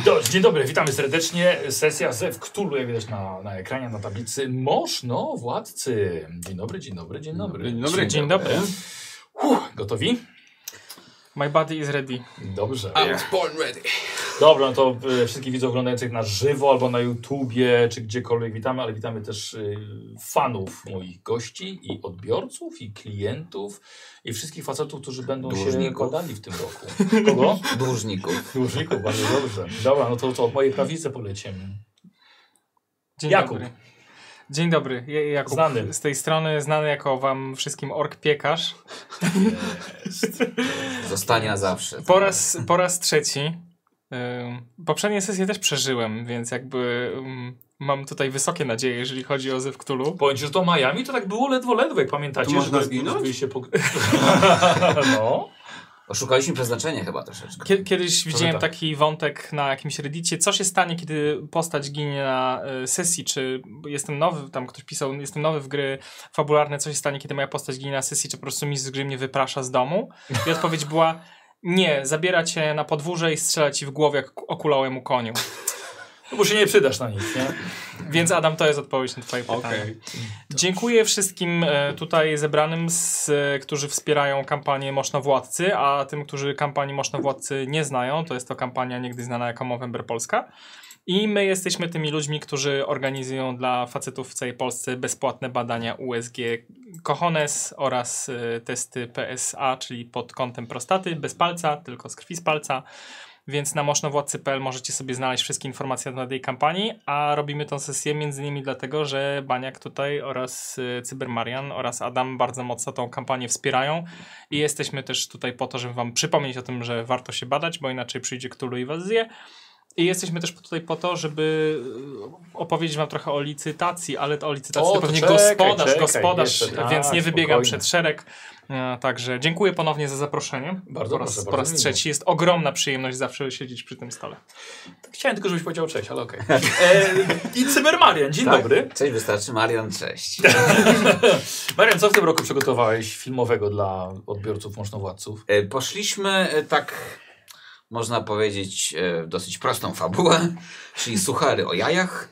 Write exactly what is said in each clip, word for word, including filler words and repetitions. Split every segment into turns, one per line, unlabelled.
Do, dzień dobry, witamy serdecznie. Sesja Zew Cthulhu, jak widać na, na ekranie, na tablicy. Moszno, władcy. Dzień dobry, dzień dobry, dzień dobry.
Dzień dobry.
Dzień dobry.
Uff, gotowi?
My body is ready.
Dobrze.
I was born ready.
Dobra, no to y, wszystkich widzów oglądających na żywo albo na YouTubie, czy gdziekolwiek witamy, ale witamy też y, fanów moich gości i odbiorców i klientów i wszystkich facetów, którzy będą się badali w tym roku. Kogo?
Dłużników.
Dłużników, bardzo dobrze. Dobra, no to, to od mojej prawicy polecimy.
Dzień
Jakub.
dobry. Dzień dobry, Ja- Jakub.
Znany.
Z tej strony znany jako wam wszystkim ork piekarz.
Zostanie na zawsze.
Po raz, po raz trzeci. Ym, poprzednie sesje też przeżyłem, więc jakby ym, mam tutaj wysokie nadzieje, jeżeli chodzi o Zew Cthulhu.
Powiem ci, że to Miami to tak było ledwo, ledwo, jak pamiętacie.
Tu można
że-
zginąć?
żebyście Po... no.
Oszukaliśmy przeznaczenie chyba troszeczkę.
Kie- Kiedyś widziałem
tak.
taki wątek na jakimś reddicie, co się stanie, kiedy postać ginie na y, sesji, czy jestem nowy, tam ktoś pisał, jestem nowy w gry fabularne, co się stanie, kiedy moja postać ginie na sesji, czy po prostu mistrz gry mnie wyprasza z domu? I odpowiedź była, nie, zabiera cię na podwórze i strzela ci w głowę jak okulałemu koniu.
No bo się nie przydasz na nic, nie?
Więc Adam, to jest odpowiedź na twoje pytanie.
Okej.
Dziękuję wszystkim e, tutaj zebranym, z, e, którzy wspierają kampanię Moszno-Władcy, a tym, którzy kampanii Moszno-Władcy nie znają, to jest to kampania niegdyś znana jako Movember Polska. I my jesteśmy tymi ludźmi, którzy organizują dla facetów w całej Polsce bezpłatne badania U S G Cojones oraz e, testy P S A, czyli pod kątem prostaty, bez palca, tylko z krwi z palca. Więc na moszno-władcy kropka p l możecie sobie znaleźć wszystkie informacje na tej kampanii, a robimy tę sesję między innymi dlatego, że Baniak tutaj oraz y, Cybermarian oraz Adam bardzo mocno tą kampanię wspierają i jesteśmy też tutaj po to, żeby wam przypomnieć o tym, że warto się badać, bo inaczej przyjdzie Cthulhu i was zje. I jesteśmy też tutaj po to, żeby y, opowiedzieć wam trochę o licytacji, ale to o licytacji
O,
to
to
pewnie
czekaj,
gospodarz,
czekaj,
gospodarz,
jeszcze, tak,
więc nie wybiegam
spokojnie.
przed szereg. E, także dziękuję ponownie za zaproszenie.
Bardzo
po raz,
proszę,
po
bardzo
raz
miło.
trzeci. Jest ogromna przyjemność zawsze siedzieć przy tym stole.
Chciałem tylko, żebyś powiedział cześć, ale okej. E, I Cybermarian, dzień
Tak?
dobry.
Cześć, wystarczy. Marian, cześć.
Marian, co w tym roku przygotowałeś filmowego dla odbiorców Moszno-Władców?
E, Poszliśmy e, tak, można powiedzieć, e, w dosyć prostą fabułę, czyli suchary o jajach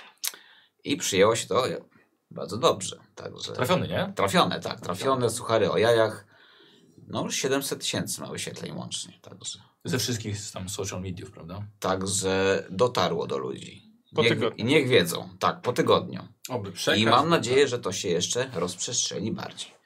i przyjęło się to e, bardzo dobrze. Także
Trafiony, nie?
Trafione, tak. Trafione suchary o jajach. No już siedemset tysięcy ma wyświetleń łącznie. Także,
Ze wszystkich tam social mediów, prawda?
także dotarło do ludzi.
Po
Niech,
tygodniu.
I niech wiedzą. Tak, po tygodniu.
Oby przekaz.
I mam nadzieję, że to się jeszcze rozprzestrzeni bardziej.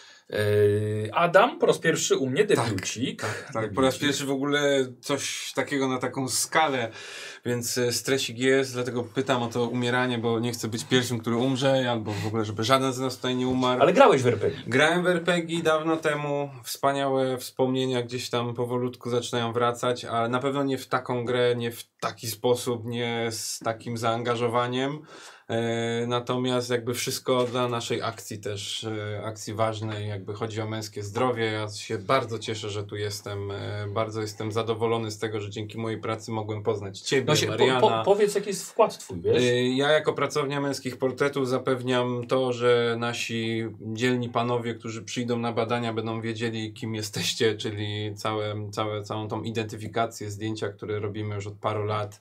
E, Adam, po raz pierwszy u mnie, debiucik.
Tak, tak, po raz pierwszy w ogóle coś takiego na taką skalę, więc e, stresik jest, dlatego pytam o to umieranie, bo nie chcę być pierwszym, który umrze, albo w ogóle, żeby żaden z nas tutaj nie umarł.
Ale grałeś w er pe gie.
Grałem w er pe gie dawno temu, wspaniałe wspomnienia gdzieś tam powolutku zaczynają wracać, ale na pewno nie w taką grę, nie w taki sposób, nie z takim zaangażowaniem. E, natomiast jakby wszystko dla naszej akcji też, e, akcji ważnej, jakby chodzi o męskie zdrowie. Ja się bardzo cieszę, że tu jestem, e, bardzo jestem zadowolony z tego, że dzięki mojej pracy mogłem poznać Ciebie,
No się, po,
Mariana.
po, powiedz, jaki jest wkład twój, wiesz?
Y, Ja jako pracownia męskich portretów zapewniam to, że nasi dzielni panowie, którzy przyjdą na badania, będą wiedzieli, kim jesteście, czyli całe, całe, całą tą identyfikację, zdjęcia, które robimy już od paru lat.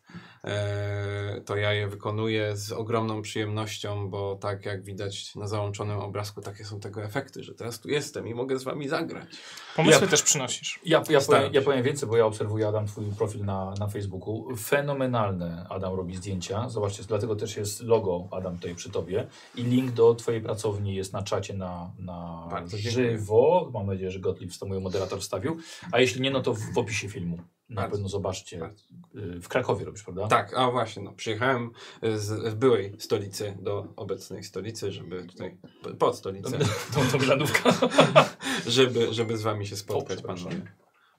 E, to ja je wykonuję z ogromną przyjemnością, bo tak jak widać na załączonym obrazku, takie są tego efekty, że teraz tu jestem i mogę z wami zagrać.
Pomysły
Ja-
też przynosisz.
Ja, ja,
Staram
powiem, ja
się.
powiem więcej, bo ja obserwuję, Adam, twój profil na, na Facebooku. Fenomenalne Adam robi zdjęcia. Zobaczcie, dlatego też jest logo Adam tutaj przy tobie. I link do twojej pracowni jest na czacie na, na
Bardzo dziękuję.
żywo. Mam nadzieję, że Gottlieb, to mój moderator, wstawił. A jeśli nie, no to w, w opisie filmu. Na
Bardzo.
pewno zobaczcie.
Bardzo.
Y, W Krakowie robisz, prawda?
Tak, a właśnie, no, przyjechałem z, z byłej stolicy do obecnej stolicy, żeby tutaj, pod stolicę,
Tą, tą Milanówkę.
żeby, żeby z wami się spotkać,
O, przepraszam.
panowie.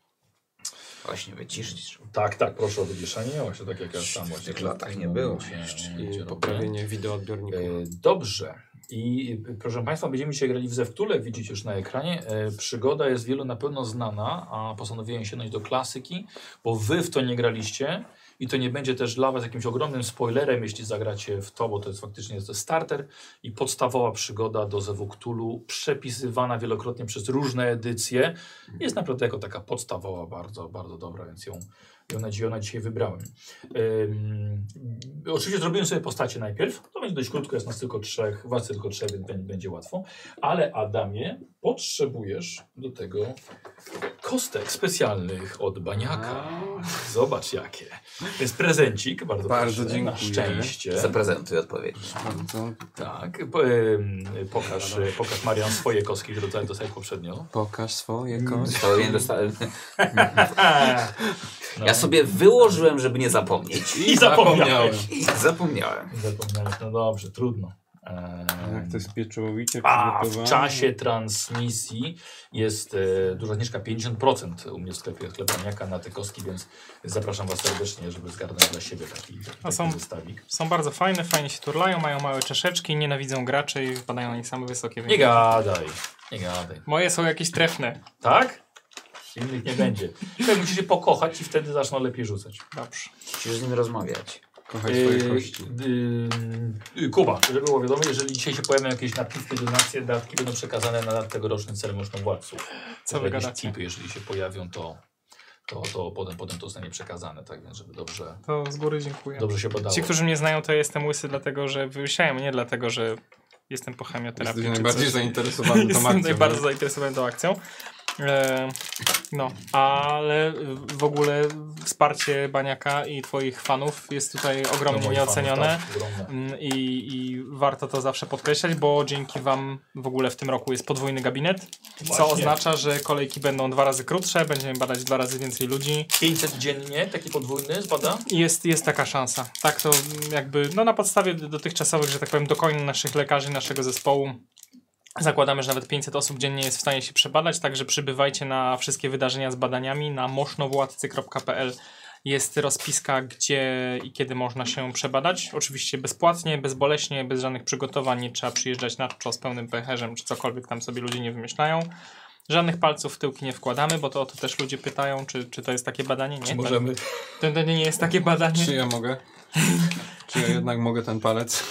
Właśnie wyciszyć.
Tak, tak, proszę o wywieszenie. Właśnie tak jak ja sam
W
właśnie.
tych latach nie było
Momencie-
jeszcze.
momencie
I
robię.
poprawienie wideoodbiorników.
E, Dobrze. I e, proszę Państwa, będziemy dzisiaj grali w Zew Cthulhu, jak widzicie już na ekranie. E, przygoda jest wielu na pewno znana, a postanowiłem sięgnąć do klasyki, bo Wy w to nie graliście i to nie będzie też dla Was jakimś ogromnym spoilerem, jeśli zagracie w to, bo to jest faktycznie jest to starter i podstawowa przygoda do Zewu Cthulhu, przepisywana wielokrotnie przez różne edycje. Jest naprawdę jako taka podstawowa bardzo, bardzo dobra, więc ją I ona, ona dzisiaj wybrałem. Ym, oczywiście zrobiłem sobie postacie najpierw. To będzie dość krótko, jest nas tylko trzech, was tylko trzech, więc będzie, będzie łatwo. Ale Adamie, potrzebujesz do tego kostek specjalnych od Baniaka. Zobacz jakie. To jest prezencik, bardzo,
Bardzo
proszę,
dziękuję.
na szczęście.
Zaprezentuj odpowiedź.
Bardzo.
Tak, po, ym, pokaż, pokaż Marian swoje kostki, które tutaj dostałeś poprzednio.
Pokaż swoje
Mm.
kości.
Dostałem, nie dostałem.
No.
Ja sobie wyłożyłem, żeby nie zapomnieć.
I zapomniałem.
I zapomniałem.
Zapomniałeś, no dobrze, trudno. Eee,
Jak to jest pieczołowicie
A w
przygotowane.
czasie transmisji jest e, duża zniżka pięćdziesiąt procent u mnie w sklepie sklepaniaka na te kostki, więc zapraszam was serdecznie, żeby zgarnąć dla siebie taki,
A
taki
są-
zestawik.
Są bardzo fajne, fajnie się turlają, mają małe czeszeczki, nienawidzą graczy i wpadają na nich same wysokie
Nie
wyniki.
gadaj, nie gadaj.
Moje są jakieś trefne.
Tak? Innych nie będzie. Tylko musisz się pokochać i wtedy zaczną lepiej rzucać.
Dobrze.
Musisz z nim rozmawiać.
Kochaj swoje
Yy,
kości.
yy, Kuba, żeby było wiadomo, jeżeli dzisiaj się pojawią jakieś napiwki, donacje, datki będą przekazane na tegoroczny cel możnowładców.
Co wy
Jakieś
gadacie?
tipy, jeżeli się pojawią, to, to, to potem, potem to zostanie przekazane, tak więc żeby dobrze,
To z góry dziękuję.
dobrze się badało.
Ci, którzy mnie znają, to ja jestem łysy dlatego, że wyłysiałem, nie dlatego, że jestem po chemioterapii.
Jesteś
czy
najbardziej
coś.
zainteresowany tą
Jestem
akcją.
najbardziej
nie?
zainteresowany tą akcją. E, no, ale w ogóle wsparcie Baniaka i twoich fanów jest tutaj ogromnie
No, moich
nieocenione.
fanów, tak, ogromne.
Mm, I, I warto to zawsze podkreślać, bo dzięki wam w ogóle w tym roku jest podwójny gabinet, co
Właśnie.
oznacza, że kolejki będą dwa razy krótsze, będziemy badać dwa razy więcej ludzi.
pięćset dziennie, taki podwójny zbada?
I Jest, jest taka szansa. Tak to jakby, no na podstawie dotychczasowych, że tak powiem, dokonań naszych lekarzy, naszego zespołu, zakładamy, że nawet pięćset osób dziennie jest w stanie się przebadać, także przybywajcie na wszystkie wydarzenia z badaniami na mosznowładcy kropka p l. Jest rozpiska, gdzie i kiedy można się przebadać. Oczywiście bezpłatnie, bezboleśnie, bez żadnych przygotowań, nie trzeba przyjeżdżać na czczo z pełnym pęcherzem, czy cokolwiek tam sobie ludzie nie wymyślają. Żadnych palców w tyłki nie wkładamy, bo to o to też ludzie pytają, czy, czy to jest takie badanie. Nie,
Czy możemy?
To, to nie jest takie badanie.
Czy ja mogę? Czy ja jednak mogę ten palec?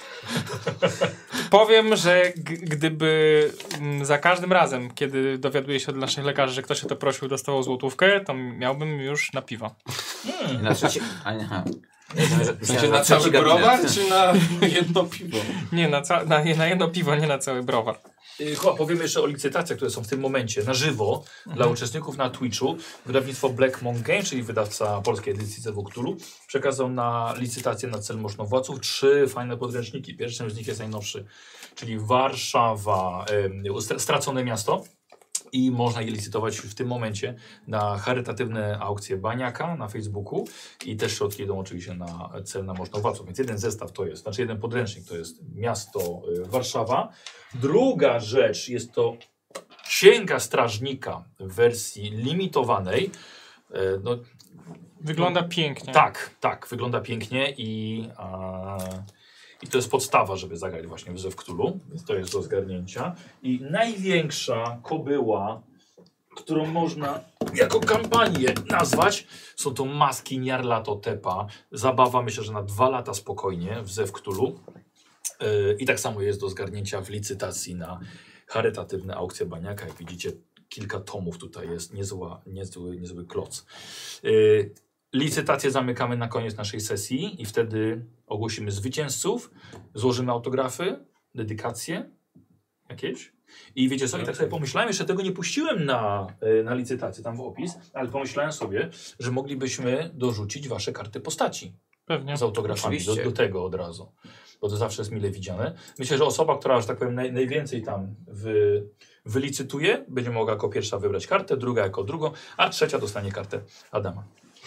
Powiem, że g- gdyby mm, za każdym razem, kiedy dowiaduję się od naszych lekarzy, że ktoś o to prosił, dostawał złotówkę, to miałbym już na piwo.
I na trzeci... A nie, aha. Myślałem, że-
W
myślałem,
sensie
że
na
trzeci
cały
gabinet.
browar, czy na jedno piwo?
Nie, na, ca- na, na jedno piwo, nie na cały browar.
Yy, Chyba powiemy jeszcze o licytacjach, które są w tym momencie na żywo dla uczestników na Twitchu. Wydawnictwo Black Monk Game, czyli wydawca polskiej edycji C W Cthulhu, przekazał na licytację na cel możnowładców trzy fajne podręczniki. Pierwszym z nich jest najnowszy, czyli Warszawa, yy, Stracone Miasto. I można je licytować w tym momencie na charytatywne aukcje Baniaka na Facebooku i też środki idą oczywiście na cel na możnowładców. Więc jeden zestaw to jest, znaczy jeden podręcznik to jest miasto y, Warszawa. Druga rzecz jest to Księga Strażnika w wersji limitowanej. Y, no,
Wygląda pięknie.
tak, tak, wygląda pięknie i, a, i to jest podstawa, żeby zagrać właśnie w Zew Cthulhu, więc to jest do zgarnięcia. I największa kobyła, którą można jako kampanię nazwać, są to maski Nyarlathotepa. Zabawa myślę, że na dwa lata spokojnie w Zew Cthulhu. Yy, I tak samo jest do zgarnięcia w licytacji na charytatywne aukcje Baniaka. Jak widzicie, kilka tomów tutaj jest, niezła, niezły, niezły kloc. Yy, Licytację zamykamy na koniec naszej sesji i wtedy ogłosimy zwycięzców, złożymy autografy, dedykacje jakieś. I wiecie co, i tak sobie pomyślałem, jeszcze tego nie puściłem na, y, na licytację, tam w opis, ale pomyślałem sobie, że moglibyśmy dorzucić wasze karty postaci
Pewnie.
z autografami do,
Oczywiście.
do tego od razu, bo to zawsze jest mile widziane. Myślę, że osoba, która, że tak powiem, naj, najwięcej tam wy, wylicytuje, będzie mogła jako pierwsza wybrać kartę, druga jako drugą, a trzecia dostanie kartę Adama.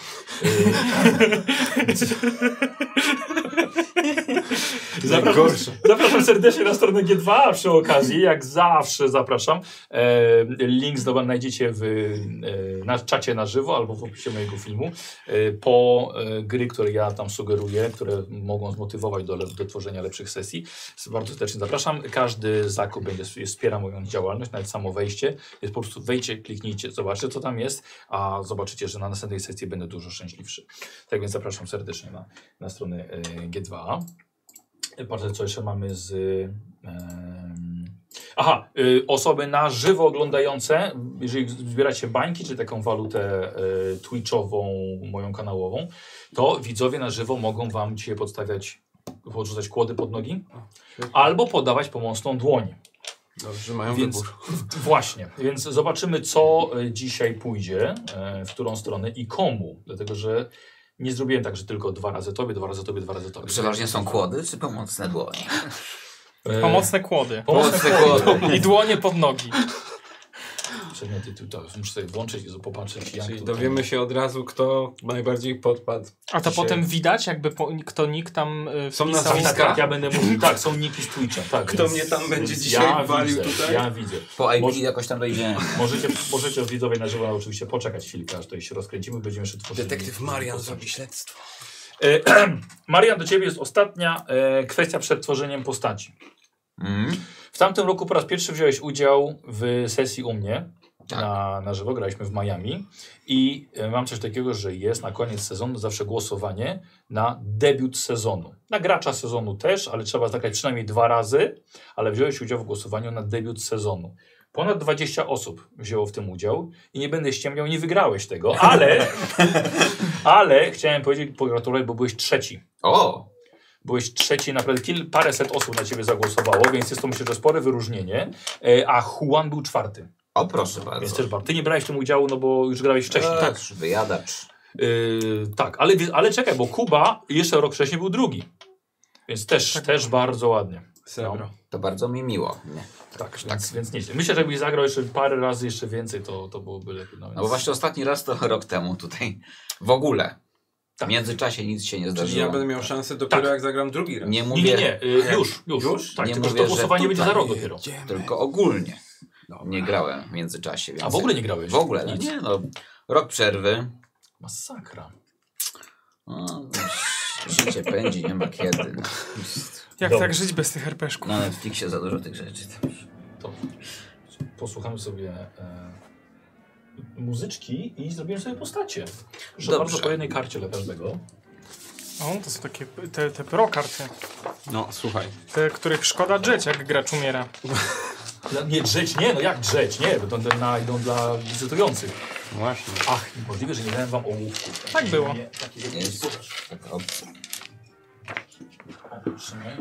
Zapraszam, zapraszam serdecznie na stronę G dwa a przy okazji, jak zawsze zapraszam. E, link znajdziecie w, e, na czacie na żywo albo w opisie mojego filmu. E, po e, gry, które ja tam sugeruję, które mogą zmotywować do, do tworzenia lepszych sesji. Bardzo serdecznie zapraszam. Każdy zakup będzie jest, wspiera moją działalność, nawet samo wejście. Jest po prostu wejdźcie, kliknijcie, zobaczcie co tam jest, a zobaczycie, że na następnej sesji będę dużo szczęśliwszy. Tak więc zapraszam serdecznie na, na stronę e, G dwa a. Patrzę, co jeszcze mamy z, e, Aha, y, osoby na żywo oglądające, jeżeli zbieracie bańki, czy taką walutę y, twitchową, moją kanałową, to widzowie na żywo mogą wam dzisiaj podstawiać, podrzucać kłody pod nogi, albo podawać pomocną dłoń.
Dobrze, że mają
Więc,
wybór.
właśnie, więc zobaczymy, co dzisiaj pójdzie, e, w którą stronę i komu, dlatego że nie zrobiłem tak, że tylko dwa razy tobie, dwa razy tobie, dwa razy tobie.
Przeważnie są kłody czy pomocne dłonie?
E,
Pomocne kłody.
pomocne
Pomocne
kłody.
I dłonie pod nogi.
Przedmioty tu, to muszę sobie włączyć i popatrzeć, jak
Czyli
tutaj-
dowiemy się od razu, kto najbardziej podpadł.
A to
Dzisiaj.
potem widać, jakby po, kto nick tam y,
Są
wpisał.
nazwiska?
Tak, tak, ja będę mówił, tak, są niki z Twitcha, tak.
Kto
więc-
mnie tam będzie
więc
dzisiaj
ja
walił
widzę,
tutaj?
Ja widzę.
Po I P
Może-
jakoś tam dojdziemy.
Możecie, możecie widzowie na żywo oczywiście poczekać chwilkę, aż tutaj się rozkręcimy, będziemy jeszcze tworzyli.
Detektyw Marian zrobi śledztwo.
E, Marian, do ciebie jest ostatnia e, kwestia przed tworzeniem postaci.
Mm.
W tamtym roku po raz pierwszy wziąłeś udział w sesji u mnie
Tak.
na, na żywo, graliśmy w Miami i e, mam coś takiego, że jest na koniec sezonu zawsze głosowanie na debiut sezonu. Na gracza sezonu też, ale trzeba zagrać przynajmniej dwa razy, ale wziąłeś udział w głosowaniu na debiut sezonu. Ponad dwadzieścia osób wzięło w tym udział i nie będę ściemniał, nie wygrałeś tego, ale, ale chciałem powiedzieć, pogratulować, bo byłeś trzeci.
O!
Byłeś trzeci, naprawdę kil, paręset osób na ciebie zagłosowało, więc jest to myślę, że spore wyróżnienie, e, a Juan był czwarty.
O, proszę
Więc
bardzo.
też bardzo. Ty nie brałeś w tym udziału, no bo już grałeś wcześniej.
Tak, wyjadacz.
Yy, tak, ale, ale czekaj, bo Kuba jeszcze rok wcześniej był drugi. Więc też,
Tak.
też bardzo ładnie.
Srebro.
To bardzo mi miło. Nie.
Tak, więc, więc nieźle. Myślę, że jakbyś zagrał jeszcze parę razy jeszcze więcej, to, to byłoby lepiej. No, więc...
No bo właśnie ostatni raz to rok temu tutaj. W ogóle.
Tak.
W międzyczasie nic się nie
Czyli
zdarzyło.
ja będę miał szansę dopiero
Tak.
jak zagram drugi raz.
Nie
Nie,
mówię
nie, nie, yy, już, już.
Już?
Tak,
Nie
tylko że
mówię,
to
że
głosowanie będzie za
tutaj
rok dopiero.
Jedziemy.
tylko ogólnie.
Dobra.
Nie grałem w międzyczasie. Więc
A w ogóle nie grałeś?
W ogóle. No
Nic.
nie no. Rok przerwy.
Masakra.
No, życie pędzi, nie ma kiedy. No.
Jak
Dobra.
tak żyć bez tych herpeszków?
Na Netflixie za dużo tych rzeczy.
To posłuchamy sobie e, muzyczki i zrobimy sobie postacie. Proszę
Dobrze.
bardzo, po jednej karcie dla każdego.
O, to są takie te, te pro karty.
No, słuchaj.
Te, których szkoda drzeć, jak gracz umiera.
No, nie drzeć, nie, no jak drzeć, nie, bo to na, idą dla licytujących.
Właśnie.
Ach, możliwe, że nie dałem wam ołówków.
Tak było.
Nie, takiego nie
Jest
jest.
taka opcja.
Trzymaj.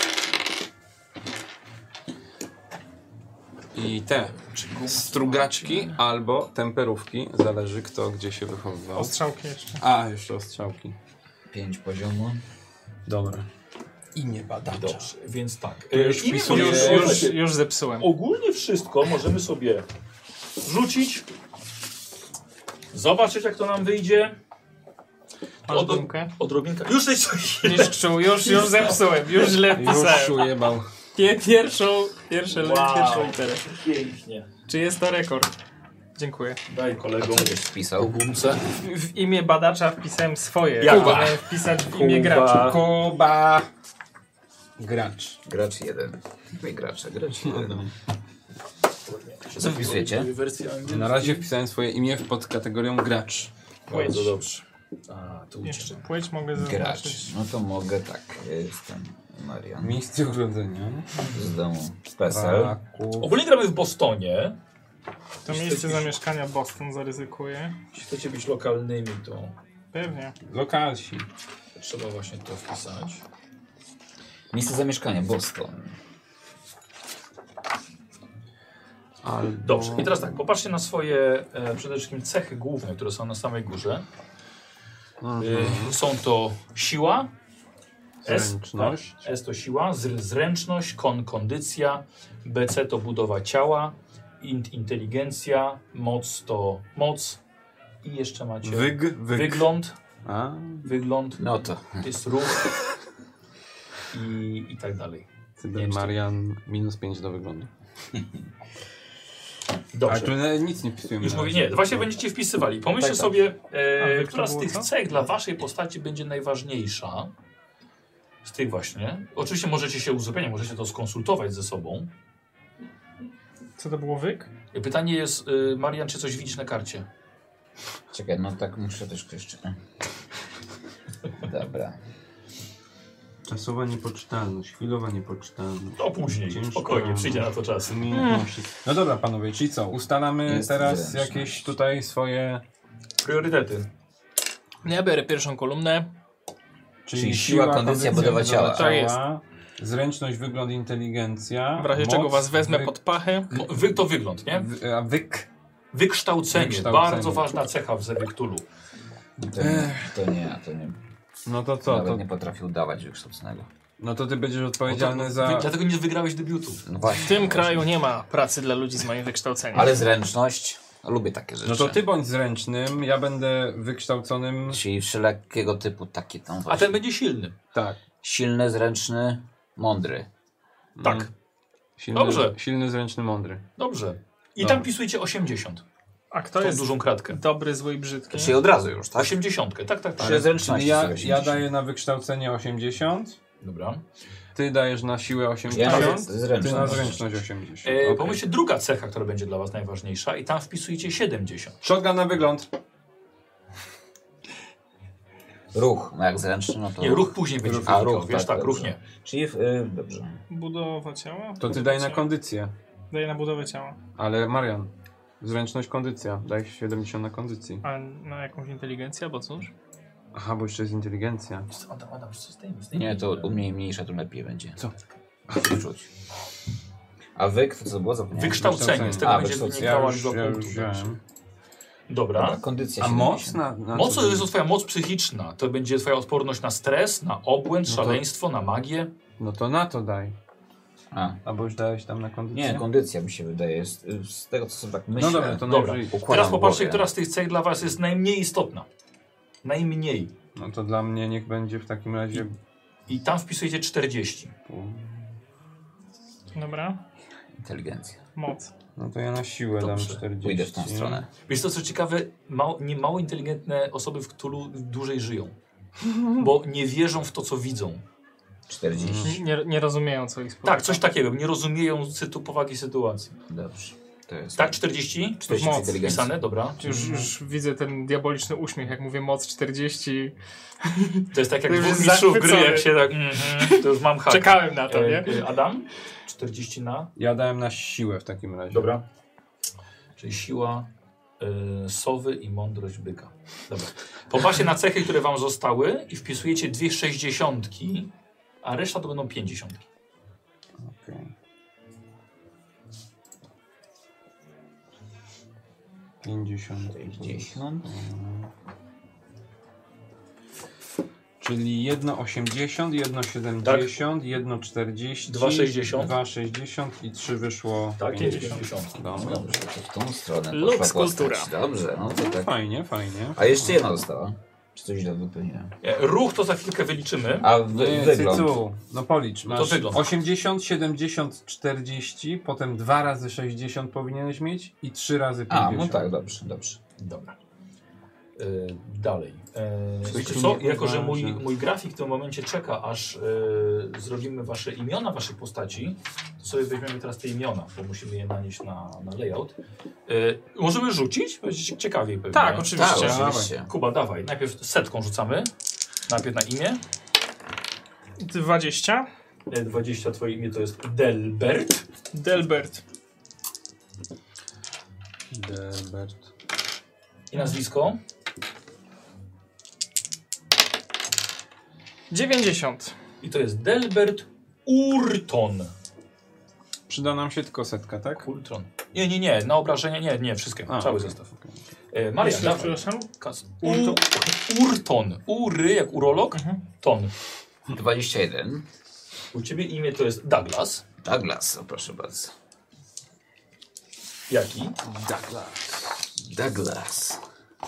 I te strugaczki albo temperówki, zależy kto gdzie się wychowywał.
Ostrzałki jeszcze.
A, jeszcze ostrzałki.
Pięć poziomu.
Dobra. Imię badacza.
Dobrze, więc tak.
To już
E, imię
wpisuję.
możemy-
Już, już, już zepsułem.
Ogólnie wszystko możemy sobie rzucić, zobaczyć jak to nam wyjdzie.
Masz
Od,
gumkę?
odrobinka. Już jest coś.
Mistrzu, już, już zepsułem, już źle
Już
wpisałem.
ujebał.
Pie, pierwszą, pierwsze,
Wow.
pierwszą literę.
Pięknie.
Czy jest to rekord? Dziękuję.
Daj
A
kolegom
co byś
po
wpisał?
gumce.
W, w imię badacza wpisałem swoje.
Kuba.
Kuba. Miałem wpisać w imię
Kuba.
gracza.
Kuba. Gracz.
Gracz jeden. Wy gracze, gracz jeden. Co wpisujecie?
Wersja angielska.
Na razie wpisałem swoje imię pod kategorią gracz.
Bardzo dobrze. A, tu
Jeszcze
uciekam.
płeć mogę
Gracz.
zaznaczyć.
No to mogę tak. Ja jestem Marian.
Miejsce urodzenia.
Z domu. PESEL.
Kraków.
Ogólnie gramy w Bostonie.
To miejsce zamieszkania Boston zaryzykuję.
Jeśli chcecie być lokalnymi, to
Pewnie.
Lokalsi.
trzeba właśnie to wpisać.
Miejsce zamieszkania Boston.
Albo...
Dobrze. I teraz tak, popatrzcie na swoje e, przede wszystkim cechy główne, które są na samej górze.
Mhm.
E, są to siła. S,
Zręczność.
tak, S to siła, z, zręczność, kon, kondycja, B C to budowa ciała, int, inteligencja, moc to moc i jeszcze macie
Wyg, wyg.
wygląd,
A,
wygląd,
No to.
jest ruch i, i tak dalej.
Cyber Marian minus pięć do wyglądu. A
Dobrze.
tu na- nic nie wpisujemy.
Już
na
mówię,
razie.
nie, właśnie będziecie wpisywali. Pomyślcie
Tak, tak.
sobie,
A
e,
wy,
która
to
z
było
tych
co?
cech dla waszej postaci będzie najważniejsza. Z tych właśnie. Oczywiście możecie się uzupełniać, możecie to skonsultować ze sobą.
Co to było wyk?
Pytanie jest, y, Marian, czy coś widzisz na karcie?
Czekaj, no tak muszę też jeszcze. Dobra.
Czasowa niepoczytalność, chwilowa niepoczytalność.
To później,
Ciężka-
spokojnie, przyjdzie na to czas.
Umiejętności. No dobra panowie, czyli co? Ustalamy
Jest
teraz
zręczność.
jakieś tutaj swoje...
Priorytety.
Ja biorę pierwszą kolumnę.
Czyli siła, kondycja, budowa ciała.
Tak jest.
Zręczność, wygląd, inteligencja.
W razie
moc,
czego was wezmę
wy-
pod pachy.
No, wy, to wygląd, nie?
wy- A wyk.
Wykształcenie.
Wykształcenie.
Bardzo ważna cecha w Zewiktulu.
To nie, to nie, to nie.
No to co?
Nawet
To,
nie potrafił udawać wykształconego.
no to ty będziesz odpowiedzialny
Wy,
za...
dlatego nie wygrałeś debiutu.
No właśnie.
W tym kraju nie ma pracy dla ludzi z moim wykształceniem.
Ale zręczność, lubię takie rzeczy.
No to ty bądź zręcznym, ja będę wykształconym...
Czyli wszelkiego typu takie tam
A
właśnie.
ten będzie silny.
Tak.
Silny, zręczny, mądry.
Tak.
Mm. Silny,
Dobrze.
Silny, zręczny, mądry.
Dobrze. I
Dobra.
tam pisujcie osiemdziesiąt.
A kto
Tą
jest
dużą kratkę.
dobry, zły i brzydki?
Czyli od razu już, tak?
osiemdziesiąt. Tak, tak, tak.
Przy zręczności
Ja,
sobie
ja
osiemdziesiąt.
daję na wykształcenie osiemdziesiąt,
Dobra.
ty dajesz na siłę
Ja
osiemdziesiąt,
na
ty
zręczność.
na zręczność osiemdziesiąt.
E,
Okej.
Pomyślcie, druga cecha, która będzie dla was najważniejsza i tam wpisujecie siedemdziesiąt.
Shotgun na wygląd.
Ruch, no jak zręczny, no to...
Nie, ruch później będzie
A,
wynikał,
ruch,
wiesz,
tak,
tak,
dobrze.
ruch nie.
Czyli, y, dobrze.
Budowa ciała?
To ty daj na kondycję.
Daję na budowę ciała.
Ale Marian, zręczność, kondycja. Daj siedemdziesiąt na kondycji.
A na jakąś inteligencję, bo cóż?
Aha, bo jeszcze jest inteligencja.
Adam, Adam, co z tym? Z tym?
Nie, to u mnie mniejsza, to lepiej będzie.
Co?
Czuć. A wy, kto co było? Zapomniałem.
Wykształcenie, z tego
A,
będzie
wykształcenie.
Ja
wynikała
już,
liczba
ja już
punktów.
wziąłem.
Dobra.
Dobra, kondycja
A
siedemdziesiąt.
moc na... na
Moc
co
to jest twoja moc psychiczna. To będzie twoja odporność na stres, na obłęd,
No to-
szaleństwo, na magię.
No to na to daj.
A,
Albo już dałeś tam na kondycję?
nie, kondycja mi się wydaje. Jest, y, z tego, co sobie tak myślę.
No dobra, to
Dobra.
najwyżej.
układam
Teraz
w
popatrzcie,
głowie.
która z tych cech dla was jest najmniej istotna. Najmniej.
No to dla mnie niech będzie w takim razie...
I tam wpisujecie czterdzieści.
Dobra.
Inteligencja.
Moc.
No to ja na siłę dam
Dobrze.
czterdzieści.
Pójdę w tą stronę.
Wiesz to, co ciekawe, mało, nie mało inteligentne osoby w Cthulhu dłużej żyją. Bo nie wierzą w to, co widzą.
czterdzieści.
Nie, nie rozumieją, co ich spotyka.
Tak, coś takiego. Nie rozumieją sytu, powagi sytuacji.
Dobrze. To jest...
Tak, czterdzieści?
czterdzieści
moc.
inteligencji.
Wpisane, dobra.
Już, już widzę ten diaboliczny uśmiech, jak mówię moc czterdzieści.
To jest tak jak
To już
dwóch
jest
mistrzów gry,
zachwycony.
jak się tak... Mm, to już mam hak.
Czekałem na to,
E,
nie?
e, Adam? czterdzieści na?
Ja dałem na siłę w takim razie.
Dobra. Czyli siła y, sowy i mądrość byka. Dobra. Popatrzcie na cechy, które wam zostały i wpisujecie dwie sześćdziesiątki, a reszta to będą pięćdziesiątki.
Okej. pięćdziesiąt.
sześćdziesiąt.
Czyli jedno osiemdziesiąt, jedno siedemdziesiąt, jedno czterdzieści,
Dwa sześćdziesiąt.
dwa sześćdziesiąt i trzy wyszło
Tak,
pięćdziesiąt.
pięćdziesiąt.
Dobra.
Dobrze, to w tą stronę
Lux
poszła
kultura.
postać. Dobrze, no to
No,
tak.
fajnie, fajnie.
A jeszcze jedna została. Czy coś źle wypełniłem?
E, Ruch to za chwilkę wyliczymy.
A wy,
Nie,
wygląd.
cycu. No policz, masz
To wygląd.
osiemdziesiąt, siedemdziesiąt, czterdzieści, potem dwa razy sześćdziesiąt powinieneś mieć i trzy razy
A,
pięćdziesiąt.
no tak, dobrze, dobrze.
Dobra. E, dalej. E,
Coś
wiecie
tu
co?
nie
Jako, że mój,
uważam.
mój grafik w tym momencie czeka, aż e, zrobimy wasze imiona waszych postaci, to sobie weźmiemy teraz te imiona, bo musimy je nanieść na, na layout. E, możemy rzucić? Będzie ciekawiej pewnie.
Tak,
Tak,
oczywiście.
oczywiście.
Kuba, dawaj. Najpierw setką rzucamy. Najpierw na imię.
dwadzieścia.
E, dwadzieścia twoje imię to jest Delbert.
Delbert.
Delbert.
I nazwisko.
dziewięćdziesiąt.
I to jest Delbert Urton.
Przyda nam się tylko setka, tak?
Ultron. Nie, nie, nie. Na obrażenia nie, nie. Wszystkie.
A,
Cały
okej,
zestaw.
okej.
E, Marian,
Jeszcze,
dawaj.
przepraszam.
Kas-
Urton.
U, Urton. Ury jak urolog.
Mhm.
Ton.
dwadzieścia jeden.
U ciebie imię to jest Douglas.
Douglas, o proszę bardzo.
Jaki?
Douglas.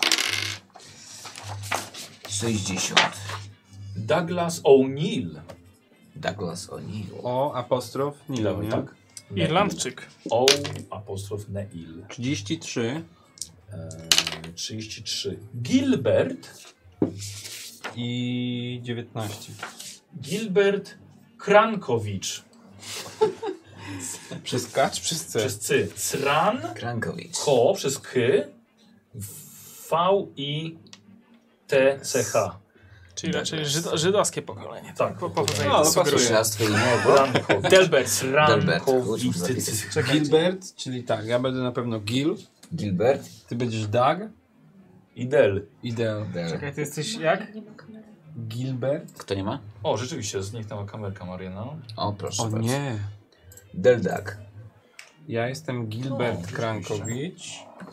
sześćdziesiąt.
Douglas O'Neill.
Douglas O'Neill.
O, apostrof, Nilo,
Dawaj,
nie?
tak?
Irlandczyk.
O, apostrof Neil.
trzydzieści trzy
Eee, trzydzieści trzy. Gilbert.
i dziewiętnaście.
Gilbert Krankowicz.
Przez K czy przez C?
Przez cy. Cran.
Krankowicz.
Ko przez K. V I T C H.
Czyli raczej żydo, żydowskie pokolenie.
Tak.
Po, pochodzenie
No,
to
no
sugeruje.
pasuje.
Królestwo imię
Rankowic.
Delbert.
Delbert.
Rankowicy.
Gilbert, czyli tak, ja będę na pewno Gil,
Gilbert.
ty będziesz Doug
I Del.
i Del.
Del.
Czekaj, ty jesteś jak?
Gilbert?
Kto nie ma?
O, rzeczywiście, zniknęła kamerka Mariana.
O, proszę
O
bardzo.
nie.
Deldak.
Ja jestem Gilbert
O,
Krankowicz.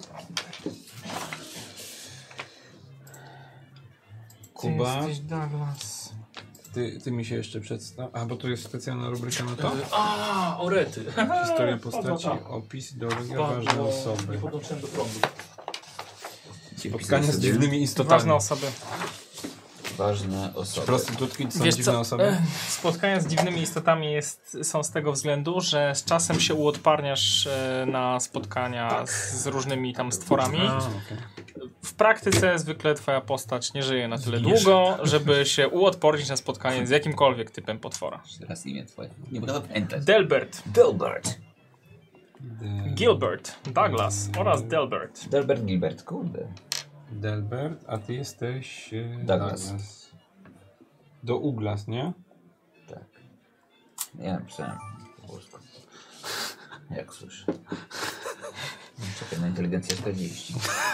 Kuba,
Ty jesteś Douglas.
ty, ty mi się jeszcze przedstaw. A, bo tu jest specjalna rubryka na to?
A, orety.
Historia postaci, opis, ideologia, ważne osoby.
Nie podłączyłem do prądu.
Spotkania z dziwnymi istotami.
Ważne osoby.
Ważne osoby.
Prostytutki to są
Wiesz
dziwne
co?
osoby?
E, Spotkania z dziwnymi istotami jest, są z tego względu, że z czasem się uodparniasz e, na spotkania z, z różnymi tam stworami.
A, okej.
W praktyce zwykle twoja postać nie żyje na tyle
Zginiesz.
długo, żeby się uodpornić na spotkanie z jakimkolwiek typem potwora.
Teraz imię twoje. Nie mogę pamiętać.
Delbert,
Delbert.
De-
Gilbert, Douglas oraz Delbert.
Delbert Gilbert, kurde.
Delbert, a ty jesteś... e,
Douglas.
Do Uglas, nie?
Tak. Nie napisałem po polsku. Jak słyszę. Czekaj, na inteligencję czterdzieści.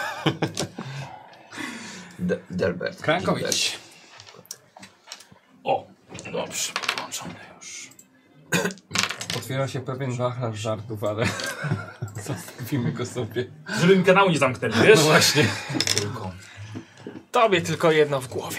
De Delbert.
Krankowicz.
O, dobrze, podłączony już.
Otwiera się pewien wachlarz żartów, ale zostawimy go sobie.
Żeby mi kanału nie zamknęli, wiesz?
No właśnie.
Tylko.
Tobie tylko jedno w głowie.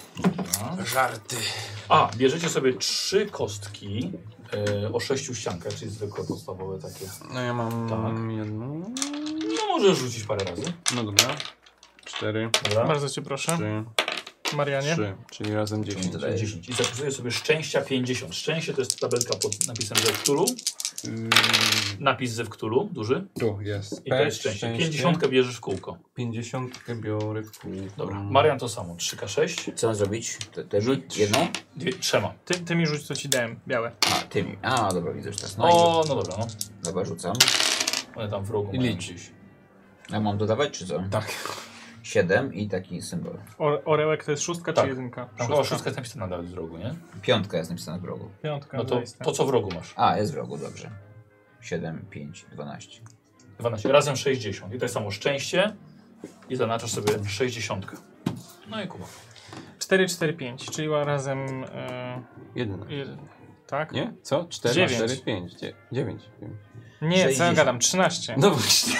Żarty.
A, bierzecie sobie trzy kostki e, o sześciu ściankach, czyli zwykłe podstawowe takie.
No ja mam
Tak.
jedną.
No możesz rzucić parę razy.
No dobra. Cztery,
Dobra?
Bardzo cię proszę.
trzy,
Marianie?
trzy, czyli razem dziesięć.
Dodaję.
dziesięć. I zapisuję sobie szczęścia pięćdziesiąt. Szczęście to jest tabelka pod napisem ze Cthulhu.
Yy,
Napis ze Cthulhu, duży.
tu jest.
I to jest szczęście. pięćdziesiątkę bierzesz w kółko.
Pięćdziesiątkę biorę w kółko.
Dobra. Marian to samo. trzy K sześć.
Co mam zrobić? Te, te rzuć jedną?
Dwie, trzema.
Ty, ty mi rzuć, co ci dałem, białe.
A, ty mi. A, dobra, widzę już teraz. No
O, no dobra, no.
i dobra, rzucam.
One tam w rogu
I
mają
licz.
gdzieś.
Ja mam dodawać, czy co?
Tak.
Siedem i taki symbol.
O, orełek to jest szóstka
Tak.
czy jedynka?
Tam chyba szóstka jest napisana nawet w rogu, nie?
Piątka jest napisana w rogu.
Piątka.
No to
zaiste.
po co w rogu masz?
A, jest w rogu, dobrze. Siedem, pięć, dwanaście.
dwanaście. Razem sześćdziesiąt. I to jest samo szczęście. I zaznaczasz sobie sześćdziesiątkę. No i Kuba.
cztery, cztery, pięć, czyli razem... E,
Jeden.
jeden. Tak?
Nie? Co? Cztery,
Dziewięć.
cztery, pięć. Dzie- Dziewięć.
Nie, co ja
sześćdziesiąt.
gadam? trzynaście.
No właśnie.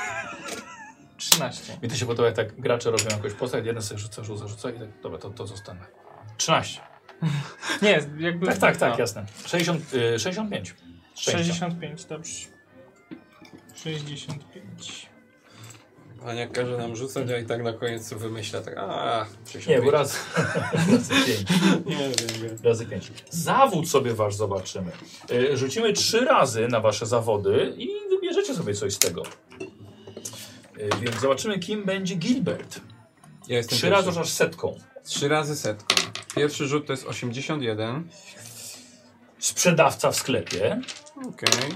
trzynaście.
Mi to się podoba, jak tak gracze robią jakąś postać, jeden sobie rzuca, rzuca, rzuca i tak, dobra, to, to zostanę. trzynaście.
Nie, jakby...
Tak, tak, tak,
no.
jasne. sześćdziesiąt, y, sześćdziesiąt pięć. Szczęścia.
sześćdziesiąt pięć, dobrze. sześćdziesiąt pięć.
Ania każe nam rzucać, a i tak na koniec wymyśla tak, a
Nie, bo raz, razy pięć.
Nie wiem, wiem.
Razy pięć. Zawód sobie wasz zobaczymy. Y, rzucimy trzy razy na wasze zawody i wybierzecie sobie coś z tego. Y, więc zobaczymy, kim będzie Gilbert.
Ja jestem
Trzy razy rzucasz setką.
Trzy razy setką. Pierwszy rzut to jest osiemdziesiąt jeden.
Sprzedawca w sklepie.
Okej.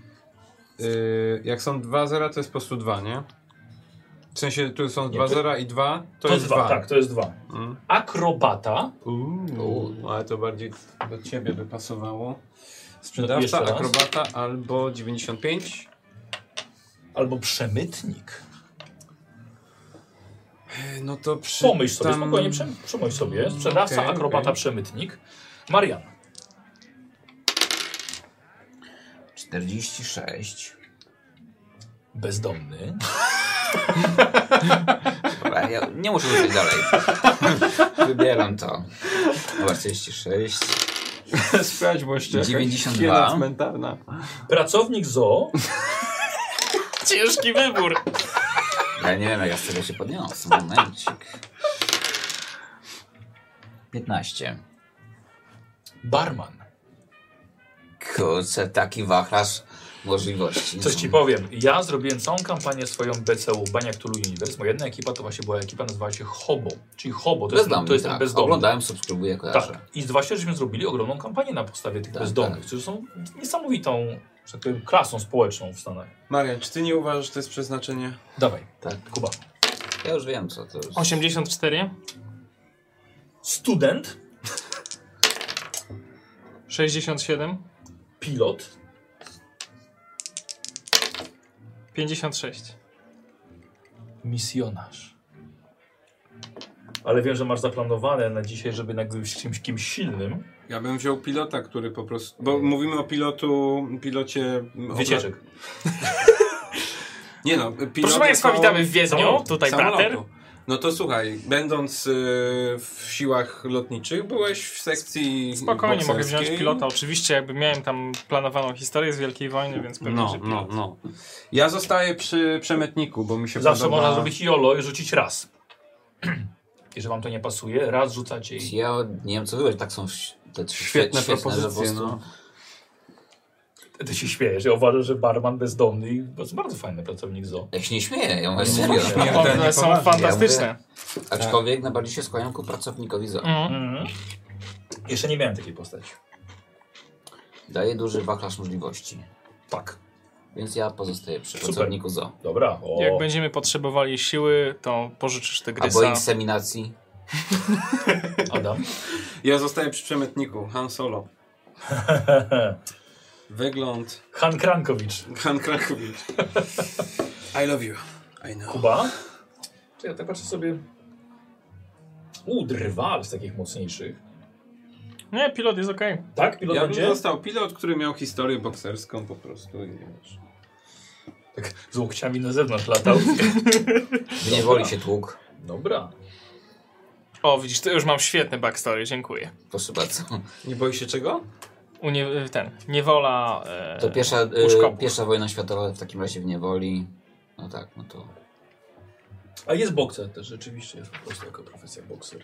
Yy, jak są dwa zera, to jest po prostu dwa, nie? W sensie tu są dwa
to-
zera i dwa, to,
To
jest
dwa,
dwa.
tak, to jest dwa.
Mm.
Akrobata.
Uuu, ale to bardziej do ciebie by pasowało.
No,
Sprzedawca,
jeszcze raz.
akrobata albo dziewięćdziesiąt pięć.
Albo przemytnik.
No to przy
Pomyśl sobie,
tam-
spokojnie, przem- przemyśl sobie. Sprzedawca,
Okej,
akrobata,
okej.
przemytnik. Marian.
czterdzieści sześć.
Bezdomny.
Dobra, ja nie muszę rzucać dalej. Wybieram to. Dobra, czterdzieści sześć.
Sprawdź, bo jeszcze jakaś
dziewięćdziesiąt
hiena
dwa.
cmentarna.
Pracownik zoo.
Ciężki wybór.
Ja nie wiem, jak ja z tego się podniosę. Momencik. piętnaście.
Barman.
Kurczę, taki wachlarz możliwości.
Coś ci powiem. Ja zrobiłem całą kampanię swoją B C U, Baniak Tulu Universe. Moja jedna ekipa to właśnie była ekipa, nazywała się Hobo. Czyli Hobo, to jest,
Bezdomny,
to jest ten
tak.
bezdomny.
Oglądałem, subskrybuję, kojarzę.
Tak. I właśnie żeśmy zrobili ogromną kampanię na podstawie tych
Tak,
bezdomnych,
tak.
którzy są niesamowitą, że tak powiem, klasą społeczną w Stanach.
Marian, czy ty nie uważasz, że to jest przeznaczenie?
Dawaj,
Tak.
Kuba.
Ja już wiem, co to jest.
osiemdziesiąt cztery.
Student,
sześćdziesiąt siedem,
pilot,
pięćdziesiąt sześć.
misjonarz. Ale wiem, że masz zaplanowane na dzisiaj, żeby nagle być kimś, kimś silnym.
Ja bym wziął pilota, który po prostu... Bo mówimy o pilotu, pilocie...
Wycieczek.
Nie no, pilot
Proszę Państwa,
jako
witamy w Wiedniu.
samolot.
Tutaj
samolotu.
Prater.
No to słuchaj, będąc y, w siłach lotniczych, byłeś w sekcji
Spokojnie, mogę
bokserskiej.
wziąć pilota. Oczywiście jakby miałem tam planowaną historię z Wielkiej Wojny, więc pewnie,
No,
że
no,
pilot.
no. Ja zostaję przy przemytniku, bo mi się
Zawsze
podoba...
można zrobić jolo i rzucić raz. Jeżeli wam to nie pasuje, raz rzucacie i...
Ja nie wiem co wybrać, tak są ś- te trzy
Świetne
świetne, że po
propozycje,
prostu...
no.
Ty się śmiejesz. Ja uważam, że barman bezdomny i to jest bardzo fajny pracownik zoo.
Ja się nie śmieję, ja mówię
No
serio.
właśnie.
One są
poważnie.
fantastyczne.
Aczkolwiek najbardziej się skłaniam ku pracownikowi zoo.
Mhm.
Mhm. Jeszcze nie miałem takiej postaci.
Daje duży wachlarz możliwości.
Tak.
Więc ja pozostaję przy
Super.
pracowniku zoo.
Dobra. O.
Jak będziemy potrzebowali siły, to pożyczysz
Albo
tygrysa.
inseminacji.
Adam.
Ja zostaję przy przemytniku, Han Solo. Wygląd...
Han Krankowicz.
Han Krakowicz. I love you. I know.
Kuba. Czy ja tak patrzę sobie... U, drwal z takich mocniejszych.
Nie, pilot jest okej.
Tak? Pilot
Ja bym
będzie?
został pilot, który miał historię bokserską po prostu i wiesz.
Tak z łokciami na zewnątrz latał.
W niewoli się tłukł.
Dobra.
O, widzisz, to już mam świetny backstory, dziękuję.
Proszę bardzo.
Nie boi się czego?
U nie, ten, niewola... E,
To pierwsza,
łóżkobóz.
y, pierwsza wojna światowa w takim razie w niewoli. No tak, no to...
A jest bokser też, rzeczywiście jest po prostu jako profesja bokser.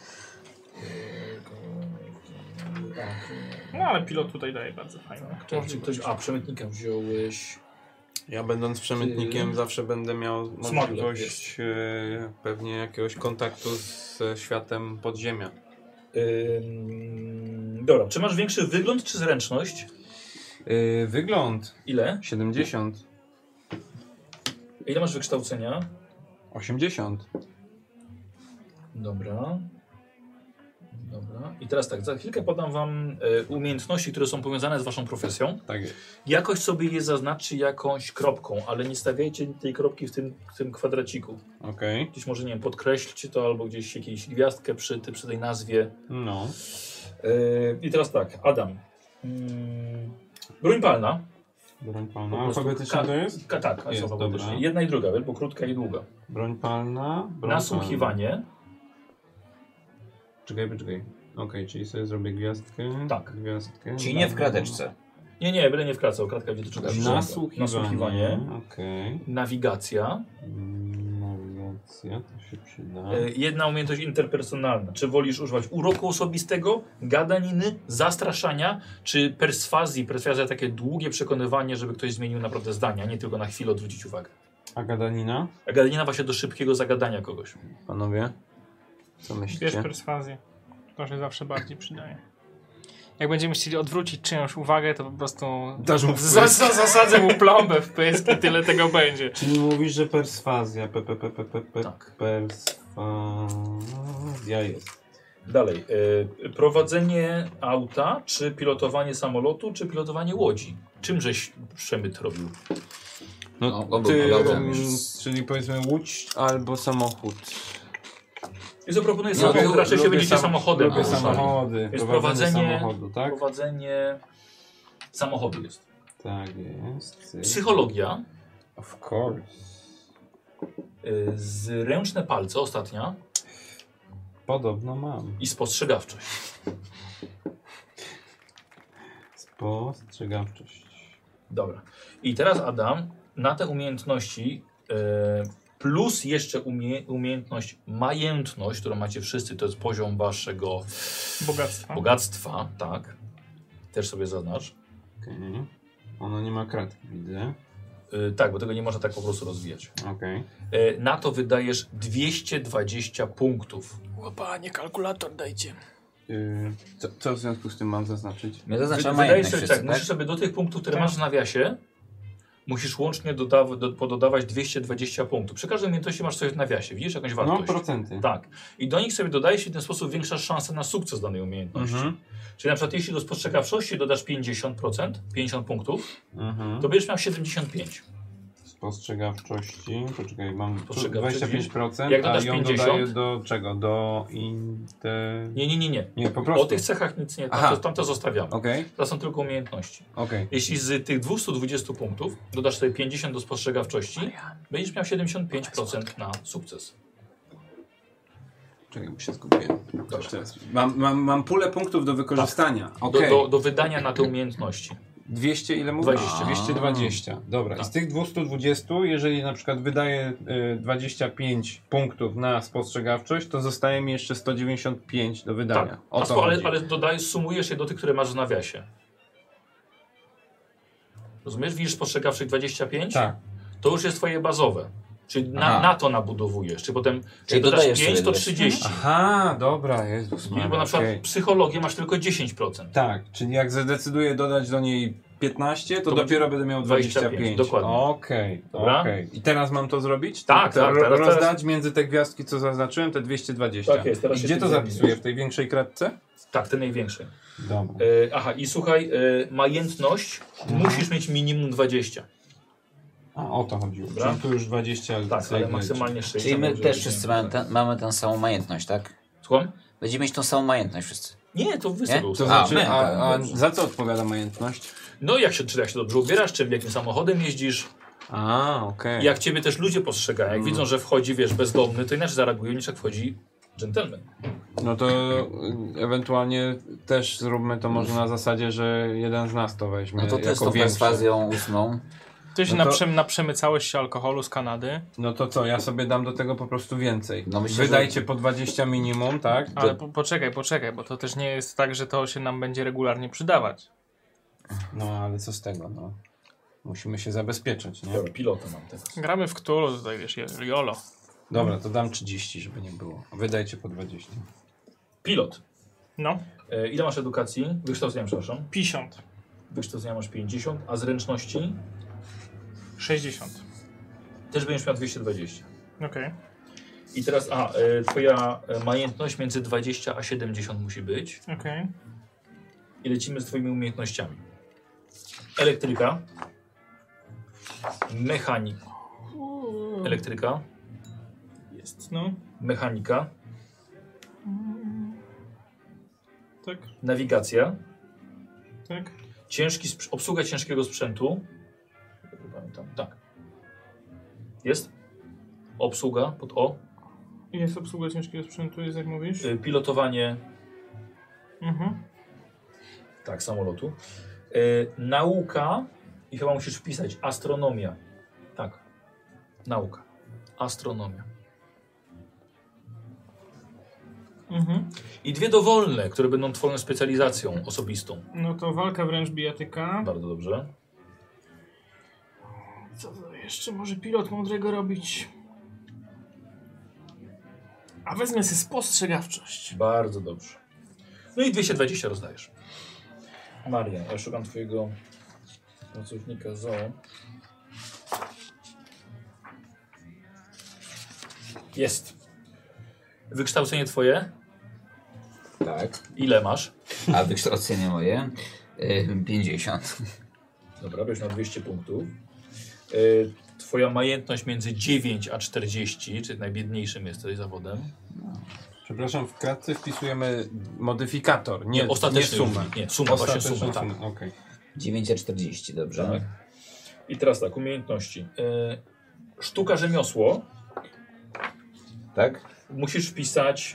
No ale pilot tutaj daje bardzo fajną.
Czy ktoś, a przemytnika wziąłeś.
Ja będąc przemytnikiem
Ty-
zawsze będę miał
Smuggler
możliwość e, pewnie jakiegoś kontaktu ze światem podziemia.
Ym, dobra, czy masz większy wygląd czy zręczność?
Yy, wygląd
Ile?
siedemdziesiąt.
Ile masz wykształcenia?
osiemdziesiąt.
Dobra. Dobra. I teraz tak, za chwilkę podam wam e, umiejętności, które są powiązane z waszą profesją.
Tak jest.
Jakoś sobie je zaznaczy jakąś kropką, ale nie stawiajcie tej kropki w tym, w tym kwadraciku.
Okej.
Gdzieś może, nie wiem, podkreślcie to albo gdzieś jakąś gwiazdkę przy, ty- przy tej nazwie.
No.
Yy, I teraz tak, Adam. Mm, broń palna.
Broń
Po
palna.
prostu
Alfabetycznie
ka-
to jest?
Ka, tak,
Jest,
alfabetycznie.
dobra.
Jedna i druga, bo krótka i długa.
Broń palna. Broń
Nasłuchiwanie.
Palna. Czekaj, poczekaj. Okej, czyli sobie zrobię gwiazdkę.
Tak.
Gwiazdkę.
Czyli nie w krateczce.
Nie, nie, byle nie wkracał. Kratka będzie to
Nasłuchiwanie.
Nasłuchiwanie.
Okej.
Nawigacja.
Mm, Nawigacja, to się przyda.
Yy, jedna umiejętność interpersonalna. Czy wolisz używać uroku osobistego, gadaniny, zastraszania, czy perswazji? Perswazja takie długie przekonywanie, żeby ktoś zmienił naprawdę zdania, nie tylko na chwilę odwrócić uwagę.
A gadanina?
A gadanina właśnie do szybkiego zagadania kogoś.
Panowie? Co
Bierz
myślicie?
perswazję. To się zawsze bardziej przydaje. Jak będziemy chcieli odwrócić czyjąś uwagę, to po prostu
Dasz mu w
za,
pysk.
za, zasadzę mu plombę w pysk i tyle tego będzie.
Czyli mówisz, że perswazja. P, p, p, p, p, p,
Tak.
Perswazja jest.
Dalej. Yy, prowadzenie auta, czy pilotowanie samolotu, czy pilotowanie łodzi? Czym żeś przemyt robił?
No,
No, obu
ty,
pilotem
mm,
już.
czyli powiedzmy łódź albo samochód.
I zaproponuję
Lubię-
samochód, raczej się
Lubię
będziecie
sam-
samochodem
Lubię
poruszali.
samochody.
Jest
Prowadzenie
prowadzenie-
samochodu, tak?
Prowadzenie samochodu jest.
Tak jest. Cyk.
Psychologia,
Of course.
yy, zręczne palce, ostatnia,
Podobno mam.
i spostrzegawczość.
Spostrzegawczość.
Dobra. I teraz Adam, na te umiejętności yy, plus jeszcze umie, umiejętność majętność, którą macie wszyscy, to jest poziom waszego
Bogactwa.
bogactwa, tak. Też sobie zaznacz.
Okej. Ono nie ma kratki, widzę.
Yy, tak, bo tego nie można tak po prostu rozwijać.
Okej.
Yy, na to wydajesz dwieście dwadzieścia punktów.
Łapanie, kalkulator dajcie.
Yy, co, co w związku z tym mam zaznaczyć?
My
Wy,
zaznaczamy
wydajesz
majętność
sobie,
wszyscy,
tak,
tak?
musisz sobie do tych punktów, które
Tak.
masz w nawiasie, musisz łącznie dodaw- do, pododawać dwieście dwadzieścia punktów. Przy każdej umiejętności masz coś w nawiasie, widzisz jakąś
No,
wartość.
procenty.
Tak. I do nich sobie dodajesz i w ten sposób większasz szansę na sukces danej umiejętności.
Mhm.
Czyli na przykład jeśli do spostrzegawczości dodasz pięćdziesiąt procent, pięćdziesiąt punktów,
Mhm.
to będziesz miał siedemdziesiąt pięć.
Spostrzegawczości, poczekaj, mam tu
Spostrzegawczości.
dwadzieścia pięć procent,
Jak
a
dodasz
ją
pięćdziesiąt?
dodaję do czego? Do inte...
Nie, nie, nie, nie.
Nie, po prostu.
O tych cechach nic nie,
Aha.
tam to, tam to zostawiamy.
Okej,
To są tylko umiejętności.
okej.
Jeśli z tych dwieście dwadzieścia punktów dodasz sobie pięćdziesiąt do spostrzegawczości, będziesz miał siedemdziesiąt pięć procent na sukces.
Czekaj, bo się zgubiłem. Jeszcze raz. Mam, mam, mam pulę punktów do wykorzystania.
Do,
Okej.
do, do wydania na te umiejętności.
dwieście ile mówisz?
dwadzieścia.
dwieście dwadzieścia. Dobra.
Tak.
I z tych dwieście dwadzieścia, jeżeli na przykład wydaję y, dwadzieścia pięć punktów na spostrzegawczość, to zostaje mi jeszcze sto dziewięćdziesiąt pięć do wydania.
Tak.
O
A
to
spo- ale,
chodzi.
ale dodajesz, sumujesz je do tych, które masz w nawiasie. Rozumiesz? Widzisz spostrzegawczych dwadzieścia pięć?
Tak.
To już jest twoje bazowe. Czyli na,
Aha.
na to nabudowujesz. Czy potem
Czyli
jak dodasz
dodajesz
pięć,
sobie
to
dwadzieścia.
trzydzieści.
Aha, dobra, Jezus
Widzisz,
Maria,
bo na przykład
okej.
psychologię masz tylko dziesięć procent.
Tak, czyli jak zadecyduję dodać do niej piętnaście, to,
To
dopiero będę miał dwadzieścia pięć.
dwadzieścia pięć, dokładnie.
Okej,
Dobra?
okej. I teraz mam to zrobić?
Tak,
to,
tak,
ro-
teraz-
Rozdać
teraz-
między te gwiazdki, co zaznaczyłem, te dwieście dwadzieścia.
Tak jest, teraz
I
się
gdzie
tym
to
zajmujesz.
zapisuję? W tej większej kratce?
Tak, te największe.
Dobra.
E, aha, i słuchaj, e, majętność musisz mieć minimum dwadzieścia.
A, o to chodziło.
Dobra.
Czyli tu już dwadzieścia.
Tak,
sobie
ale
leci.
maksymalnie sześćdziesiąt.
Czyli my
żeby
też
nie-
wszyscy mamy, ten, mamy tę samą majętność, tak?
Słucham?
Będziemy mieć tą samą majętność wszyscy.
Nie, to wy
Nie?
sobie
To
ustawcie.
znaczy,
my,
a,
tak,
a
dobrze.
za co odpowiada majętność?
No jak się, czy jak się dobrze ubierasz, czy jakim samochodem jeździsz.
A, okej.
Jak ciebie też ludzie postrzegają. Jak
Mm.
widzą, że wchodzi, wiesz, bezdomny, to inaczej zareagują niż jak wchodzi dżentelmen.
No to y, ewentualnie też zróbmy to może na zasadzie, że jeden z nas to weźmie
No to ty z
jako
tą
większe.
perswazją ósmą.
Ty się
No to-
naprzem, naprzemycałeś się alkoholu z Kanady,
No to co, ja sobie dam do tego po prostu więcej.
No myślę,
Wydajcie
że-
po dwadzieścia minimum, tak?
ale po, poczekaj, poczekaj, bo to też nie jest tak, że to się nam będzie regularnie przydawać.
No ale co z tego, no. Musimy się zabezpieczać, nie?
Dobra, pilota mam teraz.
Gramy w Cthulhu tutaj, wiesz, jolo.
Dobra, to dam trzydzieści, żeby nie było. Wydajcie po dwadzieścia.
Pilot.
No,
E, ile masz edukacji? Wykształcenia, przepraszam.
pięćdziesiąt,
Wykształcenia masz pięćdziesiąt, a zręczności
sześćdziesiąt.
też będziesz miał dwieście dwadzieścia.
Okej.
I teraz, a, e, twoja e, majętność między dwadzieścia a siedemdziesiąt musi być.
Okej.
I lecimy z twoimi umiejętnościami. Elektryka. Mechanik. Elektryka.
Jest, no.
Mechanika.
Tak,
Nawigacja.
tak.
Ciężki sprz- obsługa ciężkiego sprzętu. Pamiętam, tak. Jest? Obsługa pod O.
Jest obsługa ciężkiego sprzętu, jest jak mówisz?
Y, Pilotowanie,
Mhm.
tak, samolotu. Y, nauka i chyba musisz wpisać astronomia. Tak. Nauka. Astronomia.
Mhm.
I dwie dowolne, które będą twoją specjalizacją osobistą.
No to walka wręcz bijatyka.
Bardzo dobrze.
Co to jeszcze może pilot mądrego robić? A wezmę sobie spostrzegawczość.
Bardzo dobrze. No i dwieście dwadzieścia rozdajesz. Maria, ja szukam twojego pracownika zoo. Jest. Wykształcenie twoje?
Tak.
Ile masz?
A wykształcenie moje? Y, pięćdziesiąt.
Dobra, będziesz na dwieście punktów. Y, twoja majętność między dziewięć a czterdzieści, czyli najbiedniejszym jest tutaj zawodem.
Przepraszam, w kratce wpisujemy modyfikator, nie,
Nie, ostateczny
nie sumę.
już, nie, suma, właśnie
Ostateczną
sumę, tak.
sumę, okej.
dziewięć a czterdzieści, dobrze.
Tak. I teraz tak, umiejętności. Y, sztuka rzemiosło.
Tak?
Musisz wpisać.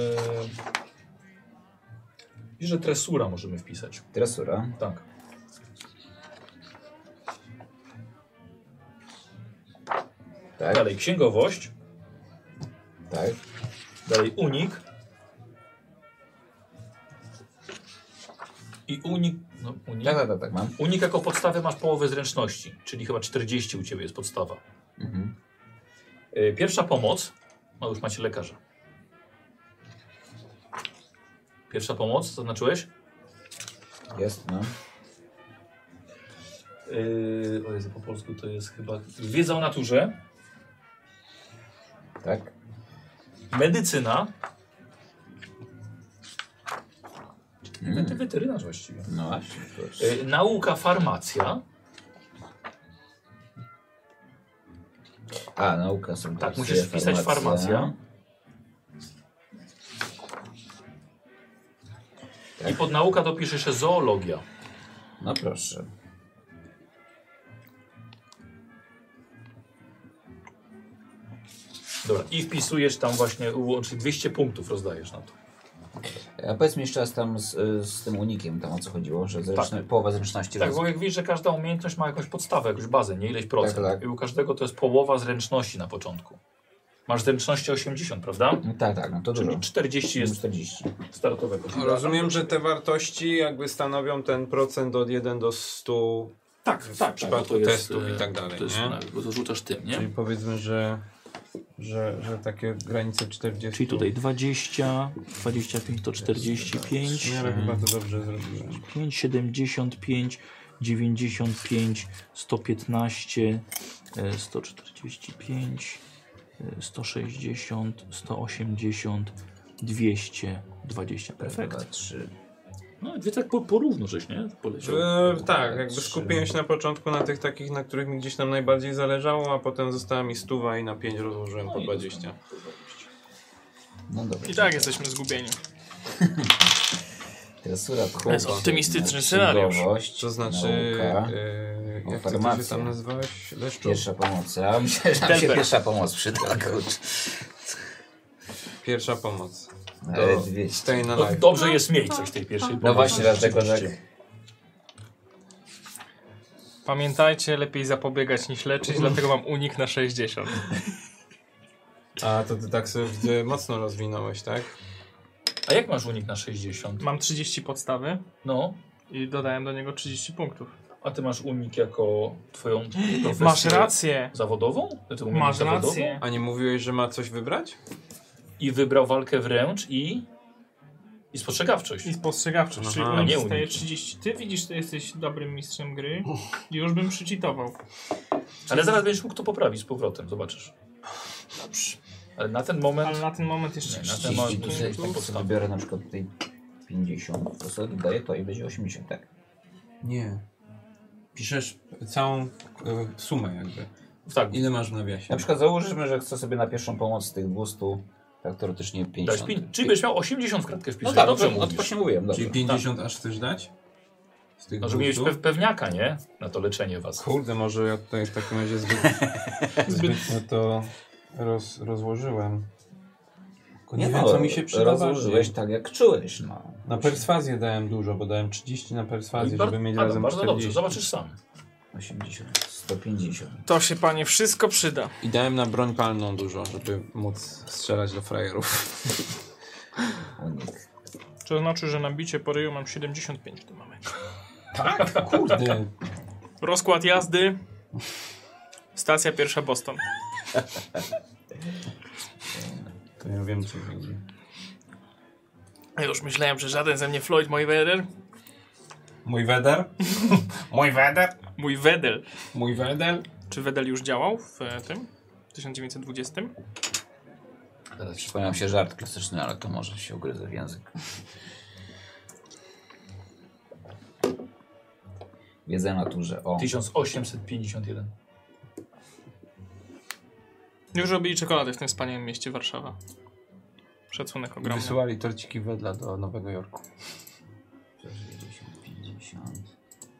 Yy, że tresura możemy wpisać.
Tresura.
Tak.
Tak.
Dalej księgowość.
Tak.
Dalej unik. I unik. No, unik.
Tak, tak, tak, tak mam.
Unik jako podstawę masz połowę zręczności, czyli chyba czterdzieści u ciebie jest podstawa.
Mhm.
Yy, pierwsza pomoc. No już macie lekarza. Pierwsza pomoc, zaznaczyłeś?
Jest, no.
Yy, o Jezu, po polsku to jest chyba wiedza o naturze,
Tak?
medycyna,
Mm.
ty weterynarz właściwie,
No właśnie. To
yy, nauka, farmacja,
A, nauka są
tak, musisz wpisać farmacja
Tak.
i pod nauka dopisz jeszcze zoologia.
No proszę.
Dobra, i wpisujesz tam właśnie, łącznie dwieście punktów rozdajesz na to.
A powiedz mi jeszcze raz tam z, z tym unikiem, tam o co chodziło, że zręczny,
Tak.
połowa zręczności
Tak,
roz...
bo jak widzisz, że każda umiejętność ma jakąś podstawę, jakąś bazę, nie ileś procent.
Tak, tak.
I u każdego to jest połowa zręczności na początku. Masz zręczności osiemdziesiąt, prawda?
No tak, tak, no to dużo.
Czyli czterdzieści jest
czterdzieści.
startowego.
No, rozumiem, że te wartości jakby stanowią ten procent od jeden do stu
Tak,
w
tak,
przypadku
tak, bo to jest,
testów
e,
i tak dalej,
To jest,
nie?
tak, bo to rzucasz tym, nie?
Czyli powiedzmy, że, że, że takie granice czterdzieści.
Czyli tutaj dwadzieścia, dwadzieścia pięć to czterdzieści pięć,
W miarę chyba to dobrze zrobiłem.
pięć, siedemdziesiąt pięć, dziewięćdziesiąt pięć, sto piętnaście, e, sto czterdzieści pięć, e, sto sześćdziesiąt, sto osiemdziesiąt, dwieście dwadzieścia. Perfekt.
dwa, trzy.
No, dwie tak po, porówno żeś, nie? Poleciał.
E, tak, jakby
trzy.
skupiłem się na początku na tych takich, na których mi gdzieś tam najbardziej zależało, a potem została mi stuwa i na pięć rozłożyłem po dwadzieścia.
No dobra.
I tak jesteśmy zgubieni.
Tresura
To jest
pchów,
optymistyczny scenariusz.
księgowość,
To znaczy,
nauka,
e, jak ty, ty się
Farmacja.
tam nazywałeś? Leszczu?
pierwsza pomoc. A myślę, że nam się
Delbert.
pierwsza pomoc przyda. kurczę.
Pierwsza pomoc.
Ale
To
dwieście.
stay na
No,
life.
dobrze jest mieć coś tej pierwszej
No
pomocy,
właśnie, dlatego tak.
rzeczywiście.
Pamiętajcie, lepiej zapobiegać niż leczyć, dlatego mam unik na sześćdziesiąt.
A to ty tak sobie widzę, mocno rozwinąłeś, tak?
A jak masz unik na sześćdziesiąt?
Mam trzydzieści podstawy
No,
i dodałem do niego trzydzieści punktów.
a ty masz unik jako twoją profesję
Masz rację.
zawodową? Ty umiejętność
Masz
zawodową?
rację.
A nie mówiłeś, że ma coś wybrać?
I wybrał walkę wręcz i... I spostrzegawczość.
I spostrzegawczość, czyli
Aha.
unik
Nie
staje
uniki.
trzydzieści. Ty widzisz, że jesteś dobrym mistrzem gry. Już bym przycitował.
Ale zaraz będziesz mógł to poprawić z powrotem, zobaczysz.
Dobrze.
Ale na ten moment...
Ale na ten moment jeszcze
Nie, na ten
trzydzieści
moment
Jeśli
muszę
tutaj
mieć tą
tak
podstawę.
wybiorę na przykład tutaj pięćdziesiąt, to sobie dodaję to i będzie osiemdziesiąt, tak?
Nie. Piszesz całą y, sumę jakby.
Tak,
Ile masz w nawiasie?
Na przykład założymy, że chcę sobie na pierwszą pomoc z tych dwieście, tak teoretycznie
dać
pięćdziesiąt.
pi- czyli będziesz miał osiemdziesiąt w kratkę
No
wpisać.
tak,
dobrze
dobrze,
mówisz.
właśnie mówiłem, dobrze.
Czyli pięćdziesiąt aż chcesz dać? Z tych
No, żeby mieć
dwieście?
pew pewniaka, nie? Na to leczenie was.
Kurde, może ja tutaj w takim razie zbyt, zbytnio to roz, rozłożyłem. Tylko nie, wiem, co mi się przyda
rozłożyłeś
bardziej.
tak jak czułeś, no.
Na perswazję dałem dużo, bo dałem trzydzieści na
No i
perswazję,
bar-
żeby mieć
Adam,
razem
bardzo dobrze,
czterdzieści.
zobaczysz sam.
osiemdziesiąt, sto pięćdziesiąt.
To się panie wszystko przyda.
I dałem na broń palną dużo, żeby móc strzelać do frajerów.
Unik.
To znaczy, że na bicie po ryju mam siedemdziesiąt pięć w tym momencie.
Tak? Kurde.
Rozkład jazdy. Stacja pierwsza Boston.
To ja wiem, co będzie.
Ja już myślałem, że żaden ze mnie Floyd Mayweather.
Mój weder? Mój weder?
Mój Wedel.
Mój weder?
Czy Wedel już działał w e, tym? tysiąc dziewięćset dwudziestym?
Teraz
Przypomniał się żart klasyczny, ale to może się ugryzę w język. Wiedza o naturze. O.
tysiąc osiemset pięćdziesiąt jeden.
Już robili czekoladę w tym wspaniałym mieście Warszawa. Szacunek ogromny.
Wysyłali torciki wedla do Nowego Jorku.
sześćdziesiąt, pięćdziesiąt.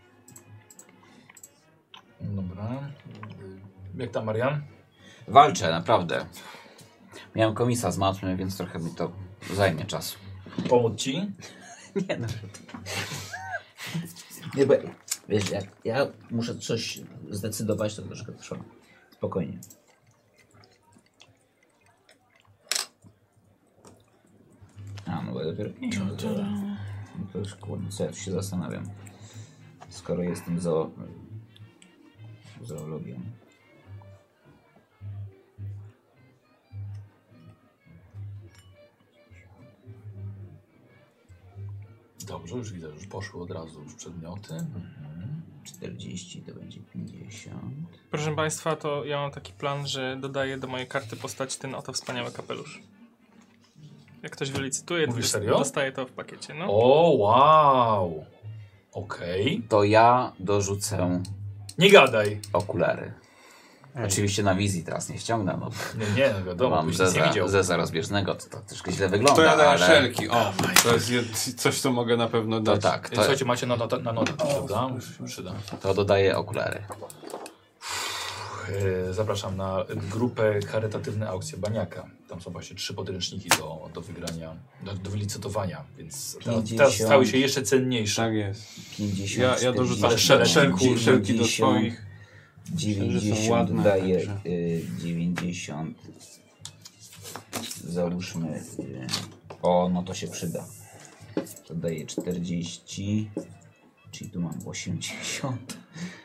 Dobra. Jak tam, Marian?
Walczę, naprawdę. Miałem komisa z matmy, więc trochę mi to zajmie czasu.
Pomóc ci?
Nie no. Nie, bo wiesz, jak ja muszę coś zdecydować, to troszkę trwa. Spokojnie. A, no bo dopiero pięćdziesiąt. No to już kurde, co ja tu się zastanawiam. Skoro jestem zo... zoologią.
Dobrze, już widzę, że już poszły od razu już przedmioty. Mhm.
czterdzieści to będzie pięćdziesiąt.
Proszę Państwa, to ja mam taki plan, że dodaję do mojej karty postaci ten oto wspaniały kapelusz. Jak ktoś wylicytuje, to
Mówisz
dost-
serio?
dostaje to w pakiecie. No.
O, wow. Okej.
To ja dorzucę
Nie gadaj.
okulary.
Ej.
Oczywiście na wizji teraz nie ściągnę, no.
Nie, nie, no wiadomo,
Mam
byś nic nie
zeza,
widział.
zeza rozbieżnego, to, to troszkę źle wygląda,
To ja daję
ale
szelki. O, to jest jed- coś, co mogę na pewno
to
dać.
tak, to,
Słuchajcie, macie na, not- na notatki, prawda? Już się przyda.
to dodaję okulary.
E, Zapraszam na grupę Charytatywne Aukcje Baniaka. Tam są właśnie trzy podręczniki do, do wygrania, do, do wylicytowania, więc teraz, teraz
pięćdziesiąt.
stały się jeszcze cenniejsze.
Tak jest.
pięćdziesiąt,
Ja, ja dorzucam
Ale
czterdzieści,
szelki,
szelki do swoich.
dziewięćdziesiąt
ładne,
daje
także.
y, dziewięćdziesiąt. Załóżmy. Y, o, no to się przyda. To daje czterdzieści. Czyli tu mam osiemdziesiąt.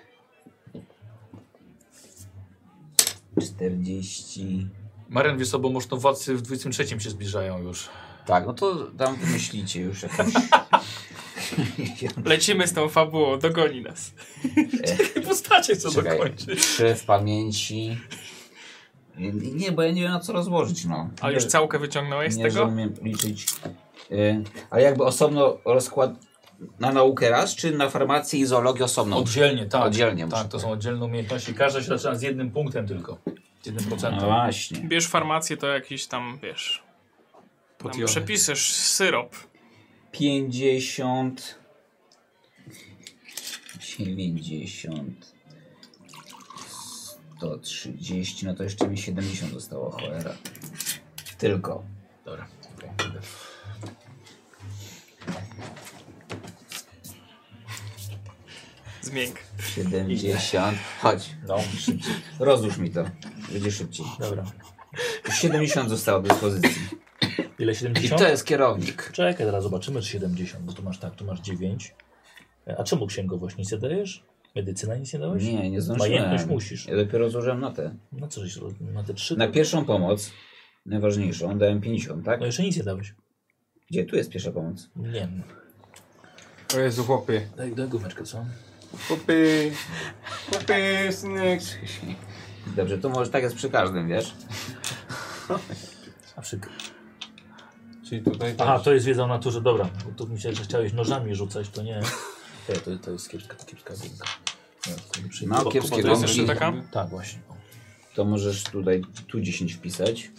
czterdzieści.
Marian, wiesz co, bo mosztowładcy w dwudziestym trzecim się zbliżają już.
Tak, no to tam wymyślicie już jakąś.
Lecimy z tą fabułą, dogoni nas.
Jakie postacie chcą
Czekaj,
dokończyć?
trzy w pamięci. Nie, nie, bo ja nie wiem na co rozłożyć, no.
A już
Nie-
całkę wyciągnąłeś z
Nie, że
tego?
umiem liczyć. Y, ale jakby osobno rozkład na naukę raz, czy na farmację i zoologię osobno?
Oddzielnie, tak.
Oddzielnie
Tak,
muszę.
to są oddzielne umiejętności. Każda się zaczyna z jednym punktem tylko. Z jednym
No
procentem.
właśnie.
Bierz farmację, to jakiś tam, wiesz... Tam
Potiony.
przepiszesz syrop.
pięćdziesiąt. dziewięćdziesiąt. sto trzydzieści. No to jeszcze mi siedemdziesiąt zostało, cholera. Tylko.
Dobra. okej.
Zmięk.
siedemdziesiąt. Chodź.
No,
Szybciej. Rozłóż mi to. Będzie szybciej.
dobra.
Już siedemdziesiąt zostało do dyspozycji.
Ile?
I
siedemdziesiąt?
to jest kierownik.
Czekaj, teraz zobaczymy, czy siedemdziesiąt, bo tu masz tak, tu masz dziewięć. A czemu księgowość nic nie dajesz? Medycyna nic nie dałeś?
Nie, nie zdążyłem.
Majętność musisz.
Ja dopiero złożyłem na te.
No co, żeś, na te trzy?
Na
to-
pierwszą pomoc, najważniejszą, dałem pięćdziesiąt, tak?
No jeszcze nic nie dałeś.
Gdzie tu jest pierwsza pomoc?
Nie wiem.
O Jezu, chłopie.
Daj, daj gumeczkę, co?
Chłopie. Chłopie, synek.
Dobrze, to może tak jest przy każdym, wiesz?
A przy...
Czyli tutaj
Aha,
też.
to jest wiedza o naturze, dobra. Bo tu myślałem, że chciałeś nożami rzucać, to nie. Nie, to, to jest kiepska, kiepska gumka. Nie, to nie przyjmę.
No,
Bo-
kiepskie
bo
To jest
gumki.
jeszcze taka?
Tak, właśnie. O.
To możesz tutaj, tu dziesięć wpisać.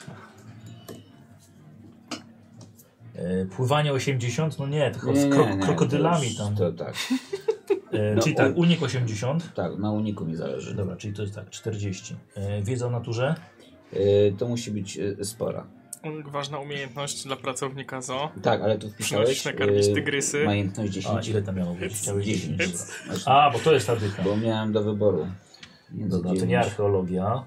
E, pływanie osiemdziesiąt? No nie, tylko
Nie,
z
nie,
krok,
nie,
krokodylami
to już-
tam.
To tak,
E,
no,
czyli
u-
tak, unik osiemdziesiąt.
tak, na uniku mi zależy.
Dobra, czyli to jest tak, czterdzieści. E, wiedza o naturze?
Yy, to musi być yy, spora.
Ważna umiejętność dla pracownika zoo.
Tak, ale tu wpisałeś
Przynosisz nakarmić
yy,
tygrysy.
majętność
A,
dziesięć.
ile tam miało być? Chciałeś
dziesięć.
dziesięć.
Znaczy,
A, bo to jest ta dycha.
bo miałem do wyboru. Między
Dobra, to nie
dziewięć.
archeologia.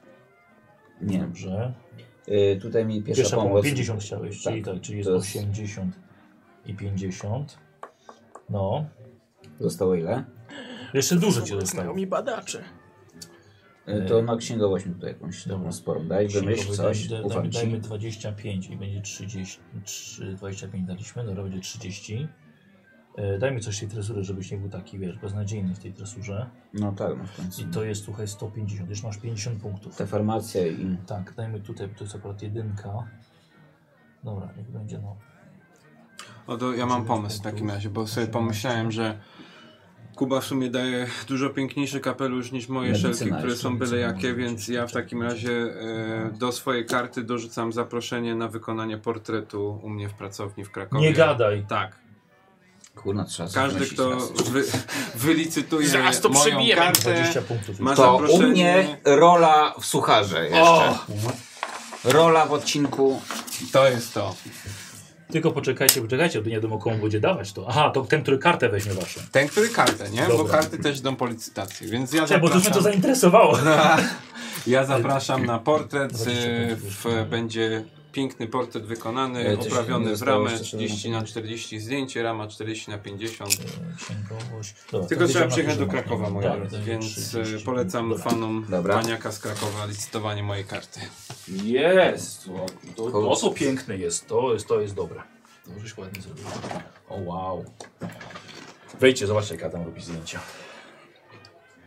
Nie.
Dobrze.
Yy, tutaj mi pierwsza,
Pierwsza
pomoc.
pomoc. pięćdziesiąt chciałeś, czyli
Tak,
tak, czyli jest
to jest-
osiemdziesiąt i pięćdziesiąt. No.
Zostało ile?
Jeszcze dużo ci zostało.
Znajomi badacze.
Yy, to na księgowość mi tutaj jakąś
Dobra.
taką sporą. Daj, wymyśl coś,
Daj-
ufam
daj-
ci.
Dajmy dwadzieścia pięć i będzie trzydzieści. trzy, dwadzieścia pięć daliśmy, dobra, będzie trzydzieści. E, Daj mi coś z tej tresury, żebyś nie był taki, wiesz, beznadziejny w tej tresurze.
No tak, no w końcu.
I to jest, słuchaj, sto pięćdziesiąt. Już masz pięćdziesiąt punktów.
Ta farmacja i...
Tak, dajmy tutaj, to jest akurat jedynka. Dobra, niech będzie, no.
O, to ja mam pomysł w takim razie, bo sobie pomyślałem, że Kuba w sumie daje dużo piękniejszy kapelusz niż moje
Medycyna
szelki, które
jeszcze,
są byle
medycyna
jakie,
może być.
więc ja w takim razie e, do swojej karty dorzucam zaproszenie na wykonanie portretu u mnie w pracowni w Krakowie.
Nie gadaj.
Tak.
Kurna, trzeba
Każdy,
zaprosić
kto
raz.
wy, wylicytuje
Zaraz to
moją
przebijemy.
kartę,
dwadzieścia punktów.
ma
To u
zaproszenie...
mnie rola w sucharze jeszcze.
O!
Rola w odcinku.
To jest to.
Tylko poczekajcie, poczekajcie, bo nie wiadomo komu będzie dawać to. Aha, to ten, który kartę weźmie waszą.
Ten, który kartę, nie? Bo
Dobra.
karty też idą po licytacji, więc ja
Cześć, bo to mnie to
zapraszam...
zainteresowało.
Ja zapraszam na portret,
dwadzieścia
e,
pięć
w, będzie piękny portret wykonany,
E, coś nie
oprawiony w
zostało
ramę
jeszcze
trzydzieści na czterdzieści zdjęcie, rama czterdzieści na pięćdziesiąt.
Księgowość. Dobra,
Tylko
to
trzeba
wiedziałem,
przyjechać
że
do
ma.
Krakowa, moi
Tak,
drodzy,
to
więc
trzydzieści.
e, polecam
Dobra.
fanom
Dobra.
Baniaka z Krakowa licytowanie mojej karty.
Jest! To, to, to
Kurczę.
co piękne jest, to jest, to jest dobre. To żeś ładnie zrobił. O wow. Wejdźcie, zobaczcie, jaka tam robi zdjęcia.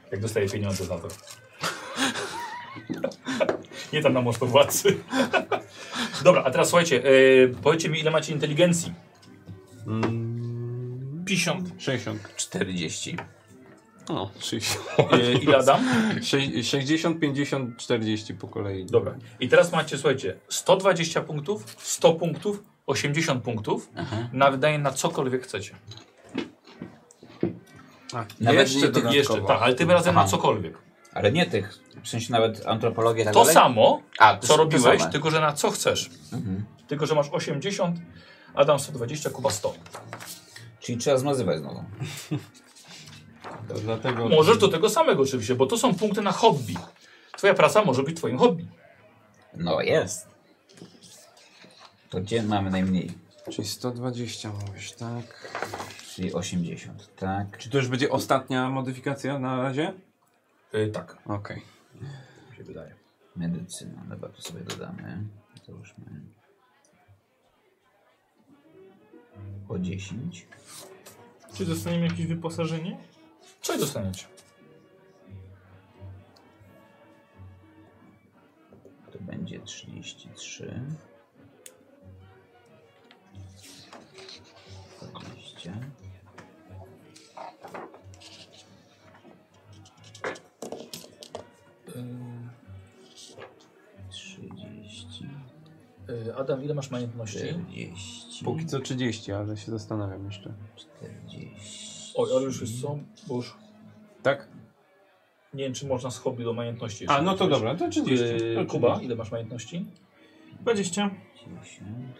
Jak dostaje pieniądze za to. Nie tam na moszto władcy. Dobra, a teraz słuchajcie, yy, powiedzcie mi, ile macie inteligencji?
Mm,
pięćdziesiąt.
sześćdziesiąt.
czterdzieści.
O, sześćdziesiąt.
Yy, ile Adam?
Sze- sześćdziesiąt, pięćdziesiąt, czterdzieści po kolei.
Dobra. I teraz macie, słuchajcie, sto dwadzieścia punktów, sto punktów, osiemdziesiąt punktów
Aha.
na wydanie na cokolwiek chcecie.
A,
Nawet
jeszcze
nie tych-
dodatkowo.
Jeszcze, tak, ale tym razem
Aha.
na cokolwiek.
Ale nie tych, w sensie nawet antropologię i tak
To
dalej?
samo,
A, to
co
są te
robiłeś,
same.
tylko że na co chcesz.
Mhm.
Tylko że masz osiemdziesiąt, Adam sto dwadzieścia, Kuba sto.
Czyli trzeba zmazywać znowu.
To dlatego...
Możesz do tego samego oczywiście, bo to są punkty na hobby. Twoja praca może być twoim hobby.
No jest. To gdzie mamy najmniej?
Czyli sto dwadzieścia mówisz, tak?
Czyli osiemdziesiąt, tak?
Czy to już będzie ostatnia modyfikacja na razie?
Yy, tak,
Okej.
mi się wydaje.
Medycyna, dobra, to sobie dodamy. To już mamy. O dziesięć.
Czy dostaniemy jakieś wyposażenie?
Co dostaniecie?
To będzie trzydzieści trzy. dwadzieścia. trzydzieści.
Yy, Adam, ile masz majątności?
czterdzieści.
Póki co trzydzieści, ale się zastanawiam jeszcze.
czterdzieści.
Oj, ale już jest co? Bo już
Tak?
nie wiem, czy można z hobby do majątności.
A,
jeszcze
no to
wrócić.
dobra, to trzydzieści.
Yy,
To
Kuba,
trzydzieści.
ile masz majątności?
dwadzieścia.
pięćdziesiąt.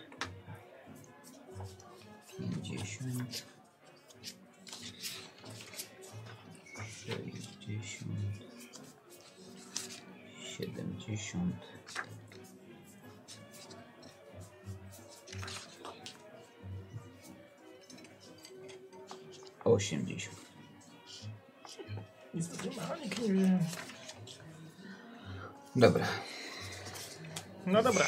pięćdziesiąt. sześćdziesiąt. siedemdziesiąt. osiemdziesiąt.
Nic do mechanik nie wiem.
Dobra.
No dobra.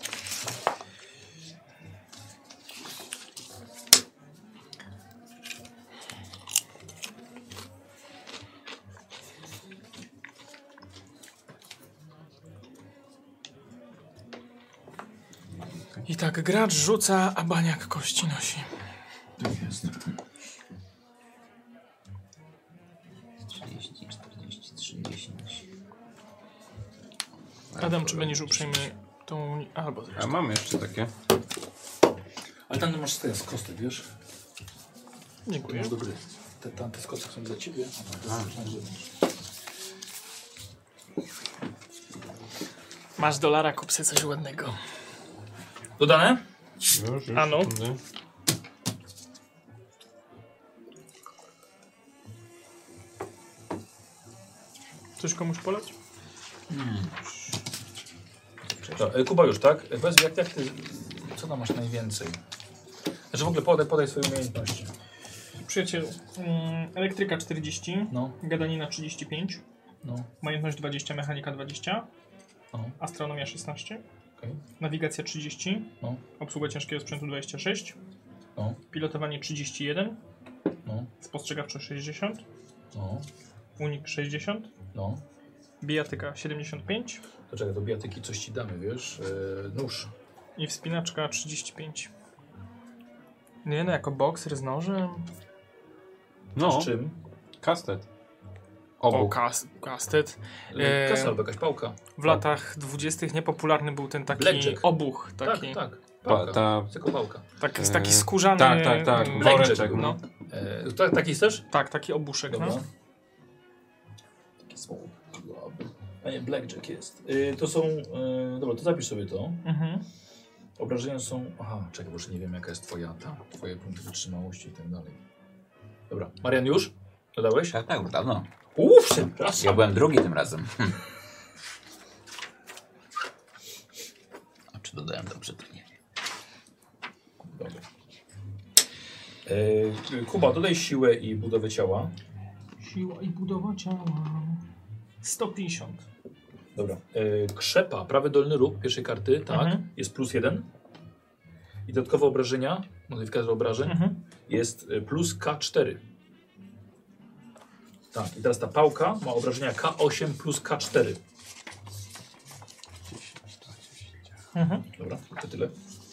I tak gracz rzuca, a baniak kości nosi.
trzydzieści, czterdzieści, trzydzieści.
Adam, czy będziesz uprzejmy tą... Albo
A
zresztą.
mam jeszcze takie.
Ale tam masz ten z kostek, wiesz?
Dziękuję.
Masz do gry. Te, tam, te z kostek są dla ciebie. A, to są na zewnątrz.
Masz dolara, kup sobie coś ładnego.
Dodane?
Już, już,
Ano.
sekundę.
Coś komuś polać?
No, e, Kuba już, tak? E, Powiedz, jak, jak ty, co tam masz najwięcej? Znaczy w ogóle podaj, podaj swoje umiejętności.
Przyjacielu, mm, elektryka czterdzieści,
No,
gadanina trzydzieści pięć,
no,
majętność dwadzieścia, mechanika dwadzieścia,
no,
astronomia szesnaście,
okej,
nawigacja trzydzieści,
no,
obsługa ciężkiego sprzętu dwadzieścia sześć,
no,
pilotowanie trzydzieści jeden,
no,
spostrzegawczość sześćdziesiąt,
no,
unik sześćdziesiąt,
no.
bijatyka siedemdziesiąt pięć
To czekaj, do bijatyki coś ci damy, wiesz? E, nóż.
i wspinaczka trzydzieści pięć. Nie no, jako bokser z nożem.
No,
Z czym?
kastet.
O,
Obu.
kas kastet.
E,
E,
Kasa albo jakaś pałka.
W latach dwudziestych niepopularny był ten taki
Blackjack.
obuch. Taki,
Tak, tak.
Pa,
Pałka.
ta,
Tylko pałka.
tak,
E,
taki skórzany.
tak, tak, tak,
mm,
woreczek,
no.
no.
E, tak, taki chcesz?
Tak, taki obuszek.
Dobra.
No.
Taki słowo. A nie, blackjack jest. E, to są, e, dobra, to zapisz sobie to.
Mhm.
Obrażenia są, aha, czekaj, bo jeszcze nie wiem jaka jest twoja, ta, twoje punkty wytrzymałości i tak dalej. Dobra, Marian już? Dodałeś?
Tak, tak, już dawno.
Uff, przepraszam.
Ja byłem drugi tym razem. Hm. A czy dodałem dobrze, to nie wiem.
Dobra. E, Kuba, dodaj siłę i budowę ciała.
Siła i budowa ciała. sto pięćdziesiąt.
Dobra. E, krzepa, prawy dolny róg pierwszej karty, tak,
Mhm.
jest plus jeden. I dodatkowe obrażenia, modyfikator obrażeń,
Mhm.
jest e, plus K cztery. Tak, i teraz ta pałka ma obrażenia K osiem plus K cztery.
Mhm.
Dobra, to tyle.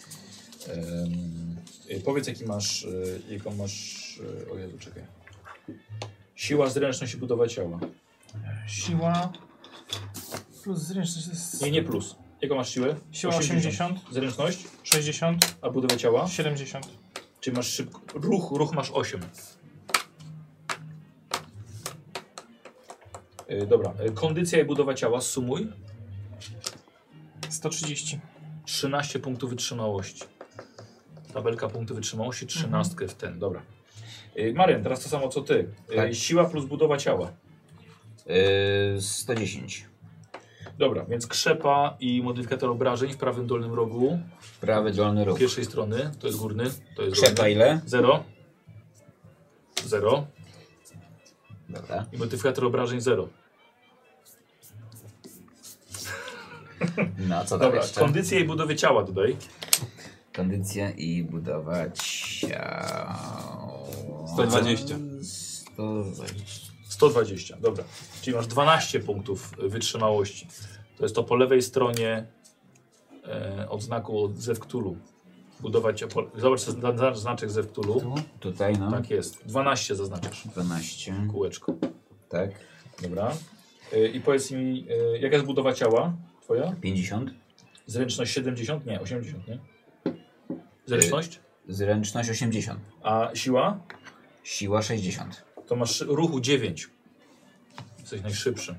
Ehm, powiedz jaki masz, y, jaką masz, y, o Jezu, czekaj. Siła, zręczność i budowa ciała.
Siła plus zręczność jest...
Nie, nie plus. Jaką masz siłę?
Siła osiemdziesiąt,
Zręczność,
sześćdziesiąt,
a budowę ciała?
siedemdziesiąt.
Czyli masz szybko. Ruch, ruch masz osiem. Yy, dobra, yy, kondycja i budowa ciała, sumuj.
sto trzydzieści.
trzynaście punktów wytrzymałości. Tabelka punktów wytrzymałości, trzynastkę w ten, dobra. Yy, Marian, teraz to samo co ty. Yy,
Tak.
Siła plus budowa ciała.
Yy, sto dziesięć.
Dobra, więc krzepa i modyfikator obrażeń w prawym dolnym rogu.
Prawy dolny
Z
ruch.
pierwszej strony, to jest górny. To jest
Krzepa
dolny.
ile?
Zero. Zero.
Dobra.
I modyfikator obrażeń zero.
No, co tam
Dobra,
jeszcze?
kondycję i budowy ciała dodaj.
Kondycja i budowa ciała.
sto dwadzieścia.
sto dwadzieścia.
sto dwadzieścia, dobra. Czyli masz dwanaście punktów wytrzymałości. To jest to po lewej stronie e, od znaku od Zew Cthulhu. Budować, po, zobacz zna- zna- znaczek Zew Cthulhu.
Tu? Tutaj, no.
Tak jest. dwanaście zaznaczasz.
dwanaście.
Kółeczko.
Tak.
Dobra. E, I powiedz mi, e, jaka jest budowa ciała twoja?
pięćdziesiąt.
Zręczność siedemdziesiąt? Nie, osiemdziesiąt, nie? Zręczność?
Zręczność osiemdziesiąt.
A siła?
Siła sześćdziesiąt.
To masz ruchu dziewięć. Jesteś najszybszy.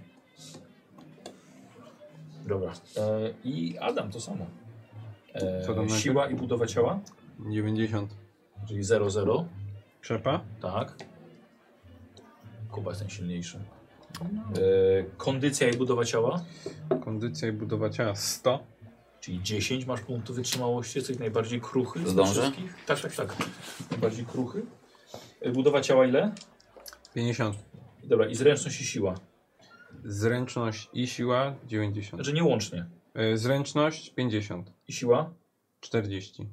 Dobra. E, I Adam to samo.
Co tam
E,
na
siła i budowa ciała,
dziewięćdziesiąt.
czyli zero zero.
Krzepa?
Tak. Kuba jest najsilniejszy. E, kondycja i budowa ciała,
Kondycja i budowa ciała sto.
czyli dziesięć masz punktów wytrzymałości. Jesteś najbardziej kruchy z
Zdążę?
wszystkich. Tak, tak, tak. Najbardziej kruchy. E, budowa ciała ile?
pięćdziesiąt.
Dobra, i zręczność i siła.
Zręczność i siła dziewięćdziesiąt.
Znaczy nie łącznie.
E, Zręczność pięćdziesiąt.
I siła?
czterdzieści.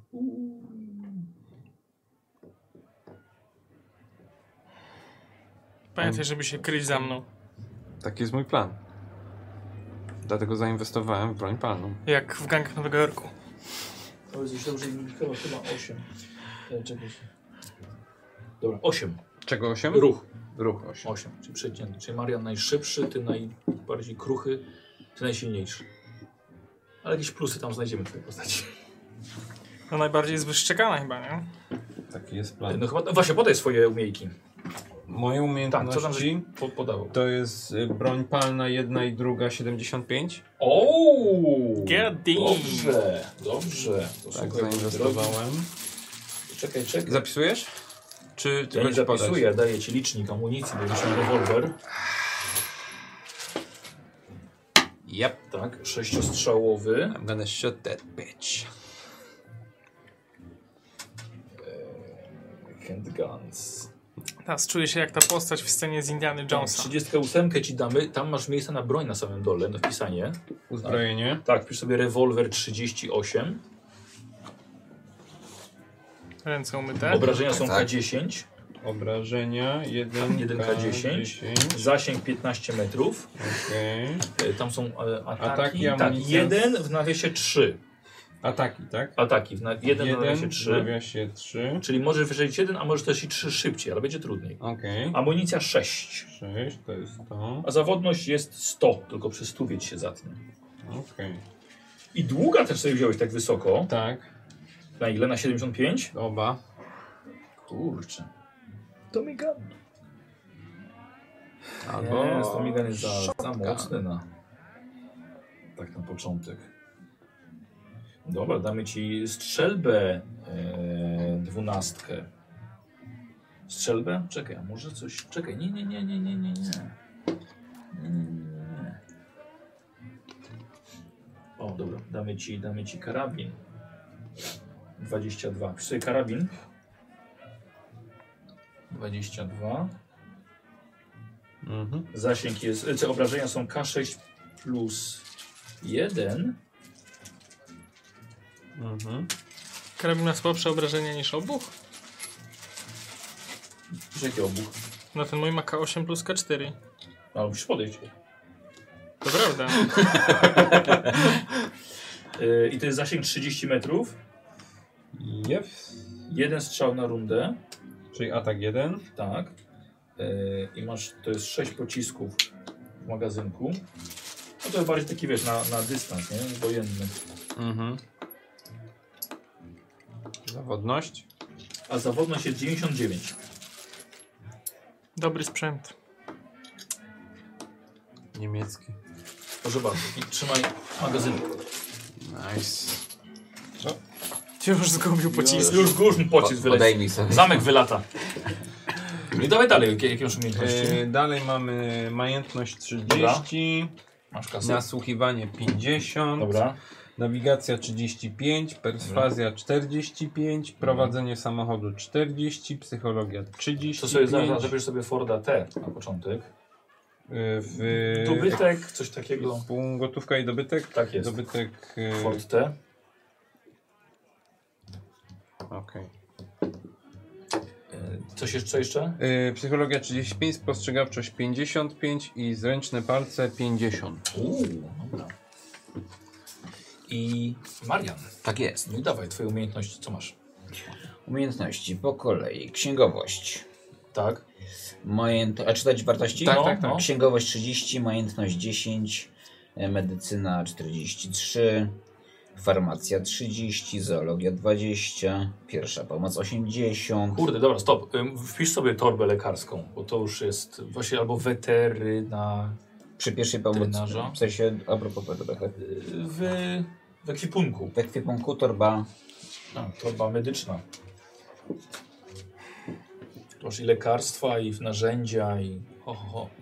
Pamiętaj, żeby się kryć za mną.
Taki jest mój plan. Dlatego zainwestowałem w broń palną.
Jak w gangach Nowego Jorku.
To jest dobrze indikował chyba osiem. E, czekaj. Dobra, osiem.
Czego osiem?
Ruch.
Ruch osiem.
osiem, czyli przeciętny. Czyli Marian najszybszy, ty najbardziej kruchy, ty najsilniejszy. Ale jakieś plusy tam znajdziemy w tej postaci.
No najbardziej jest wyszczekana chyba, nie?
Taki jest plan.
No chyba, no właśnie, podaj swoje umiejki.
Moje
Tak, co tam żeś
umiejętności
po, podawał?
to jest y, broń palna jedna i druga siedemdziesiąt pięć.
Ooo!
Get deep.
Dobrze, dobrze. To
Tak,
słuchaj, drogi.
zainwestowałem.
Czekaj, czekaj.
Zapisujesz? Czy
Ja
tylko
nie
ci podać?
zapisuję, daję ci licznik amunicji, bo już mam rewolwer.
Yep.
Tak, sześciostrzałowy.
I'm gonna shoot that bitch.
Handguns.
Teraz czuję się jak ta postać w scenie z Indiany Jonesa.
trzydziestkę ósem ci damy, tam masz miejsce na broń na samym dole, na wpisanie.
Uzbrojenie.
Tak, pisz sobie rewolwer trzydzieści osiem.
Ręce umyte.
Obrażenia są
tak.
K dziesięć.
Obrażenia jeden
jeden K dziesięć. Zasięg piętnaście metrów.
Okej.
E, Tam są e, ataki.
Ataki,
tak,
amunicja.
jeden w nawiasie trzy.
Ataki, tak?
Ataki, w na, jeden, w nawiasie
w
trzy.
nawiasie trzy.
Czyli możesz wystrzelić jeden, a możesz też i trzy szybciej, ale będzie trudniej.
Okej.
Amunicja sześć.
sześć to jest to.
A zawodność jest sto, tylko przy stu wieć się zatnie.
Okej.
I długa też sobie wziąłeś tak wysoko.
Tak.
Na ile? Na siedemdziesiąt pięć?
Oba.
Kurczę. To Migan.
Albo...
Nie, to Migan jest za, za
shotgun.
mocny na... Tak na początek. Dobra, damy ci strzelbę e, dwunastkę. Strzelbę? Czekaj, a może coś... Czekaj, nie, nie, nie, nie, nie, nie, nie. Nie, nie, nie, nie. O, dobra, damy ci, damy ci karabin. dwadzieścia dwa. Pisz sobie karabin. dwadzieścia dwa.
Mhm.
Zasięg jest... Te obrażenia są K sześć plus jeden.
Mhm.
Karabin ma słabsze obrażenia niż obuch?
Jakie obuch?
No ten mój ma K osiem plus K cztery.
Ale musisz podejść.
To prawda.
Yy, I to jest zasięg trzydzieści metrów.
Jep.
Jeden strzał na rundę.
Czyli atak jeden.
Tak. Yy, I masz, to jest sześć pocisków w magazynku. No to jest bardziej taki, wiesz, na, na dystans, nie? Wojenny.
Mhm. Zawodność.
A zawodność jest dziewięćdziesiąt dziewięć.
Dobry sprzęt.
Niemiecki.
Proszę bardzo. I trzymaj magazynku.
Nice.
Już zgubił pocisk.
Już gór pocisk wyleci.
Podejmij sobie.
Zamek wylata. I dawaj dalej, jakie, jakie masz umiejętności?
E, dalej mamy majętność trzydzieści.
Masz kasę.
Nasłuchiwanie pięćdziesiąt.
Dobra.
Nawigacja trzydzieści pięć. Perswazja czterdzieści pięć. Prowadzenie samochodu czterdzieści. Psychologia trzydzieści
To
pięć.
sobie zaraz zabierz sobie Forda T na początek.
W...
Dobytek, coś takiego.
Gotówka i dobytek?
Tak jest.
Dobytek... e,
Ford T.
Okej.
E, Coś jeszcze? Co jeszcze?
E, Psychologia trzydzieści pięć, spostrzegawczość pięćdziesiąt pięć i zręczne palce pięćdziesiąt.
Uuu, dobra. I Marian.
Tak jest.
No i dawaj, twoje umiejętności, co masz?
Umiejętności po kolei. Księgowość.
Tak.
Majęt... A czytać wartości?
Tak,
no,
tak, tak.
No. Księgowość trzydzieści, majętność dziesięć, e, medycyna czterdzieści trzy, farmacja trzydzieści, zoologia dwadzieścia, pierwsza pomoc osiemdziesiąt.
Kurde, dobra, stop. Ym, Wpisz sobie torbę lekarską, bo to już jest właśnie albo weteryna
Przy pierwszej pomocy.
Weterynarza.
W sensie, a propos torby.
y, w, w ekwipunku.
W ekwipunku torba.
A, torba medyczna. Tu masz i lekarstwa, i narzędzia, i ho, ho, ho.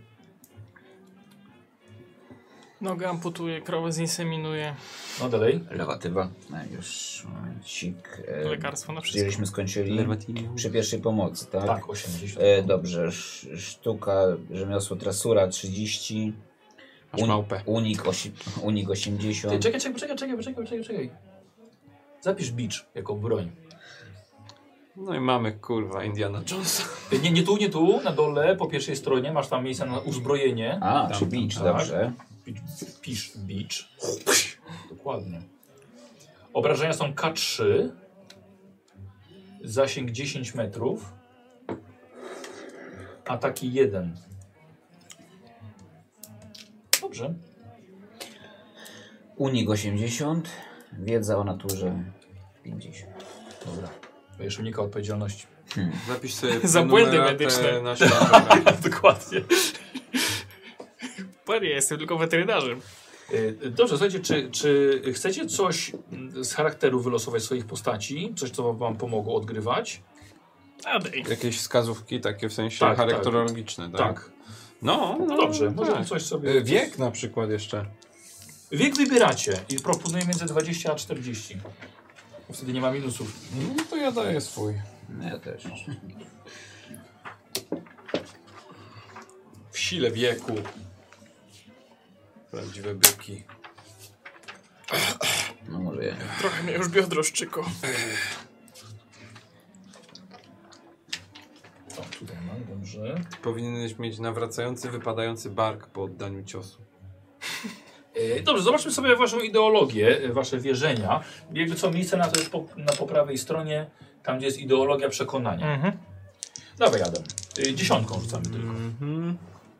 Nogę amputuje, krowę zinseminuje.
No dalej.
Lewatywa. No, już momencik. E,
Lekarstwo na wszystko.
Gdzieśmy skończyli przy pierwszej pomocy, tak?
Tak, osiemdziesiąt.
E, dobrze. Sz, sztuka, rzemiosło tresura trzydzieści.
Masz małpę.
Unik, osi, unik
Ty,
osiemdziesiąt.
czekaj, czekaj, czekaj, czekaj, czekaj, czekaj, czekaj. Zapisz bicz jako broń.
No i mamy kurwa Indiana Jonesa.
Y, Nie, nie tu, nie tu, na dole, po pierwszej stronie masz tam miejsce na uzbrojenie.
A,
Tam,
czy bicz,
tak.
dobrze.
Pisz- Pisz bicz. Dokładnie. Obrażenia są K trzy. Zasięg dziesięć metrów. Ataki jeden. Dobrze.
Unik osiemdziesiąt. Wiedza o naturze pięćdziesiąt.
Dobra. Będziesz unikał odpowiedzialności.
Zapisz sobie
Za błędy
prenumeratę
medyczne.
na świadczenie.
Dokładnie.
Panie, jestem tylko weterynarzem.
Y, Dobrze, słuchajcie, czy, czy chcecie coś mm, z charakteru wylosować swoich postaci? Coś, co wam pomogło odgrywać?
Adej.
Jakieś wskazówki takie w sensie
Tak,
charakterologiczne, tak?
Tak.
No, no,
No dobrze,
tak.
możemy coś sobie...
E, Wiek na przykład jeszcze.
Wiek wybieracie i proponuję między dwadzieścia a czterdzieści. Bo wtedy nie ma minusów.
No to ja daję swój.
No ja też.
W sile wieku. Prawdziwe byki.
No może ja.
Trochę mnie już biodro szczyko.
O, tutaj mam, dobrze.
Powinieneś mieć nawracający, wypadający bark po oddaniu ciosu.
E, Dobrze, zobaczmy sobie waszą ideologię, e, wasze wierzenia. Jakby co, miejsce na to jest po, na po prawej stronie, tam gdzie jest ideologia przekonania.
Mhm.
Dawaj, Adam. E, Dziesiątką rzucamy tylko.
Mhm.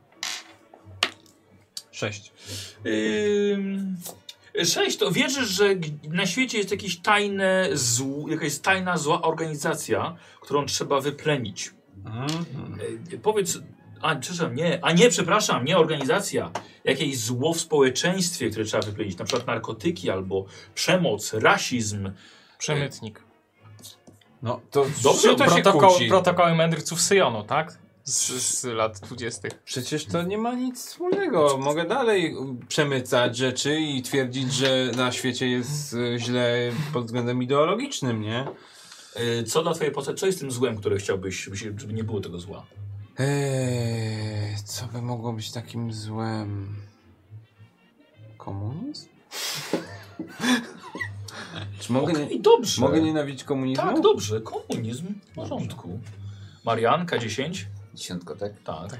Sześć.
Ym, Sześć, to wierzysz, że g- na świecie jest jakieś tajne zł, jakaś tajna zła organizacja, którą trzeba wyplenić.
Mhm.
E, Powiedz, a przepraszam, nie, a nie, przepraszam, nie organizacja. Jakieś zło w społeczeństwie, które trzeba wyplenić, na przykład narkotyki albo przemoc, rasizm.
Przemytnik.
No to
Dobrze,
czym to się
Protokół,
kłóci?
protokoły mędrców Syjonu, tak? Z, z lat dwudziestych.
Przecież to nie ma nic wspólnego. Mogę dalej przemycać rzeczy i twierdzić, że na świecie jest e, źle pod względem ideologicznym, nie?
E, Co dla twojej postaci, co jest tym złem, które chciałbyś, żeby, się, żeby nie było tego zła?
Eee, co by mogło być takim złem? Komunizm? Czy mogę,
Okej,
nie,
dobrze.
mogę nienawidzić komunizmu?
Tak, dobrze, komunizm w porządku. Marian, K dziesięć.
Dziesiątko, tak?
Tak.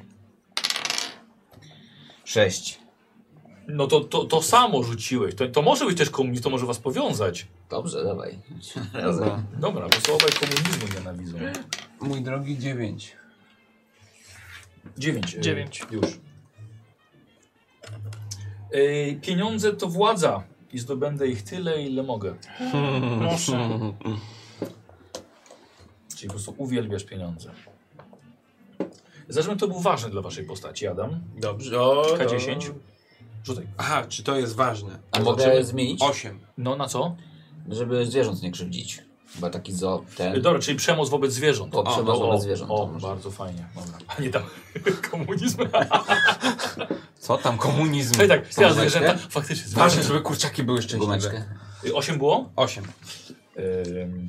Sześć.
No to, to, to samo rzuciłeś. To, to może być też komunizm, to może was powiązać.
Dobrze, dawaj. Razem.
Dobra, bo słowa komunizmu nienawidzą.
Mój drogi dziewięć.
Dziewięć. e,
Dziewięć.
Już. E, pieniądze to władza i zdobędę ich tyle, ile mogę.
Proszę.
Czyli po prostu uwielbiasz pieniądze. Zacznijmy, to był ważny dla waszej postaci, Adam.
Dobrze. O,
K dziesięć.
to-
Rzucaj.
Aha, czy to jest ważne?
A
Zobaczymy.
mogę zmienić?
Osiem.
No na co?
Żeby zwierząt nie krzywdzić. Chyba taki zo...
E,
ten...
Dobra, czyli przemoc wobec zwierząt.
O, przemoc
o,
wobec zwierząt,
O,
to może.
bardzo fajnie. Dobra. A nie tam komunizm.
Co tam, komunizm?
No i tak, ja
Gumeczkę?
zwierzęta. Faktycznie.
Ważne, żeby kurczaki były szczęśliwe.
Gumeczkę.
Y, Osiem było?
Osiem.
Ym...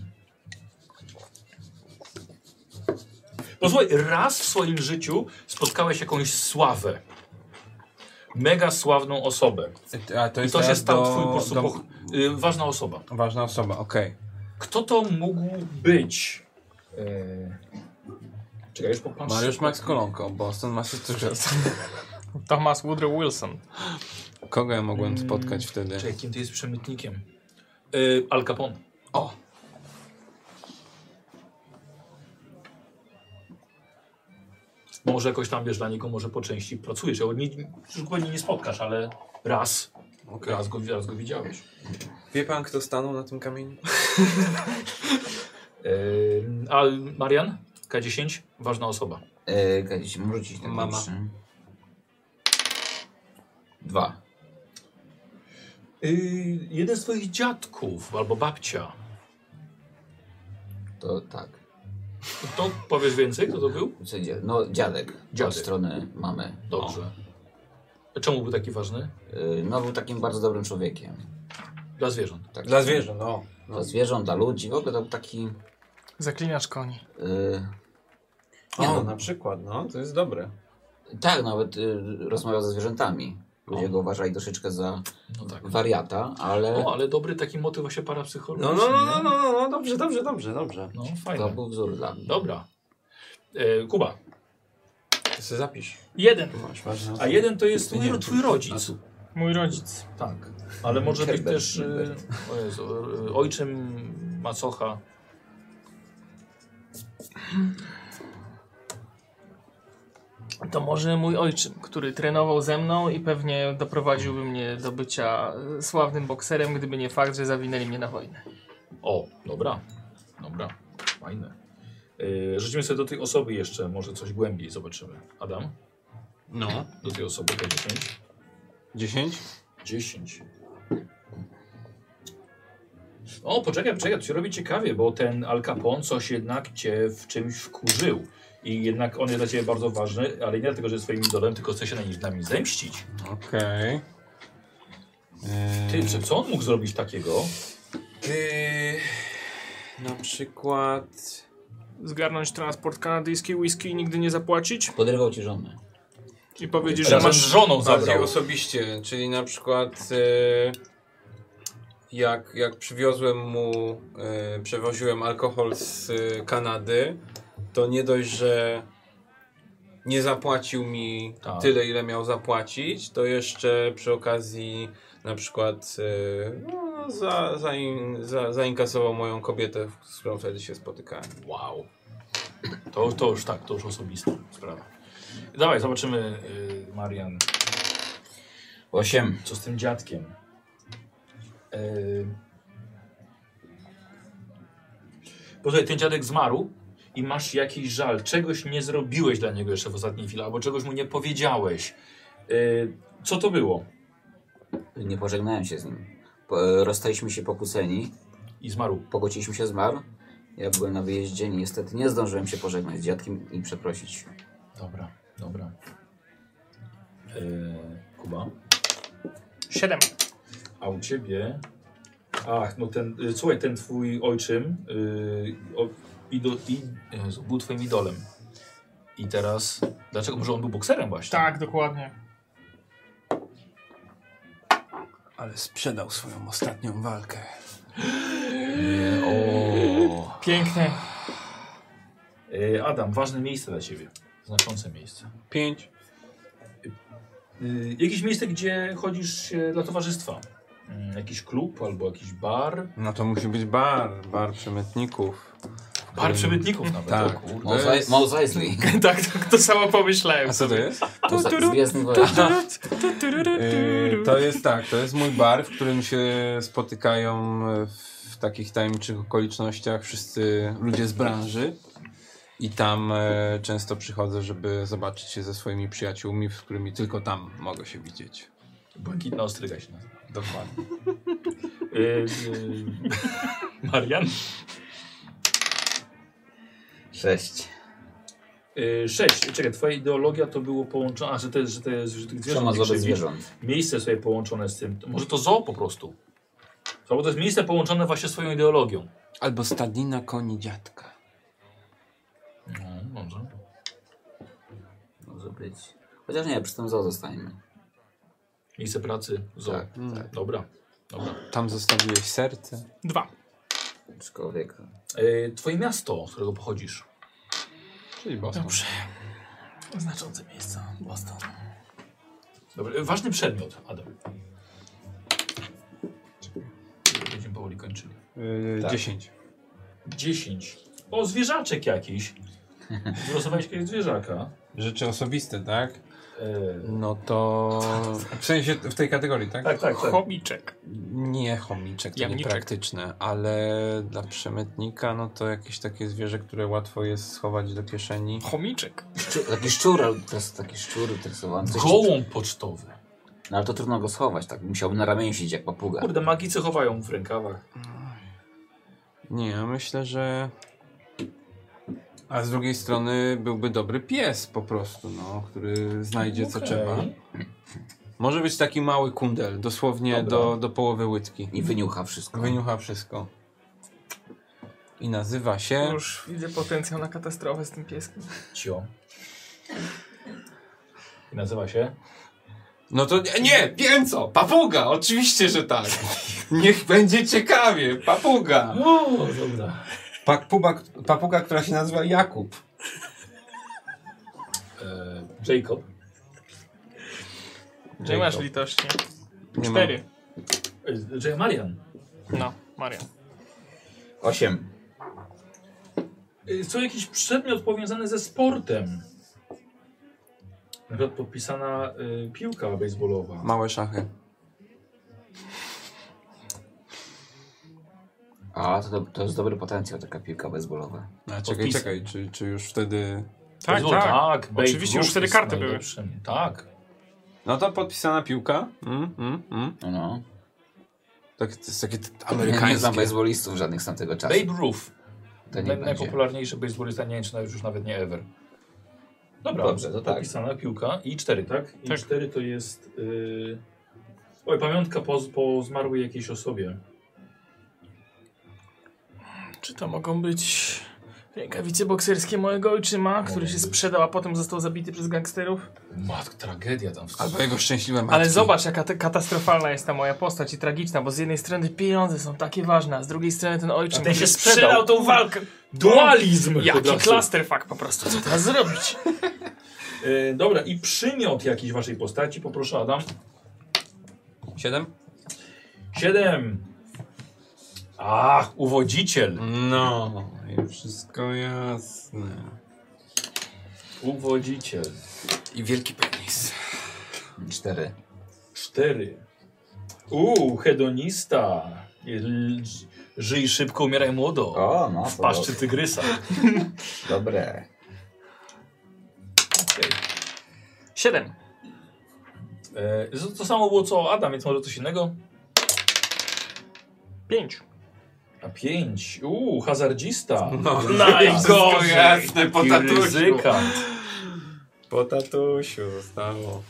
Posłuchaj, raz w swoim życiu spotkałeś jakąś sławę. Mega sławną osobę.
A to
I
jest
to się
teraz
stał
do,
twój po prostu
do...
boh- y, ważna osoba.
Ważna osoba, okej.
Kto to mógł być? Yy... Czekaj, już popatrzę.
Mariusz Max Kolonko, Boston, Massachusetts.
Thomas Woodrow Wilson.
Kogo ja mogłem spotkać wtedy?
Czekaj, kim ty jest przemytnikiem? Yy, Al Capone.
O!
Może jakoś tam, wiesz, dla niego może po części pracujesz. Ja nie, już go nie spotkasz, ale raz,
Okej.
raz, go, raz go widziałeś.
Wie pan, kto stanął na tym kamieniu?
Yy, a Marian? K dziesięć? Ważna osoba.
Yy, Kiedyś mam rzucić ten
Mama.
pierwszy. Dwa.
Yy, jeden z twoich dziadków albo babcia.
To tak.
To powiesz więcej, kto to był?
Co idzie? No dziadek.
Dziadek.
Od strony mamy.
Dobrze. Czemu był taki ważny?
Yy, no był takim bardzo dobrym człowiekiem.
Dla zwierząt.
Tak.
Dla zwierząt, no.
Dla zwierząt, dla ludzi. W ogóle to był taki...
Zaklinacz koni.
Yy, nie
O,
no,
na przykład, no, to jest dobre.
tak, nawet y, rozmawiał ze zwierzętami. Ludzie
O.
go uważali troszeczkę za
No tak.
wariata, ale
O, ale dobry taki motyw właśnie parapsychologiczny.
No, no, no,
nie?
no, no, no, dobrze, dobrze, dobrze, dobrze.
No,
to
fajne.
był wzór dla mnie.
Dobra. E, Kuba.
Ty sobie zapisz.
Jeden.
Masz ważne.
A jeden to jest
Nie,
twój,
tu-
twój rodzic.
Mój rodzic.
Tak. Ale może być
Herbert,
też e,
Herbert.
o Jezu, e, ojczym, macocha.
To może mój ojczym, który trenował ze mną i pewnie doprowadziłby mnie do bycia e, sławnym bokserem, gdyby nie fakt, że zawinęli mnie na wojnę.
O, dobra. Dobra. Fajne. E, rzucimy sobie do tej osoby jeszcze, może coś głębiej zobaczymy. Adam?
No.
Do tej osoby K dziesięć.
Dziesięć?
dziesięć. O, poczekaj, poczekaj, to się robi ciekawie, bo ten Al Capone coś jednak cię w czymś wkurzył. I jednak on jest dla ciebie bardzo ważny, ale nie dlatego, że jest twoim idolem, tylko chce się na nim, na nim zemścić.
Okej.
Ty,
Eee,
co- co on mógł zrobić takiego?
Ty... Na przykład...
Zgarnąć transport kanadyjski whisky i nigdy nie zapłacić?
Podrywał ci żonę.
I powiedzieć, że
Razem z
masz...
żoną
Bardziej
zabrał.
osobiście, czyli na przykład e, jak, jak przywiozłem mu, e, przewoziłem alkohol z e, Kanady, to nie dość, że nie zapłacił mi
Tak.
tyle, ile miał zapłacić, to jeszcze przy okazji na przykład e, no, za, zain, za, zainkasował moją kobietę, z którą wtedy się spotykałem.
Wow. To, to już tak, to już osobista sprawa. Dawaj, zobaczymy, y, Marian,
Osiem.
co z tym dziadkiem. Y... Posłuchaj, ten dziadek zmarł i masz jakiś żal. Czegoś nie zrobiłeś dla niego jeszcze w ostatniej chwili, albo czegoś mu nie powiedziałeś. Y... Co to było?
Nie pożegnałem się z nim. Po, rozstaliśmy się pokłóceni.
I zmarł.
Pokłóciliśmy się, zmarł. Ja byłem na wyjeździe, niestety nie zdążyłem się pożegnać z dziadkiem i przeprosić.
Dobra, dobra. Y... Kuba?
Siedem.
A u ciebie? Ach, no ten, y, słuchaj, ten twój ojczym y, o, idol, i, Jezu, był twoim idolem. I teraz, dlaczego? Może on był bokserem właśnie?
Tak, dokładnie.
Ale sprzedał swoją ostatnią walkę.
Nie, o.
Piękne.
Y, Adam, ważne miejsce dla ciebie. Znaczące miejsce.
Pięć.
Y, jakieś miejsce, gdzie chodzisz się dla towarzystwa? Y, jakiś klub albo jakiś bar?
No to musi być bar. Bar przemytników.
Bar przemytników nawet.
Tak.
O kurde.
Mos
To jest-
Mos Eisley.
Tak, to, to samo pomyślałem.
A co to jest?
Z Gwiezdnych Wojen.
Yy, to jest tak, to jest mój bar, w którym się spotykają w takich tajemniczych okolicznościach wszyscy ludzie z branży. I tam e, często przychodzę, żeby zobaczyć się ze swoimi przyjaciółmi, z którymi tylko tam mogę się widzieć.
Błękitna ostryga się nazywa.
Dokładnie.
Y, y, Marian?
Sześć.
Y, sześć. Czekaj, twoja ideologia to było połączone, a że to jest, że to jest, że tych zwierząt
Przemoc
nie
wobec
krzywdzić.
zwierząt.
Miejsce sobie połączone z tym. To może to zoo po prostu. Albo to jest miejsce połączone właśnie swoją ideologią.
Albo stadnina koni dziadka.
No, może.
Może być. Chociaż nie, przy tym zoo zostańmy.
Miejsce pracy, zoo.
Tak,
tak.
Dobra, dobra.
Tam zostawiłeś serce.
Dwa.
Aczkolwiek.
Y, twoje miasto, z którego pochodzisz.
Czyli Boston.
Dobrze. Znaczące miejsca. Boston.
Dobra. y, Ważny przedmiot, Adam. Będziemy powoli kończyli.
Yy,
Tak.
Dziesięć.
dziesięć. O, zwierzaczek jakiś. Wylosowałeś jakiegoś zwierzaka.
Rzeczy osobiste, tak?
E,
No to... W sensie w tej kategorii, tak?
tak, tak, tak.
Chomiczek.
Nie chomiczek, to
Jamniczek.
niepraktyczne, ale dla przemytnika no to jakieś takie zwierzę, które łatwo jest schować do kieszeni.
Chomiczek.
Szczur, taki szczur, ale to jest taki szczur rysowany. Coś-
Gołąb pocztowy.
No ale to trudno go schować, tak? Musiałbym na ramieniu siedzieć jak papuga.
Kurde, magicy chowają w rękawach.
Nie, ja myślę, że... A z drugiej strony byłby dobry pies po prostu, no, który znajdzie co
Okej.
trzeba. Może być taki mały kundel, dosłownie
Dobra.
do, do połowy łydki.
I wyniucha wszystko.
Wyniucha wszystko. I nazywa się...
Już widzę potencjał na katastrofę z tym pieskiem.
Cio. I nazywa się?
No to nie, nie, wiem co, papuga, oczywiście, że tak. Niech będzie ciekawie, papuga.
O, dobra.
Papuga, papuga, która się nazywa Jakub.
E, Jacob.
Nie masz litości.
Nie
Cztery.
E, J. Marian.
No, Maria.
Osiem.
E, Co jakiś przedmiot powiązany ze sportem. Na przykład podpisana e, piłka baseballowa.
Małe szachy.
A, to, to jest dobry potencjał, taka piłka baseballowa.
A, czekaj,
Podpisy.
czekaj, czy, czy już wtedy...
Tak,
Baseball,
tak.
tak Babe
Oczywiście, już
Ruth
wtedy
jest
karty były.
najlepszym. Tak.
No to podpisana piłka. Mm, mm, mm.
No, no.
Tak, to jest takie t-
Ja nie znam
amerykańskie.
baseballistów żadnych z tamtego czasu.
Babe Ruth.
To nie
Naj,
będzie.
najpopularniejszy baseballista, nie wiem czy nawet już nawet nie ever. Dobra,
Dobrze, to tak.
podpisana piłka i cztery, tak? I
Tak.
cztery to jest... Yy... Oj, pamiątka po, po zmarłej jakiejś osobie.
Czy to mogą być rękawice bokserskie mojego ojczyma, który się sprzedał, a potem został zabity przez gangsterów?
Matko, tragedia tam. w-
Albo jego szczęśliwe matki.
Ale zobacz, jaka te- katastrofalna jest ta moja postać i tragiczna, bo z jednej strony pieniądze są takie ważne, a z drugiej strony ten ojczym,
A ten
który
się
sprzedał,
sprzedał.
tą walkę.
Dualizm! od
Jaki
razu.
clusterfuck po prostu, co teraz zrobić?
Yy, dobra, i przymiot jakiś waszej postaci, poproszę Adam.
Siedem?
Siedem. Ach, uwodziciel.
No, i wszystko jasne.
Uwodziciel.
I wielki penis.
Cztery.
Cztery. Uuu, hedonista. L- Żyj szybko, umieraj młodo.
O, no.
W
to
paszczy tygrysa.
Dobre.
Okay.
Siedem.
E, to, to samo było co Adam, więc może coś innego?
Pięć.
A pięć. Uuu, hazardzista.
No,
Najgorzej.
jasne, po
I
tatusiu.
ryzykant.
Po tatusiu zostało.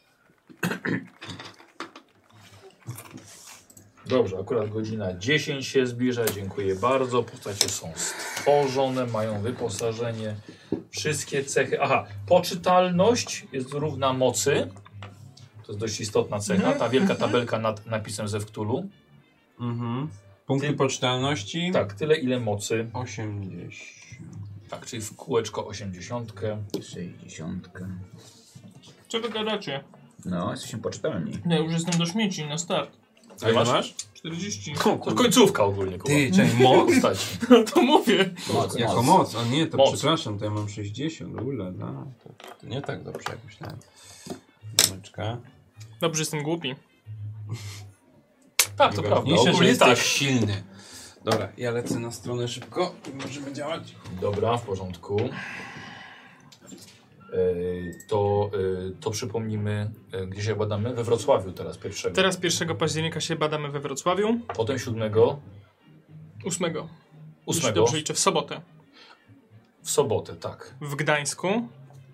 Dobrze, akurat godzina dziesięć się zbliża. Dziękuję bardzo. Postacie są stworzone, mają wyposażenie. Wszystkie cechy. Aha, poczytalność jest równa mocy. To jest dość istotna cecha. Ta wielka tabelka nad napisem ze Wktulu.
Mhm. Punkty
Ty-
poczytalności?
Tak, tyle ile mocy.
osiemdziesiąt.
Tak, czyli w kółeczko osiemdziesiątkę.
sześćdziesiątkę.
Co wy gadacie?
No, jesteśmy poczytalni.
Ja już jestem do śmieci, na start.
A ile masz?
czterdzieści.
To końcówka ogólnie, Kuba.
Ty, czekaj, moc?
Postaci.
No to mówię.
Moc,
Jako
moc.
moc, a nie, to
Moc.
przepraszam, to ja mam sześćdziesiąt, ule, no, to, to nie tak dobrze jak myślałem. Chwileczkę.
Dobrze, jestem głupi.
Tak, to prawda.
Najważniejsze, że
Ogólnie
jesteś
tak.
silny. Dobra, ja lecę na stronę szybko i możemy działać.
Dobra, w porządku. Yy, to, yy, to przypomnimy, yy, gdzie się badamy? We Wrocławiu teraz pierwszego.
Teraz pierwszego października się badamy we Wrocławiu.
Potem siódmego,
ósmego. Jeśli
ósmego
dobrze liczę, w sobotę.
w sobotę, tak.
W Gdańsku.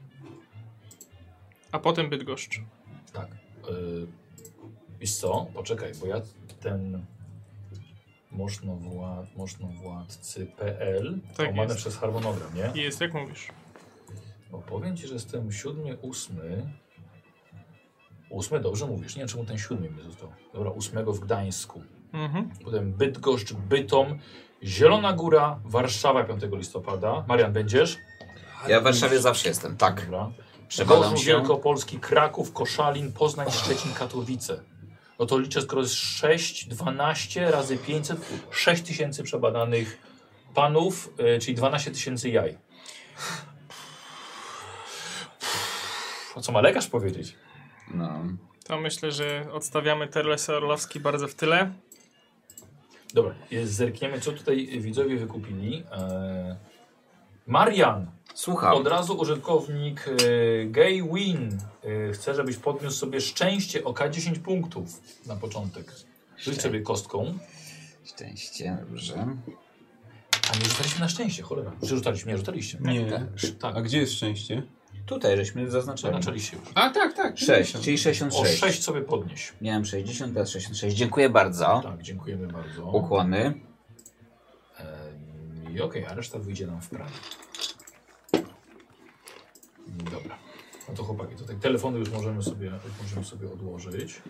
A potem Bydgoszcz.
Tak. Yy, wiesz co? Poczekaj, bo ja ten Możnowład, Możnowładcy.pl
Tak
omanę
jest.
przez harmonogram, nie?
Jest, jak mówisz.
Bo powiem ci, że jestem siódmy, ósmy. Ósmy, dobrze mówisz. Nie wiem, czemu ten siódmy mi został. Dobra, ósmego w Gdańsku.
Mhm.
Potem Bydgoszcz, Bytom, Zielona Góra, Warszawa piątego listopada. Marian, będziesz?
Ja w Warszawie zawsze jestem, tak.
Dobra.
Przebadam
Gorzów
się.
Wielkopolski, Kraków, Koszalin, Poznań, Szczecin, Katowice. No to liczę, skoro jest sześć, dwanaście razy pięćset, sześć tysięcy przebadanych panów, yy, czyli dwanaście tysięcy jaj. A co ma lekarz powiedzieć?
No.
To myślę, że odstawiamy Terles Orlowski bardzo w tyle.
Dobra, jest, zerkniemy, co tutaj widzowie wykupili. Eee, Marian,
Słucham.
od razu użytkownik e, Gay Win e, chce, żebyś podniósł sobie szczęście o K dziesięć punktów na początek. Rzuć sobie kostką.
Szczęście, dobrze.
A nie rzucaliśmy na szczęście, cholera. Czy rzucaliśmy? Nie rzucaliście.
Nie.
Tak,
A gdzie jest szczęście?
Tutaj żeśmy zaznaczyli.
zaznaczyliście już.
A tak, tak.
sześć, czyli sześćdziesiąt
O
sześć.
sześć sobie podnieś.
Miałem sześćdziesiąt, teraz sześćdziesiąt sześć. Dziękuję bardzo.
Tak, dziękujemy bardzo.
Ukłony.
E, I okej, a reszta wyjdzie nam w prawo. Dobra. No to chłopaki, tutaj telefony już możemy sobie, możemy sobie odłożyć.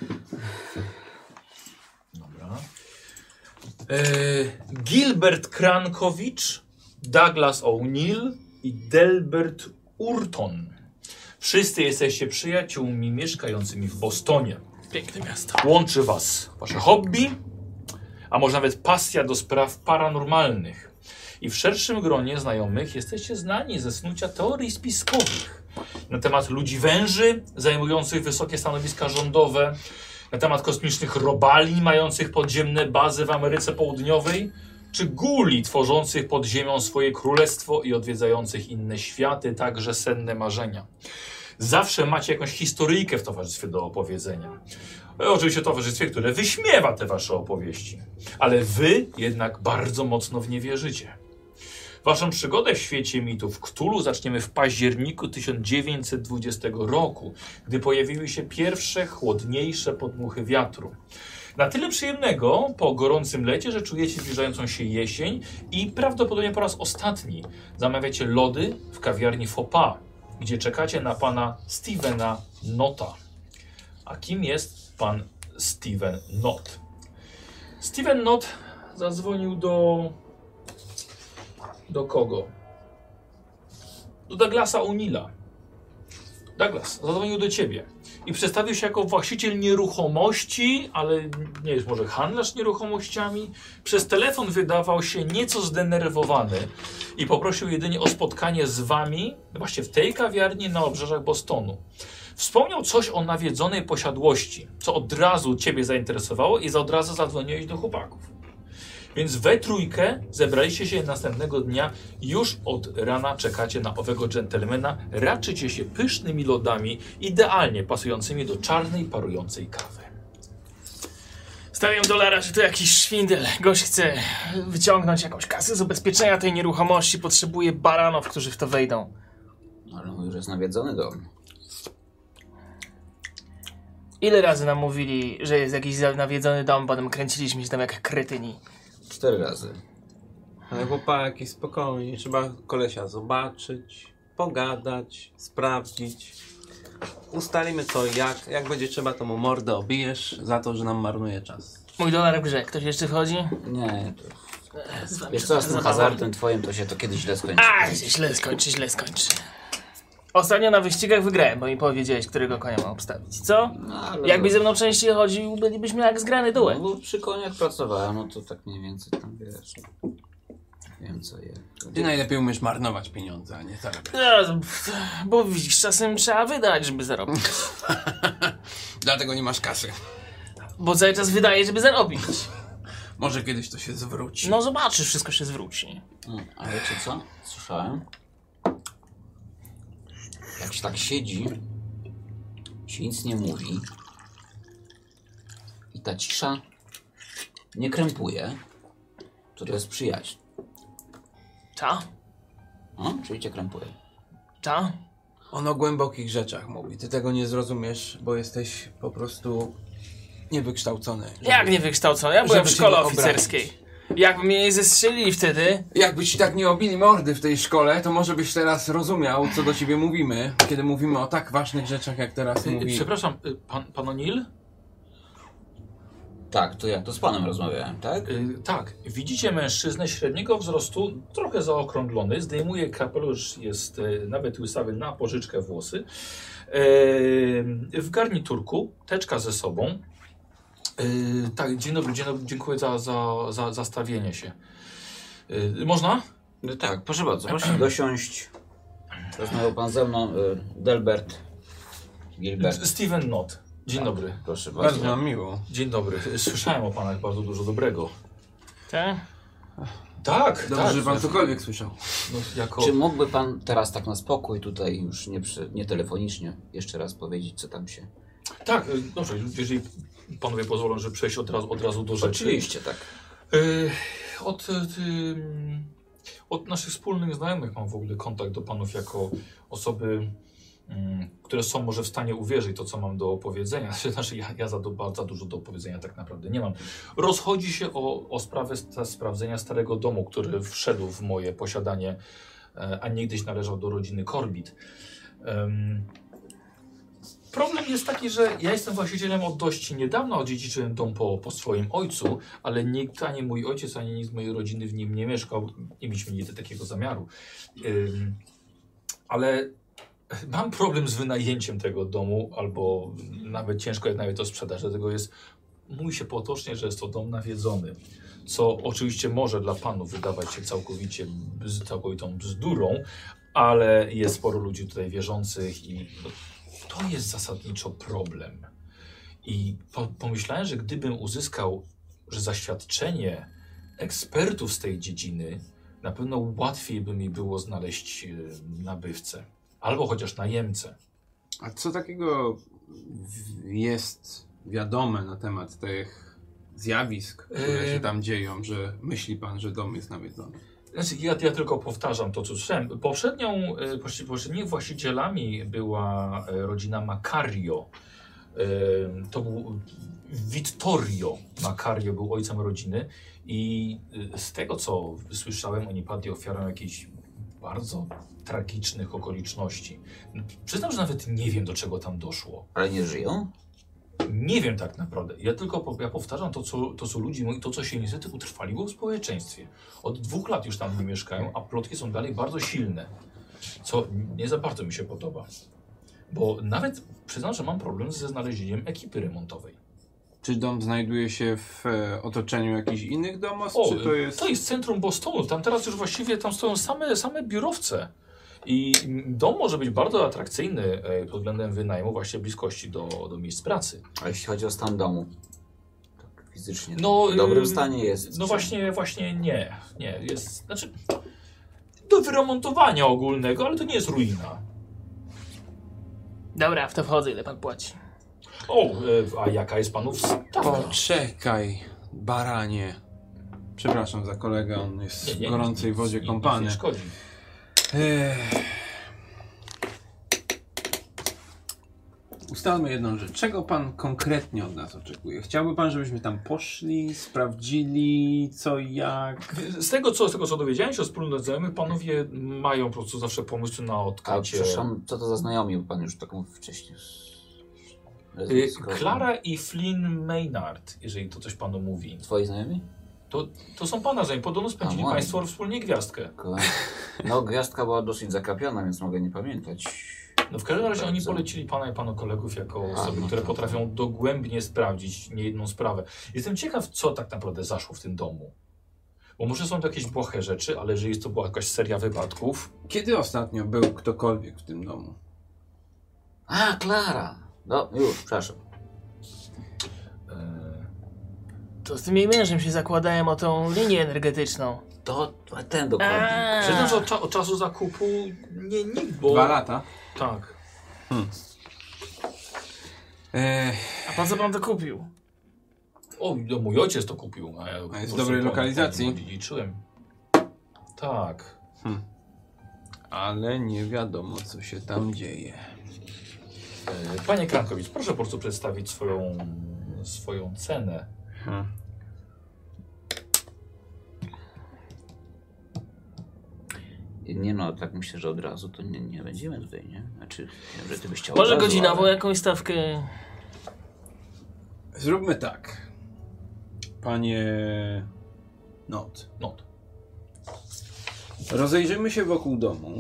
Dobra. E, Gilbert Krankowicz, Douglas O'Neill i Delbert Urton. Wszyscy jesteście przyjaciółmi mieszkającymi w Bostonie.
Piękne miasto.
Łączy was wasze hobby, a może nawet pasja do spraw paranormalnych. I w szerszym gronie znajomych jesteście znani ze snucia teorii spiskowych na temat ludzi węży zajmujących wysokie stanowiska rządowe, na temat kosmicznych robali mających podziemne bazy w Ameryce Południowej, czy guli tworzących pod ziemią swoje królestwo i odwiedzających inne światy, także senne marzenia. Zawsze macie jakąś historyjkę w towarzystwie do opowiedzenia. Oczywiście towarzystwie, które wyśmiewa te wasze opowieści. Ale wy jednak bardzo mocno w nie wierzycie. Waszą przygodę w świecie mitów Cthulhu zaczniemy w październiku tysiąc dziewięćset dwudziestego roku, gdy pojawiły się pierwsze chłodniejsze podmuchy wiatru. Na tyle przyjemnego po gorącym lecie, że czujecie zbliżającą się jesień i prawdopodobnie po raz ostatni zamawiacie lody w kawiarni Faux, gdzie czekacie na pana Stevena Nota. A kim jest pan Steven Not? Steven Not zadzwonił do... Do kogo? Do Douglasa O'Neilla. Douglas zadzwonił do ciebie i przedstawił się jako właściciel nieruchomości, ale nie jest może handlarz nieruchomościami. Przez telefon wydawał się nieco zdenerwowany i poprosił jedynie o spotkanie z wami właśnie w tej kawiarni na obrzeżach Bostonu. Wspomniał coś o nawiedzonej posiadłości, co od razu ciebie zainteresowało i za od razu zadzwoniłeś do chłopaków. Więc we trójkę zebraliście się następnego dnia i już od rana czekacie na owego dżentelmena. Raczycie się pysznymi lodami, idealnie pasującymi do czarnej, parującej kawy.
Stawiam dolara, że to jakiś szwindel. Gość chce wyciągnąć jakąś kasę z ubezpieczenia tej nieruchomości. Potrzebuje baranów, którzy w to wejdą.
Ale on już jest nawiedzony dom.
Ile razy nam mówili, że jest jakiś nawiedzony dom, potem kręciliśmy się tam jak kretyni.
Cztery razy.
Ale chłopaki, spokojnie, trzeba kolesia zobaczyć, pogadać, sprawdzić. Ustalimy co i jak, jak będzie trzeba, to mu mordę obijesz za to, że nam marnuje czas.
Mój dolar w grze. Ktoś jeszcze wchodzi?
Nie,
Z wami
Wiesz co, z tym
zabawa.
hazardem twoim to się to kiedyś źle skończy.
A, się źle skończy, źle skończy. Ostatnio na wyścigach wygrałem, bo mi powiedziałeś, którego konia mam obstawić. Co?
No, ale
Jakbyś
no,
ze mną częściej chodził, bylibyśmy jak zgrany
no,
duet.
bo przy koniach pracowałem, no to tak mniej więcej tam wiesz. Wiem co je.
Ty najlepiej umiesz marnować pieniądze, a nie zarabiać.
No, bo widzisz, czasem trzeba wydać, żeby zarobić.
Dlatego nie masz kasy.
Bo cały czas wydaje, żeby zarobić.
Może kiedyś to się zwróci.
No zobaczysz, wszystko się zwróci.
No, a wiecie co? Słyszałem? Jak się tak siedzi, się nic nie mówi i ta cisza nie krępuje, to to jest przyjaźń.
Ta?
No, czyli cię krępuje.
Ta?
On o głębokich rzeczach mówi. Ty tego nie zrozumiesz, bo jesteś po prostu niewykształcony. Żeby...
Jak niewykształcony? Ja byłem w
żeby
szkole
cię nie
oficerskiej. Jakby mnie nie zestrzelili wtedy...
Jakby ci tak nie obili mordy w tej szkole, to może byś teraz rozumiał, co do ciebie mówimy, kiedy mówimy o tak ważnych rzeczach, jak teraz
Y,
mówi.
Przepraszam, y, pan, pan O'Neill?
Tak, to ja to z panem rozmawiałem, tak?
Y, tak, widzicie mężczyznę średniego wzrostu, trochę zaokrąglony, zdejmuje kapelusz, jest y, nawet łysawy na pożyczkę włosy. Y, w garniturku, teczka ze sobą. Y, tak, dzień dobry, dzień dobry, dziękuję za, za, za zastawienie się. Y, można?
No tak, proszę bardzo, proszę dosiąść. Rozmawiał pan ze mną, y, Delbert Gilbert.
Steven Knott. Dzień dobry.
Proszę
Bardzo
bardzo.
nam miło.
Dzień dobry. Słyszałem o panach bardzo dużo dobrego.
Tak?
Tak,
Dobrze,
tak.
że pan cokolwiek słyszał.
No, jako...
Czy mógłby pan teraz tak na spokój tutaj, już nie, przy, nie telefonicznie, jeszcze raz powiedzieć, co tam się...
Tak, y, dobrze, jeżeli panowie pozwolą, że przejść od razu, od razu do rzeczy.
Oczywiście, tak.
Y, od, y, od naszych wspólnych znajomych mam w ogóle kontakt do panów jako osoby, y, które są może w stanie uwierzyć to, co mam do opowiedzenia. Znaczy, ja, ja za, do, za dużo do opowiedzenia tak naprawdę nie mam. Rozchodzi się o, o sprawę sta, sprawdzenia starego domu, który wszedł w moje posiadanie, e, a niegdyś należał do rodziny Corbett. Ym, Problem jest taki, że ja jestem właścicielem od dość niedawno, odziedziczyłem dom po, po swoim ojcu, ale nikt, ani mój ojciec, ani nikt z mojej rodziny w nim nie mieszkał. Nie mieliśmy nigdy takiego zamiaru. Ym, ale mam problem z wynajęciem tego domu, albo nawet ciężko jest nawet to sprzedać, dlatego jest, mówi się potocznie, że jest to dom nawiedzony. Co oczywiście może dla panów wydawać się całkowicie bz, całkowitą bzdurą, ale jest sporo ludzi tutaj wierzących i no, to jest zasadniczo problem. I po, pomyślałem, że gdybym uzyskał że zaświadczenie ekspertów z tej dziedziny, na pewno łatwiej by mi było znaleźć e, nabywcę. Albo chociaż najemcę.
A co takiego w- jest wiadome na temat tych zjawisk, które
Yy.
się tam dzieją, że myśli pan, że dom jest nawiedzony?
Znaczy, ja, ja tylko powtarzam to, co słyszałem. Poprzednią, e, poś- poprzednimi właścicielami była e, rodzina Macario. E, To był Vittorio Macario, był ojcem rodziny i e, z tego, co słyszałem, oni padli ofiarą jakichś bardzo tragicznych okoliczności. Przyznam, że nawet nie wiem, do czego tam doszło.
Ale nie żyją?
Nie wiem tak naprawdę. Ja tylko po, ja powtarzam to co, to, co ludzi mówi, to, co się niestety utrwaliło w społeczeństwie. Od dwóch lat już tam nie mieszkają, a plotki są dalej bardzo silne. Co nie za bardzo mi się podoba. Bo nawet przyznam, że mam problem ze znalezieniem ekipy remontowej.
Czy dom znajduje się w e, otoczeniu jakichś innych domostw,
O,
czy to jest...
to jest centrum Bostonu. Tam teraz już właściwie tam stoją same, same biurowce. I dom może być bardzo atrakcyjny e, pod względem wynajmu, właśnie bliskości do, do miejsc pracy.
A jeśli chodzi o stan domu? Tak fizycznie.
No,
w dobrym
y,
stanie jest.
No
czy-
właśnie, właśnie nie. Nie, jest, znaczy do wyremontowania ogólnego, ale to nie jest ruina.
Dobra, w to wchodzę, ile pan płaci.
O, e, a jaka jest panów stawka?
Poczekaj, baranie. Przepraszam za kolegę, on jest
Nie, nie,
w gorącej
nic-
wodzie
nic
kąpany.
Nie szkodzi.
Ech. Ustalmy jedną rzecz. Czego pan konkretnie od nas oczekuje? Chciałby pan, żebyśmy tam poszli, sprawdzili co i jak?
Z tego, co, z tego, co dowiedziałem się o wspólnych znajomych, panowie mają po prostu zawsze pomysły na
A
odkrycie.
przepraszam, co to za znajomi, bo pan już tak mówił wcześniej.
Y, Klara i Flynn Maynard, jeżeli to coś panu mówi.
Twoi znajomi?
To, to są pana zajęcia. Podobno spędzili
A,
państwo wspólnie gwiazdkę.
No, gwiazdka była dosyć zakapiona, więc mogę nie pamiętać.
No w każdym razie oni
Bardzo.
polecili pana i pana kolegów jako osoby,
no
które
to-
potrafią dogłębnie sprawdzić niejedną sprawę. Jestem ciekaw, co tak naprawdę zaszło w tym domu. Bo może są to jakieś błahe rzeczy, ale jeżeli to była jakaś seria wypadków.
Kiedy ostatnio był ktokolwiek w tym domu?
A, Klara! No, już, przepraszam.
E,
To z tym jej mężem się zakładałem o tą linię energetyczną.
To ten dokładnie.
A,
przyznam, że od, cza od czasu zakupu nie nikt, bo...
Dwa lata.
Tak.
E,
a po co pan to kupił?
O, no mój ojciec to kupił. A, ja
A
po
jest w
prostu
dobrej
po-
lokalizacji?
po nim odziedziczyłem. Tak.
ale nie wiadomo, co się tam dzieje.
E, Panie Krankowicz, proszę po prostu przedstawić swoją, swoją cenę.
Hmm.
Nie no, tak myślę, że od razu to nie, nie będziemy tutaj, nie? Znaczy, nie wiem, że ty byś chciał
Może
od razu,
godzinowo
ale-
jakąś stawkę?
Zróbmy tak. Panie Not.
No.
Rozejrzymy się wokół domu.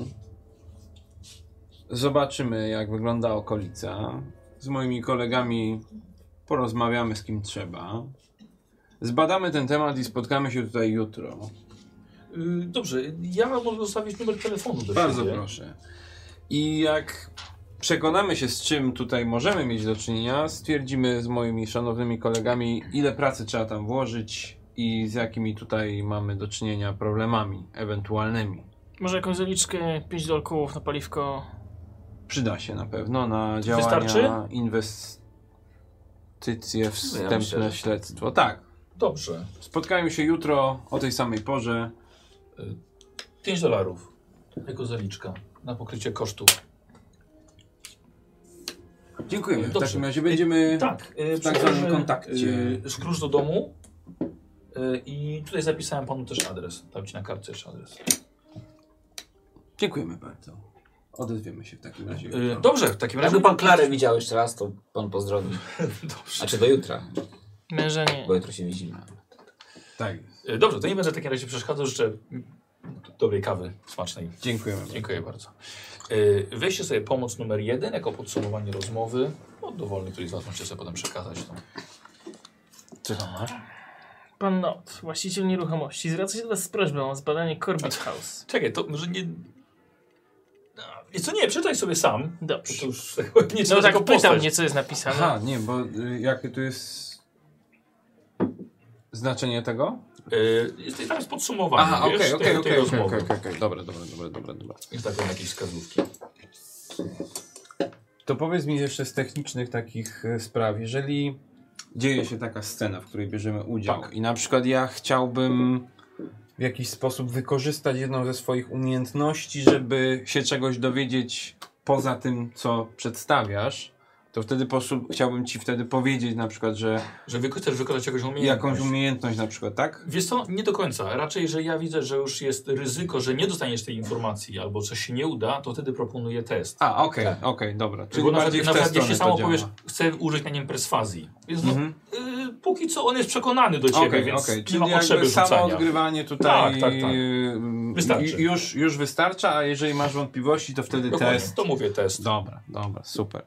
Zobaczymy, jak wygląda okolica. Z moimi kolegami porozmawiamy, z kim trzeba. Zbadamy ten temat i spotkamy się tutaj jutro.
Y, Dobrze, ja mogę zostawić numer telefonu do
Bardzo
siebie.
proszę. I jak przekonamy się, z czym tutaj możemy mieć do czynienia, stwierdzimy z moimi szanownymi kolegami, ile pracy trzeba tam włożyć i z jakimi tutaj mamy do czynienia problemami ewentualnymi.
Może jakąś zaliczkę, pięć dolków na paliwko?
Przyda się na pewno na działania,
Wystarczy?
inwestycje, wstępne
myślę, że-
śledztwo. Tak.
Dobrze.
Spotkajmy się jutro o tej samej porze.
pięć dolarów. Jako zaliczka na pokrycie kosztów.
Dziękujemy. W
Dobrze.
takim razie będziemy...
Tak, y,
w tak
przekażę,
zwanym kontakcie.
y, Skróż do domu. Y, I tutaj zapisałem panu też adres. Dam ci na kartce jeszcze adres.
Dziękujemy bardzo. Odezwiemy się w takim razie.
Y,
jutro.
Dobrze, w takim razie.
Jakby pan Klarę widział jeszcze raz, to pan pozdrowi.
Dobrze.
Znaczy do jutra,
Męża nie.
bo jutro się widzimy.
Tak.
Y, Dobrze, to nie będę w takim razie przeszkadzał. Życzę dobrej kawy, smacznej.
Dziękujemy.
Dziękuję bardzo. Y, Weźcie sobie pomoc numer jeden jako podsumowanie rozmowy. No, dowolny, który z was możecie sobie potem przekazać. No.
Co tam masz?
Pan Not, właściciel nieruchomości, zwraca się do was z prośbą o zbadanie Corbett House.
Czekaj, to może nie... No, i co nie, przeczytaj sobie sam.
Dobrze.
To już tak nie
No
trzeba
tak
tylko
pytam
postać.
mnie, co jest napisane.
Aha, nie, bo y, jakie tu jest znaczenie tego?
Y, jest, tam jest podsumowanie,
Aha,
wiesz,
okej,
tej-
okej,
tej
okej, okej,
rozmowy.
okej, okej. Dobra, dobra, dobra, dobra, dobra.
Jest taką jakieś wskazówki.
To powiedz mi jeszcze z technicznych takich e, spraw, jeżeli dzieje się taka scena, w której bierzemy udział
Tak.
i na przykład ja chciałbym w jakiś sposób wykorzystać jedną ze swoich umiejętności, żeby się czegoś dowiedzieć poza tym, co przedstawiasz, to wtedy posu- chciałbym ci wtedy powiedzieć na przykład, że
Że wy chcesz wykonać jakąś umiejętność.
jakąś umiejętność na przykład, tak?
Wiesz co, nie do końca. Raczej, że ja widzę, że już jest ryzyko, że nie dostaniesz tej informacji albo coś się nie uda, to wtedy proponuję test.
A, okej,
Tak.
okej, dobra. Czyli
Bo na
bardziej
przykład,
w
na
tę
przykład jeśli
stronę
samo
to
powiesz,
działa.
chcę użyć na nim perswazji. Więc no,
Mhm.
y, póki co on jest przekonany do ciebie,
Okej,
więc
okej.
nie
Czyli
ma potrzeby
jakby samo
rzucania.
odgrywanie tutaj
Tak, tak, tak.
yy,
Wystarczy.
ju- Już, już wystarcza, a jeżeli masz wątpliwości, to wtedy
Dokładnie,
test.
to mówię test.
Dobra, dobra, super.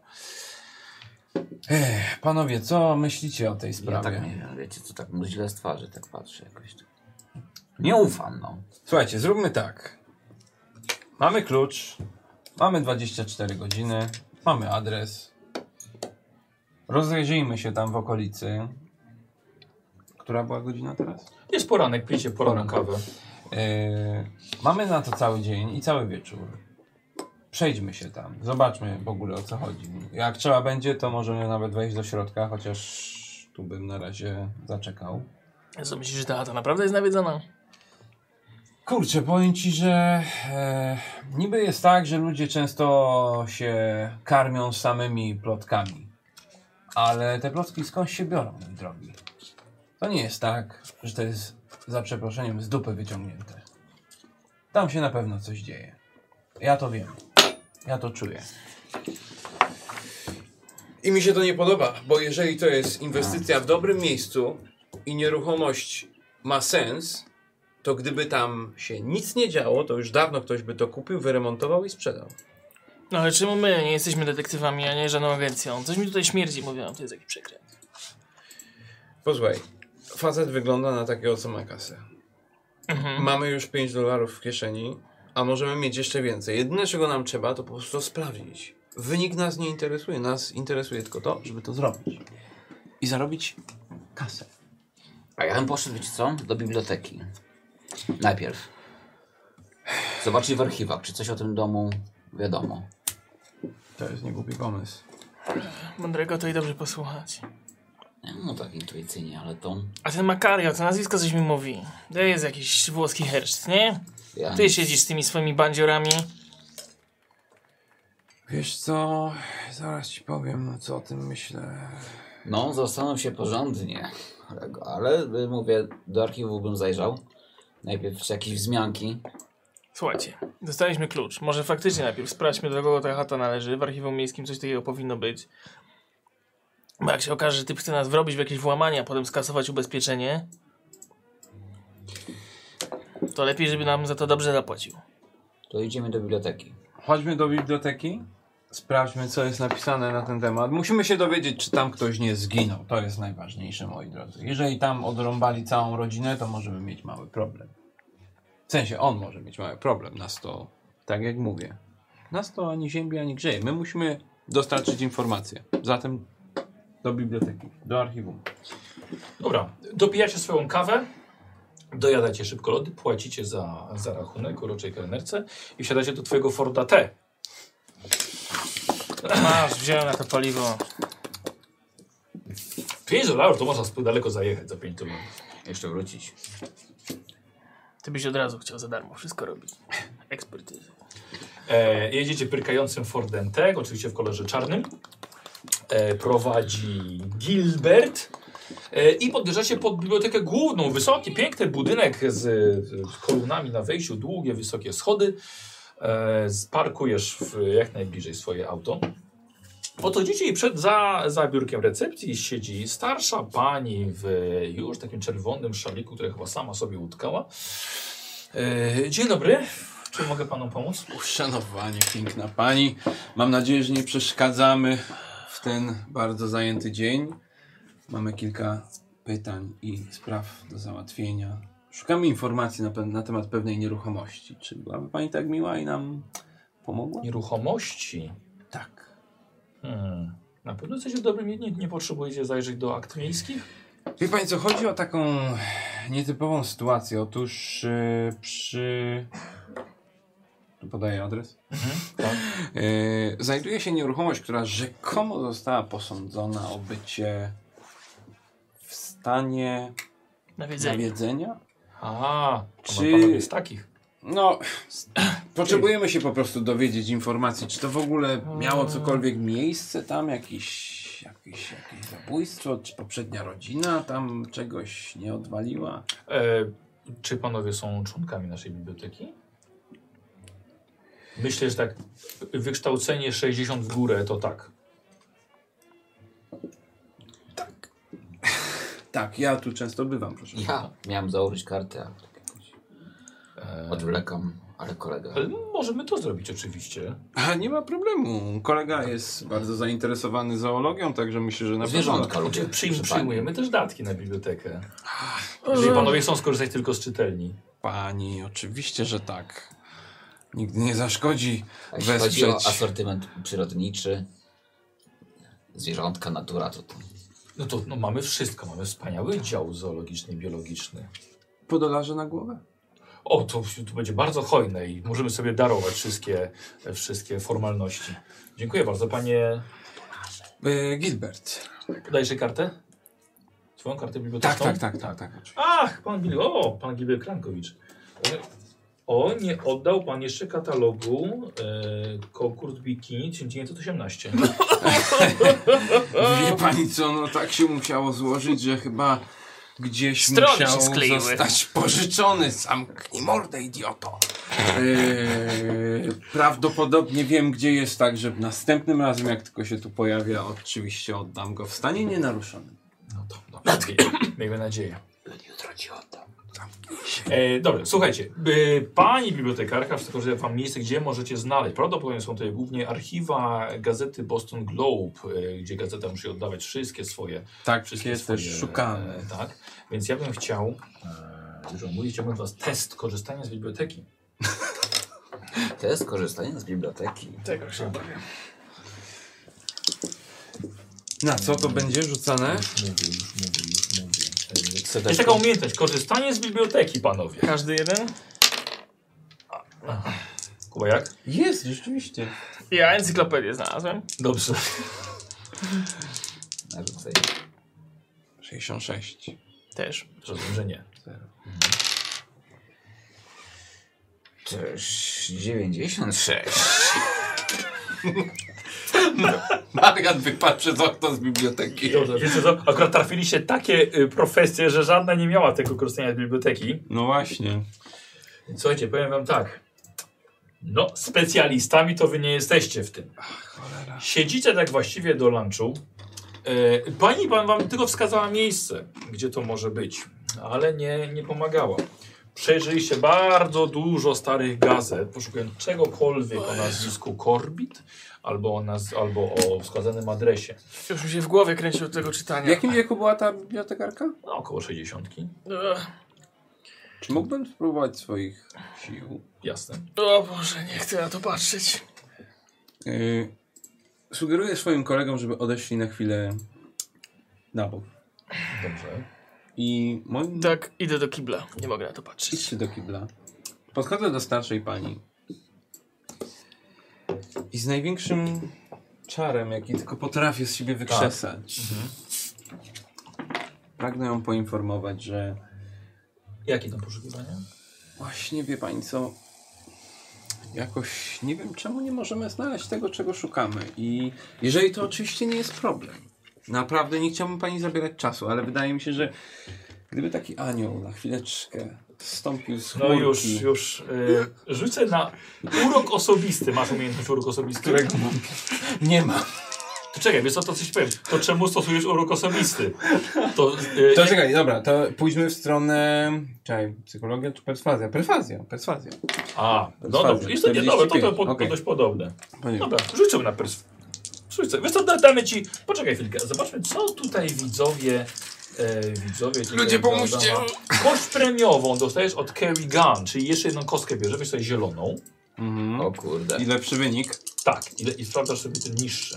Ech, panowie, co myślicie o tej
Ja
sprawie?
tak nie wiem, wiecie co, tak mu źle z twarzy, tak patrzę jakoś. Tak. Nie ufam, no.
Słuchajcie, zróbmy tak. Mamy klucz, mamy dwadzieścia cztery godziny, mamy adres. Rozejrzyjmy się tam w okolicy. Która była godzina teraz?
Jest poranek, pijcie poranną
Poranek.
kawę.
Yy, mamy na to cały dzień i cały wieczór. Przejdźmy się tam, zobaczmy w ogóle o co chodzi. Jak trzeba będzie, to możemy nawet wejść do środka, chociaż tu bym na razie zaczekał.
Co myślisz, że ta chata naprawdę jest nawiedzona?
Kurczę, powiem ci, że e, niby jest tak, że ludzie często się karmią samymi plotkami. Ale te plotki skądś się biorą, mój drogi. To nie jest tak, że to jest za przeproszeniem z dupy wyciągnięte. Tam się na pewno coś dzieje. Ja to wiem. Ja to czuję. I mi się to nie podoba, bo jeżeli to jest inwestycja w dobrym miejscu i nieruchomość ma sens, to gdyby tam się nic nie działo, to już dawno ktoś by to kupił, wyremontował i sprzedał.
No ale czemu my nie jesteśmy detektywami, a nie żadną agencją? Coś mi tutaj śmierdzi, mówią, to jest jakiś przekręt.
Posłuchaj, facet wygląda na takiego, co ma kasę.
Mhm.
Mamy już pięć dolarów w kieszeni, a możemy mieć jeszcze więcej. Jedyne, czego nam trzeba, to po prostu to sprawdzić. Wynik nas nie interesuje. Nas interesuje tylko to, żeby to zrobić. I zarobić kasę.
A ja bym poszedł, wiecie co? Do biblioteki. Najpierw. Zobaczyć w archiwach, czy coś o tym domu wiadomo.
To jest niegłupi pomysł.
Mądrego to i dobrze posłuchać.
No tak intuicyjnie, ale to...
A ten Makario, to nazwisko coś mi mówi. To jest jakiś włoski herszt, nie?
Ja
Ty
nic.
siedzisz z tymi swoimi bandziorami.
Wiesz co, zaraz ci powiem, no co o tym myślę.
No, zastanów się porządnie. Ale, ale mówię, do archiwum bym zajrzał. Najpierw czy jakieś wzmianki.
Słuchajcie, dostaliśmy klucz. Może faktycznie najpierw sprawdźmy, do kogo ta chata należy. W archiwum miejskim coś takiego powinno być. Bo jak się okaże, że typ chce nas wrobić w jakieś włamanie, a potem skasować ubezpieczenie, to lepiej, żeby nam za to dobrze zapłacił.
To idziemy do biblioteki.
Chodźmy do biblioteki, sprawdźmy, co jest napisane na ten temat. Musimy się dowiedzieć, czy tam ktoś nie zginął. To jest najważniejsze, moi drodzy. Jeżeli tam odrąbali całą rodzinę, to możemy mieć mały problem. W sensie, on może mieć mały problem. Nas to, tak jak mówię, nas to ani ziębi, ani grzeje. My musimy dostarczyć informacje. Zatem do biblioteki, do archiwum.
Dobra, dopijacie swoją kawę, dojadacie szybko lody, płacicie za, za rachunek uroczej kelnerce i wsiadacie do twojego Forda T.
Masz, wziąłem na to paliwo.
pięć dolarów to można spół daleko zajechać za pięć dolarów.
Jeszcze wrócić.
Ty byś od razu chciał za darmo wszystko robić. Ekspertyzy.
E, jedziecie pyrkającym Fordem T, oczywiście w kolorze czarnym. E, prowadzi Gilbert. E, I podjeżdżacie pod bibliotekę główną. Wysoki, piękny budynek z, z kolumnami na wejściu, długie, wysokie schody. E, parkujesz w, jak najbliżej swoje auto. Podchodzicie i przed, za, za biurkiem recepcji siedzi starsza pani w już takim czerwonym szaliku, które chyba sama sobie utkała. E, dzień dobry. Czy mogę panu pomóc?
Uszanowanie, piękna pani. Mam nadzieję, że nie przeszkadzamy w ten bardzo zajęty dzień. Mamy kilka pytań i spraw do załatwienia. Szukamy informacji na, pe- na temat pewnej nieruchomości. Czy byłaby pani tak miła i nam pomogła?
Nieruchomości.
Tak.
Hmm. Na pewno jesteście w dobrym miejscu. Nie, nie potrzebujecie zajrzeć do akt miejskich?
Wie pani co, chodzi o taką nietypową sytuację. Otóż yy, przy... Tu podaję adres.
Mhm, tak.
Yy, znajduje się nieruchomość, która rzekomo została posądzona o bycie w stanie
Nawiedzenie.
nawiedzenia.
A, to
Czy-
ma panowie z takich.
No, potrzebujemy się po prostu dowiedzieć informacji, czy to w ogóle miało cokolwiek miejsce tam, jakiś, jakiś, jakieś zabójstwo, czy poprzednia rodzina tam czegoś nie odwaliła.
E, czy panowie są członkami naszej biblioteki? Myślę, że tak wykształcenie sześćdziesiąt w górę to tak.
Tak, ja tu często bywam, proszę.
Ja miałem założyć kartę, a tak jakoś
E,
odwlekam, ale kolega...
ale możemy to zrobić oczywiście.
A nie ma problemu. Kolega jest bardzo zainteresowany zoologią, także myślę, że na
Zwierzątka
pewno...
lubię.
Znaczy, przyjm,
proszę
przyjmujemy też datki na bibliotekę. Jeżeli panowie chcą skorzystać tylko z czytelni.
Pani, oczywiście, że tak. Nigdy nie zaszkodzi
A jeśli chodzi o
wesprzeć.
asortyment przyrodniczy, zwierzątka, natura, to to...
No to no, mamy wszystko. Mamy wspaniały dział zoologiczny, biologiczny.
Po dolarze na głowę?
O, to, to będzie bardzo hojne i możemy sobie darować wszystkie, wszystkie formalności. Dziękuję bardzo, panie.
E, Gilbert.
Podajesz kartę? Twoją kartę
Tak,
biblioteczną?
tak, tak, tak, tak. oczywiście.
Ach, pan Gil... O, pan Gilbert Krankowicz. O, nie oddał pan jeszcze katalogu e, konkurs bikini tysiąc dziewięćset osiemnaście.
Wie pani co, no tak się musiało złożyć, że chyba gdzieś
Strony się
musiał
skleiły.
zostać pożyczony. Zamknij mordę, idioto. Eee, prawdopodobnie wiem, gdzie jest, tak, że następnym razem, jak tylko się tu pojawia, oczywiście oddam go w stanie nienaruszonym.
No to dobrze. Miejmy nadzieję.
Jutro ci oddam.
E, dobra, słuchajcie, e, pani bibliotekarka wskazuje wam miejsce, gdzie możecie znaleźć. Prawdopodobnie są to głównie archiwa gazety Boston Globe, e, gdzie gazeta musi oddawać wszystkie swoje...
Tak,
wszystkie
wszystkie też szukamy.
E, tak, więc ja bym chciał, e, już mówię, chciałbym od was test korzystania z biblioteki.
Test korzystania z biblioteki.
Tego się obawiam.
Na co to będzie rzucane?
Już mówię, już mówię, już mówię.
Chcę
Jest
też
taka umiejętność, korzystanie z biblioteki, panowie.
Każdy jeden?
Kuba, jak?
Jest, rzeczywiście.
Ja encyklopedię znalazłem.
Dobrze.
narzucaj.
sześćdziesiąt sześć.
Też.
Rozumiem, że nie.
Też dziewięćdziesiąt sześć.
Marian wypadł przez okno z biblioteki.
Dobrze, wiecie co? Akurat trafiliście takie y, profesje, że żadna nie miała tego korzystania z biblioteki.
No właśnie.
Słuchajcie, powiem wam tak. No, specjalistami to wy nie jesteście w tym.
Cholera.
Siedzicie tak właściwie do lunchu. E, pani pan wam tylko wskazała miejsce, gdzie to może być, ale nie, nie pomagała. Przejrzeliście bardzo dużo starych gazet, poszukując czegokolwiek o nazwisku Corbett albo o, naz albo o wskazanym adresie.
Już mi się w głowie kręci od tego czytania.
W jakim wieku była ta bibliotekarka?
No, około sześćdziesiątki.
Ech.
Czy mógłbym spróbować swoich sił?
Jasne.
O Boże, nie chcę na to patrzeć.
Yy, sugeruję swoim kolegom, żeby odeszli na chwilę na bok.
Dobrze.
I moim...
Tak, idę do kibla. Nie mogę na to patrzeć.
Idźcie do kibla. Podchodzę do starszej pani. I z największym czarem, jaki tylko potrafię z siebie wykrzesać, pragnę ją poinformować, że
Jakie tam poszukiwania?
właśnie, wie pani co, jakoś nie wiem czemu nie możemy znaleźć tego, czego szukamy. I jeżeli to oczywiście nie jest problem. Naprawdę nie chciałbym pani zabierać czasu, ale wydaje mi się, że gdyby taki anioł na chwileczkę zstąpił z
No
chmurki,
już, już. Yy, rzucę na urok osobisty. Masz umiejętność urok osobisty?
którego mam... Nie ma.
To czekaj, wiesz co, to coś powiem. To czemu stosujesz urok osobisty? To, yy,
To czekaj, dobra, to pójdźmy w stronę... Czekaj, psychologia czy perswazja? Perswazja, perswazja.
A, no
Perswazja,
dobrze. Jest to nie, dobra, to, to, to,
okej.
to dość podobne.
Panie,
Dobra, rzuć sobie na perswazję. Rzuć sobie. Wiesz co, da, damy ci... Poczekaj chwilkę, zobaczmy, co tutaj widzowie... E, widzowie... ci
Ludzie,
tutaj
pomóżcie!
dodała. Kość premiową dostajesz od Kerry Gun, czyli jeszcze jedną kostkę bierzesz, weź sobie zieloną.
Mhm.
O kurde.
I lepszy wynik.
Tak, i, i sprawdzasz sobie ten niższy.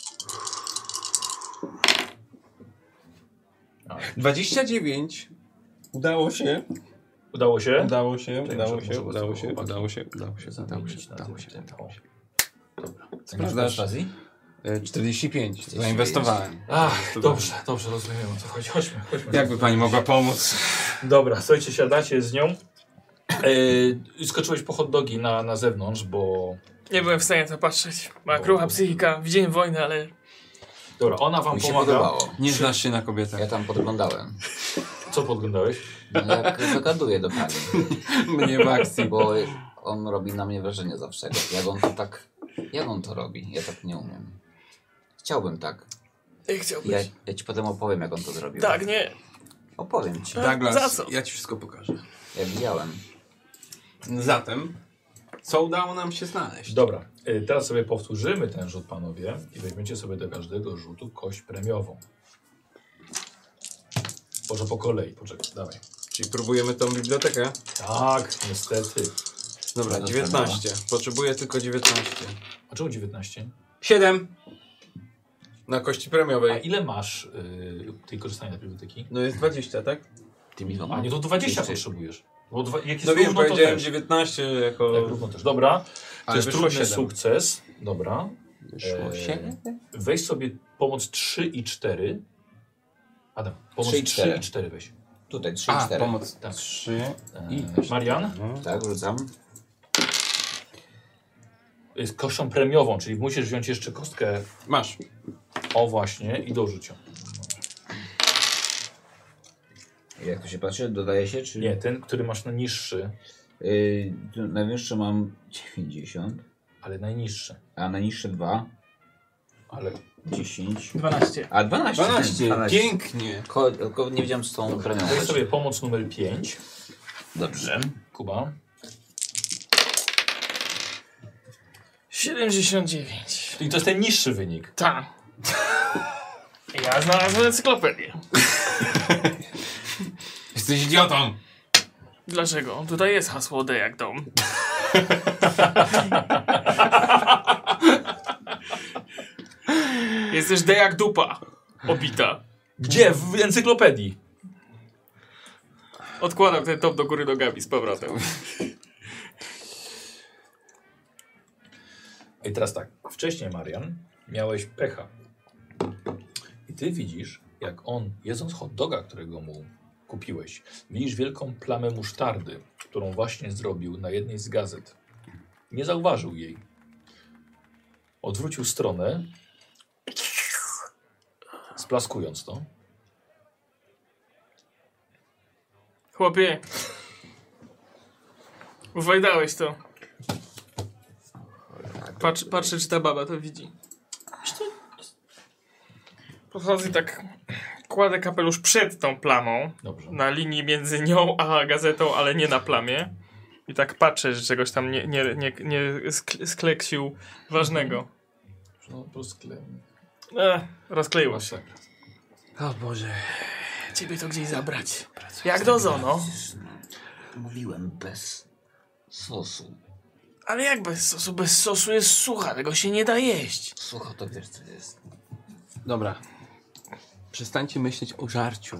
dwadzieścia dziewięć. Udało się.
Udało się?
Udało się,
Czekaj,
udało
muszę-
się,
muszę
udało
sobie
się,
chłopaki
udało się, udało się, udało się,
zamienić na
udało
tym,
się,
tym,
udało się.
Dobra.
Sprawdzasz?
Fantazji?
E, czterdzieści pięć.
czterdzieści
Zainwestowałem.
Ach,
Zainwestowałem.
dobrze, dobrze, rozumiemy o co chodzi. Chodźmy, chodźmy.
Jakby pani mogła pomóc?
Dobra, słuchajcie, siadacie z nią. Yy, skoczyłeś po hot dogi na, na zewnątrz, bo...
Nie byłem w stanie na to patrzeć. Moja krucha psychika. Widziałem wojnę, ale...
Dobra, ona wam
Mi się
pomaga.
podobało.
Nie znasz się na kobietach.
Ja tam podglądałem.
Co podglądałeś?
No, jak zagaduje do pani.
Mnie w akcji.
Bo on robi na mnie wrażenie zawsze. Jak on to tak... Jak on to robi? Ja tak nie umiem. Chciałbym tak.
Nie chciałbyś.
Ja, ja ci potem opowiem, jak on to zrobił.
Tak, nie.
Opowiem ci.
Za
Douglas,
co?
ja ci wszystko pokażę.
Ja widziałem.
Zatem, co udało nam się znaleźć?
Dobra, yy, teraz sobie powtórzymy ten rzut, panowie, i weźmiecie sobie do każdego rzutu kość premiową. Może po kolei, poczekaj, dawaj.
Czyli próbujemy tą bibliotekę?
Tak, niestety.
Dobra,
Dobra,
dziewiętnaście. Potrzebuję tylko dziewiętnaście.
A czemu dziewiętnaście?
siedem. Na kości
A
premiowej.
ile masz yy, tej korzystania z biblioteki?
No jest dwadzieścia, tak?
Ty mi
A nie, to dwadzieścia
Jeszcze-
potrzebujesz. Bo dwa, jak jest
No wiem,
równo, to
powiedziałem
też.
dziewiętnaście jako...
Jak równo też. Dobra, to
Ale
jest
wyszło
trudny
siedem.
sukces. Dobra.
Wyszło
Eee,
siedem?
Weź sobie pomoc trzy i cztery. Adam, pomoc
trzy i
trzy
cztery.
i cztery weź.
Tutaj trzy
A,
cztery.
pomoc
Tak.
trzy i...
Eee, Marian?
No.
Tak, rzucam.
Jest kością premiową, czyli musisz wziąć jeszcze kostkę.
Masz.
O właśnie, i dorzuć ją.
Jak to się patrzy? Dodaje się, czy...
Nie, ten, który masz na niższy,
Yy, tu najwyższe mam dziewięćdziesiąt,
ale najniższy.
a najniższe dwa.
Ale
dziesięć.
dwanaście.
A, dwanaście.
dwanaście.
dwanaście.
Pięknie.
Ko, ko, nie wiedziałem, co tą premią.
Weź sobie pomoc numer pięć.
Dobrze.
Kuba.
siedemdziesiąt dziewięć.
I to jest ten niższy wynik.
Tak. Ja znalazłem encyklopedię.
Jesteś idiotą.
Dlaczego? Tutaj jest hasło D jak dom. Jest też D jak dupa. Obita.
Gdzie? W encyklopedii.
Odkładam ten top do góry nogami z powrotem.
I teraz tak. Wcześniej, Marian, miałeś pecha. I ty widzisz, jak on, jedząc hot doga, którego mu kupiłeś, widzisz wielką plamę musztardy, którą właśnie zrobił na jednej z gazet. Nie zauważył jej. Odwrócił stronę, splaskując to.
Chłopie. Uwajdałeś to. Patrz, patrzę, czy ta baba to widzi. Podchodzę i tak kładę kapelusz przed tą plamą.
Dobrze.
Na linii między nią a gazetą, ale nie na plamie. I tak patrzę, że czegoś tam nie, nie, nie, nie skle- skleksił ważnego.
No, po prostu klej.
Ech, rozkleiło się.
O Boże.
Ciebie to gdzieś zabrać. Jak do zono.
Mówiłem bez sosu.
Ale jak bez sosu? Bez sosu jest sucha, tego się nie da jeść.
Słucha, to wiesz, co jest.
Dobra. Przestańcie myśleć o żarciu.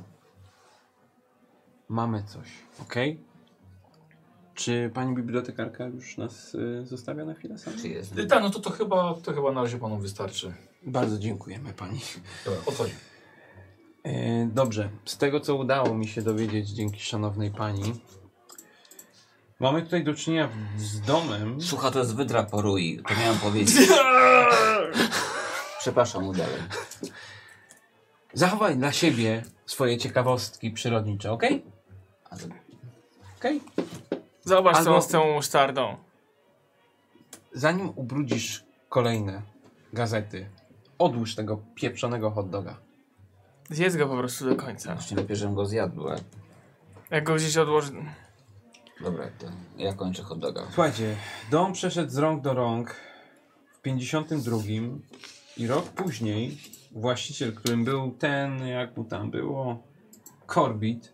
Mamy coś, okej? Czy pani bibliotekarka już nas y, zostawia na chwilę samą?
Czy jest?
Tak, no to, to, chyba, to chyba na razie panu wystarczy.
Bardzo dziękujemy pani.
Dobra, odchodzi.
E, dobrze, z tego co udało mi się dowiedzieć dzięki szanownej pani, mamy tutaj do czynienia z domem.
Słucha, to jest wydra po rui. To miałem powiedzieć. Przepraszam, dalej.
Zachowaj dla siebie swoje ciekawostki przyrodnicze, okej?
Ale
Okej?
Zobacz, co
Albo-
on z tą musztardą.
Zanim ubrudzisz kolejne gazety, odłóż tego pieprzonego hot doga.
Zjedz go po prostu do końca.
właśnie lepiej, żebym go zjadł. ale-
Jak go gdzieś odłoży...
Dobra, to ja kończę hot doga.
Słuchajcie, dom przeszedł z rąk do rąk w pięćdziesiątym drugim i rok później właściciel, którym był ten, jak mu tam było, Corbett,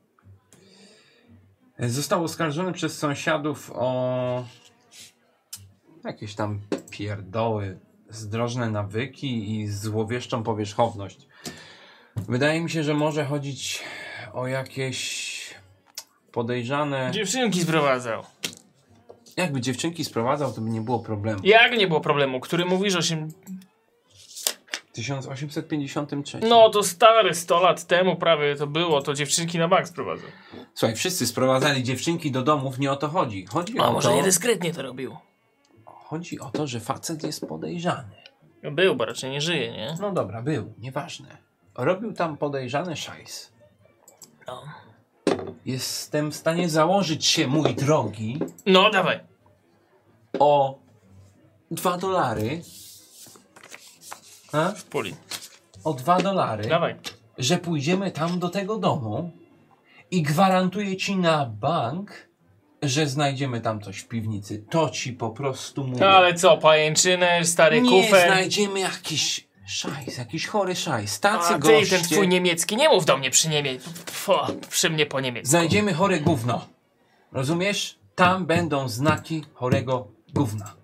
został oskarżony przez sąsiadów o jakieś tam pierdoły, zdrożne nawyki i złowieszczą powierzchowność. Wydaje mi się, że może chodzić o jakieś podejrzane...
Dziewczynki sprowadzał.
Jakby dziewczynki sprowadzał, to by nie było problemu.
Jak nie było problemu? Który mówisz o się...
tysiąc osiemset pięćdziesiątym trzecim.
No to stare, sto lat temu prawie to było, to dziewczynki na bank sprowadzał.
Słuchaj, wszyscy sprowadzali dziewczynki do domów, nie o to chodzi. Chodzi
A
o
może
to,
niedyskretnie to robił?
chodzi o to, że facet jest podejrzany.
Był, bo raczej nie żyje, nie?
No dobra, był, nieważne. Robił tam podejrzany szajs.
No.
Jestem w stanie założyć się, mój drogi,
No, dawaj.
o dwa dolary. A?
W puli.
O dwa dolary.
Dawaj.
Że pójdziemy tam do tego domu i gwarantuję ci na bank, że znajdziemy tam coś w piwnicy. To ci po prostu mówię.
No ale co, pajęczynę, stary
Nie
kufer?
znajdziemy jakiś szajs, jakiś chory szajs. Tacy
A ty
goście.
ten twój niemiecki, nie mów do mnie przy niemie... Pfu, przy mnie po niemiecku.
Znajdziemy chore gówno. Rozumiesz? Tam będą znaki chorego gówna.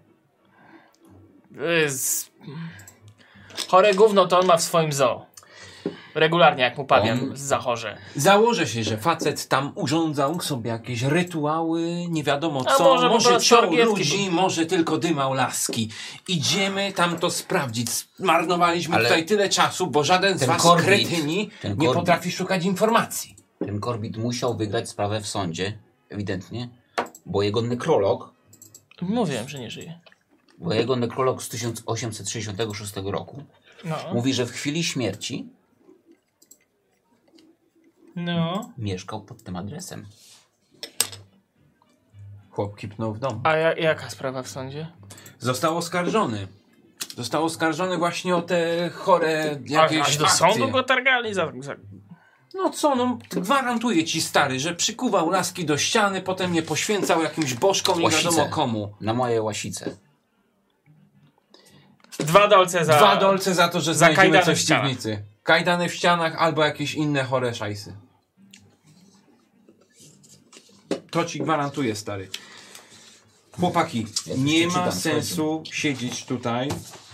Z... Chore gówno to on ma w swoim zoo. Regularnie, jak mu pawian
On-
zachorze.
Założę się, że facet tam urządzał sobie jakieś rytuały, nie wiadomo
A
co.
może po
może
prostu
ciął
orgielki
ludzi, może tylko dymał laski. Idziemy tam to sprawdzić. Zmarnowaliśmy
Ale
tutaj tyle czasu, bo żaden z
ten
was
Corbett-
kretyni
ten
nie
Corbett-
potrafi szukać informacji.
Ten Corbett musiał wygrać sprawę w sądzie, ewidentnie, bo jego nekrolog,
Mówiłem, że nie żyje.
bo jego nekrolog z tysiąc osiemset sześćdziesiątego szóstego roku
No.
mówi, że w chwili śmierci
No.
mieszkał pod tym adresem.
Chłop kipnął w dom.
A ja, jaka sprawa w sądzie?
Został oskarżony. Został oskarżony właśnie o te chore jakieś
Aż do
akcje.
sądu go targali za... za...
No co, no gwarantuję ci, stary, że przykuwał laski do ściany, potem je poświęcał jakimś bożkom nie wiadomo komu.
Na moje łasice.
Dwa dolce za...
Dwa dolce za to, że
za
znajdziemy
kajdany
coś
w
w
ścianach.
piwnicy. Kajdany w ścianach albo jakieś inne chore szajsy. To ci gwarantuję, stary. Chłopaki,
Ja
nie ma
czytam,
sensu siedzieć tutaj.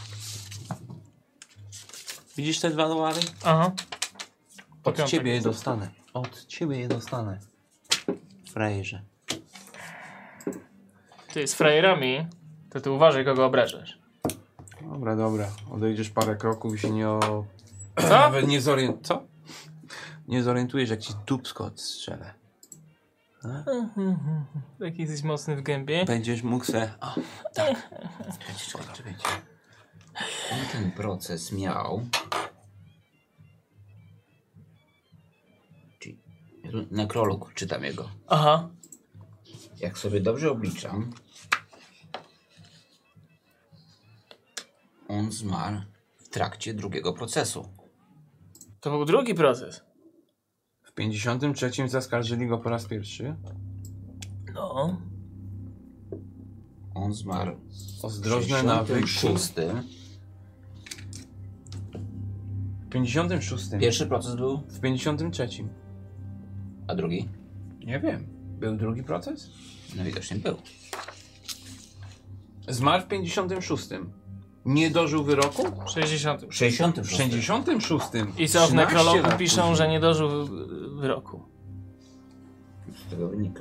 Widzisz te dwa dolary?
Aha.
Od
piątek.
ciebie je dostanę. Od ciebie je dostanę. Frajerze.
Ty z frajerami, to ty uważaj, kogo obrażasz.
Dobra, dobra. Odejdziesz parę kroków i się nie o...
Co?
Nawet nie zorient... Co? Nie zorientujesz, jak ci dupsko odstrzelę.
Jaki jesteś mocny w gębie.
Będziesz mógł se... O, tak.
Czekaj, czekajcie. On ten proces miał... Czyli nekrolog, czytam jego.
Aha.
Jak sobie dobrze obliczam, on zmarł w trakcie drugiego procesu.
To był drugi proces.
W pięćdziesiątym trzecim zaskarżyli go po raz pierwszy.
No.
On zmarł
O
w
zdrożne nawyki.
szóstym.
W pięćdziesiątym szóstym.
Pierwszy proces był,
W pięćdziesiątym trzecim.
a drugi?
Nie wiem. Był drugi proces?
No widocznie był.
Zmarł w pięćdziesiątym szóstym. Nie dożył wyroku?
sześćdziesiątym.
W sześćdziesiątym
W
szóstym.
sześćdziesiątym szóstym.
I co w
trzynaście
nekrologu
lat
piszą,
później.
że nie dożył wy- wyroku.
Z tego wynika.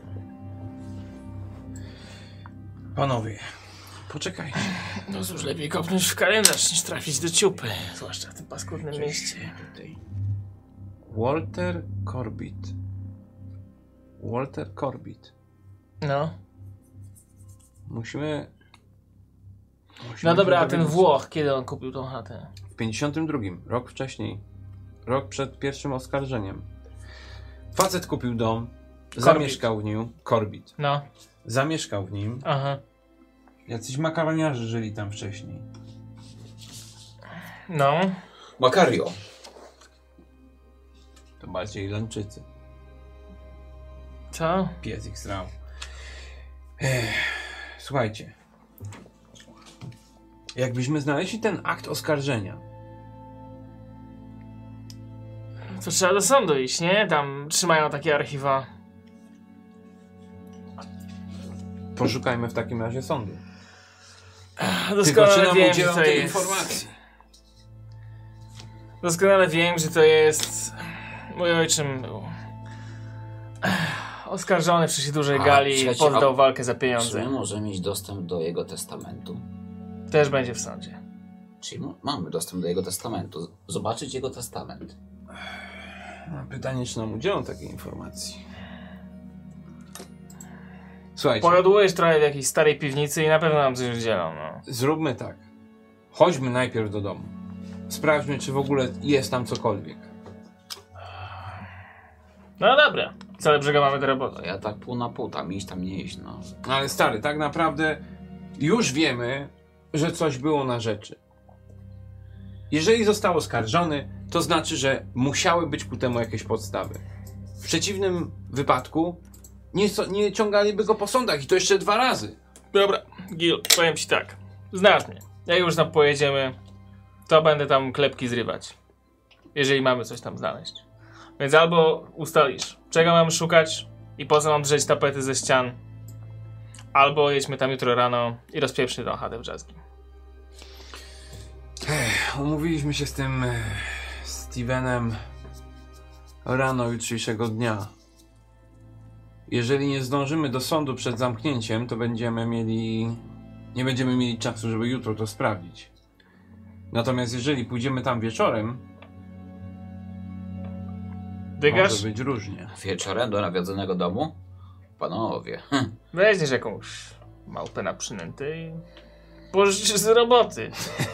Panowie, poczekajcie.
No cóż, lepiej kopnąć w kalendarz niż trafić do ciupy. Zwłaszcza w tym paskudnym mieście.
Tutaj.
Walter Corbett. Walter Corbett.
No.
Musimy... musimy
No dobra,
się
a ten
dowiedzieć.
Włoch, kiedy on kupił tą chatę?
W pięćdziesiątym drugim, rok wcześniej. Rok przed pierwszym oskarżeniem. Facet kupił dom, zamieszkał w nim. Corbett.
No.
Zamieszkał w nim.
Aha.
Jacyś makaroniarze żyli tam wcześniej.
No.
Makario.
To bardziej Irlandczycy.
Co?
Pies ich srał. Ech, słuchajcie. Jakbyśmy znaleźli ten akt oskarżenia,
To trzeba do sądu iść, nie? Tam trzymają takie archiwa.
poszukajmy w takim razie sądu. Tylko czy
Doskonale
nam
wiem, że
udzielą
to
tej
jest...
informacji?
Doskonale wiem, że to jest... Mój ojczym był... oskarżony przy dużej
A,
gali i
słuchajcie,
poddał
a-
walkę za
Czy my
pieniądze.
możemy mieć dostęp do jego testamentu?
Też będzie w sądzie.
Czyli m- mamy dostęp do jego testamentu. Z- Zobaczyć jego testament.
No, pytanie, czy nam udzielą takiej informacji. Słuchajcie,
Pojodłujesz trochę w jakiejś starej piwnicy i na pewno nam coś udzielą, no.
zróbmy tak. Chodźmy najpierw do domu. Sprawdźmy, czy w ogóle jest tam cokolwiek.
No dobra. Co lepszego mamy do roboty.
To ja tak pół na pół, tam iść, tam nie iść, no.
No ale stary, tak naprawdę już wiemy, że coś było na rzeczy. Jeżeli został oskarżony, to znaczy, że musiały być ku temu jakieś podstawy. W przeciwnym wypadku nie, so- nie ciągaliby go po sądach i to jeszcze dwa razy.
Dobra, Gil, powiem ci tak. Znasz mnie. Jak już tam pojedziemy, to będę tam klepki zrywać. Jeżeli mamy coś tam znaleźć. Więc albo ustalisz, czego mam szukać i po co mam drzeć tapety ze ścian, albo jedźmy tam jutro rano i rozpieprzmy tą chatę w Drzazgi.
Umówiliśmy się z tym e, Stevenem rano jutrzejszego dnia. Jeżeli nie zdążymy do sądu przed zamknięciem, to będziemy mieli... nie będziemy mieli czasu, żeby jutro to sprawdzić. Natomiast jeżeli pójdziemy tam wieczorem,
Dygasz?
może być różnie.
Wieczorem do nawiedzonego domu? Panowie. Hm.
Weźmiesz jakąś małpę na przynęty i pożyczysz z roboty.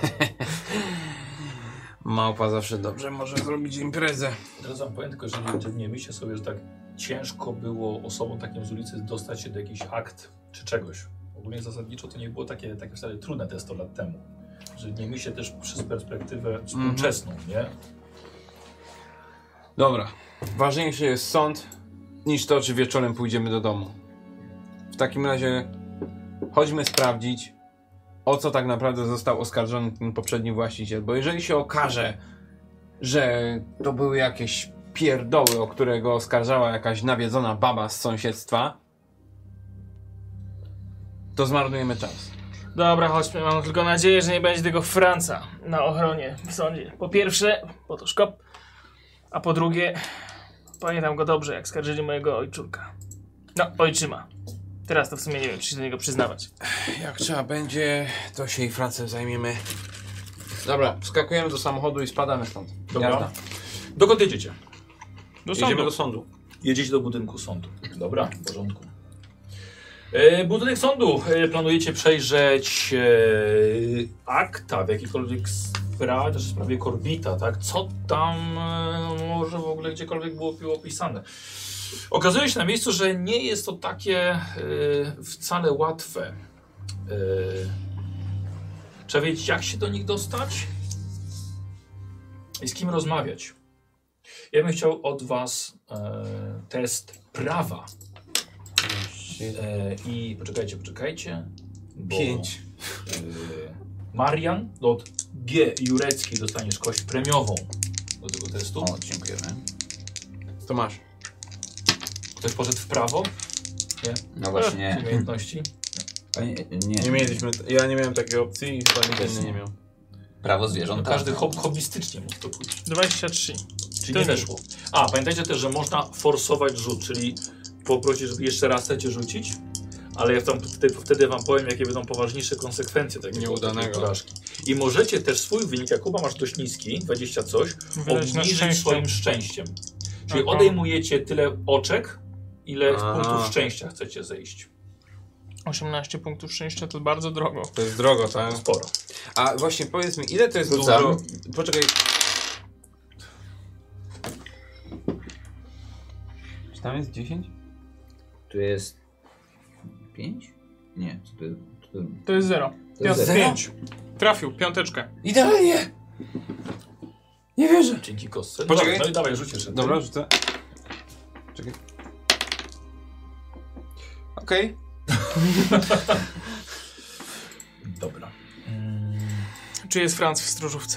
Małpa zawsze dobrze może zrobić imprezę.
Teraz wam powiem tylko, że nie, nie myślcie sobie, że tak ciężko było osobom takim z ulicy dostać się do jakichś akt czy czegoś. Ogólnie zasadniczo to nie było takie, takie wcale trudne te sto lat temu. że nie myślę też przez perspektywę współczesną, nie?
Dobra. Ważniejszy jest sąd niż to, czy wieczorem pójdziemy do domu. W takim razie chodźmy sprawdzić, o co tak naprawdę został oskarżony ten poprzedni właściciel. Bo jeżeli się okaże, że to były jakieś pierdoły, o które go oskarżała jakaś nawiedzona baba z sąsiedztwa, to zmarnujemy czas.
Dobra, chodźmy. Mam tylko nadzieję, że nie będzie tego Franca na ochronie w sądzie. Po pierwsze, bo to szkop, a po drugie, pamiętam go dobrze, jak skarżyli mojego ojczulka. No, ojczyma. Teraz to w sumie nie wiem, czy się do niego przyznawać.
Jak trzeba będzie, to się i Francem zajmiemy. Dobra, wskakujemy do samochodu i spadamy stąd.
Dobra.
Jazda.
Dokąd jedziecie?
Do
Jedziemy
sądu.
do sądu.
Jedziecie do budynku sądu. Dobra, w porządku. E, budynek sądu. E, planujecie przejrzeć e, akta w jakiejkolwiek sprawie, też w sprawie Korbita, tak? Co tam e, może w ogóle gdziekolwiek było, było opisane. Okazuje się na miejscu, że nie jest to takie e, wcale łatwe. E, trzeba wiedzieć, jak się do nich dostać i z kim rozmawiać. Ja bym chciał od was e, test prawa. E, I poczekajcie, poczekajcie. Bo,
Pięć.
E, Marian od G. Jureckiej dostaniesz kość premiową do tego testu.
O, dziękujemy.
To masz.
Ktoś poszedł w prawo? Nie?
No właśnie.
Czy umiejętności?
A nie, nie.
Nie mieliśmy, ja nie miałem takiej opcji i chyba nikt
Też
inny
nie.
nie miał.
Prawo
No,
zwierząt.
każdy
tak.
hob hobbystycznie mógł to pójść.
dwadzieścia trzy.
Czyli
To
nie
nie.
weszło. A, pamiętajcie też, że można forsować rzut, czyli poprosić, żeby jeszcze raz chcecie rzucić, ale ja tam wtedy, wtedy wam powiem, jakie będą poważniejsze konsekwencje takiego
Nieudanego.
takiej porażki. I możecie też swój wynik, jak Kuba masz dość niski, dwadzieścia coś,
Wydać na
obniżyć
szczęście.
swoim szczęściem. Czyli
Aha.
odejmujecie tyle oczek, ile
Aha.
punktów szczęścia chcecie zejść.
osiemnaście punktów szczęścia to bardzo drogo.
To jest drogo, tak?
Sporo.
A właśnie powiedz mi, ile to jest
Rzucam.
dużo... Poczekaj. Czy tam jest dziesięć?
Tu jest pięć? Nie, co to, to,
To jest zero.
to jest
Piąt-
zero.
pięć. Trafił, piąteczkę.
Idealnie! Nie wierzę.
Dzięki kostce.
Poczekaj.
No, no i dawaj, rzuć jeszcze.
Dobra, rzucę. Czekaj. Okej.
Dobra. Mm.
Czy jest Franc w stróżówce?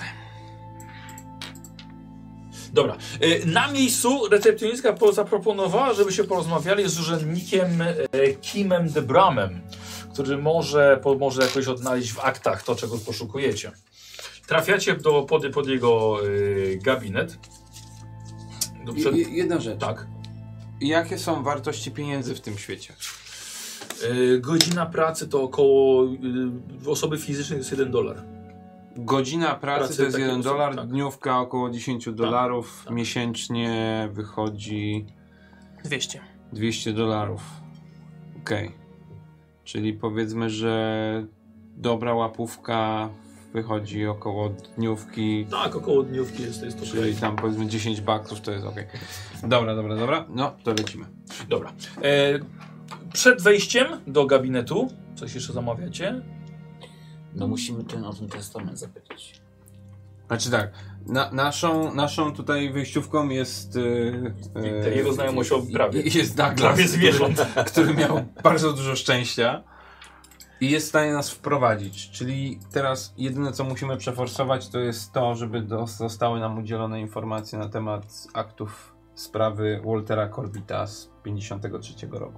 Dobra. Y, Na miejscu recepcjonistka po- zaproponowała, żeby się porozmawiali z urzędnikiem e, Kimem de Bramem, który może, po, może jakoś odnaleźć w aktach to, czego poszukujecie. Trafiacie do, pod, pod jego y, gabinet. Do przed...
Je- Jedna rzecz.
Tak.
Jakie są wartości pieniędzy w tym świecie?
Y, godzina pracy to około y, osoby fizycznej jest jeden dolar.
Godzina pracy,
Pracy
to jest
takiej
jeden
osoby,
dolar,
tak.
dniówka około dziesięć dolarów,
tak.
miesięcznie wychodzi
dwieście.
dwieście dolarów. Okej. Czyli powiedzmy, że dobra łapówka wychodzi około dniówki,
Tak, około dniówki jest, jest to
czyli tam powiedzmy dziesięć baksów to jest okej. Dobra, dobra, dobra. No, to lecimy.
Dobra. E, przed wejściem do gabinetu, coś jeszcze zamawiacie?
No musimy ten o ten testament zapytać.
Znaczy tak, na, naszą, naszą tutaj wyjściówką jest... Yy,
I te jego znajomość o prawie.
Jest Douglas,
Prawie zwierząt.
Który, który miał bardzo dużo szczęścia i jest w stanie nas wprowadzić. Czyli teraz jedyne co musimy przeforsować to jest to, żeby do, zostały nam udzielone informacje na temat aktów sprawy Waltera Corbita z pięćdziesiątego trzeciego roku.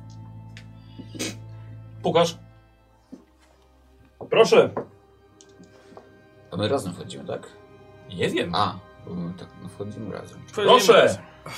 Pukasz. Proszę.
To my razem wchodzimy, tak?
Nie wiem.
A, bo my tak no wchodzimy razem.
Proszę.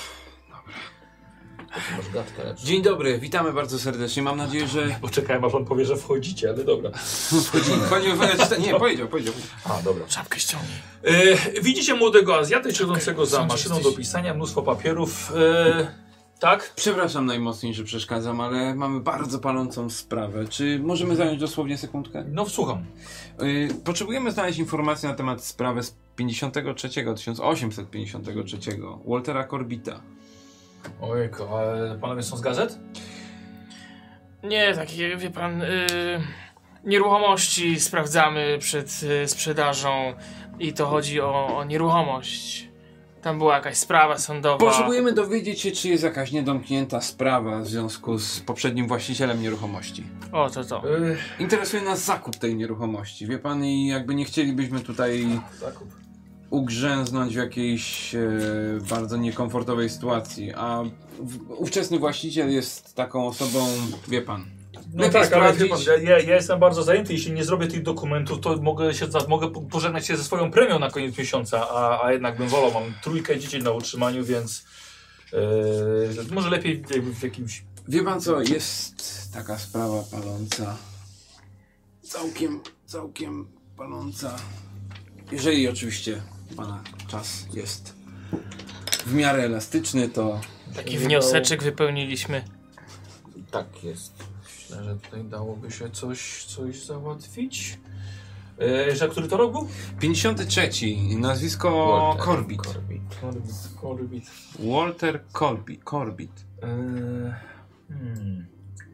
To masz gadkę lepszą.
Dzień dobry, witamy bardzo serdecznie. Mam nadzieję, że...
Poczekaj, aż on powie, że wchodzicie, ale dobra.
Wchodzimy. Panie, nie, powiedział, powiedział.
A, dobra.
Czapkę ściągnij.
E, widzicie młodego Azjatę siedzącego za
Sądzę,
maszyną
jesteś-
do pisania, mnóstwo papierów. E, tak?
Przepraszam najmocniej, że przeszkadzam, ale mamy bardzo palącą sprawę. Czy możemy zająć dosłownie sekundkę?
No, słucham.
Yy, potrzebujemy znaleźć informacje na temat sprawy z pięćdziesiątego trzeciego, tysiąc osiemset pięćdziesiątego trzeciego, Waltera Corbita.
Ojku, ale panowie są z gazet?
Nie, takie, wie pan, yy, Nieruchomości sprawdzamy przed y, sprzedażą i to chodzi o, o nieruchomość. Tam była jakaś sprawa sądowa.
Potrzebujemy dowiedzieć się, czy jest jakaś niedomknięta sprawa w związku z poprzednim właścicielem nieruchomości.
O, to to.
Yy,
Interesuje nas zakup tej nieruchomości, wie pan, i jakby nie chcielibyśmy tutaj
zakup.
ugrzęznąć w jakiejś e, bardzo niekomfortowej sytuacji, a w, ówczesny właściciel jest taką osobą, wie pan.
No
Lepiej
tak, ale wie pan,
sprawdzić-
ja, ja jestem bardzo zajęty. Jeśli nie zrobię tych dokumentów, to mogę się za- mogę po- pożegnać się ze swoją premią na koniec miesiąca, a, a jednak bym wolał. Mam trójkę dzieci na utrzymaniu, więc yy, może lepiej w, w jakimś...
Wie pan co, jest taka sprawa paląca, całkiem, całkiem paląca, jeżeli oczywiście pana czas jest w miarę elastyczny, to
Taki wnioseczek wypełniliśmy.
Tak jest.
Myślę, że tutaj dałoby się coś, coś załatwić. Yy, jeszcze który to rok był?
pięćdziesiąty trzeci, nazwisko
Walter
Corbett.
Corbett.
Corbett. Corbett.
Walter Corbett. Corbett.
Yy, hmm.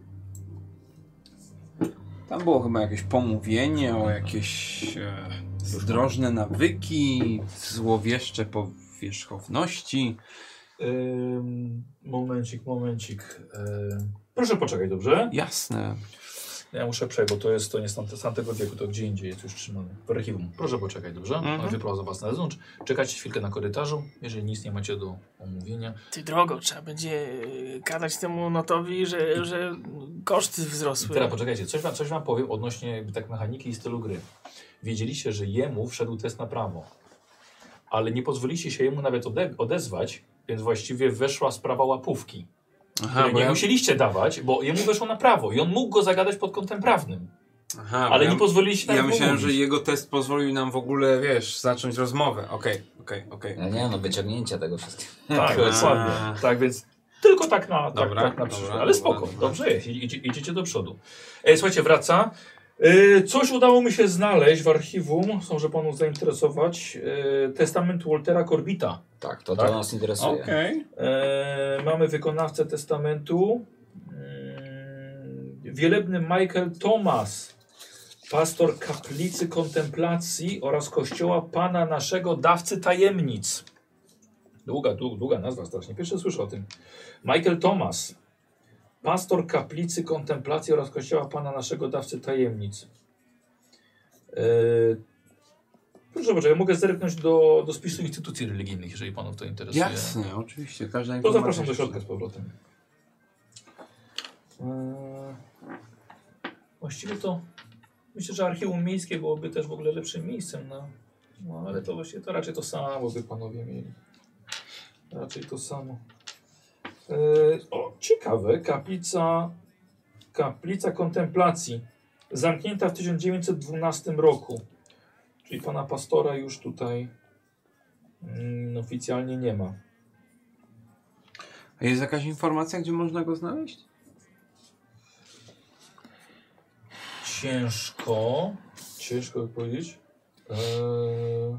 Tam było chyba jakieś pomówienie o jakieś e, zdrożne nawyki, złowieszcze powierzchowności.
Ym, momencik, momencik. Ym, proszę poczekać, dobrze?
Jasne.
Ja muszę przejść, bo to jest to nie z tamte- z tamtego wieku, to gdzie indziej jest już trzymane. W archiwum. Proszę poczekać, dobrze?
Mhm.
Wyprowadzę was na zewnątrz. Czekajcie chwilkę na korytarzu, jeżeli nic nie macie do omówienia.
Ty drogo, trzeba będzie y, gadać temu notowi, że, że koszty
I
wzrosły.
teraz poczekajcie, coś wam, coś wam powiem odnośnie jakby tak mechaniki i stylu gry. Wiedzieliście, że jemu wszedł test na prawo, ale nie pozwoliliście się jemu nawet ode odezwać, więc właściwie weszła sprawa łapówki.
Aha,
której
bo
nie
ja...
musieliście dawać, bo jemu weszło na prawo i on mógł go zagadać pod kątem prawnym.
Aha, bo
Ale
ja...
nie pozwoliliście
Ja
nam
myślałem, że
mówić.
jego test pozwolił nam w ogóle, wiesz, zacząć rozmowę. Okej, okej, okej.
No nie, no wyciągnięcia tego wszystkiego.
Tak,
A.
dokładnie. Tak, więc tylko tak na, tak,
Dobra,
tak na
dobra,
przyszłość.
dobra,
Ale spoko,
dobra.
dobrze jest, idzie, idziecie do przodu. E, słuchajcie, wraca. E, coś udało mi się znaleźć w archiwum, może panu zainteresować. E, testament Waltera Corbetta.
Tak, to,
Tak?
to nas interesuje.
Okej.
E, mamy wykonawcę testamentu. E, wielebny Michael Thomas, pastor kaplicy kontemplacji oraz kościoła Pana naszego dawcy tajemnic. Długa, długa, długa nazwa strasznie. Pierwszy słyszę o tym. Michael Thomas, pastor kaplicy kontemplacji oraz kościoła Pana naszego dawcy tajemnic. E, proszę poczekaj, mogę zerknąć do, do spisu instytucji religijnych, jeżeli Panów to interesuje.
Jasne, oczywiście. Każda
To
informacja
zapraszam do
się
środka z powrotem. Eee, właściwie to myślę, że archiwum miejskie byłoby też w ogóle lepszym miejscem na... No ale to właściwie to raczej to samo by panowie mieli. Raczej to samo. Eee, o, ciekawe, kaplica... Kaplica kontemplacji. Zamknięta w tysiąc dziewięćset dwunastym roku. Czyli pana pastora już tutaj mm, oficjalnie nie ma.
A jest jakaś informacja, gdzie można go znaleźć?
Ciężko. Ciężko powiedzieć. Eee...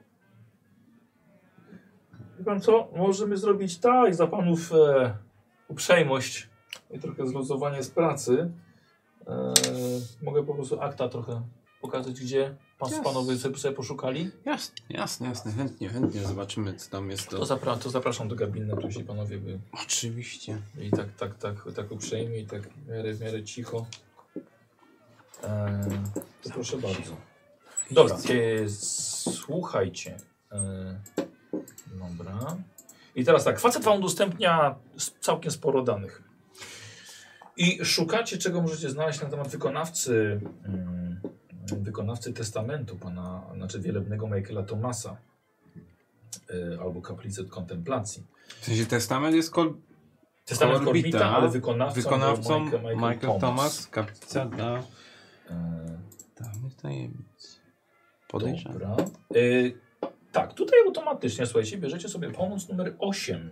Wie pan co? Możemy zrobić tak, za panów e, uprzejmość i trochę zluzowanie z pracy. Eee... Mogę po prostu akta trochę pokazać, gdzie pan,
Yes.
panowie sobie, sobie poszukali.
Jasne, jasne, jasne. Chętnie, chętnie zobaczymy, co tam jest.
To,
Do...
zapra to zapraszam do gabinetu, jeśli panowie by
Oczywiście.
byli tak, tak, tak, tak uprzejmi i tak w miarę, w miarę cicho. Eee, to proszę bardzo. Dobra, e, słuchajcie. E, dobra. I teraz tak, facet wam udostępnia s- całkiem sporo danych. I szukacie, czego możecie znaleźć na temat wykonawcy, mm, wykonawcy testamentu pana, znaczy wielebnego Michaela Thomasa, e, albo kaplicy kontemplacji.
W sensie testament jest kol...
Testament
Corbetta,
Corbetta, ale wykonawcą,
wykonawcą
był Michael, Michael,
Michael
Thomas.
Thomas, kaplica dla
E,
dawnych tajemnic. Podejrzewam.
Dobra. Y, tak, tutaj automatycznie, słuchajcie, bierzecie sobie pomoc numer osiem.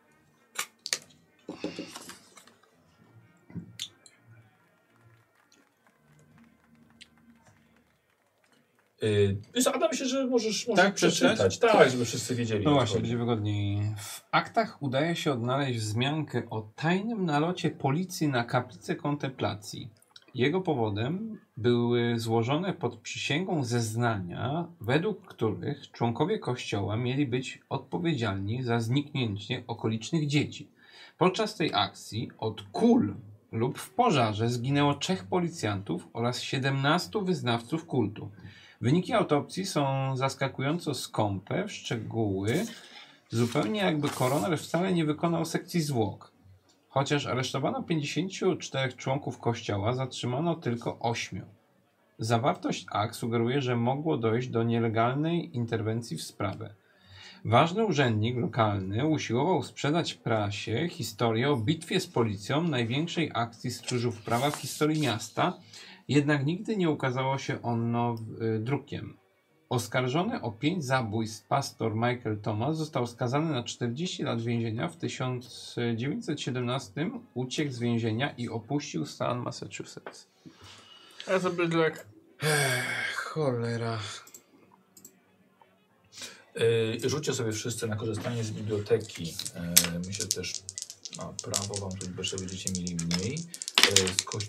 Yy, Adam, myślę, że możesz, możesz
Tak,
przeczytać. Tak, żeby wszyscy wiedzieli.
No
o co
właśnie,
chodzi.
będzie wygodniej. W aktach udaje się odnaleźć wzmiankę o tajnym nalocie policji na kaplicę kontemplacji. Jego powodem były złożone pod przysięgą zeznania, według których członkowie kościoła mieli być odpowiedzialni za zniknięcie okolicznych dzieci. Podczas tej akcji od kul lub w pożarze zginęło trzech policjantów oraz siedemnastu wyznawców kultu. Wyniki autopsji są zaskakująco skąpe w szczegóły, zupełnie jakby koroner wcale nie wykonał sekcji zwłok. Chociaż aresztowano pięćdziesięciu czterech członków kościoła, zatrzymano tylko ośmiu. Zawartość akt sugeruje, że mogło dojść do nielegalnej interwencji w sprawę. Ważny urzędnik lokalny usiłował sprzedać prasie historię o bitwie z policją, największej akcji stróżów prawa w historii miasta, jednak nigdy nie ukazało się ono y, drukiem. Oskarżony o pięć zabójstw pastor Michael Thomas został skazany na czterdzieści lat więzienia. W tysiąc dziewięćset siedemnastym uciekł z więzienia i opuścił stan Massachusetts.
A to bydlak.
Cholera.
Yy, rzućcie sobie wszyscy na korzystanie z biblioteki. Yy, myślę też ma prawo wam, żeby jeszcze będziecie mieli mniej. Yy, z koś...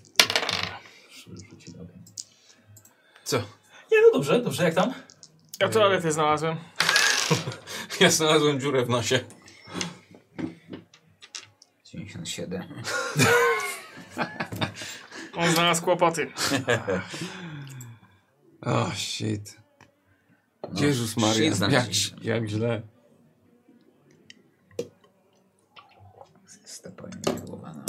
Co?
Nie, no dobrze, dobrze, jak tam?
Ja toaletę znalazłem.
Ja znalazłem dziurę w nosie.
dziewięćdziesiąt siedem.
On znalazł kłopoty.
O, oh, shit.
No,
Jezus Maria,
shit
jak,
znaleźliśmy.
jak źle.
Stepaniułowana.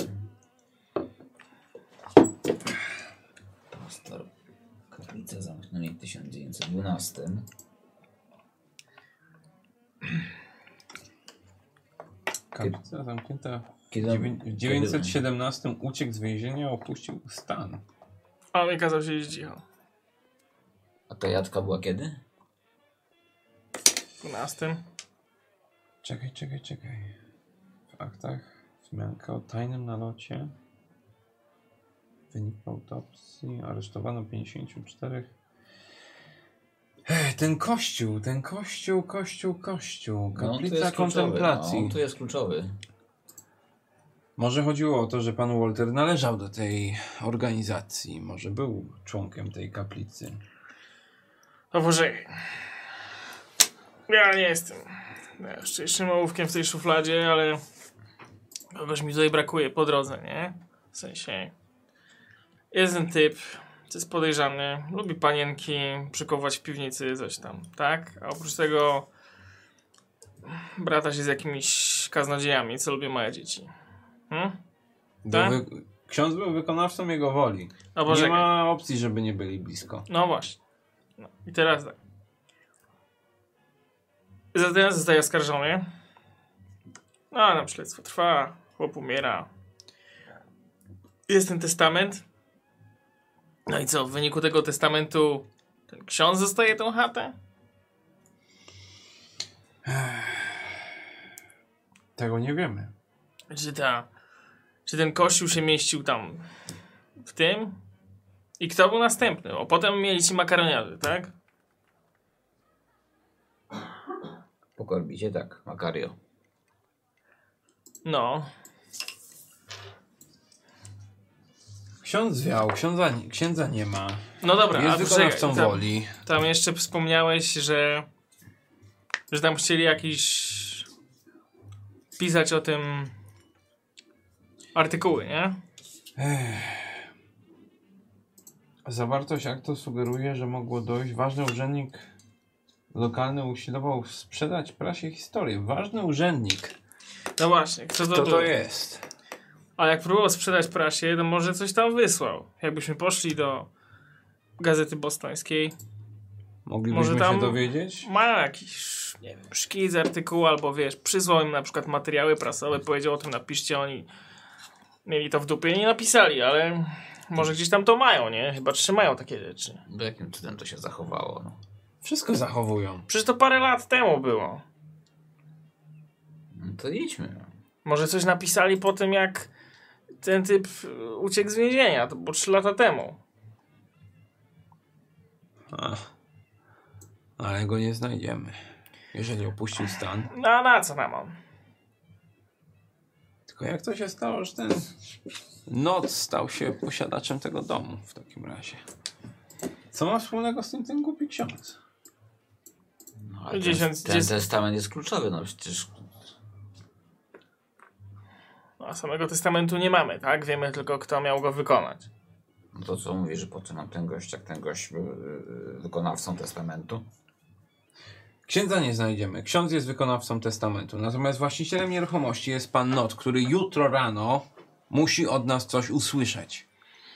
Pastor. Kaplicę zamknęli w tysiąc dziewięćset dwunastym.
Kaplica zamknięta
Kiedy,
w dziewięćset siedemnastym uciekł z więzienia, opuścił stan.
A on mi kazał siedzieć cicho.
A ta jadka była kiedy?
W dwunastym.
Czekaj, czekaj, czekaj. W aktach wzmianka o tajnym nalocie. Wynik autopsji. Aresztowano pięćdziesięciu czterech. Ej, ten kościół, ten kościół, kościół, kościół. Kaplica kontemplacji.
No, on tu jest kluczowy.
Może chodziło o to, że pan Walter należał do tej organizacji. Może był członkiem tej kaplicy.
O Boże. Ja nie jestem najszczęśliwszym ołówkiem w tej szufladzie, ale kogoś mi tutaj brakuje po drodze, nie? W sensie jest ten typ, co jest podejrzany, lubi panienki, przykować w piwnicy, coś tam, tak? A oprócz tego brata się z jakimiś kaznodziejami, co lubią małe dzieci. Hmm?
Do
Tak?
wy... Ksiądz był wykonawcą jego woli.
No Boże.
Nie ma opcji, żeby nie byli blisko.
No właśnie. No. I teraz tak. Za ten zostaje oskarżony. No, a nam śledztwo trwa. Chłop umiera. Jest ten testament. No i co? W wyniku tego testamentu ten ksiądz zostaje tą chatę?
Tego nie wiemy.
Czy ta... Czy ten kościół się mieścił tam w tym? I kto był następny? O, potem mieli ci makaroniarzy, tak?
Po korbicie tak, Makario.
No.
Ksiądz zwiał, księdza, księdza nie ma.
No dobra,
Jest
a
wykonawcą
poczekaj, tam-
woli.
Tam jeszcze wspomniałeś, że że tam chcieli jakiś pisać o tym artykuły, nie?
Zawartość aktu sugeruje, że mogło dojść. Ważny urzędnik lokalny usilował sprzedać prasie historię. Ważny urzędnik.
No właśnie, kto to
Kto
był?
to jest?
A jak próbował sprzedać prasie, to może coś tam wysłał. Jakbyśmy poszli do Gazety Bostońskiej,
Moglibyśmy
Może tam-
się dowiedzieć?
ma jakiś, nie wiem, szkic artykułu, albo wiesz, przysłał im na przykład materiały prasowe, powiedział o tym napiszcie, oni mieli to w dupie i nie napisali, ale może gdzieś tam to mają, nie? Chyba trzymają takie rzeczy.
Do jakim cudem to się zachowało? No.
Wszystko zachowują.
Przecież to parę lat temu było.
No to idźmy. No.
Może coś napisali po tym, jak ten typ uciekł z więzienia. To było trzy lata temu.
Ach. Ale go nie znajdziemy. Jeżeli opuścił stan.
No a na co nam on?
Tylko jak to się stało, że ten Noc stał się posiadaczem tego domu w takim razie? Co ma wspólnego z tym ten głupi ksiądz?
No, ale
Dziesiąt-
ten, ten
dzies-
testament jest kluczowy, no przecież...
A samego testamentu nie mamy, tak? Wiemy tylko, kto miał go wykonać.
No to co mówi, że po co nam ten gość, jak ten gość był yy, wykonawcą testamentu?
Księdza nie znajdziemy. Ksiądz jest wykonawcą testamentu. Natomiast właścicielem nieruchomości jest pan Not, który jutro rano musi od nas coś usłyszeć.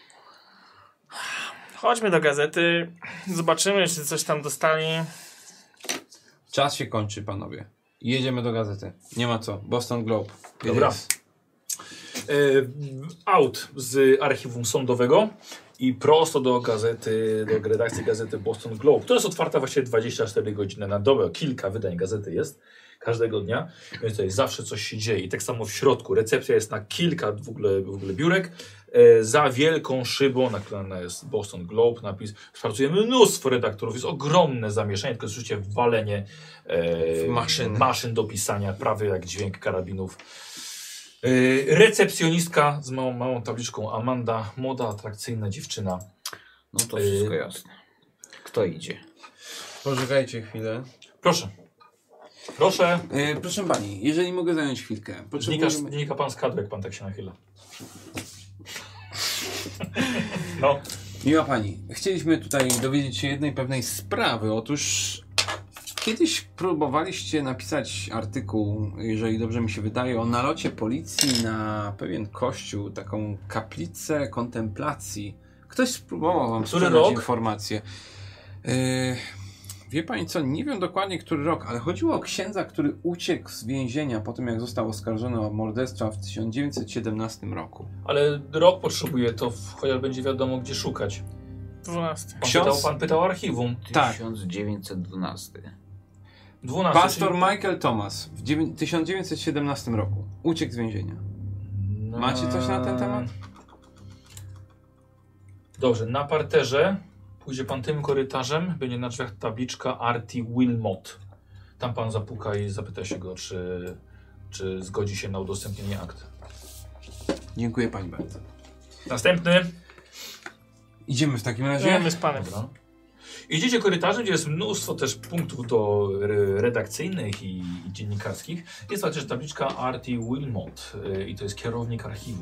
Chodźmy do gazety, zobaczymy, czy coś tam dostali.
Czas się kończy, panowie. Jedziemy do gazety. Nie ma co. Boston Globe.
Dobra.
Jest.
E, out z archiwum sądowego i prosto do gazety, do redakcji gazety Boston Globe, która jest otwarta właściwie dwadzieścia cztery godziny na dobę. Kilka wydań gazety jest każdego dnia, więc tutaj zawsze coś się dzieje. I tak samo w środku. Recepcja jest na kilka w ogóle, w ogóle biurek. E, za wielką szybą naklejona jest Boston Globe, napis. Pracuje mnóstwo redaktorów, jest ogromne zamieszanie, tylko słyszycie walenie e,
Maszyn.
maszyn do pisania, prawie jak dźwięk karabinów. Yy, recepcjonistka z małą, małą tabliczką Amanda, młoda, atrakcyjna dziewczyna.
No to wszystko jasne. Kto idzie?
Poczekajcie chwilę.
Proszę. Proszę.
E, proszę pani, jeżeli mogę zająć chwilkę.
Znika,
Potrzebujemy...
znika pan z kadru, jak pan tak się nachyla. No.
Miła pani, chcieliśmy tutaj dowiedzieć się jednej pewnej sprawy. Otóż kiedyś próbowaliście napisać artykuł, jeżeli dobrze mi się wydaje, o nalocie policji na pewien kościół, taką kaplicę kontemplacji. Ktoś spróbował wam
Który
sprzedać
rok?
informacje. Yy, wie pani co, nie wiem dokładnie który rok, ale chodziło o księdza, który uciekł z więzienia po tym, jak został oskarżony o morderstwa w tysiąc dziewięćset siedemnastym roku.
Ale rok potrzebuje, to chociaż będzie wiadomo, gdzie szukać.
dwunasty.
Pan,
Ksiądz-
pytał, pan pytał o archiwum.
Tak.
tysiąc dziewięćset dwunasty.
dwunasty.
Pastor
czyli-
Michael Thomas w dziewię- tysiąc dziewięćset siedemnastym roku uciekł z więzienia.
No.
Macie coś na ten temat?
Dobrze, na parterze pójdzie pan tym korytarzem, będzie na drzwiach tabliczka Artie Wilmot. Tam pan zapuka i zapyta się go, czy, czy zgodzi się na udostępnienie akt.
Dziękuję pani bardzo.
Następny.
Idziemy w takim razie.
Idziemy z panem.
Dobra. Idziecie korytarzem, gdzie jest mnóstwo też punktów do re- redakcyjnych i, i dziennikarskich. Jest też tabliczka Artie Wilmot y, i to jest kierownik archiwum.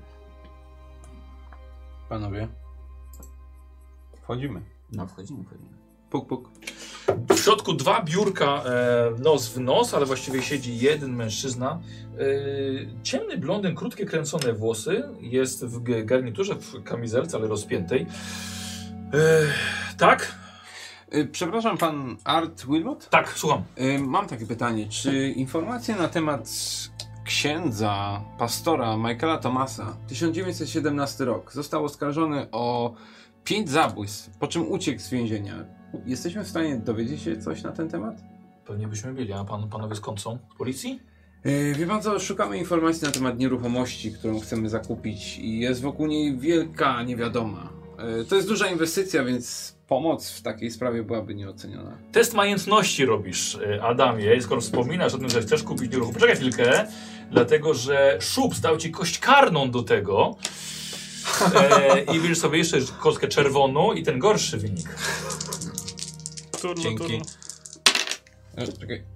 Panowie. Wchodzimy.
No wchodzimy, wchodzimy.
Puk, puk.
W środku dwa biurka e, nos w nos, ale właściwie siedzi jeden mężczyzna. E, ciemny blondyn, krótkie kręcone włosy. Jest w g- garniturze, w kamizelce, ale rozpiętej. E, tak?
Y, przepraszam, pan Art Wilmot?
Tak, słucham.
Y, mam takie pytanie. Czy informacje na temat księdza, pastora Michaela Thomasa, tysiąc dziewięćset siedemnasty rok, został oskarżony o pięć zabójstw, po czym uciekł z więzienia. Jesteśmy w stanie dowiedzieć się coś na ten temat?
Pewnie byśmy byli, a pan, panowie skąd są? Z policji?
Yy, wie pan co, szukamy informacji na temat nieruchomości, którą chcemy zakupić i jest wokół niej wielka niewiadoma. Yy, to jest duża inwestycja, więc pomoc w takiej sprawie byłaby nieoceniona.
Test majętności robisz, e, Adamie, skoro wspominasz o tym, że chcesz kupić nieruchomość. Poczekaj chwilkę, dlatego że Szub dał ci kość karną do tego e, i bierzesz sobie jeszcze kostkę czerwoną i ten gorszy wynik.
Turno,
Dzięki.
turno.
E, czekaj.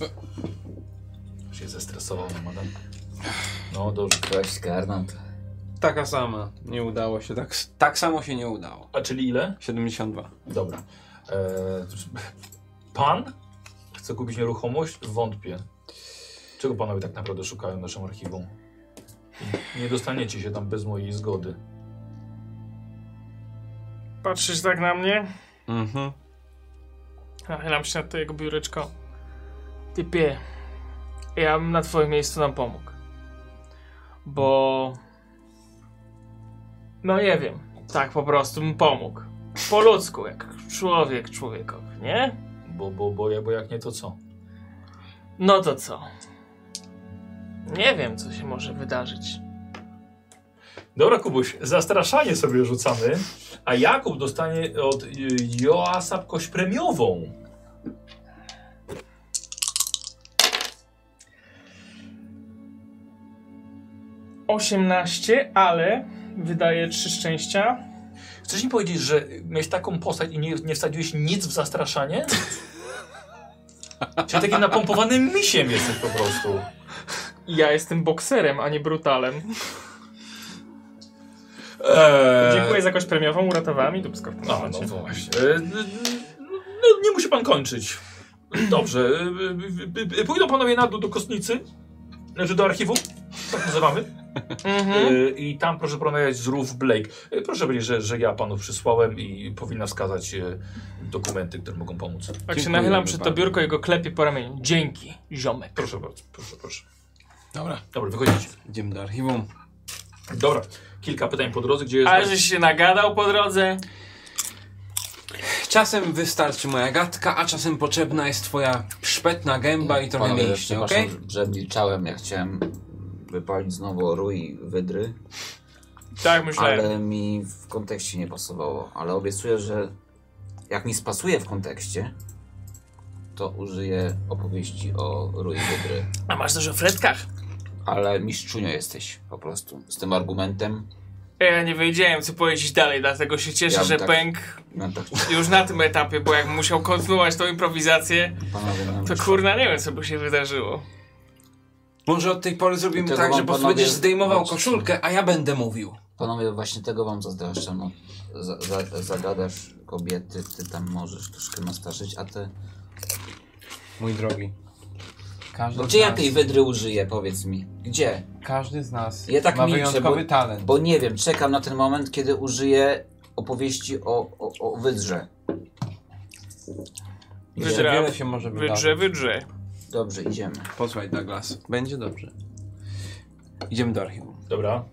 Się zestresował, madam. No dobrze.
Ktoś karną.
Taka sama. Nie udało się. Tak, tak samo się nie udało.
A czyli ile?
siedemdziesiąt dwa.
Dobra. E, pan chce kupić nieruchomość? Wątpię. Czego panowie tak naprawdę szukają w naszym archiwum? Nie dostaniecie się tam bez mojej zgody.
Patrzysz tak na mnie?
Mhm.
Nachylam się na to jego biureczko. Typie, ja bym na twoim miejscu nam pomógł. Bo... No nie wiem. Tak po prostu bym pomógł. Po ludzku, jak człowiek człowiekowi, nie?
Bo, bo, bo, ja- bo jak nie, to co?
No to co? Nie wiem, co się może wydarzyć.
Dobra, Kubuś, zastraszanie sobie rzucamy, a Jakub dostanie od y, Joasa kość premiową.
osiemnaście, ale wydaje trzy szczęścia.
Chcesz mi powiedzieć, że miałeś taką postać i nie, nie wsadziłeś nic w zastraszanie? Czyli takim napompowanym misiem jesteś po prostu.
Ja jestem bokserem, a nie brutalem.
Eee...
Dziękuję za kość premiową, uratowała mi dupsko.
No, no właśnie. Eee, no, nie musi pan kończyć. Dobrze. Eee, pójdą panowie na dół do kostnicy. Znaczy do archiwum. Tak nazywamy.
Mhm.
Eee, I tam proszę porozmawiać z Ruth Blake. Eee, proszę powiedzieć, że, że ja panu przysłałem i powinna wskazać e, dokumenty, które mogą pomóc.
Tak się
Dziękujemy
nachylam przed to
bardzo.
biurko i go klepię po ramieniu. Dzięki, ziomek.
Proszę bardzo, proszę, proszę.
Dobra,
Dobra, wychodzicie.
idziemy do archiwum.
Dobra, kilka pytań po drodze, gdzie jest...
Ale żeś się nagadał po drodze.
Czasem wystarczy moja gadka, a czasem potrzebna jest twoja szpetna gęba i trochę
Panowie,
mięśni, okej?
przepraszam, że milczałem, ja chciałem wypalić znowu rój wydry,
Tak myślałem.
ale mi w kontekście nie pasowało. Ale obiecuję, że jak mi spasuje w kontekście, to użyję opowieści o rój wydry.
A masz też o fredkach?
Ale mistrzunio jesteś po prostu z tym argumentem.
Ja nie wiedziałem, co powiedzieć dalej, dlatego się cieszę,
Ja
że
tak-
pęk
No tak,
już na tym etapie, bo jak musiał kontynuować tą improwizację,
panowie, no,
to kurna nie wiem, co by się wydarzyło.
Może od tej pory zrobimy
Tego
tak,
wam
że po prostu
panowie-
będziesz zdejmował
Chodźcie.
koszulkę, a ja będę mówił.
Panowie, właśnie tego wam zazdroszczę. No. Za, za, zagadasz kobiety, ty tam możesz troszkę nastarzyć, a ty...
Mój drogi. Każdy,
No
z
gdzie ja
nas,
tej wydry użyję, powiedz mi? Gdzie?
każdy z nas
Ja tak
ma
milczę,
wyjątkowy
bo-
talent.
Bo nie wiem, czekam na ten moment, kiedy użyję opowieści o, o, o wydrze.
Wiele,
Wydra,
wiele się może wydarzyć.
Wydrze, wydrze.
Dobrze, idziemy.
Posłuchaj, Douglas. Będzie dobrze. Idziemy do archiwum.
Dobra.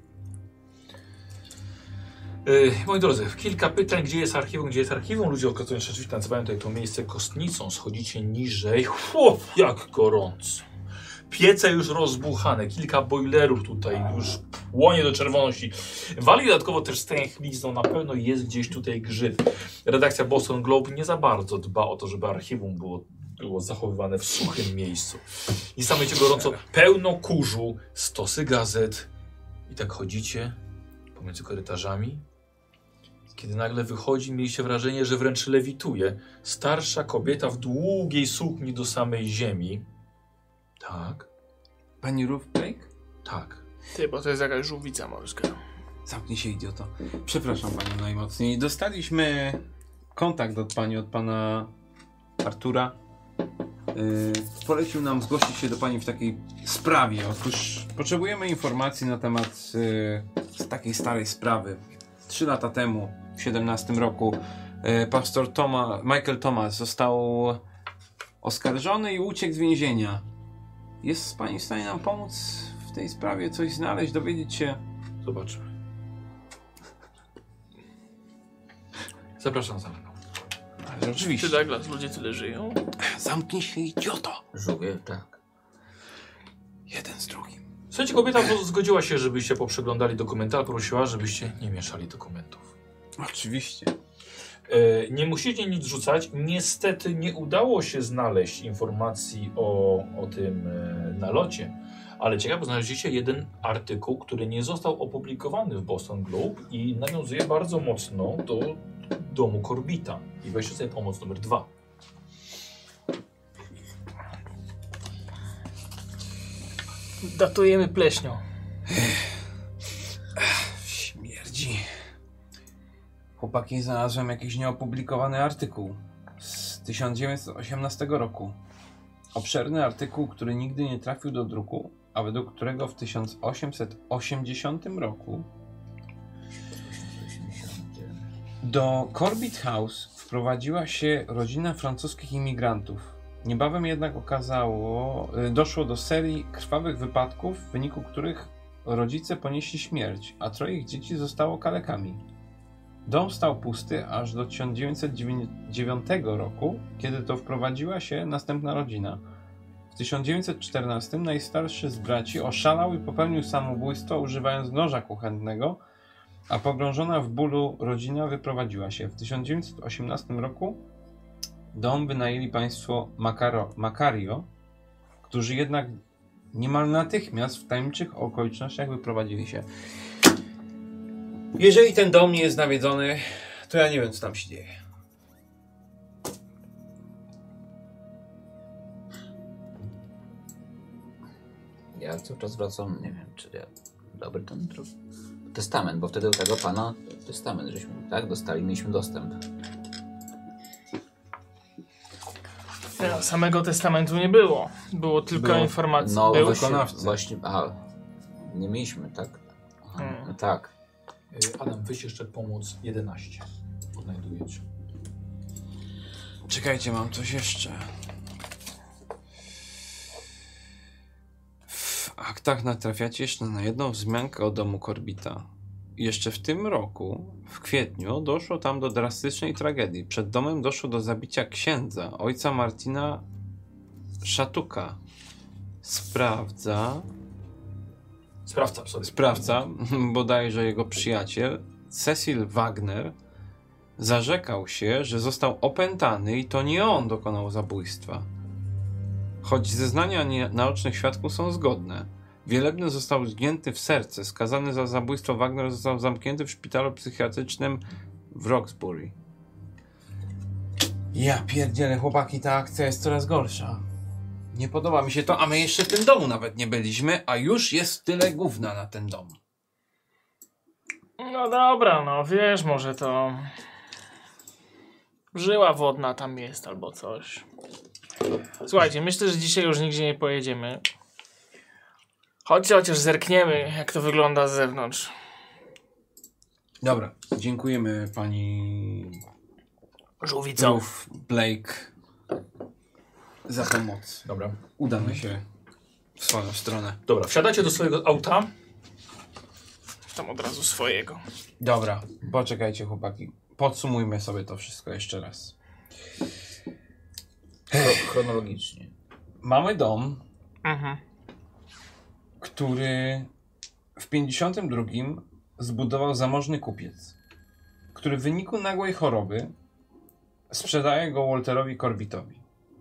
Yy, moi drodzy, kilka pytań, gdzie jest archiwum, gdzie jest archiwum. Ludzie okazują się rzeczywiście nazywają tutaj to miejsce kostnicą. Schodzicie niżej. Chłop, jak gorąco. Piece już rozbuchane, kilka bojlerów tutaj już płonie do czerwoności. Wali dodatkowo też stęchlizną, na pewno jest gdzieś tutaj grzyb. Redakcja Boston Globe nie za bardzo dba o to, żeby archiwum było, było zachowywane w suchym miejscu. I same cię gorąco, pełno kurzu, stosy gazet. I tak chodzicie pomiędzy korytarzami. Kiedy nagle wychodzi, mieliście wrażenie, że wręcz lewituje. Starsza kobieta w długiej sukni do samej ziemi. Tak,
Pani Ruth Blake?
tak.
Ty, bo to jest jakaś żółwica morska.
Zamknij się, idioto. Przepraszam panią najmocniej. Dostaliśmy kontakt od pani, od pana Artura. Yy, polecił nam zgłosić się do pani w takiej sprawie. Otóż potrzebujemy informacji na temat yy, takiej starej sprawy. Trzy lata temu, w siedemnastym roku, yy, pastor Toma, Michael Thomas został oskarżony i uciekł z więzienia. Jest pani w stanie nam pomóc w tej sprawie, coś znaleźć, dowiedzieć się?
Zobaczmy. Zapraszam za mną.
Ale oczywiście.
Ty, Douglas, ludzie tyle żyją?
Zamknij się, idioto!
Żółwie, tak.
Jeden z drugim.
Słuchajcie, kobieta po- zgodziła się, żebyście poprzeglądali dokumenty, ale prosiła, żebyście nie mieszali dokumentów.
Oczywiście.
E, nie musicie nic rzucać. Niestety nie udało się znaleźć informacji o, o tym e, nalocie. Ale ciekawe, znaleźliście jeden artykuł, który nie został opublikowany w Boston Globe i nawiązuje bardzo mocno do domu Corbita. I weźcie sobie pomoc numer dwa.
Datujemy pleśnią.
Śmierdzi. Chłopaki, znalazłem jakiś nieopublikowany artykuł z tysiąc dziewięćset osiemnastego roku. Obszerny artykuł, który nigdy nie trafił do druku, a według którego w tysiąc osiemset osiemdziesiątym roku do Corbett House wprowadziła się rodzina francuskich imigrantów. Niebawem jednak okazało, doszło do serii krwawych wypadków, w wyniku których rodzice ponieśli śmierć, a troje ich dzieci zostało kalekami. Dom stał pusty aż do tysiąc dziewięćset dziewiątego roku, kiedy to wprowadziła się następna rodzina. W tysiąc dziewięćset czternastym najstarszy z braci oszalał i popełnił samobójstwo, używając noża kuchennego, a pogrążona w bólu rodzina wyprowadziła się. W tysiąc dziewięćset osiemnastym roku dom wynajęli państwo Macaro, Macario, którzy jednak niemal natychmiast w tajemniczych okolicznościach wyprowadzili się. Jeżeli ten dom nie jest nawiedzony, to ja nie wiem, co tam się dzieje.
Ja cały czas wracam, nie wiem, czy ja dobry ten trup. Testament, bo wtedy u tego pana testament żeśmy, tak, dostali, mieliśmy dostęp.
Ja, samego testamentu nie było. Było tylko
Było.
informacja.
No
Był?
właśnie,
wykonawcy.
właśnie, aha, nie mieliśmy, tak? Aha,
Hmm.
no tak.
Y, Adam, weź jeszcze pomóc jedenaście. Odnajdujecie.
Czekajcie, mam coś jeszcze. W aktach natrafiacie jeszcze na jedną wzmiankę o domu Corbita. Jeszcze w tym roku, w kwietniu, doszło tam do drastycznej tragedii. Przed domem doszło do zabicia księdza, ojca Martina Szatuka. Sprawdza...
Sprawdza sobie.
Sprawca, bodajże jego przyjaciel, Cecil Wagner, zarzekał się, że został opętany i to nie on dokonał zabójstwa. Choć zeznania nie- naocznych świadków są zgodne. Wielebny został zgięty w serce. Skazany za zabójstwo Wagner został zamknięty w szpitalu psychiatrycznym w Roxbury. Ja pierdzielę, chłopaki, ta akcja jest coraz gorsza. Nie podoba mi się to, a my jeszcze w tym domu nawet nie byliśmy, a już jest tyle gówna na ten dom.
No dobra, no wiesz, może to... Żyła wodna tam jest albo coś. Słuchajcie, myślę, że dzisiaj już nigdzie nie pojedziemy. Chodźcie chociaż zerkniemy, jak to wygląda z zewnątrz.
Dobra, dziękujemy pani
Żółwico.
Ruth Blake za pomoc.
Dobra.
Udamy się w swoją stronę.
Dobra, wsiadacie do swojego auta.
Tam od razu swojego.
Dobra, poczekajcie, chłopaki. Podsumujmy sobie to wszystko jeszcze raz.
Chro- chronologicznie.
Mamy dom,
Mhm.
który w pięćdziesiątym drugim zbudował zamożny kupiec, który w wyniku nagłej choroby sprzedaje go Walterowi Corbitowi.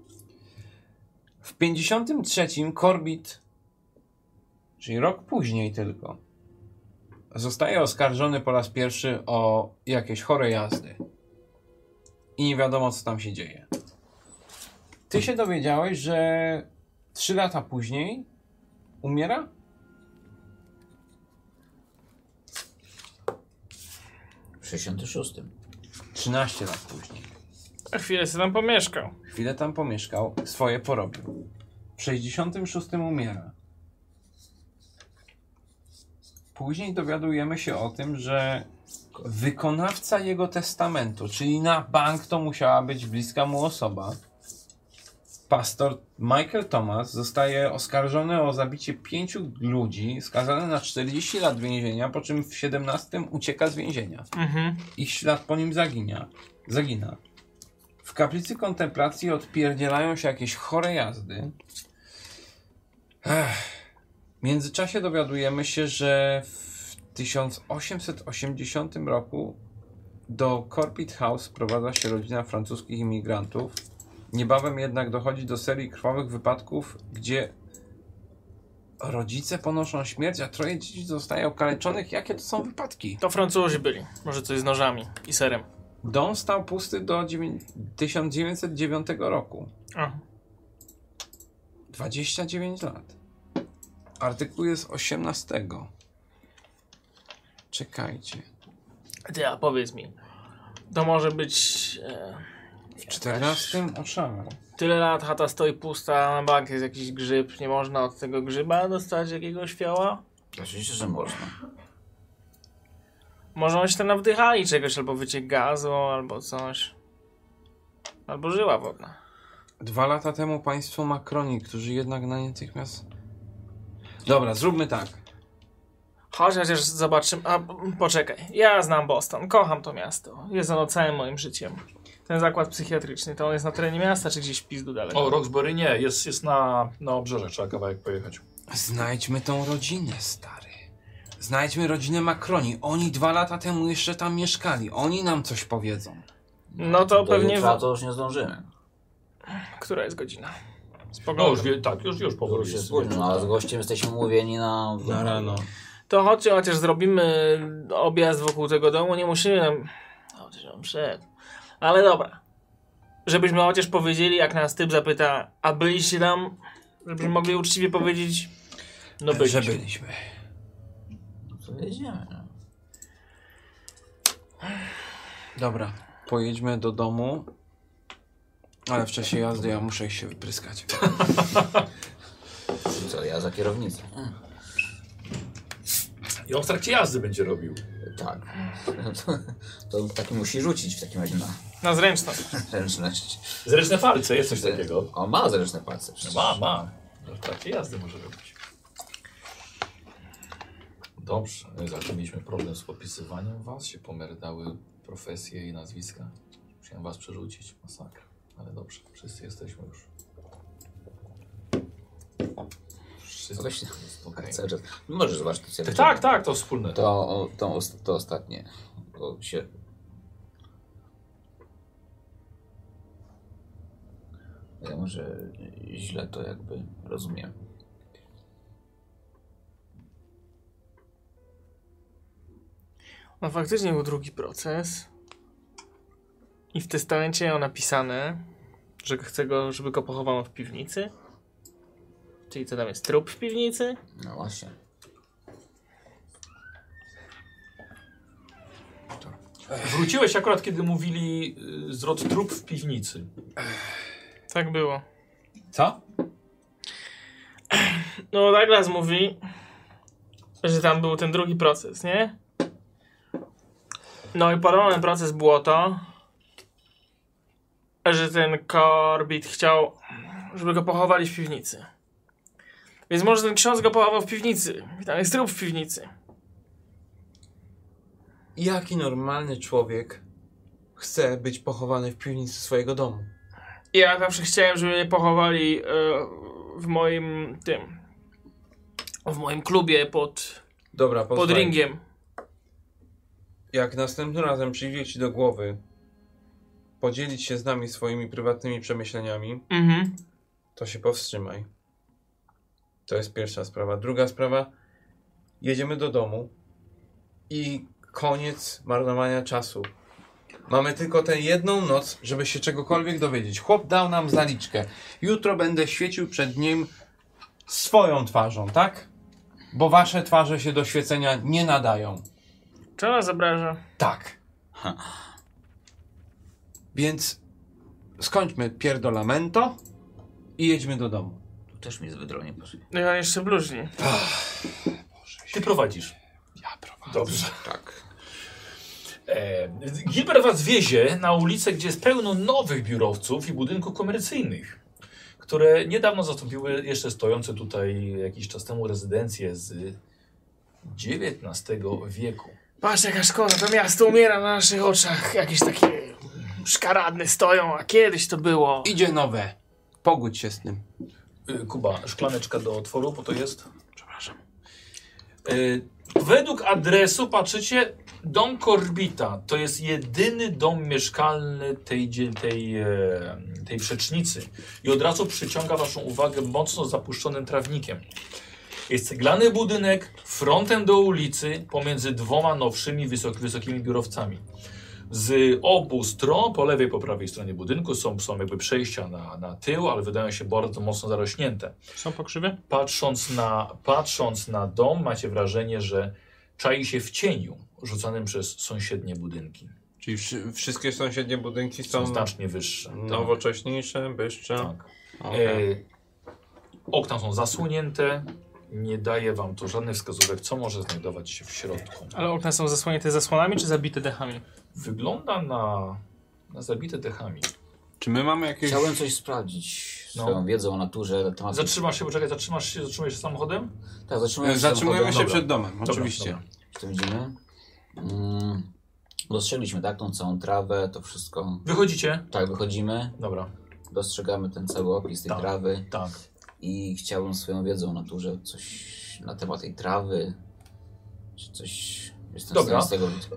W pięćdziesiątym trzecim Corbit, czyli rok później tylko, zostaje oskarżony po raz pierwszy o jakieś chore jazdy. I nie wiadomo, co tam się dzieje. Ty się dowiedziałeś, że trzy lata później umiera?
W sześćdziesiątym szóstym.
trzynaście lat później.
A chwilę sobie tam pomieszkał.
Chwilę tam pomieszkał, swoje porobił. W sześćdziesiątym szóstym umiera. Później dowiadujemy się o tym, że wykonawca jego testamentu, czyli na bank to musiała być bliska mu osoba, pastor Michael Thomas, zostaje oskarżony o zabicie pięciu ludzi, skazany na czterdzieści lat więzienia, po czym w siedemnastym ucieka z więzienia.
Mhm.
Ich ślad po nim zaginia, zagina. W kaplicy kontemplacji odpierdzielają się jakieś chore jazdy. Ech. W międzyczasie dowiadujemy się, że w tysiąc osiemset osiemdziesiątym roku do Corbett House sprowadza się rodzina francuskich imigrantów. Niebawem jednak dochodzi do serii krwawych wypadków, gdzie rodzice ponoszą śmierć, a troje dzieci zostaje okaleczonych. Jakie to są wypadki?
To Francuzi byli. Może coś z nożami i serem.
Dom stał pusty do tysiąc dziewięćset dziewiątego roku.
A.
dwadzieścia dziewięć lat. Artykuł jest osiemnastego. Czekajcie.
Ty, a powiedz mi. To może być... E,
W czternastym oszalał.
tyle lat chata stoi pusta, na bank jest jakiś grzyb. Nie można od tego grzyba dostać jakiegoś fioła?
Oczywiście, że można.
Może oni się tam nawdychali czegoś, albo wyciek gazu, albo coś. Albo żyła wodna.
Dwa lata temu państwo Macroni, którzy jednak na natychmiast... Dobra, zróbmy tak.
Chodź chociaż zobaczymy. A, poczekaj. Ja znam Boston. Kocham to miasto. Jest ono całym moim życiem. Ten zakład psychiatryczny, to on jest na terenie miasta, czy gdzieś w pizdu dalej?
O, Roxbury nie, jest, jest na, na obrzeże, trzeba kawałek pojechać.
Znajdźmy tą rodzinę, stary. Znajdźmy rodzinę Macroni. Oni dwa lata temu jeszcze tam mieszkali. Oni nam coś powiedzą.
No to
Do
pewnie...
jutra
W...
to już nie zdążymy.
Która jest godzina?
No
Spoglądam.
już, wie- tak, już, już
To
powoli
już jest
jest.
późno, a z gościem jesteśmy umówieni na...
Na rano.
To chodźcie, chociaż zrobimy objazd wokół tego domu. Nie musimy nam... Chociaż on przed. Ale dobra. Żebyśmy chociaż powiedzieli, jak nas typ zapyta, a byliście tam? Żebyśmy mogli uczciwie powiedzieć, no byliśmy.
Że byliśmy.
To jedziemy. no.
Dobra, pojedźmy do domu. Ale w czasie jazdy ja muszę ich się wypryskać.
Co, ja za kierownicą. Mm.
I on w trakcie jazdy będzie robił.
Tak. No to, to taki musi rzucić w takim razie na
Na zręczność.
zręczność.
Zręczne palce, jest coś takiego.
On ma zręczne palce przecież.
Ma, ma. W trakcie jazdy może robić. Dobrze. Zawsze mieliśmy problem z popisywaniem was, się pomerdały profesje i nazwiska. Musiałem was przerzucić. Masakra. Ale dobrze, wszyscy jesteśmy już. Wszystko
Właśnie.
jest okej.
Tak, cały czas. Możesz zobaczyć to sobie.
Tak, tak, tak, to wspólne.
To, to, to ostatnie. To się... Ja może źle to jakby rozumiem.
No faktycznie był drugi proces. I w testamencie miał napisane, że chce go, żeby go pochowano w piwnicy. Czyli co tam jest? Trup w piwnicy?
No właśnie.
Wróciłeś akurat, kiedy mówili y, zwrot trup w piwnicy.
Tak było.
Co?
No Douglas mówi, że tam był ten drugi proces, nie? No i podobny proces było to, że ten Corbett chciał, żeby go pochowali w piwnicy. Więc może ten ksiądz go pochował w piwnicy. I tam jest trup w piwnicy.
Jaki normalny człowiek chce być pochowany w piwnicy swojego domu?
Ja zawsze chciałem, żeby mnie pochowali e, w moim tym, w moim klubie pod,
Dobra,
pod
posłuchaj.
ringiem.
Jak następnym razem przyjdzie ci do głowy podzielić się z nami swoimi prywatnymi przemyśleniami,
Mhm.
to się powstrzymaj. To jest pierwsza sprawa. Druga sprawa, jedziemy do domu i koniec marnowania czasu. Mamy tylko tę jedną noc, żeby się czegokolwiek dowiedzieć. Chłop dał nam zaliczkę. Jutro będę świecił przed nim swoją twarzą, tak? Bo wasze twarze się do świecenia nie nadają.
Czy ona zabraża?
Tak. Więc skończmy pierdolamento i jedźmy do domu.
Tu też mi z wydronie pasuje.
No ja jeszcze bluźni.
Ty prowadzisz.
Ja prowadzę.
Dobrze.
Tak.
E, Gilbert was wiezie na ulicę, gdzie jest pełno nowych biurowców i budynków komercyjnych, które niedawno zastąpiły jeszcze stojące tutaj jakiś czas temu rezydencje z dziewiętnastego wieku.
Patrz jaka szkoda, to miasto umiera na naszych oczach. Jakieś takie szkaradne stoją, a kiedyś to było.
Idzie nowe. Pogódź się z tym.
Y, Kuba, szklaneczka do otworu, bo to jest...
Przepraszam.
Y, Według adresu, patrzycie, dom Corbetta to jest jedyny dom mieszkalny tej, dzie- tej, e, tej przecznicy. I od razu przyciąga waszą uwagę mocno zapuszczonym trawnikiem. Jest ceglany budynek frontem do ulicy pomiędzy dwoma nowszymi wysok, wysokimi biurowcami. Z obu stron, po lewej i po prawej stronie budynku są, są jakby przejścia na, na tył, ale wydają się bardzo mocno zarośnięte.
Są pokrzywy?
Patrząc na, patrząc na dom, macie wrażenie, że czai się w cieniu rzucanym przez sąsiednie budynki.
Czyli wszy- wszystkie sąsiednie budynki
Są
są
znacznie wyższe.
nowocześniejsze, wyższe.
Tak.
Okej.
E, okna są zasłonięte. Nie daje wam to żadnych wskazówek, co może znajdować się w środku.
Ale okna są zasłonięte zasłonami czy zabite dechami?
Wygląda na, na zabite dechami.
Czy my mamy jakieś...
Chciałem coś sprawdzić
No.
swoją wiedzą o naturze na temat...
Zatrzymasz się, poczekaj, zatrzymasz się, zatrzymujesz się samochodem?
Tak, zatrzymujemy się
Zatrzymujemy się
samochodem.
przed domem,
Dobra,
oczywiście.
dobra.
Co widzimy? Mm, dostrzegliśmy, tak, tą całą trawę, to wszystko.
Wychodzicie?
Tak, wychodzimy,
Dobra,
dostrzegamy ten cały opis tej
Tak.
trawy
tak.
i chciałbym swoją wiedzą o naturze coś na temat tej trawy, czy coś jestem
Dobra.
w stanie z tego...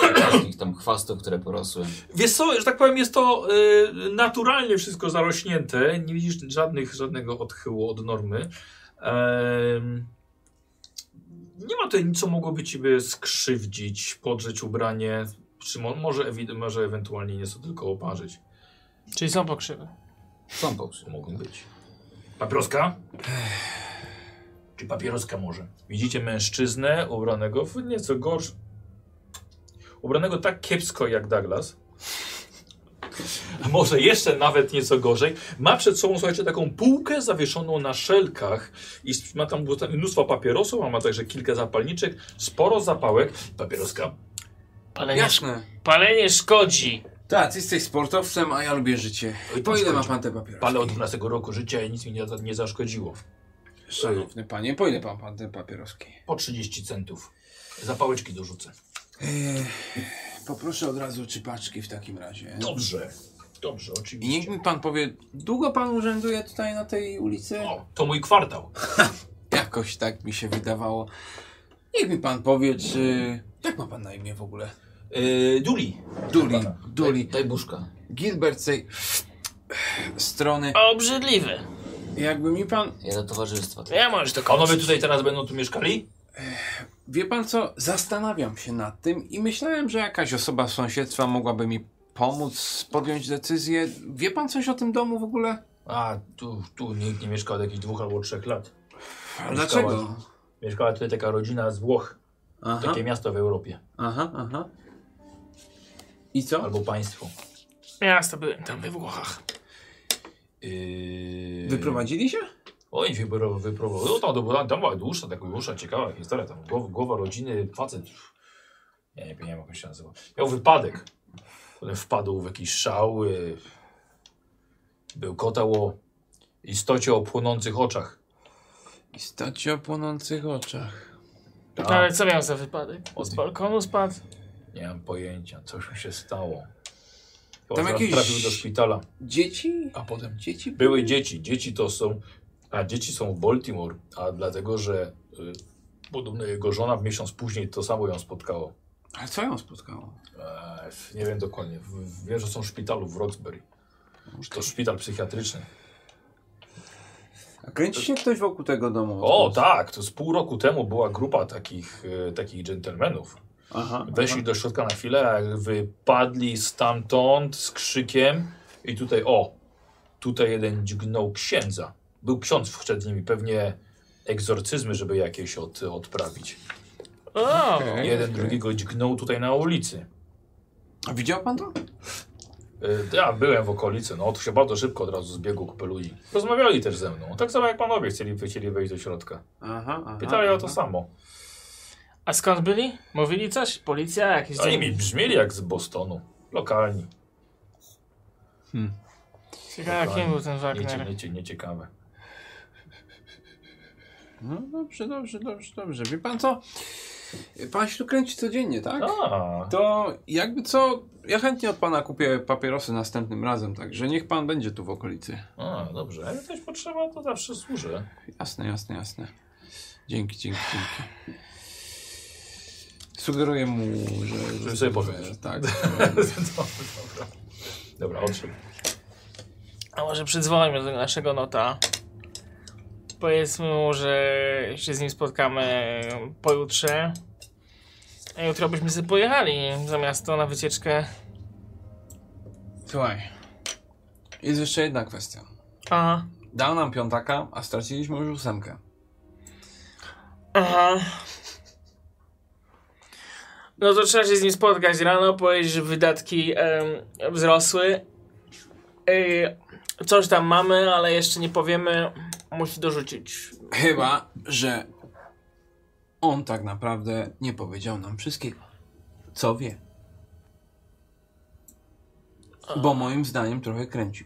wszystkich tam chwastów, które porosły.
Wiesz co, że tak powiem, jest to y, naturalnie wszystko zarośnięte. Nie widzisz żadnych, żadnego odchyłu od normy. Em, nie ma tutaj nic, co mogłoby ciebie skrzywdzić, podrzeć ubranie. Czy mo może, ewi może ewentualnie nieco tylko oparzyć.
Czyli są pokrzywy.
Są pokrzywy.
Mogą być. Papieroska? Czy papieroska może? Widzicie mężczyznę ubranego w nieco gorszy. Ubranego tak kiepsko jak Douglas. A może jeszcze nawet nieco gorzej. Ma przed sobą, słuchajcie, taką półkę zawieszoną na szelkach i ma tam mnóstwo papierosów, a ma także kilka zapalniczek, sporo zapałek. Papieroska.
Palenie,
Jasne.
palenie szkodzi.
Tak, ty jesteś sportowcem, a ja lubię życie.
Oj,
Po
to
ile ma
szkodzi.
pan te papieroski?
Palę od dwunastego roku życia i nic mi nie, nie zaszkodziło.
Szanowny panie, po ile pan pan te papieroski?
Po trzydzieści centów. Zapałeczki dorzucę.
Eee, poproszę od razu trzy paczki w takim razie.
Dobrze. Dobrze,
I
oczywiście.
niech mi pan powie, długo pan urzęduje tutaj na tej ulicy?
O, to mój kwartał.
Jakoś tak mi się wydawało. Niech mi pan powie, czy... Jak ma pan na imię w ogóle?
Yy, Duli.
Duli,
Daj,
Duli.
daj buszka.
Gilbert z tej strony.
Obrzydliwy.
Jakby mi pan...
Ja do towarzystwa.
Ja możesz to
Panowie
kończyć.
tutaj teraz będą tu mieszkali?
Wie pan co? Zastanawiam się nad tym i myślałem, że jakaś osoba z sąsiedztwa mogłaby mi pomóc podjąć decyzję. Wie pan coś o tym domu w ogóle?
A, tu, tu nikt nie mieszka od jakichś dwóch albo trzech lat.
A dlaczego?
Mieszkała tutaj taka rodzina z Włoch.
Aha,
Takie miasto w Europie.
aha, aha. I co?
Albo państwo.
Miasto byłem tam we Włochach.
Yy...
Wyprowadzili się?
Oj, wypro- wyprowadzili. No, tam, to była, tam była dłuższa, taka dłuższa, ciekawa historia. Tam głowa, głowa rodziny, facet. Ja nie wiem, jak on się nazywa. Miał wypadek. Potem wpadł w jakiś szał. Yy... Był kotał o istocie o płonących oczach.
Istocie o płonących oczach.
Tak.
Ale co miał za wypadek? Z balkonu spadł?
Nie mam pojęcia, coś mi się stało.
Tam
Tam
jakieś-
trafił do szpitala,
Dzieci?
a potem
Dzieci
były dzieci. Dzieci to są, a dzieci są w Baltimore, a dlatego, że y, podobno jego żona miesiąc później to samo ją spotkało.
Ale co ją spotkało?
Eee, nie wiem dokładnie. W- w- Wiem, że są w szpitalu w Roxbury. To szpital psychiatryczny.
A kręci się ktoś wokół tego domu?
O tak, to z pół roku temu była grupa takich, y, takich dżentelmenów.
Aha.
Weszli do środka na chwilę, a jak wypadli stamtąd z krzykiem i tutaj, o, tutaj jeden dźgnął księdza. Był ksiądz przed nimi, pewnie egzorcyzmy, żeby jakieś od, odprawić.
O!
Okej.
Jeden drugiego dźgnął tutaj na ulicy.
A widział pan to?
Y, Ja byłem w okolicy, no to się bardzo szybko od razu zbiegło kupę ludzi. Rozmawiali też ze mną, tak samo jak panowie chcieli, chcieli wejść do środka.
Aha, aha.
Pytali o to
aha.
samo.
A skąd byli? Mówili coś? Policja? Jakieś
Oni
dzień...
mi brzmieli jak z Bostonu, lokalni.
Ciekawe, kim był ten
Nie,
Wagner.
nie, nieciekawe.
No dobrze, dobrze, dobrze, dobrze. Wie pan co? Pan się tu kręci codziennie, tak?
A,
To jakby co, ja chętnie od pana kupię papierosy następnym razem, także niech pan będzie tu w okolicy.
A, dobrze. Jak coś potrzeba, to zawsze służę.
Jasne, jasne, jasne. Dzięki, dzięki, dzięki. Sugeruję mu, że...
Żeby sobie poszedł.
Tak.
Dobra, dobra, odszedł.
A może przydzwońmy do tego naszego nota. Powiedzmy mu, że się z nim spotkamy pojutrze. A jutro byśmy sobie pojechali za miasto na wycieczkę.
Słuchaj, jest jeszcze jedna kwestia.
Aha.
Dał nam piątaka, a straciliśmy już ósemkę.
Aha. No to trzeba się z nim spotkać rano, powiedzieć, że wydatki em, wzrosły. Ej, coś tam mamy, ale jeszcze nie powiemy. Musi dorzucić.
Chyba, że on tak naprawdę nie powiedział nam wszystkiego, co wie. Bo moim zdaniem trochę kręcił.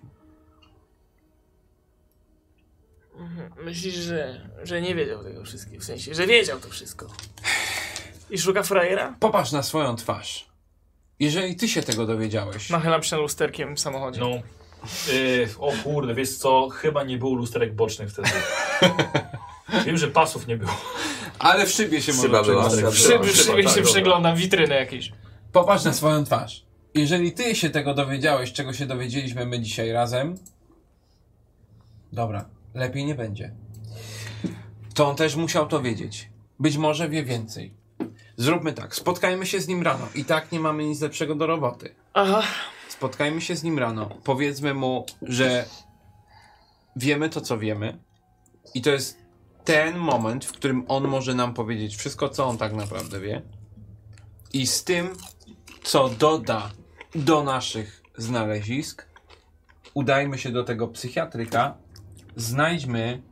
Myślisz, że, że nie wiedział tego wszystkiego, w sensie, że wiedział to wszystko. I szuka frajera?
Popatrz na swoją twarz. Jeżeli ty się tego dowiedziałeś,
Nachylam się lusterkiem w samochodzie.
No. Yy, o kurde, wiesz co? Chyba nie było lusterek bocznych wtedy. Wiem, że pasów nie było.
ale w szybie się
Szyba
może
była.
przeglądać.
W szybie, w
Chyba
szybie
tak,
się
dobra.
przeglądam, witryny jakieś.
Popatrz na swoją twarz. Jeżeli ty się tego dowiedziałeś, czego się dowiedzieliśmy my dzisiaj razem, dobra, lepiej nie będzie. To on też musiał to wiedzieć. Być może wie więcej. Zróbmy tak, spotkajmy się z nim rano. I tak nie mamy nic lepszego do roboty.
Aha.
Spotkajmy się z nim rano. Powiedzmy mu, że wiemy to, co wiemy. I to jest ten moment, w którym on może nam powiedzieć wszystko, co on tak naprawdę wie. I z tym, co doda do naszych znalezisk, udajmy się do tego psychiatryka, znajdźmy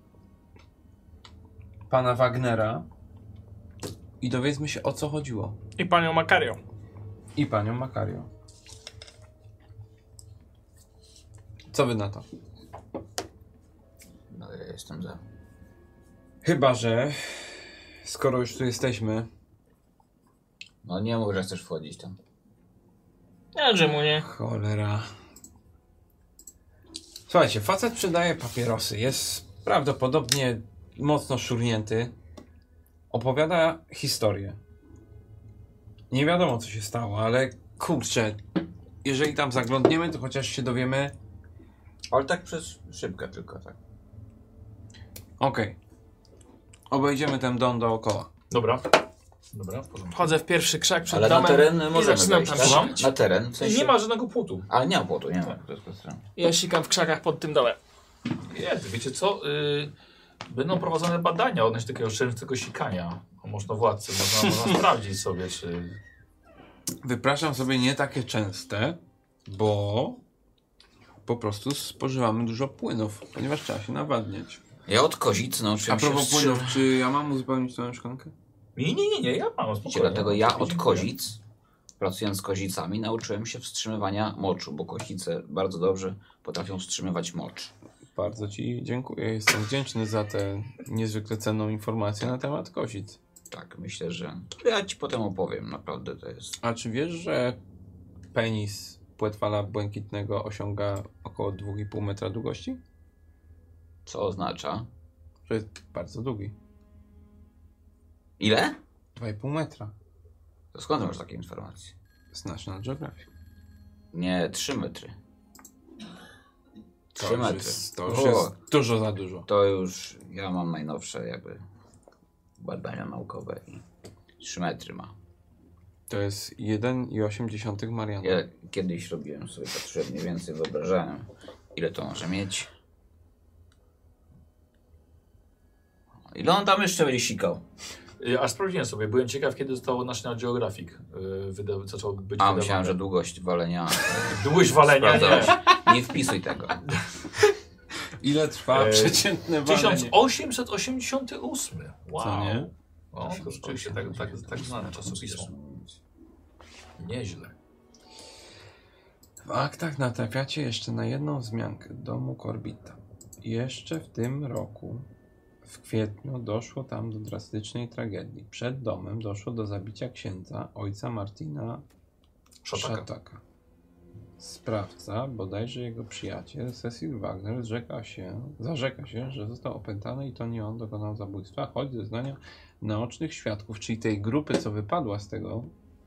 pana Wagnera i dowiedzmy się, o co chodziło.
I panią Makario.
I panią Makario. Co wy na to?
No, ja jestem za.
Chyba że, skoro już tu jesteśmy...
No nie mów, że chcesz wchodzić tam.
Ja, że mu nie.
Cholera. Słuchajcie, facet sprzedaje papierosy. Jest prawdopodobnie mocno szurnięty. Opowiada historię. Nie wiadomo, co się stało, ale kurczę, jeżeli tam zaglądniemy, to chociaż się dowiemy...
Ale tak przez szybkę tylko, tak.
Okej. Obejdziemy ten dom dookoła.
Dobra. Dobra, w porządku.
Wchodzę w pierwszy krzak przed
Ale na
domem
teren
i
możemy
zaczynam
wejść,
tam
tak?
sikać.
Na teren, w sensie...
Nie ma żadnego płotu.
Ale nie ma płotu, nie ma. To jest kwestia.
Ja sikam w krzakach pod tym domem.
Jest, wiecie co? Yy, będą prowadzone badania odnośnie takiego częstego sikania. O można władcy, można, można sprawdzić sobie, czy...
Wypraszam sobie nie takie częste, bo po prostu spożywamy dużo płynów, ponieważ trzeba się nawadniać.
Ja od kozic
A
nauczyłem się
propos
wstrzymać.
płynów, czy ja mam uzupełnić twoją szklankę?
Nie, nie, nie, nie, ja mam spokojnie.
Dlatego ja od
Dziękuję.
kozic, pracując z kozicami, nauczyłem się wstrzymywania moczu, bo kozice bardzo dobrze potrafią wstrzymywać mocz.
Bardzo ci dziękuję. Jestem wdzięczny za tę niezwykle cenną informację na temat kozic.
Tak, myślę, że ja ci potem opowiem, naprawdę to jest...
A czy wiesz, że penis płetwala błękitnego osiąga około dwa i pół metra długości?
Co oznacza?
Że jest bardzo długi.
Ile?
dwa i pół metra.
To skąd masz takie informacje?
Z National Geographic.
Nie, trzy metry.
To
Trzy
już
metry.
jest, to już
O,
jest dużo za dużo.
To już ja mam najnowsze jakby badania naukowe i trzy metry ma.
To jest jeden i osiem Mariana.
Ja kiedyś robiłem sobie tak, że mniej więcej wyobrażałem, ile to może mieć. Ile on tam jeszcze będzie sikał?
Y, Aż sprawdziłem sobie, byłem ciekaw, kiedy zostało National Geographic yy, wyda- zaczął być
A,
wydawane.
myślałem, że długość walenia.
Długość walenia,
Sprawdzałeś.
nie.
Nie wpisuj tego.
Ile trwa
E,
przeciętne walenie?
tysiąc osiemset osiemdziesiąty ósmy. Wow.
Co nie?
O, to rzeczywiście tak, tak, tak znane czasopismo. Nieźle.
W aktach natrafiacie jeszcze na jedną wzmiankę domu Korbita. Jeszcze w tym roku, w kwietniu, doszło tam do drastycznej tragedii. Przed domem doszło do zabicia księdza, ojca Martina
Szataka.
Szataka. Sprawca, bodajże jego przyjaciel, Cecil Wagner, zrzeka się, zarzeka się, że został opętany i to nie on dokonał zabójstwa, choć zeznania naocznych świadków, czyli tej grupy, co wypadła z tego,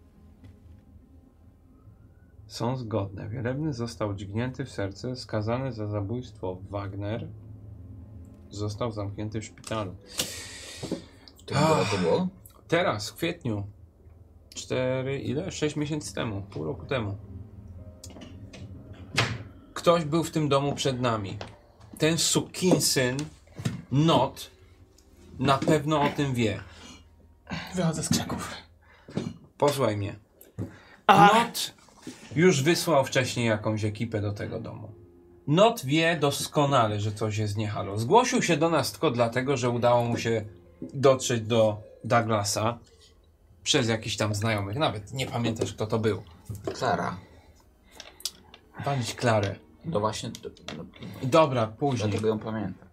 są zgodne. Wielebny został dźgnięty w serce, skazany za zabójstwo. Wagner został zamknięty w szpitalu.
W tym roku było?
Teraz, w kwietniu. Cztery, ile? Sześć miesięcy temu. Pół roku temu. Ktoś był w tym domu przed nami. Ten sukinsyn, Not, na pewno o tym wie.
Wychodzę z krzaków.
Posłuchaj mnie.
A.
Not już wysłał wcześniej jakąś ekipę do tego domu. Not wie doskonale, że coś jest nie halo. Zgłosił się do nas tylko dlatego, że udało mu się dotrzeć do Douglasa przez jakichś tam znajomych. Nawet nie pamiętasz, kto to był.
Klara.
Walić Klarę.
No właśnie, to, no,
Dobra, później.
dlatego ją pamiętam.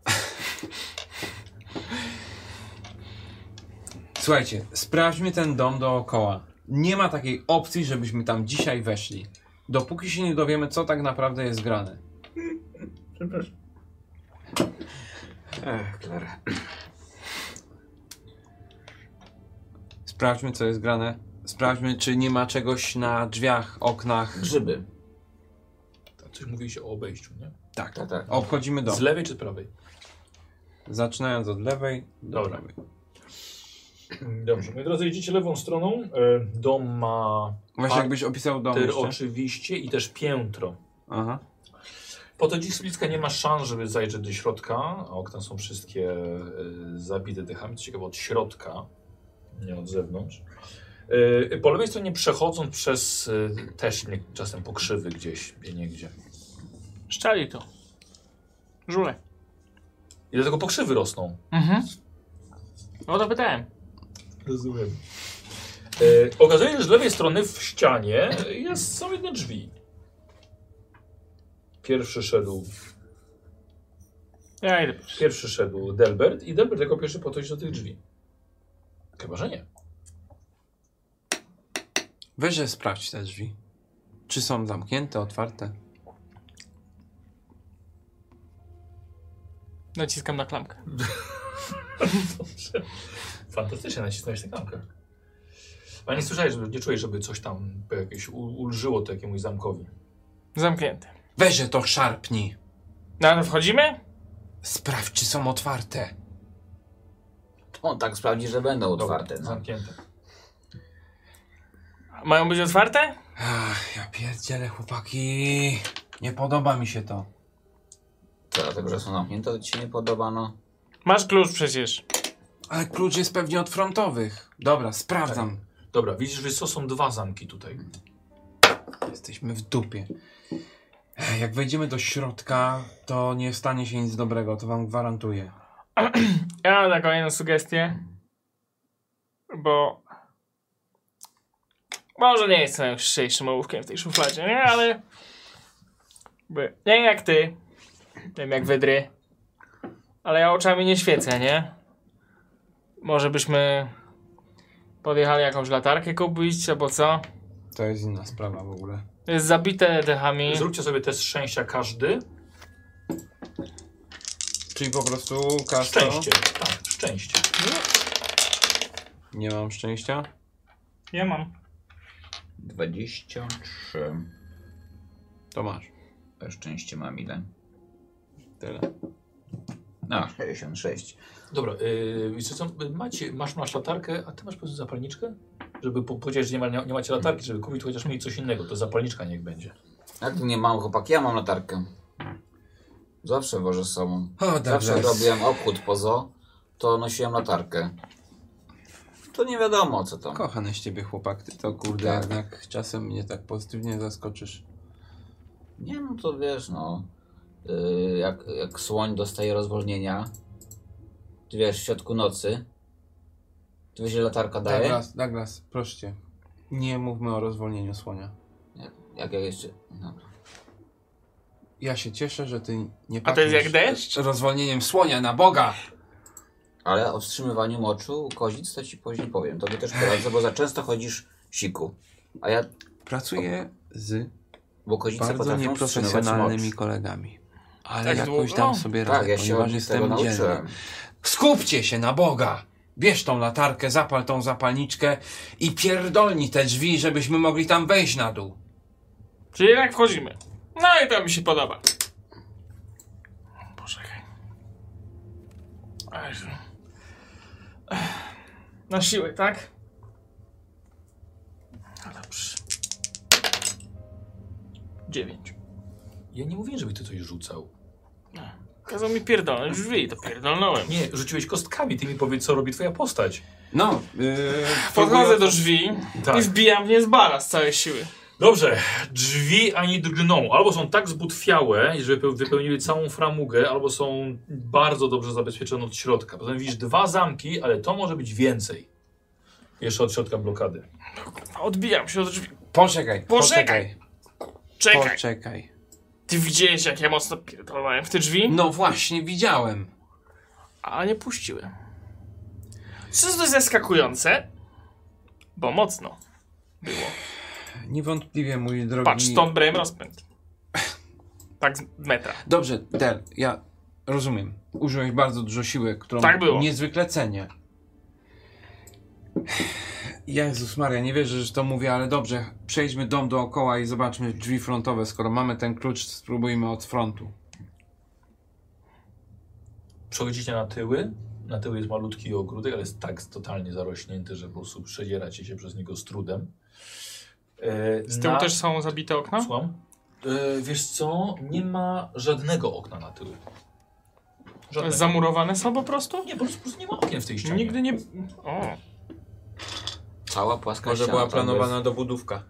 Słuchajcie, sprawdźmy ten dom dookoła. Nie ma takiej opcji, żebyśmy tam dzisiaj weszli. Dopóki się nie dowiemy, co tak naprawdę jest grane.
Przepraszam. Ech, Klara.
Sprawdźmy, co jest grane Sprawdźmy, czy nie ma czegoś na drzwiach, oknach.
Grzyby.
Coś mówiliście o obejściu, nie?
Tak,
Tak, tak.
obchodzimy dom.
Z lewej czy z prawej?
Zaczynając od lewej do
Dobra.
prawej.
Dobrze, moi drodzy, idziecie lewą stroną. E, Dom ma
Właśnie jakbyś opisał dom
parter
jeszcze.
oczywiście i też piętro.
Aha.
Po to dziś z bliska nie ma szans, żeby zajrzeć do środka. A okna są wszystkie e, zabite dechami. Co ciekawe, od środka, nie od zewnątrz. E, po lewej stronie przechodząc przez e, też nie, czasem pokrzywy gdzieś, niegdzie.
Szczali to. Żule.
I dlatego pokrzywy rosną.
Mhm. O to pytałem.
Rozumiem. E, okazuje się, że z lewej strony w ścianie jest, są jedne drzwi. Pierwszy szedł,
Ja idę.
pierwszy szedł Delbert i Delbert jako pierwszy podchodzi do tych drzwi. Chyba, że nie.
Weź, że sprawdź te drzwi. Czy są zamknięte, otwarte?
Naciskam na klamkę.
Dobrze. Fantastycznie nacisnąłeś tę klamkę. Ale nie słyszałeś, żeby, nie czułeś, żeby coś tam jakieś u- ulżyło to jakiemuś zamkowi.
Zamknięty.
Weź, że to szarpnij.
No ale wchodzimy?
Sprawdź, czy są otwarte.
To on tak sprawdzi, że będą
Dobra,
otwarte. No.
zamknięte.
Mają być otwarte?
Ach, ja pierdzielę, chłopaki. Nie podoba mi się to.
Co, dlatego, że są zamknięte, to ci się nie podoba, no.
Masz klucz przecież.
Ale klucz jest pewnie od frontowych. Dobra, sprawdzam.
Dobra, widzisz, że co są dwa zamki tutaj.
Jesteśmy w dupie. Ech, Jak wejdziemy do środka, to nie stanie się nic dobrego, to wam gwarantuję.
Ja mam taką jedną sugestię. Bo... Może nie jestem najszczęśliwszym ołówkiem w tej szufladzie, nie? Ale... By... Nie jak ty. Wiem jak wydry. Ale ja oczami nie świecę, nie? Może byśmy... Podjechali jakąś latarkę kupić, albo co?
To jest inna sprawa w ogóle.
To jest zabite dechami.
Zróbcie sobie test szczęścia każdy.
Czyli po prostu kasto.
Szczęście, tak, szczęście.
Nie mam szczęścia.
Ja mam.
dwadzieścia trzy.
To masz.
To szczęście mam ile?
Tyle.
No, sześćdziesiąt sześć.
Dobra, yy, wiecie co, macie, masz, masz latarkę, a ty masz po prostu zapalniczkę? Żeby po- powiedzieć, że nie, ma, nie, nie macie latarki, żeby kupić chociaż mieć coś innego, to zapalniczka niech będzie.
Jak tu nie mam, chłopaki, ja mam latarkę. Zawsze wożę z sobą.
O,
Zawsze jak
dobrze.
robiłem obchód po zoo, to nosiłem latarkę. To nie wiadomo co tam.
Kochany z ciebie chłopak, ty to kurde
Tak.
jednak czasem mnie tak pozytywnie zaskoczysz.
Nie no to wiesz no. Yy, jak, jak słoń dostaje rozwolnienia, ty wiesz w środku nocy, to wiesz ile latarka daje?
Douglas, Douglas, proszę cię. Nie mówmy o rozwolnieniu słonia.
Jak, jak ja jeszcze... Dobra.
Ja się cieszę, że ty nie
A to jest jak
pachniesz
deszcz?
rozwolnieniem słonia, na Boga!
Ale o wstrzymywaniu moczu kozic to ci później powiem. Tobie też poradzę, bo za często chodzisz siku. A ja,
Pracuję z
bo kozice
bardzo
potrafią wstrzymywać
nieprofesjonalnymi
mocz.
kolegami. Ale
Tak
jakoś
długo?
dam sobie radę,
Tak, ja się
ponieważ
od tego
jestem dzielny.
nauczyłem.
Skupcie się na Boga! Bierz tą latarkę, zapal tą zapalniczkę i pierdolnij te drzwi, żebyśmy mogli tam wejść na dół.
Czyli jednak wchodzimy. No i to mi się podoba. Poczekaj. Ech. Na siłę, tak? No dobrze. Dziewięć.
Ja nie mówię, żeby ty coś rzucał.
Kazał mi pierdolnąć drzwi, to pierdolnąłem.
Nie, rzuciłeś kostkami, ty mi powiedz, co robi twoja postać.
No, yy,
Podchodzę do drzwi
Tak.
i wbijam w nie z bara z całej siły.
Dobrze, drzwi ani drgną. Albo są tak zbutwiałe, że wypeł- wypełniły całą framugę, albo są bardzo dobrze zabezpieczone od środka. Potem widzisz dwa zamki, ale to może być więcej. Jeszcze od środka blokady.
Odbijam się od drzwi.
Poczekaj,
Poczekaj.
poczekaj,
Czekaj.
poczekaj.
Ty widziałeś, jak ja mocno pierdolałem w te drzwi?
No właśnie, widziałem.
A nie puściłem. Co jest dość zaskakujące, bo mocno było.
Niewątpliwie, mój drogi...
Patrz, stąd brałem rozpęd. Tak z metra.
Dobrze, Del, ja rozumiem. Użyłeś bardzo dużo siły, którą
Tak było.
niezwykle cenię. Jezus Maria, nie wierzę, że to mówię, ale dobrze. Przejdźmy dom dookoła i zobaczmy drzwi frontowe. Skoro mamy ten klucz, spróbujmy od frontu.
Przechodzicie na tyły. Na tyły jest malutki ogródek, ale jest tak totalnie zarośnięty, że po prostu przedzieracie się przez niego z trudem. E,
Z tyłu
na...
też są zabite okna?
Słucham? E, wiesz co? Nie ma żadnego okna na tyły. Żadnego.
Zamurowane są po prostu?
Nie, po prostu, po prostu nie ma okien w tej ścianie.
Nigdy nie... O.
Cała płaska
Może
ściana,
była
tam
planowana dobudówka.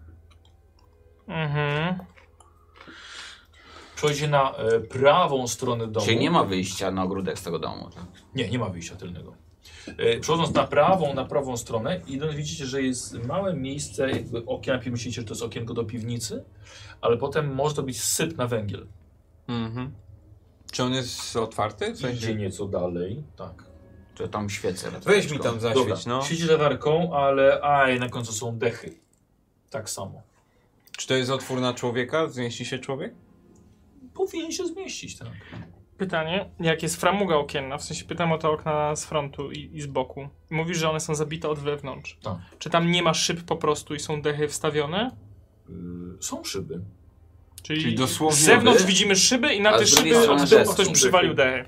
Mhm.
Przechodzicie na e, prawą stronę domu.
Czyli nie ma wyjścia na ogródek z tego domu, tak?
Nie, nie ma wyjścia tylnego. E, przechodząc na prawą, na prawą stronę i widzicie, że jest małe miejsce, jakby okien, najpierw myślicie, że to jest okienko do piwnicy, ale potem może to być syp na węgiel.
Mhm. Czy on jest otwarty? W
Idzie
sensie...
nieco dalej, tak.
To tam świecę.
Weź mi tam
Dobra,
zaświeć, no.
świeci latarką, ale aj, na końcu są dechy. Tak samo.
Czy to jest otwór na człowieka? Zmieści się człowiek?
Powinien się zmieścić, tak.
Pytanie, jak jest framuga okienna, w sensie pytam o te okna z frontu i, i z boku. Mówisz, że one są zabite od wewnątrz.
Tak.
Czy tam nie ma szyb po prostu i są dechy wstawione?
Yy, są szyby.
Czyli,
Czyli dosłownie
z zewnątrz
wy-
widzimy szyby i na
a
te
z drugiej
szyby
strony
od tyłu
deską
ktoś
dechy.
przywalił dechy.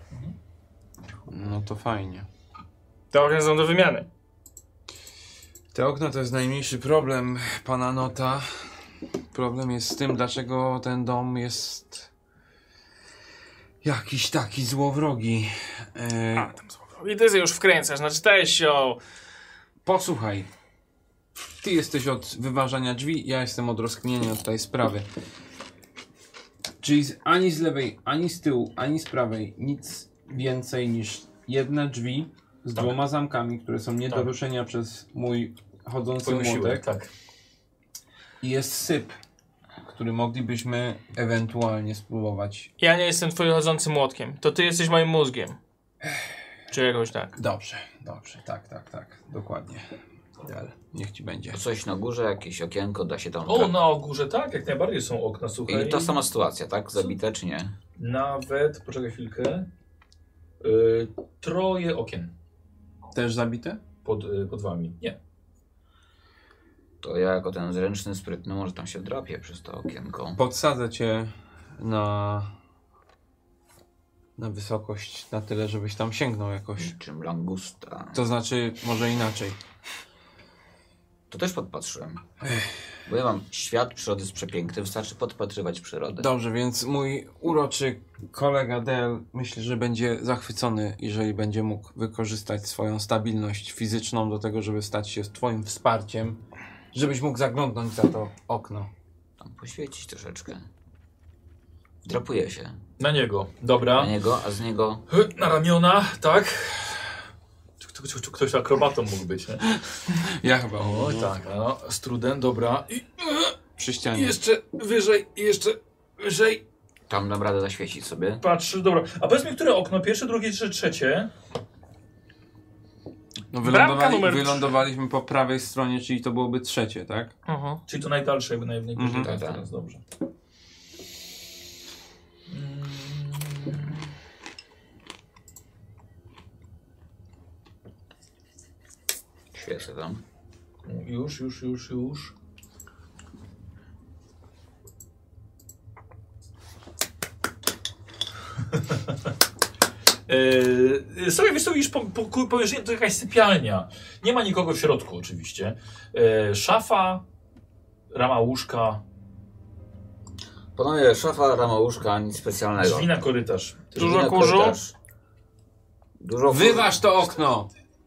No to fajnie.
Te okna są do wymiany.
Te okna to jest najmniejszy problem pana Nota. Problem jest z tym, dlaczego ten dom jest jakiś taki złowrogi. E,
A, tam są. I ty się już wkręcasz, naczytałeś się o...
Posłuchaj. Ty jesteś od wyważania drzwi, ja jestem od rozkminienia tutaj sprawy. Czyli z, ani z lewej, ani z tyłu, ani z prawej nic więcej niż jedne drzwi z
Tak.
dwoma zamkami, które są nie do
Tak.
ruszenia przez mój chodzący
Twoją siłę,
młotek.
tak.
I jest syp, który moglibyśmy ewentualnie spróbować.
Ja nie jestem twoim chodzącym młotkiem. To ty jesteś moim mózgiem. Czy jakoś tak.
Dobrze, dobrze, tak, tak, tak, dokładnie. Del, niech ci będzie.
To coś na górze, jakieś okienko, da się tam...
O, na górze tak, jak najbardziej są okna, słuchaj.
I ta sama sytuacja, tak? Zabite czy nie?
Nawet, poczekaj chwilkę, yy, troje okien
Też zabite?
pod, yy, pod wami. Nie.
To ja jako ten zręczny, sprytny, może tam się wdrapię przez to okienko.
Podsadzę cię na, na wysokość, na tyle, żebyś tam sięgnął jakoś.
Czym langusta.
To znaczy, może inaczej.
To też podpatrzyłem. Bo ja mam świat przyrody jest przepiękny, wystarczy podpatrywać przyrodę.
Dobrze, więc mój uroczy kolega Del myślę, że będzie zachwycony, jeżeli będzie mógł wykorzystać swoją stabilność fizyczną do tego, żeby stać się twoim wsparciem, żebyś mógł zaglądnąć za to okno.
Tam poświecić troszeczkę. Drapuję się
Na niego, dobra.
na niego, a z niego...
Na ramiona, tak. Ktoś, ktoś, ktoś akrobatą mógł być, nie?
Ja chyba.
O,
no,
tak, no, z trudem, dobra. I
Przy ścianie.
jeszcze wyżej, i jeszcze wyżej.
Tam dam radę zaświecić sobie.
Patrz, dobra. A powiedz mi, które okno? Pierwsze, drugie czy trzecie?
No,
Bramka
wylądowali,
numer
wylądowaliśmy po prawej stronie, czyli to byłoby trzecie, tak?
Mhm.
Czyli to najdalsze, jakby naj, najbliżej.
Mhm.
Tak,
Tak.
teraz, dobrze.
Świecę tam.
Już, już, już, już. Yy, sobie wiesz, co widzisz, po, po, powierzchni to jakaś sypialnia. Nie ma nikogo w środku oczywiście. Yy, szafa, rama łóżka,
Panowie, szafa, rama łóżka, nic specjalnego.
drzwi na korytarz.
Drzwi
Dużo
na
kurzu?
korytarz. Dużo kurzu.
Wyważ to okno!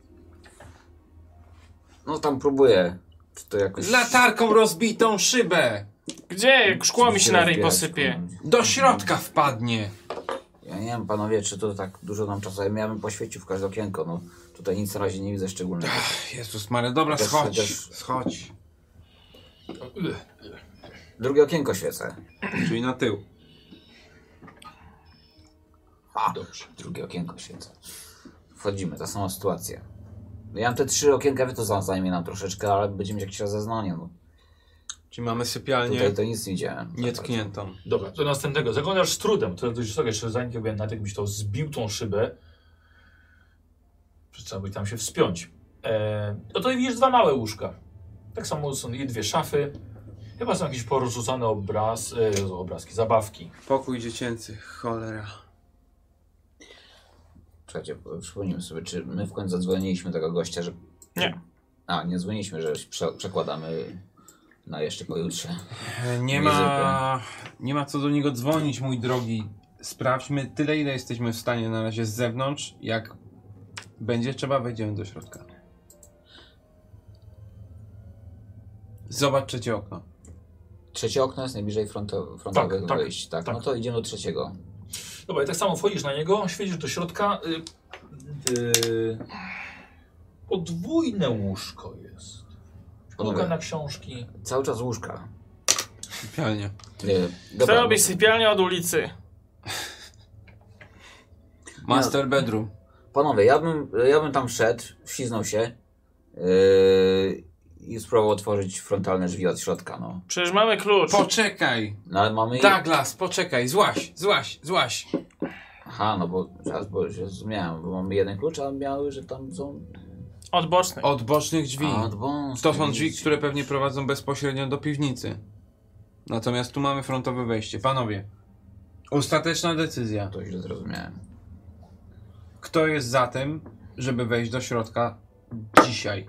No tam próbuję. Czy to jakoś...
Latarką rozbitą szybę!
Gdzie? Jak szkło mi się na ryj
rozbijać,
posypie.
kurde.
Do środka wpadnie!
Ja nie wiem, panowie, czy to tak dużo nam czasu. Ja bym poświecił w każde okienko. No, tutaj nic na razie nie widzę szczególnego.
Jezus Maria, dobra,
Chociaż-
schodź,
chociaż-
schodź.
Drugie okienko świecę.
Czyli na tył.
Ha!
Dobrze.
Drugie okienko świecę. Wchodzimy, ta sama sytuacja. No ja mam te trzy okienka, wie to za- zajmie nam troszeczkę, ale będziemy mieć jakieś rozeznanie. No.
Czyli mamy sypialnię
Tutaj to nic nie widziałem.
nietkniętą.
Dobra, do następnego. Zaglądasz z trudem. To jest dość wysokie, jeszcze zanim jakby na tym byś to zbił tą szybę. Trzeba by tam się wspiąć. Eee, no to widzisz dwa małe łóżka. Tak samo są i dwie szafy. Chyba są jakieś porzucane obraz, e, obrazki, zabawki.
Pokój dziecięcy, cholera.
Słuchajcie, przypomnijmy sobie, czy my w końcu zadzwoniliśmy tego gościa, że...
Nie.
A, nie dzwoniliśmy, że prze przekładamy na jeszcze pojutrze.
Nie ma, nie ma co do niego dzwonić, mój drogi. Sprawdźmy tyle, ile jesteśmy w stanie na razie z zewnątrz. Jak będzie trzeba, wejdziemy do środka. Zobacz trzecie okno.
Trzecie okno jest najbliżej fronto, frontowych
Tak, tak,
wejść, tak?
tak.
No to idziemy do trzeciego.
Dobra, i tak samo wchodzisz na niego, świecisz do środka. Y, y, podwójne łóżko jest. Półka na książki.
Cały czas łóżka.
Sypialnie.
Nie,
Kto robi sypialnię od ulicy?
Master bedroom.
Panowie, ja bym, ja bym tam wszedł, wśliznął się yy, i spróbował otworzyć frontalne drzwi od środka, no.
Przecież mamy klucz.
Poczekaj!
No ale mamy...
Douglas, poczekaj, złaś, złaś, złaś.
Aha, no bo zaraz, bo się zrozumiałem, bo mamy jeden klucz, a miały, że tam są...
Od bocznej.
Od bocznych drzwi.
A, od wąskich.
To są drzwi, które pewnie prowadzą bezpośrednio do piwnicy. Natomiast tu mamy frontowe wejście. Panowie, ostateczna decyzja.
To źle zrozumiałem.
Kto jest za tym, żeby wejść do środka dzisiaj?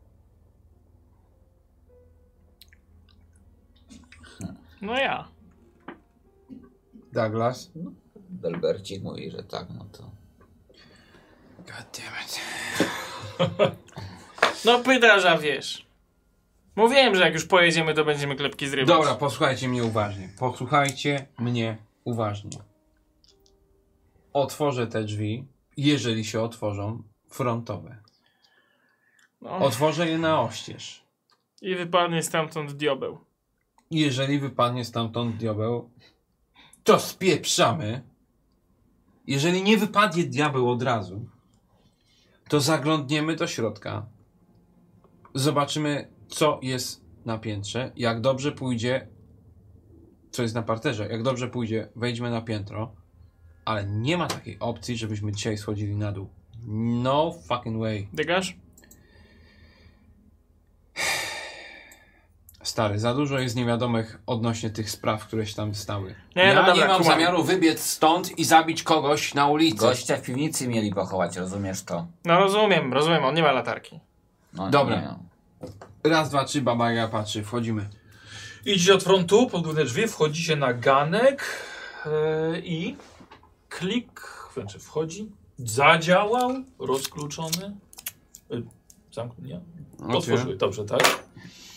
No ja.
Douglas?
Delbercik mówi, że tak, no to...
God damn it.
No pytasz, a wiesz. Mówiłem, że jak już pojedziemy, to będziemy klepki zrywać.
Dobra, posłuchajcie mnie uważnie. Posłuchajcie mnie uważnie. Otworzę te drzwi, jeżeli się otworzą, frontowe.
No.
Otworzę je na oścież.
I wypadnie stamtąd diobeł.
Jeżeli wypadnie stamtąd diabeł, to spieprzamy. Jeżeli nie wypadnie diabeł od razu, to zaglądniemy do środka. Zobaczymy, co jest na piętrze. Jak dobrze pójdzie, co jest na parterze. Jak dobrze pójdzie, wejdźmy na piętro. Ale nie ma takiej opcji, żebyśmy dzisiaj schodzili na dół. No fucking way.
Dygasz?
Stary, za dużo jest niewiadomych odnośnie tych spraw, które się tam stały.
Nie,
ja
no dobra,
nie mam
kumam.
zamiaru wybiec stąd i zabić kogoś na ulicy.
Gościa w piwnicy mieli pochować, rozumiesz to?
No rozumiem, rozumiem, on nie ma latarki.
No,
Dobra.
Nie, no.
Raz, dwa, trzy, baba ja patrzy, wchodzimy.
Idziecie od frontu, pod główne drzwi, wchodzicie na ganek yy, i klik, znaczy wchodzi, zadziałał, rozkluczony. Yy, zamknął, nie? Otworzyły, dobrze, tak?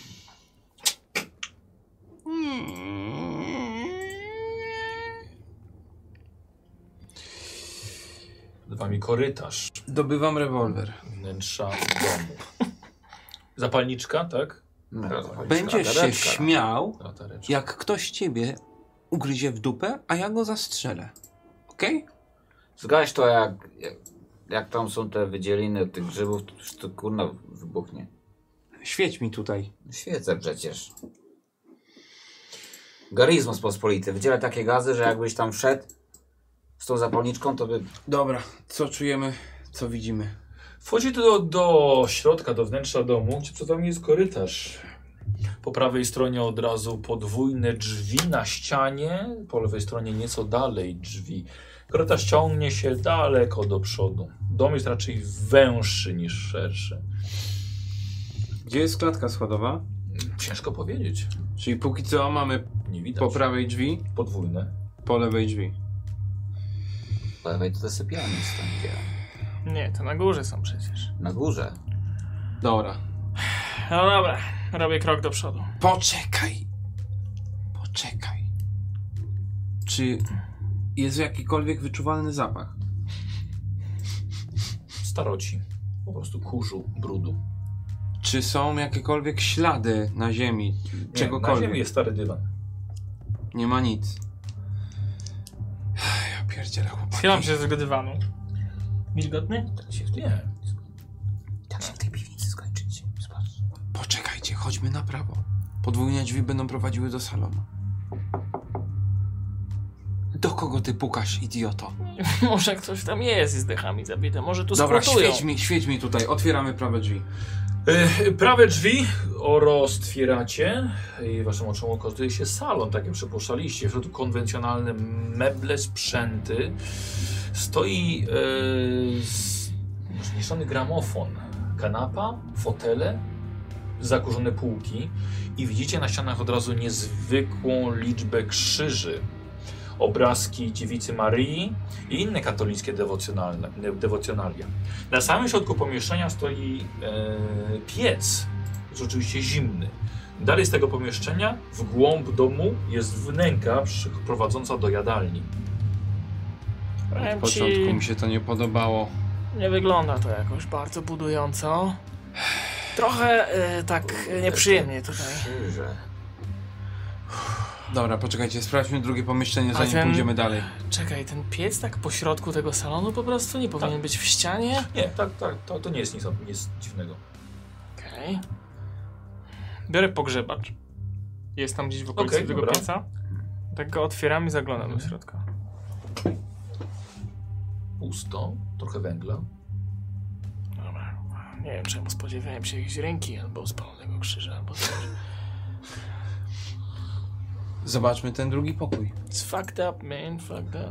Przed wami korytarz,
Dobywam rewolwer.
wnętrza domu. Zapalniczka, tak?
No,
Będziesz się
latareczka.
śmiał,
Latareczka.
jak ktoś ciebie ugryzie w dupę, a ja go zastrzelę. Okej?
Zgaś to jak, jak, jak tam są te wydzieliny od tych grzybów, to, to kurna wybuchnie.
Świeć mi tutaj.
Świecę przecież. Garizmus pospolity. Wydziela takie gazy, że jakbyś tam wszedł z tą zapalniczką, to by...
Dobra, co czujemy, co widzimy?
Wchodzicie do, do środka, do wnętrza domu, gdzie przed wami jest korytarz. Po prawej stronie od razu podwójne drzwi na ścianie, po lewej stronie nieco dalej drzwi. Korytarz ciągnie się daleko do przodu. Dom jest raczej węższy niż szerszy.
Gdzie jest klatka schodowa?
Ciężko powiedzieć.
Czyli póki co mamy
Nie widać.
po prawej drzwi,
Podwójne.
po lewej drzwi.
Po lewej to te sypialnie stąd idzie.
Nie, to na górze są przecież.
Na górze.
Dobra.
No dobra, robię krok do przodu.
Poczekaj. Poczekaj. Czy jest jakikolwiek wyczuwalny zapach?
Staroci. Po prostu kurzu, brudu.
Czy są jakiekolwiek ślady na ziemi?
Nie,
Czegokolwiek?
na ziemi jest stary dywan.
Nie ma nic. Ja pierdzielę, chłopaki.
Schylam się z tego dywanu. Wilgotny?
Tak się w tej,
Nie.
tak się w tej piwnicy skończyć. Zobacz.
Poczekajcie, chodźmy na prawo. Podwójne drzwi będą prowadziły do salonu. Do kogo ty pukasz, idioto?
Może ktoś tam jest z dechami zabite, może tu
Dobra,
skłotują.
świeć mi, świeć mi tutaj. Otwieramy prawe drzwi.
E, prawe drzwi roztwieracie i waszym oczom okazuje się salon, tak jak przypuszczaliście. W środku konwencjonalne meble, sprzęty. Stoi e, zniszczony gramofon, kanapa, fotele, zakurzone półki i widzicie na ścianach od razu niezwykłą liczbę krzyży. Obrazki Dziewicy Maryi i inne katolickie dewocjonalne, dewocjonalia. Na samym środku pomieszczenia stoi e, piec, jest oczywiście zimny. Dalej z tego pomieszczenia w głąb domu jest wnęka prowadząca do jadalni.
Od początku mi się to nie podobało.
Nie wygląda to jakoś bardzo budująco. Trochę e, tak e, nieprzyjemnie tutaj.
Krzyże.
Dobra, poczekajcie, sprawdźmy drugie pomieszczenie,
A
zanim
ten-
pójdziemy dalej.
Czekaj, ten piec tak po środku tego salonu po prostu nie powinien być w ścianie?
Nie, tak, tak, to, to nie jest nic, nic dziwnego.
Okej.
Biorę pogrzebacz. Jest tam gdzieś w okolicy
Okej,
tego
dobra.
pieca. Tak go otwieram i zaglądam do środka.
Pusto, trochę węgla.
Dobra. Nie wiem czemu spodziewałem się jakiejś ręki albo spalonego krzyża albo coś.
Zobaczmy ten drugi pokój.
It's fucked up, man, fucked up.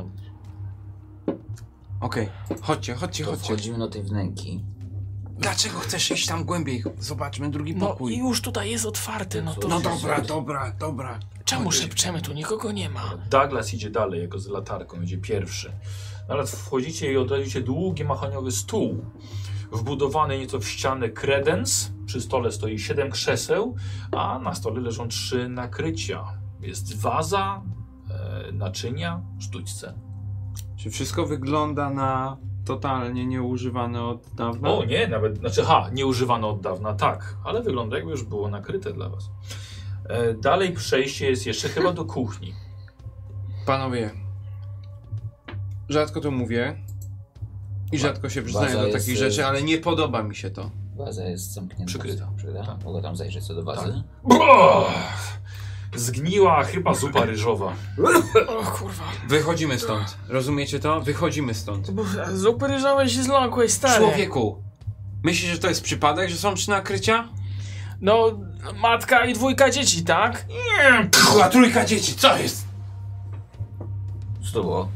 Okej, chodźcie, chodźcie,
To
chodźcie.
wchodzimy do tej wnęki.
Dlaczego chcesz iść tam głębiej? Zobaczmy drugi
No
pokój.
i już tutaj jest otwarty, no to
No dobra, dobra, dobra.
czemu
Chodź.
szepczemy? Tu nikogo nie ma.
Douglas idzie dalej, jako z latarką, idzie pierwszy. Nawet wchodzicie i od razu widzicie długi mahoniowy stół. Wbudowany nieco w ścianę kredens. Przy stole stoi siedem krzeseł, a na stole leżą trzy nakrycia. Jest waza, e, naczynia, sztućce.
Czy wszystko wygląda na totalnie nieużywane od dawna?
O nie, nawet, znaczy ha, nie używano od dawna, tak, ale wygląda jakby już było nakryte dla was. E, dalej przejście jest jeszcze chyba do kuchni.
Panowie, rzadko to mówię i rzadko się przyznaję
Baza
do
jest,
takich
y-
rzeczy, ale nie podoba mi się to.
Waza jest zamknięta.
Przykryta.
Przykryta?
Tak.
Mogę tam zajrzeć co do wazy?
Brrr! Zgniła chyba zupa ryżowa.
O kurwa.
Wychodzimy stąd. Rozumiecie to? Wychodzimy stąd.
Zupy ryżowe się zląkłeś, stary.
Człowieku, myślisz, że to jest przypadek, że są trzy nakrycia?
No, matka i dwójka dzieci, tak?
Nie,
Była trójka dzieci, co jest?
Co to było?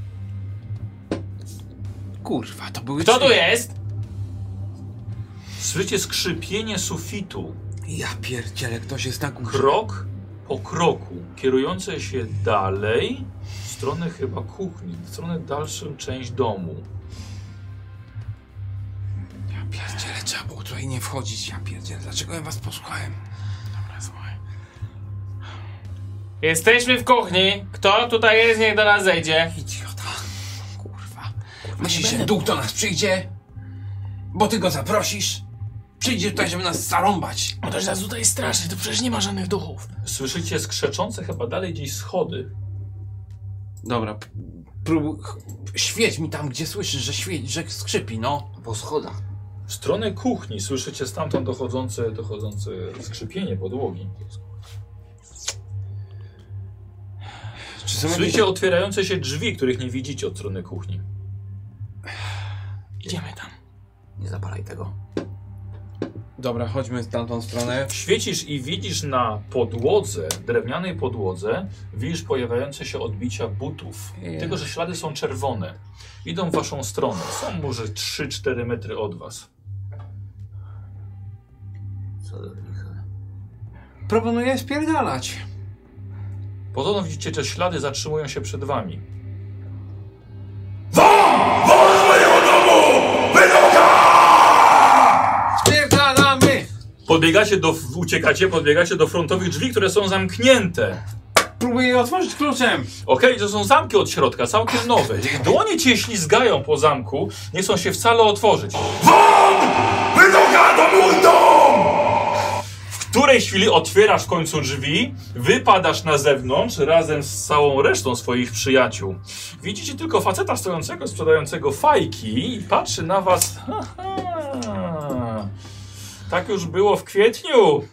Kurwa, to były
Kto
trzy.
tu jest?
słyszycie skrzypienie sufitu.
Ja pierdzielę, ktoś jest na górze.
Krok po kroku, kierujące się dalej w stronę chyba kuchni, w stronę dalszą część domu.
Ja pierdzielę, trzeba było tutaj nie wchodzić. Ja pierdzielę, dlaczego ja was posłuchałem? Dobra, słuchaj.
Jesteśmy w kuchni. Kto tutaj jest, niech do nas zejdzie.
Idiota. Kurwa. Myślisz, że duch do nas przyjdzie? Bo ty go zaprosisz? Przyjdzie tutaj, żeby nas zarąbać.
No też nas tutaj straszy, to przecież nie ma żadnych duchów.
Słyszycie skrzeczące chyba dalej gdzieś schody.
Dobra, p- próbuj... ch- Świeć mi tam, gdzie słyszysz, że świeci, że skrzypi, no.
Po schodach.
W stronę kuchni słyszycie stamtąd dochodzące, dochodzące skrzypienie podłogi.
Czy są
Słyszycie
jakieś...
otwierające się drzwi, których nie widzicie od strony kuchni.
Idziemy tam.
Nie zapalaj tego.
Dobra, chodźmy w tamtą stronę.
Świecisz i widzisz na podłodze, drewnianej podłodze, widzisz pojawiające się odbicia butów.
Nie.
Tylko że ślady są czerwone. Idą w waszą stronę. Są może trzy cztery metry od was.
Co do licha.
Proponuję spierdalać.
Podobno widzicie, że ślady zatrzymują się przed wami.
Spierdalamy!
Podbiegacie do, uciekacie, podbiegacie do frontowych drzwi, które są zamknięte.
Próbuję je otworzyć kluczem.
Okej, to są zamki od środka, całkiem nowe. Dłonie cię ślizgają po zamku, nie chcą się wcale otworzyć. W której chwili otwierasz w końcu drzwi, wypadasz na zewnątrz razem z całą resztą swoich przyjaciół. Widzicie tylko faceta stojącego, sprzedającego fajki i patrzy na was. Haha. Tak już było w kwietniu.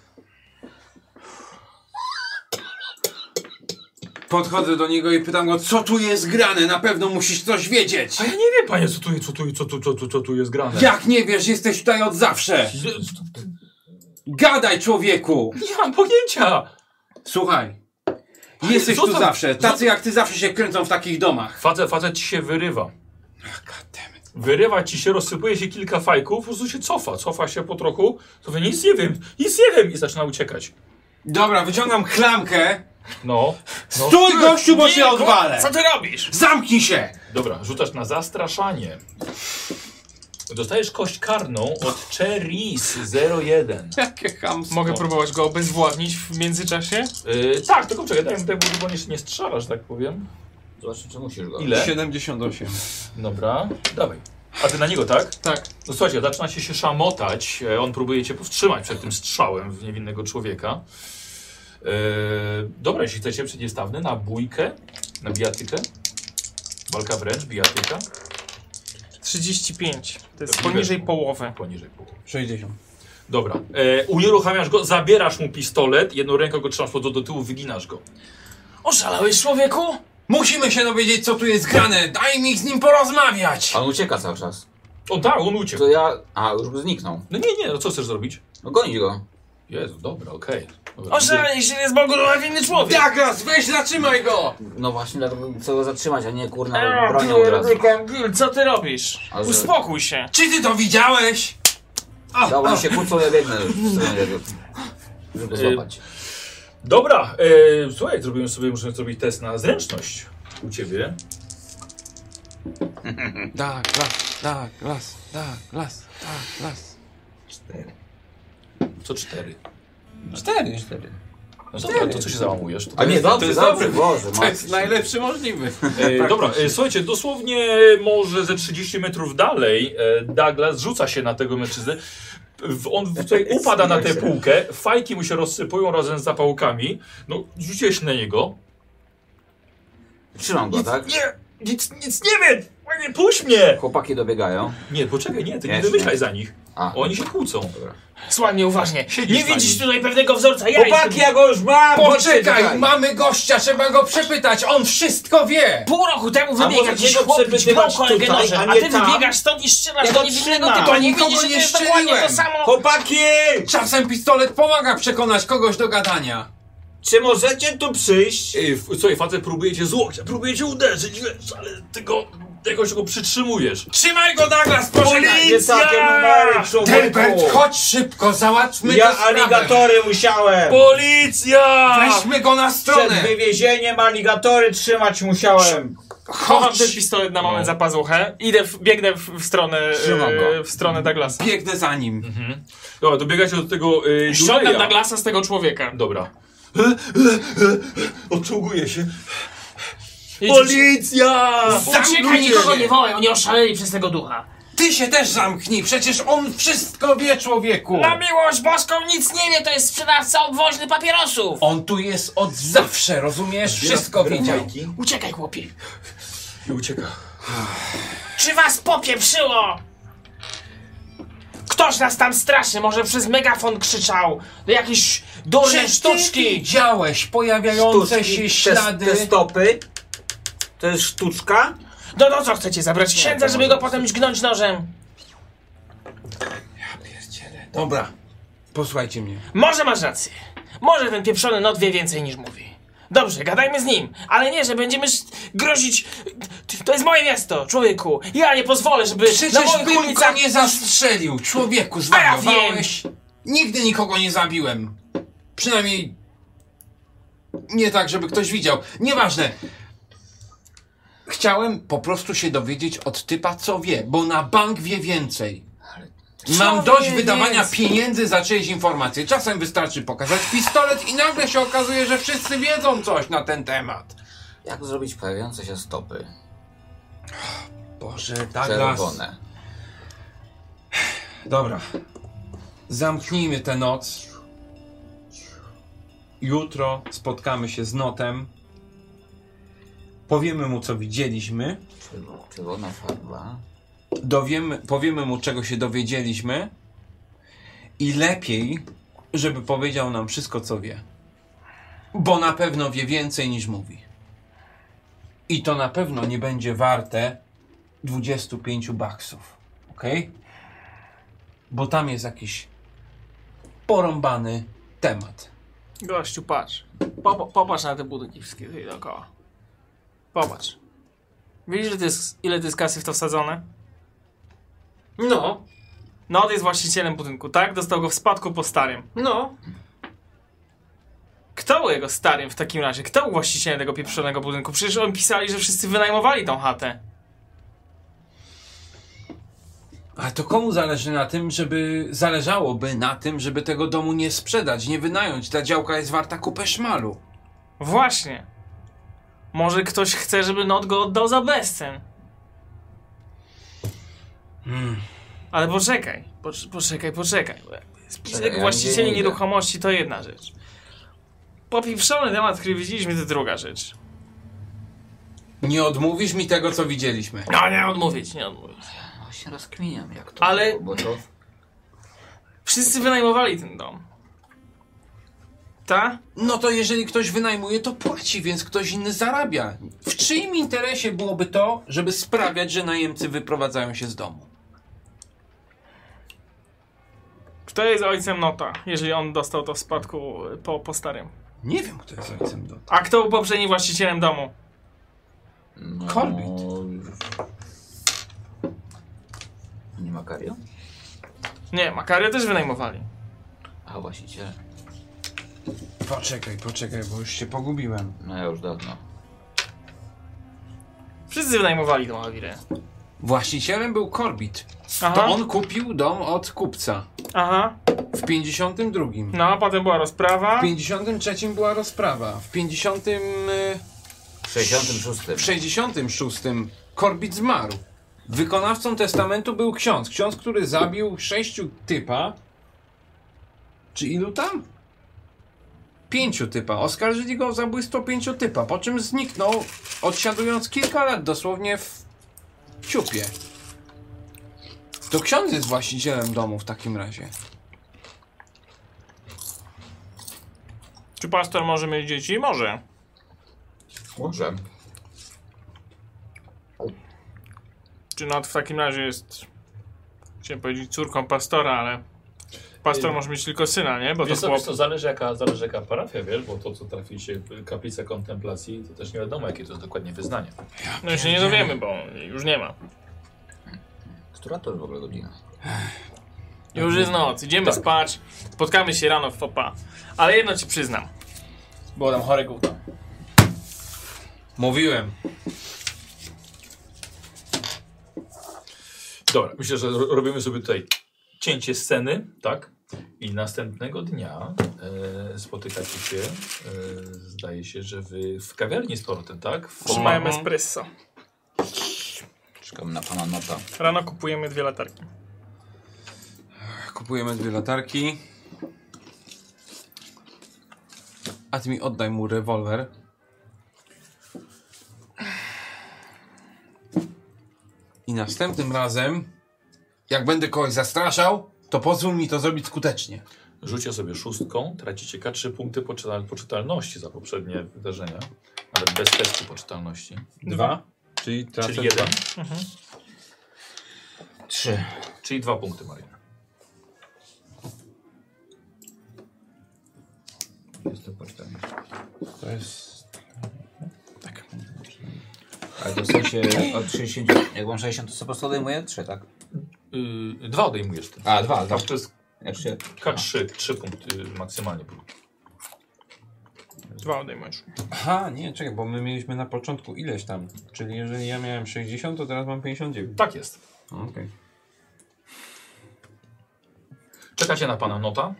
Podchodzę do niego i pytam go, co tu jest grane? Na pewno musisz coś wiedzieć.
A ja nie wiem, panie, co tu, co tu, co tu, co tu, co tu jest grane.
Jak nie wiesz, jesteś tutaj od zawsze. Gadaj, człowieku!
Nie mam pojęcia!
Słuchaj. Jesteś tu
zostaw-
zawsze. Tacy
zostaw-
jak ty zawsze się kręcą w takich domach.
Facet, facet ci się wyrywa.
Ach, goddammit.
Wyrywa ci się, rozsypuje się kilka fajków, po prostu się cofa. Cofa się po trochu. To wy nic nie wiem, nic nie wiem i zaczyna uciekać.
Dobra, wyciągam klamkę.
No. no.
Stój, gościu, bo się odwalę!
Co ty robisz?
Zamknij się!
Dobra, rzucasz na zastraszanie. Dostajesz kość karną od Cheris zero jeden.
Jakie chamstwo.
Mogę próbować go obezwładnić w międzyczasie?
Yy, tak, tylko czekaj, daj mu tak, bo nie, nie strzelasz, tak powiem.
Zobacz, czy musisz go.
Ile?
siedemdziesiąt osiem.
Dobra, dawaj. A ty na niego, tak?
Tak.
No słuchajcie, zaczynacie się szamotać. e, On próbuje cię powstrzymać przed tym strzałem w niewinnego człowieka. E, dobra, jeśli chcecie przeciwstawny na bójkę, na bijatykę. Walka wręcz, bijatyka.
trzydzieści pięć. To jest
To
poniżej
ile?
połowy.
Poniżej połowy.
sześćdziesiąt.
Dobra, e, unieruchamiasz go, zabierasz mu pistolet, jedną ręką go trzymasz do, do tyłu, wyginasz go.
Oszalałeś, człowieku?
Musimy się dowiedzieć, co tu jest grane. Daj mi z nim porozmawiać.
On ucieka cały czas.
O tak, on uciekł.
To ja... A, już zniknął.
No nie, nie, no co chcesz zrobić?
No gonić go.
Jezu, dobra, okej. Dobra,
Oszalałeś, nie zbogł winny człowiek.
Douglas, weź zatrzymaj go!
No właśnie, dlatego chcę go zatrzymać, a nie kurna bronią od razu.
Gil, co ty robisz?
A że-
Uspokój się.
Czy ty to widziałeś? A,
Dobra,
a.
oni się kłócą, ja biegnę w stronę tego, żeby złapać.
Dobra, e, słuchaj, zrobimy sobie, muszę zrobić test na zręczność u ciebie.
Douglas, Douglas, Douglas, Douglas.
Co cztery?
Cztery.
Cztery.
No dobra, to co się załamujesz? To
A nie,
to
dobrze,
jest
dobrze,
dobry.
Boże,
To jest
Maciej.
najlepszy możliwy.
E, dobra, e, słuchajcie, dosłownie może ze trzydzieści metrów dalej e, Douglas rzuca się na tego mężczyznę. W- On tutaj upada na tę półkę, fajki mu się rozsypują razem z zapałkami. No, rzuciłeś na niego.
Trzymam go, tak?
Nie, nic, nic nie wiem! Nie, puść mnie!
Chłopaki dobiegają.
Nie, poczekaj, nie, ty nie
Nie,
wymyślaj
nie.
za nich.
A,
Oni się kłócą.
dobra.
Słuchaj mnie uważnie.
Siedzisz
Nie
na
widzisz
nim.
tutaj pewnego wzorca. Ja
Chłopaki,
jestem...
ja go już mam!
Poczekaj, mamy gościa, trzeba go przepytać, on wszystko wie!
Pół roku temu
może
wybiega jakiś
niego
chłop i
przepytywać
ćpał kolegę
tutaj,
nożem,
a
a
nie
ty
tam?
wybiegasz stąd i strzelasz
Ja
do
go
niewinnego
trzymam.
typa.
To
Nie
nikogo
widzisz, że
nie
to jest dokładnie to
strzeliłem.
samo.
Chłopaki!
Czasem pistolet pomaga przekonać kogoś do gadania.
Czy możecie tu przyjść?
Ej, w- Słuchaj, facet próbuje cię z łokcia, próbuje cię uderzyć, wiesz, ale ty go jakoś go przytrzymujesz.
Trzymaj go, Douglas, proszę!
Nie takie numery, człowieku!
Delbert, chodź szybko, załatwmy
Ja
tę sprawę.
aligatory musiałem!
Policja!
Weźmy go na
Przed
stronę!
wywiezieniem aligatory trzymać musiałem!
Chowam ten
Chodź!
pistolet na moment
No.
za pazuchę. Idę, w, biegnę w, w stronę
Trzymam go.
e, w stronę Douglasa.
Biegnę za nim.
Mhm. Dobra, dobiegacie do tego y,
Ściągam
Juleja.
Douglasa z tego człowieka.
Dobra. Odczołguje się.
Idź,
Policja!
Uciekaj, nikogo nie wołaj, oni oszaleli przez tego ducha.
Ty się też zamknij, przecież on wszystko wie, człowieku!
Na miłość boską nic nie wie, to jest sprzedawca obwoźny papierosów.
On tu jest od zawsze, rozumiesz? Wszystko wiedział.
Uciekaj, chłopie.
I ucieka.
Czy was popieprzyło? Ktoś nas tam straszy, może przez megafon krzyczał. Jakieś durne
Przecież ty
sztuczki.
widziałeś pojawiające się
te,
ślady.
te stopy? To jest sztuczka?
No to co chcecie, zabrać księdza,
to
żeby
może
go potem dźgnąć nożem?
Dobra, posłuchajcie mnie.
Może masz rację. Może ten pieprzony not wie więcej niż mówi. Dobrze, gadajmy z nim, ale nie, że będziemy sz- grozić... To jest moje miasto, człowieku. Ja nie pozwolę, żeby na
Przecież
moich
bym go
ulicach...
nie zastrzelił, człowieku,
A ja
zwariowałeś. Nigdy nikogo nie zabiłem. Przynajmniej nie tak, żeby ktoś widział. Nieważne. Chciałem po prostu się dowiedzieć od typa, co wie, bo na bank wie więcej. Mam dość
wie
wydawania
więcej?
pieniędzy za czyjeś informacje. Czasem wystarczy pokazać pistolet i nagle się okazuje, że wszyscy wiedzą coś na ten temat.
Jak zrobić pojawiające się stopy?
Boże, Douglas.
Czerwone.
Dobra. Zamknijmy tę noc. Jutro spotkamy się z Notem. Powiemy mu, co widzieliśmy.
Czerwo- Czerwona farba.
Dowiemy, powiemy mu, czego się dowiedzieliśmy. I lepiej, żeby powiedział nam wszystko, co wie. Bo na pewno wie więcej, niż mówi. I to na pewno nie będzie warte dwudziestu pięciu baksów. Okej? Bo tam jest jakiś porąbany temat.
Gościu, patrz. Po, popatrz na te budynki wszystkie tutaj dookoła. Popatrz. Widzisz, że to jest, ile to jest kasy w to wsadzone?
No,
Nod jest właścicielem budynku, tak? Dostał go w spadku po starym.
no.
Kto był jego starym w takim razie? Kto był właścicielem tego pieprzonego budynku? Przecież oni pisali, że wszyscy wynajmowali tą chatę.
A to komu zależy na tym, żeby... Zależałoby na tym, żeby tego domu nie sprzedać, nie wynająć. Ta działka jest warta kupę szmalu.
Właśnie. Może ktoś chce, żeby Nod go oddał za bezcen.
Hmm.
Ale poczekaj, pocz- poczekaj, poczekaj. Spisek
Czekaj, ja
właścicieli
nigdzie nie idę.
nieruchomości to jedna rzecz. Popieprzony temat, który widzieliśmy, to druga rzecz.
Nie odmówisz mi tego, co widzieliśmy.
No nie odmówić, nie odmówić.
No się rozkminiam, jak to
Ale-
było, bo to...
Wszyscy wynajmowali ten dom. Ta?
No to jeżeli ktoś wynajmuje, to płaci, więc ktoś inny zarabia. W czyim interesie byłoby to, żeby sprawiać, że najemcy wyprowadzają się z domu?
Kto jest ojcem Nota, jeżeli on dostał to w spadku po, po starym?
Nie wiem, kto jest ojcem do.
A kto był poprzednim właścicielem domu?
No...
Corbett.
Nie Makario?
Nie, Makario też wynajmowali.
A właściciele.
Poczekaj, poczekaj, bo już się pogubiłem.
No ja już dawno.
Wszyscy wynajmowali tą Awirę.
Właścicielem był Corbett.
Aha,
To on kupił dom od kupca.
aha.
W pięćdziesiątym drugim.
No, a potem była rozprawa.
W pięćdziesiątym trzecim była rozprawa. W pięćdziesiątym... e,
W sześćdziesiątym szóstym.
W sześćdziesiątym szóstym Corbett zmarł. Wykonawcą testamentu był ksiądz. Ksiądz, który zabił sześciu typa. Czy ilu tam? Pięciu typa. Oskarżyli go o zabójstwo pięciu typa, po czym zniknął, odsiadując kilka lat dosłownie w ciupie. To ksiądz jest właścicielem domu w takim razie.
Czy pastor może mieć dzieci? Może.
Może.
Czy Not w takim razie jest... Chciałem powiedzieć córką pastora, ale... Pastor
Yy,
może mieć tylko syna, nie? Bo
Wiesz
to
co,
było...
wiesz co, zależy jaka, zależy jaka parafia, wiesz, bo to co trafi się w kaplicę kontemplacji, to też nie wiadomo jakie to jest dokładnie wyznanie.
No jeszcze nie dowiemy, bo już nie ma.
Która to jest w ogóle godzina?
Już jest noc, idziemy
Tak.
spać. Spotkamy się rano w Fopa. Ale jedno ci przyznam. Było tam chore gówno.
Mówiłem.
Dobra, myślę, że ro- robimy sobie tutaj cięcie sceny, tak? I następnego dnia e, spotykacie się, e, zdaje się, że wy w kawiarni z powrotem, tak? W
Trzymałem
Mhm.
espresso.
Czekam na pana Nota.
Rano kupujemy dwie latarki.
Kupujemy dwie latarki. A ty mi oddaj mu rewolwer. I następnym razem, jak będę kogoś zastraszał, to pozwól mi to zrobić skutecznie.
Rzucie sobie szóstką, tracicie K trzy punkty poczytal poczytalności za poprzednie wydarzenia, ale bez testu poczytalności.
Dwa. Czyli tracę
Czyli jeden,
dwa.
Trzy.
czyli dwa punkty, Marina.
Jest to poczytane.
To jest...
Ale to w sensie od sześćdziesięciu. Jak mam sześćdziesiąt, to co po prostu odejmuję? Trzy, tak?
Yy, dwa odejmujesz ty.
A, dwa, dwa.
Tak, to jest
Jak się...
K trzy, trzy punkty maksymalnie.
Dwa odejmujesz.
Aha, nie, czekaj, bo my mieliśmy na początku ileś tam. Czyli jeżeli ja miałem sześćdziesiąt, to teraz mam pięćdziesiąt dziewięć.
Tak jest.
Okej. Okay.
Czekacie na pana Nota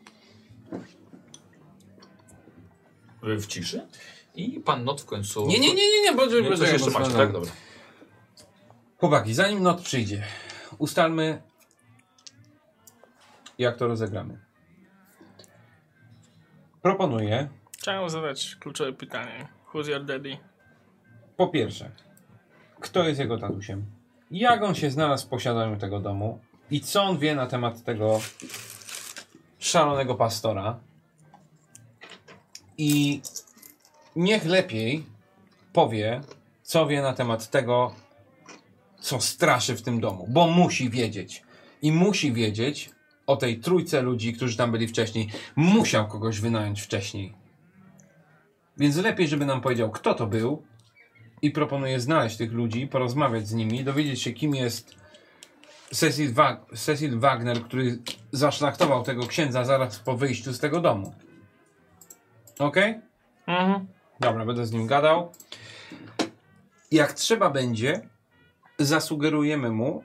w w ciszy i pan Not w końcu...
Nie, nie, nie, nie, nie, bo
Nie, coś jeszcze macie, tak? Dobra.
Chłopaki, zanim not przyjdzie, ustalmy, jak to rozegramy. Proponuję,
Chciałem zadać kluczowe pytanie. Who's your daddy?
po pierwsze, kto jest jego tatusiem? Jak on się znalazł w posiadaniu tego domu? I co on wie na temat tego szalonego pastora? I niech lepiej powie, co wie na temat tego, co straszy w tym domu. Bo musi wiedzieć. I musi wiedzieć, o tej trójce ludzi, którzy tam byli wcześniej. Musiał kogoś wynająć wcześniej. Więc lepiej, żeby nam powiedział, kto to był. I proponuję znaleźć tych ludzi, porozmawiać z nimi, dowiedzieć się, kim jest Cecil, Wa- Cecil Wagner, który zaszlachtował tego księdza zaraz po wyjściu z tego domu. Okej? Okay?
Mhm.
Dobra, będę z nim gadał. Jak trzeba będzie, zasugerujemy mu,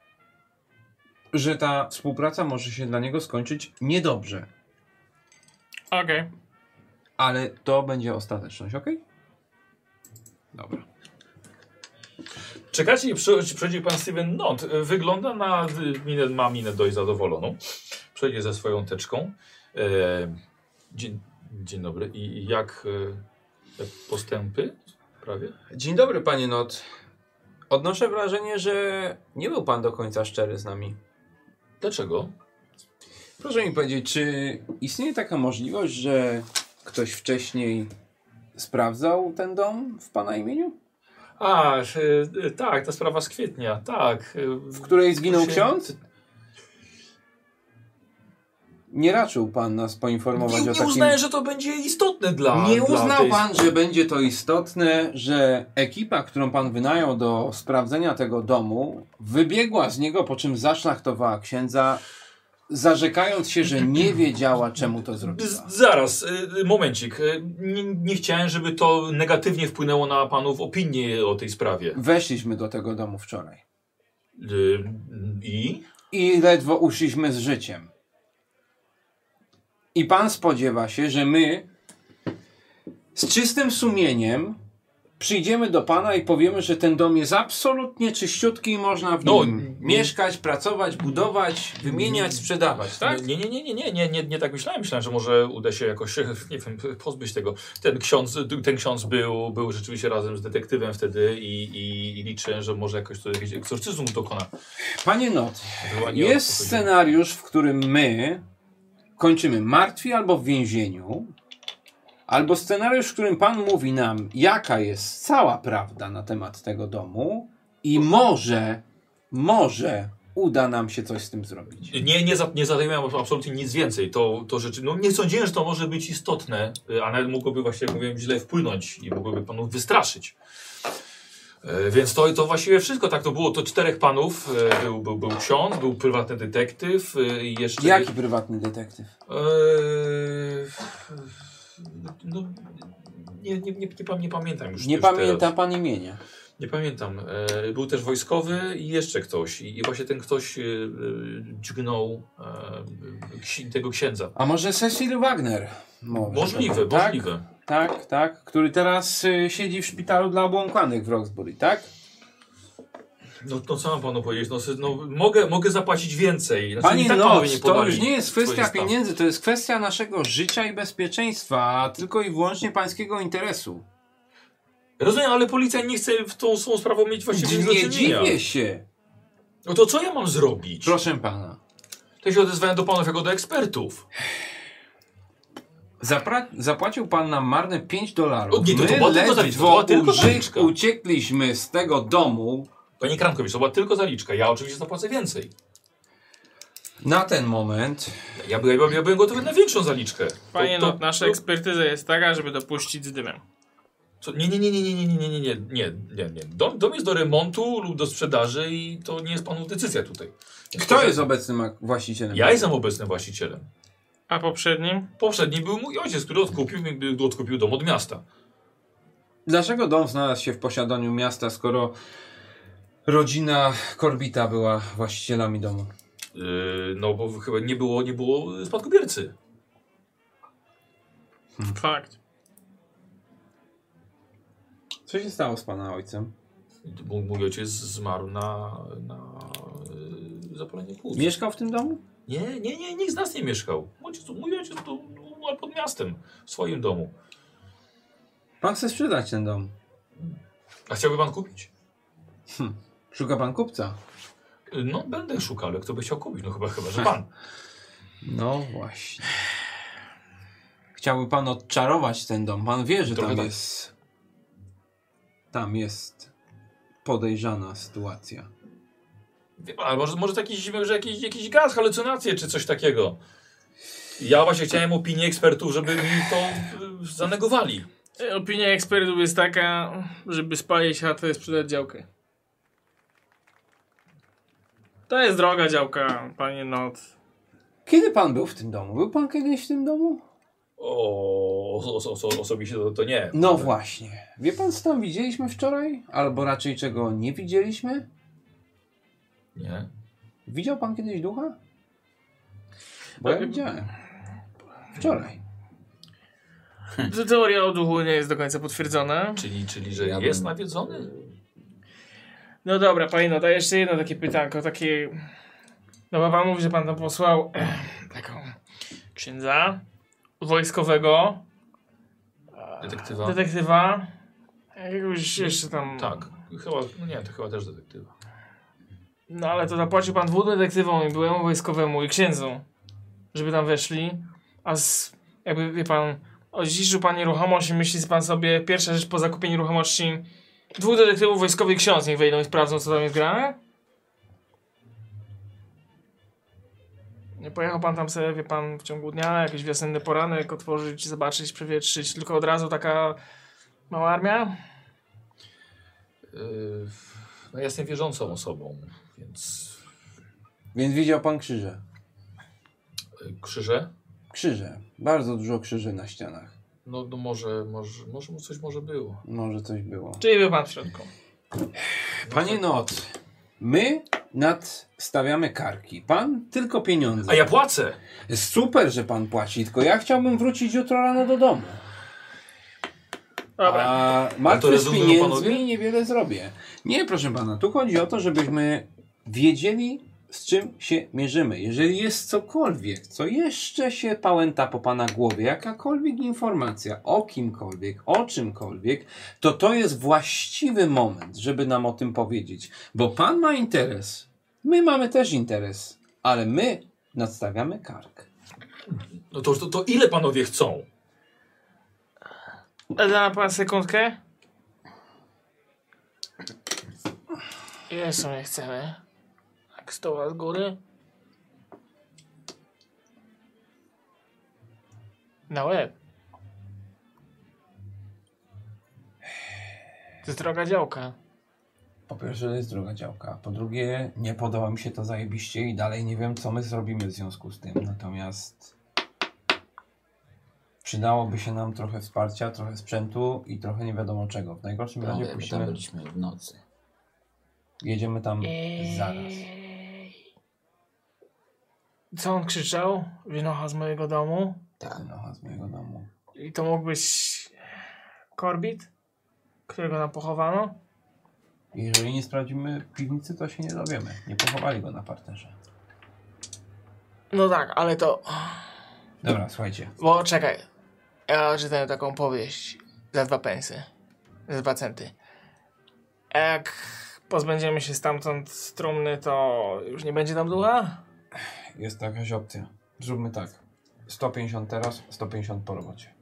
że ta współpraca może się dla niego skończyć niedobrze.
Okej. Okay.
Ale to będzie ostateczność, okej? Okay? Dobra.
Czekacie i przy- przychodzi pan Steven Nott. Wygląda na minę, ma minę dość zadowoloną. Przejdzie ze swoją teczką. E, dzień, dzień dobry. I jak, e, jak postępy? Prawie?
Dzień dobry, panie Nott. Odnoszę wrażenie, że nie był pan do końca szczery z nami.
Dlaczego?
Proszę mi powiedzieć, czy istnieje taka możliwość, że ktoś wcześniej sprawdzał ten dom w pana imieniu?
A, e, e, tak, ta sprawa z kwietnia, tak. E,
W której zginął
się-
ksiądz? Nie raczył pan nas poinformować
Nie,
o
nie
takim...
uznałem, że to będzie istotne dla
Nie
dla
uznał
tej...
pan, że będzie to istotne, że ekipa, którą pan wynajął do sprawdzenia tego domu, wybiegła z niego, po czym zaszlachtowała księdza, zarzekając się, że nie wiedziała, czemu to zrobiła.
Z, zaraz, y, momencik. Y, Nie, nie chciałem, żeby to negatywnie wpłynęło na panów opinię o tej sprawie.
Weszliśmy do tego domu wczoraj
Y, I?
i ledwo uszliśmy z życiem. I pan spodziewa się, że my z czystym sumieniem przyjdziemy do pana i powiemy, że ten dom jest absolutnie czyściutki i można w
No,
nim
nie-
mieszkać, pracować, budować, wymieniać, sprzedawać, tak?
Nie, nie, nie, nie, nie, nie, nie, nie tak myślałem. Myślałem, że może uda się jakoś, nie wiem, pozbyć tego. Ten ksiądz, ten ksiądz był, był rzeczywiście razem z detektywem wtedy i, i, i liczę, że może jakoś to jakiś egzorcyzm dokona.
Panie Not,
Chyba nie o to
jest
chodziło.
scenariusz, w którym my kończymy martwi albo w więzieniu, albo scenariusz, w którym pan mówi nam, jaka jest cała prawda na temat tego domu i może, może uda nam się coś z tym zrobić.
Nie, nie, za, nie zadajemy absolutnie nic więcej. To, to rzeczy, no nie sądziłem, że to może być istotne, y, a nawet mogłoby właśnie, jak mówiłem, źle wpłynąć i mogłoby panów wystraszyć. E, Więc to, to właściwie wszystko. Tak, to było to czterech panów. E, Był, był, był ksiądz, był prywatny detektyw e, i jeszcze...
Jaki prywatny detektyw?
E, no, nie, nie, nie, nie, pam- nie pamiętam już.
Nie
już
pamięta
teraz.
pan imienia.
Nie pamiętam. E, Był też wojskowy i jeszcze ktoś. I, i właśnie ten ktoś e, e, dźgnął e, ksi- tego księdza.
A może Cecil Wagner? Może.
Możliwe,
tak?
możliwe.
Tak, tak. Który teraz y, siedzi w szpitalu dla obłąkanych w Roxbury, tak?
No, no co mam panu powiedzieć? No, sy- no, mogę, mogę zapłacić więcej. Znaczy,
Panie
i tak
Not,
panowie nie
to
podali
już nie jest kwestia
swoich staw.
pieniędzy, to jest kwestia naszego życia i bezpieczeństwa, a tylko i wyłącznie pańskiego interesu.
Rozumiem, ale policja nie chce w tą swoją sprawą mieć właściwie nic do
Nie
czynienia.
dziwię się.
No to co ja mam zrobić?
Proszę pana.
To się odezwałem do panów jako do ekspertów.
Zapra- zapłacił pan nam marne pięć dolarów.
O, nie, to- to
My
była tylko zaliczka, to była
ledwo
tylko
uży-
zaliczka.
uciekliśmy z tego domu.
Panie Kramkowicz, to była tylko zaliczka. Ja oczywiście zapłacę więcej.
Na ten moment
Ja, by, ja, by, ja byłem gotowy na większą zaliczkę. To-
Panie
to-
Not, nasza
to-
ekspertyza jest taka, żeby dopuścić z dymem.
Co? Nie, nie, nie, nie, nie, nie, nie, nie, nie, nie, nie, nie, nie. Dom, dom jest do remontu lub do sprzedaży i to nie jest panów decyzja tutaj. Więc
kto
proszę-
jest obecnym ak- właścicielem?
Ja jestem obecnym właścicielem.
A poprzednim?
Poprzedni był mój ojciec, który odkupił, mi- odkupił dom od miasta.
Dlaczego dom znalazł się w posiadaniu miasta, skoro rodzina Korbita była właścicielami domu?
Yy, no bo chyba nie było, nie było spadkobiercy.
Fakt.
Co się stało z pana ojcem?
Mój, mój ojciec zmarł na, na yy, zapalenie płuc.
Mieszkał w tym domu?
Nie, nie, nie, nikt z nas nie mieszkał. Mój ojciec, mój ojciec tu umarł pod miastem, w swoim domu.
Pan chce sprzedać ten dom.
A chciałby pan kupić?
Szuka pan kupca.
Yy, No będę szukał, ale kto by chciał kupić? No chyba, chyba, że pan.
No właśnie. Chciałby pan odczarować ten dom. Pan wie, że
Trochę
tam
tak.
jest... Tam jest podejrzana sytuacja.
Wie pan, może, może to jakiś, że jakiś, jakiś gaz, halucynacje czy coś takiego. Ja właśnie chciałem opinii ekspertów, żeby mi to y, zanegowali.
Opinia ekspertów jest taka, żeby spalić chatę i sprzedać działkę. To jest droga działka, panie Not.
Kiedy pan był w tym domu? Był pan kiedyś w tym domu?
O, o, o, osobiście to, to nie.
No właśnie. Wie pan, co tam widzieliśmy wczoraj? Albo raczej czego nie widzieliśmy?
Nie.
Widział pan kiedyś ducha? Bo ja widziałem. Wczoraj.
To teoria o duchu nie jest do końca potwierdzona.
Czyli, czyli że
Ja
jest
bym-
nawiedzony?
No dobra, panie Not, a jeszcze jedno takie pytanko, takie... No bo pan mówi, że pan tam posłał eh, taką księdza wojskowego,
Detektywa?
detektywa, jakiegoś jeszcze tam...
Tak. Chyba, no nie, to chyba też detektywa.
No ale to zapłacił pan dwóm detektywom i byłemu wojskowemu i księdzu, żeby tam weszli, a z, jakby wie pan, odziedziczył pan nieruchomość i myśli pan sobie, pierwsza rzecz po zakupieniu nieruchomości, dwóch detektywów wojskowych ksiądz niech wejdą i sprawdzą, co tam jest grane? Nie pojechał pan tam sobie, wie pan, w ciągu dnia, jakiś wiosenny poranek otworzyć, zobaczyć, przewietrzyć, tylko od razu taka mała armia?
Yy, no ja jestem wierzącą osobą, więc...
Więc widział pan krzyże.
Yy, krzyże?
Krzyże. Bardzo dużo krzyży na ścianach.
No, no może, może, może coś może było.
Może coś było.
Czyli był pan w środku.
Panie Not, my nadstawiamy karki. Pan tylko pieniądze.
A ja płacę!
Super, że pan płaci, tylko ja chciałbym wrócić jutro rano do domu.
Dobra.
A
to
martwy z
rezygnują
pieniędzmi
panowie?
niewiele zrobię. Nie, proszę pana, tu chodzi o to, żebyśmy wiedzieli, z czym się mierzymy. Jeżeli jest cokolwiek, co jeszcze się pałęta po pana głowie, jakakolwiek informacja o kimkolwiek, o czymkolwiek, to to jest właściwy moment, żeby nam o tym powiedzieć. Bo pan ma interes, my mamy też interes, ale my nadstawiamy kark.
No to, to, to ile panowie chcą?
A da pan sekundkę? Ile sobie chcemy? Tak stoła z góry? Na łeb. To jest droga działka.
Po pierwsze, to jest druga działka. Po drugie, nie podoba mi się to zajebiście i dalej nie wiem, co my zrobimy w związku z tym. Natomiast przydałoby się nam trochę wsparcia, trochę sprzętu i trochę nie wiadomo czego. W najgorszym razie
My tam
puścimy,
byliśmy w nocy.
jedziemy tam zaraz.
Co on krzyczał? Winocha z mojego domu?
Tak.
No, z mojego domu.
I to mógł być Korbit, którego nam pochowano?
Jeżeli nie sprawdzimy piwnicy, to się nie dowiemy. Nie pochowali go na parterze.
No tak, ale to...
Dobra, słuchajcie.
Bo czekaj, ja czytałem taką powieść za dwa pensy, za dwa centy. A jak pozbędziemy się stamtąd trumny, to już nie będzie tam ducha?
Jest to jakaś opcja. Zróbmy tak. sto pięćdziesiąt teraz, sto pięćdziesiąt po robocie.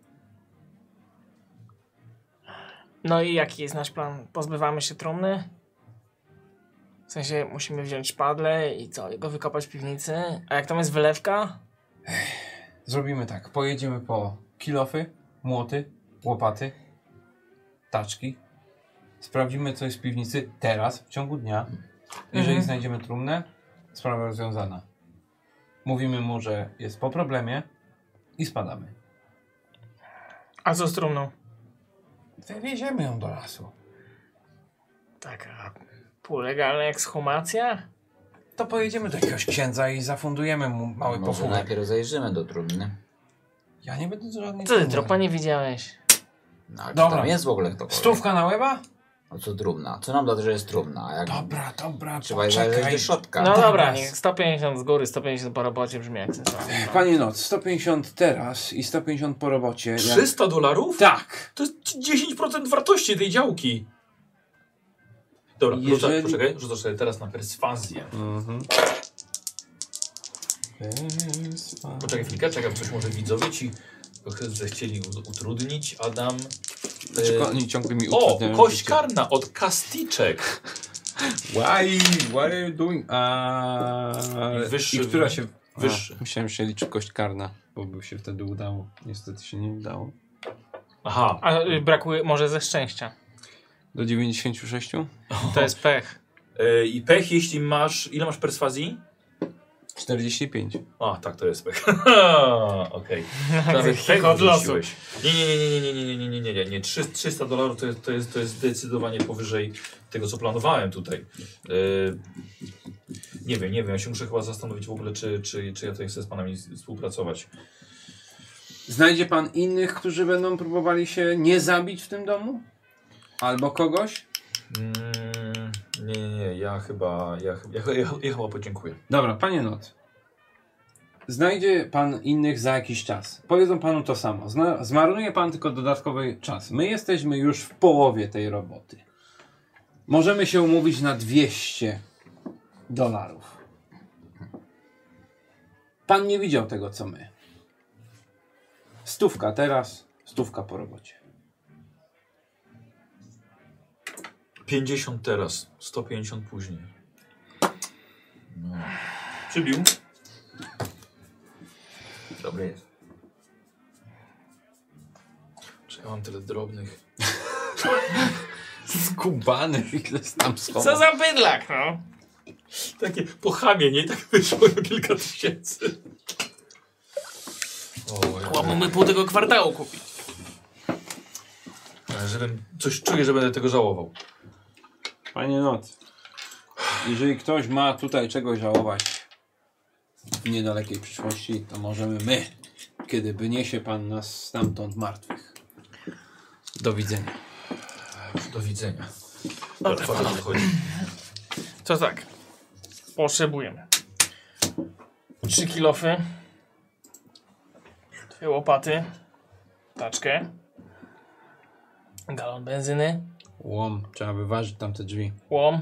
No i jaki jest nasz plan? Pozbywamy się trumny? W sensie musimy wziąć szpadle i co, go wykopać w piwnicy? A jak tam jest wylewka?
Zrobimy tak. Pojedziemy po kilofy, młoty, łopaty, taczki. Sprawdzimy, co jest w piwnicy teraz, w ciągu dnia. Jeżeli
Mhm.
znajdziemy trumnę, sprawa rozwiązana. Mówimy mu, że jest po problemie i spadamy.
A co z trumną?
Wywieziemy ją do lasu.
Taka półlegalna ekshumacja?
To pojedziemy do jakiegoś księdza i zafundujemy mu mały
Może
pochówek.
najpierw zajrzymy do trumny.
Ja nie będę żadnej
Co ty,
trumny.
tropa nie widziałeś?
No, a czy
Dobra.
tam jest w ogóle ktokolwiek?
Stówka na łeba?
No co trumna? Co nam da, że jest trumna? A jak
Dobra, dobra,
trzeba je zajrzeć
poczekaj.
do środka?
No
dobra.
dobra, niech sto pięćdziesiąt z góry, sto pięćdziesiąt po robocie brzmi jak sensownie.
Panie Noc, sto pięćdziesiąt teraz i sto pięćdziesiąt po robocie. Jak-
trzysta dolarów?
Tak.
To jest dziesięć procent wartości tej działki. Dobra,
Jeżeli-
rzucaj, poczekaj, rzucasz sobie teraz na perswazję.
Mhm.
Poczekaj chwilkę, czekaj, bo coś może widzowie ci trochę zechcieli u- utrudnić. Adam...
Dlaczego
e,
oni ciągle mi
O,
utrudniają
kość
życie?
karna od kasticzek.
Why? What are you doing? A...
I wyższy
I która
wynik?
się...
Wyższy.
A, myślałem, że się liczy kość karna, bo by się wtedy udało. Niestety się nie udało.
Aha.
A y, brakuje może ze szczęścia.
Do dziewięćdziesięciu sześciu?
To jest pech.
E, I pech, jeśli masz... Ile masz perswazji?
czterdzieści pięć.
A, tak, to jest pech. Okej. Nawet pech
Chicho od losu.
wrzuciłeś. Nie, nie, nie, nie, nie, nie, nie, nie, nie, nie, nie. trzysta dolarów to jest, to, jest, to jest zdecydowanie powyżej tego, co planowałem tutaj. Yy, nie wiem, nie wiem, ja się muszę chyba zastanowić w ogóle, czy, czy, czy ja tutaj chcę z panami współpracować.
Znajdzie pan innych, którzy będą próbowali się nie zabić w tym domu? Albo kogoś?
Mm, nie, nie, nie, ja chyba, ja, ja, ja, ja chyba podziękuję.
Dobra, panie Not. Znajdzie pan innych za jakiś czas. Powiedzą panu to samo. Zna zmarnuje pan tylko dodatkowy czas. My jesteśmy już w połowie tej roboty. Możemy się umówić na dwieście dolarów. Pan nie widział tego, co my. Stówka teraz, stówka po robocie.
pięćdziesiąt teraz, sto pięćdziesiąt później. No. Przybił. Dobry jest. Czy ja mam tyle drobnych?
Skubany, ile tam schował.
Co za bydlak, no.
Takie pochamie, nie? Tak wyszło na kilka tysięcy. O,
Mógłbym pół tego kwartału kupić.
żebym coś czuję, że będę tego żałował.
Panie Not, jeżeli ktoś ma tutaj czegoś żałować w niedalekiej przyszłości, to możemy my, kiedy wyniesie pan nas stamtąd martwych. Do widzenia.
Do widzenia. Dobra, facet odchodzi.
To tak. Potrzebujemy trzy kilofy, dwie łopaty, taczkę, galon benzyny,
Łom, trzeba wyważyć tamte drzwi.
łom.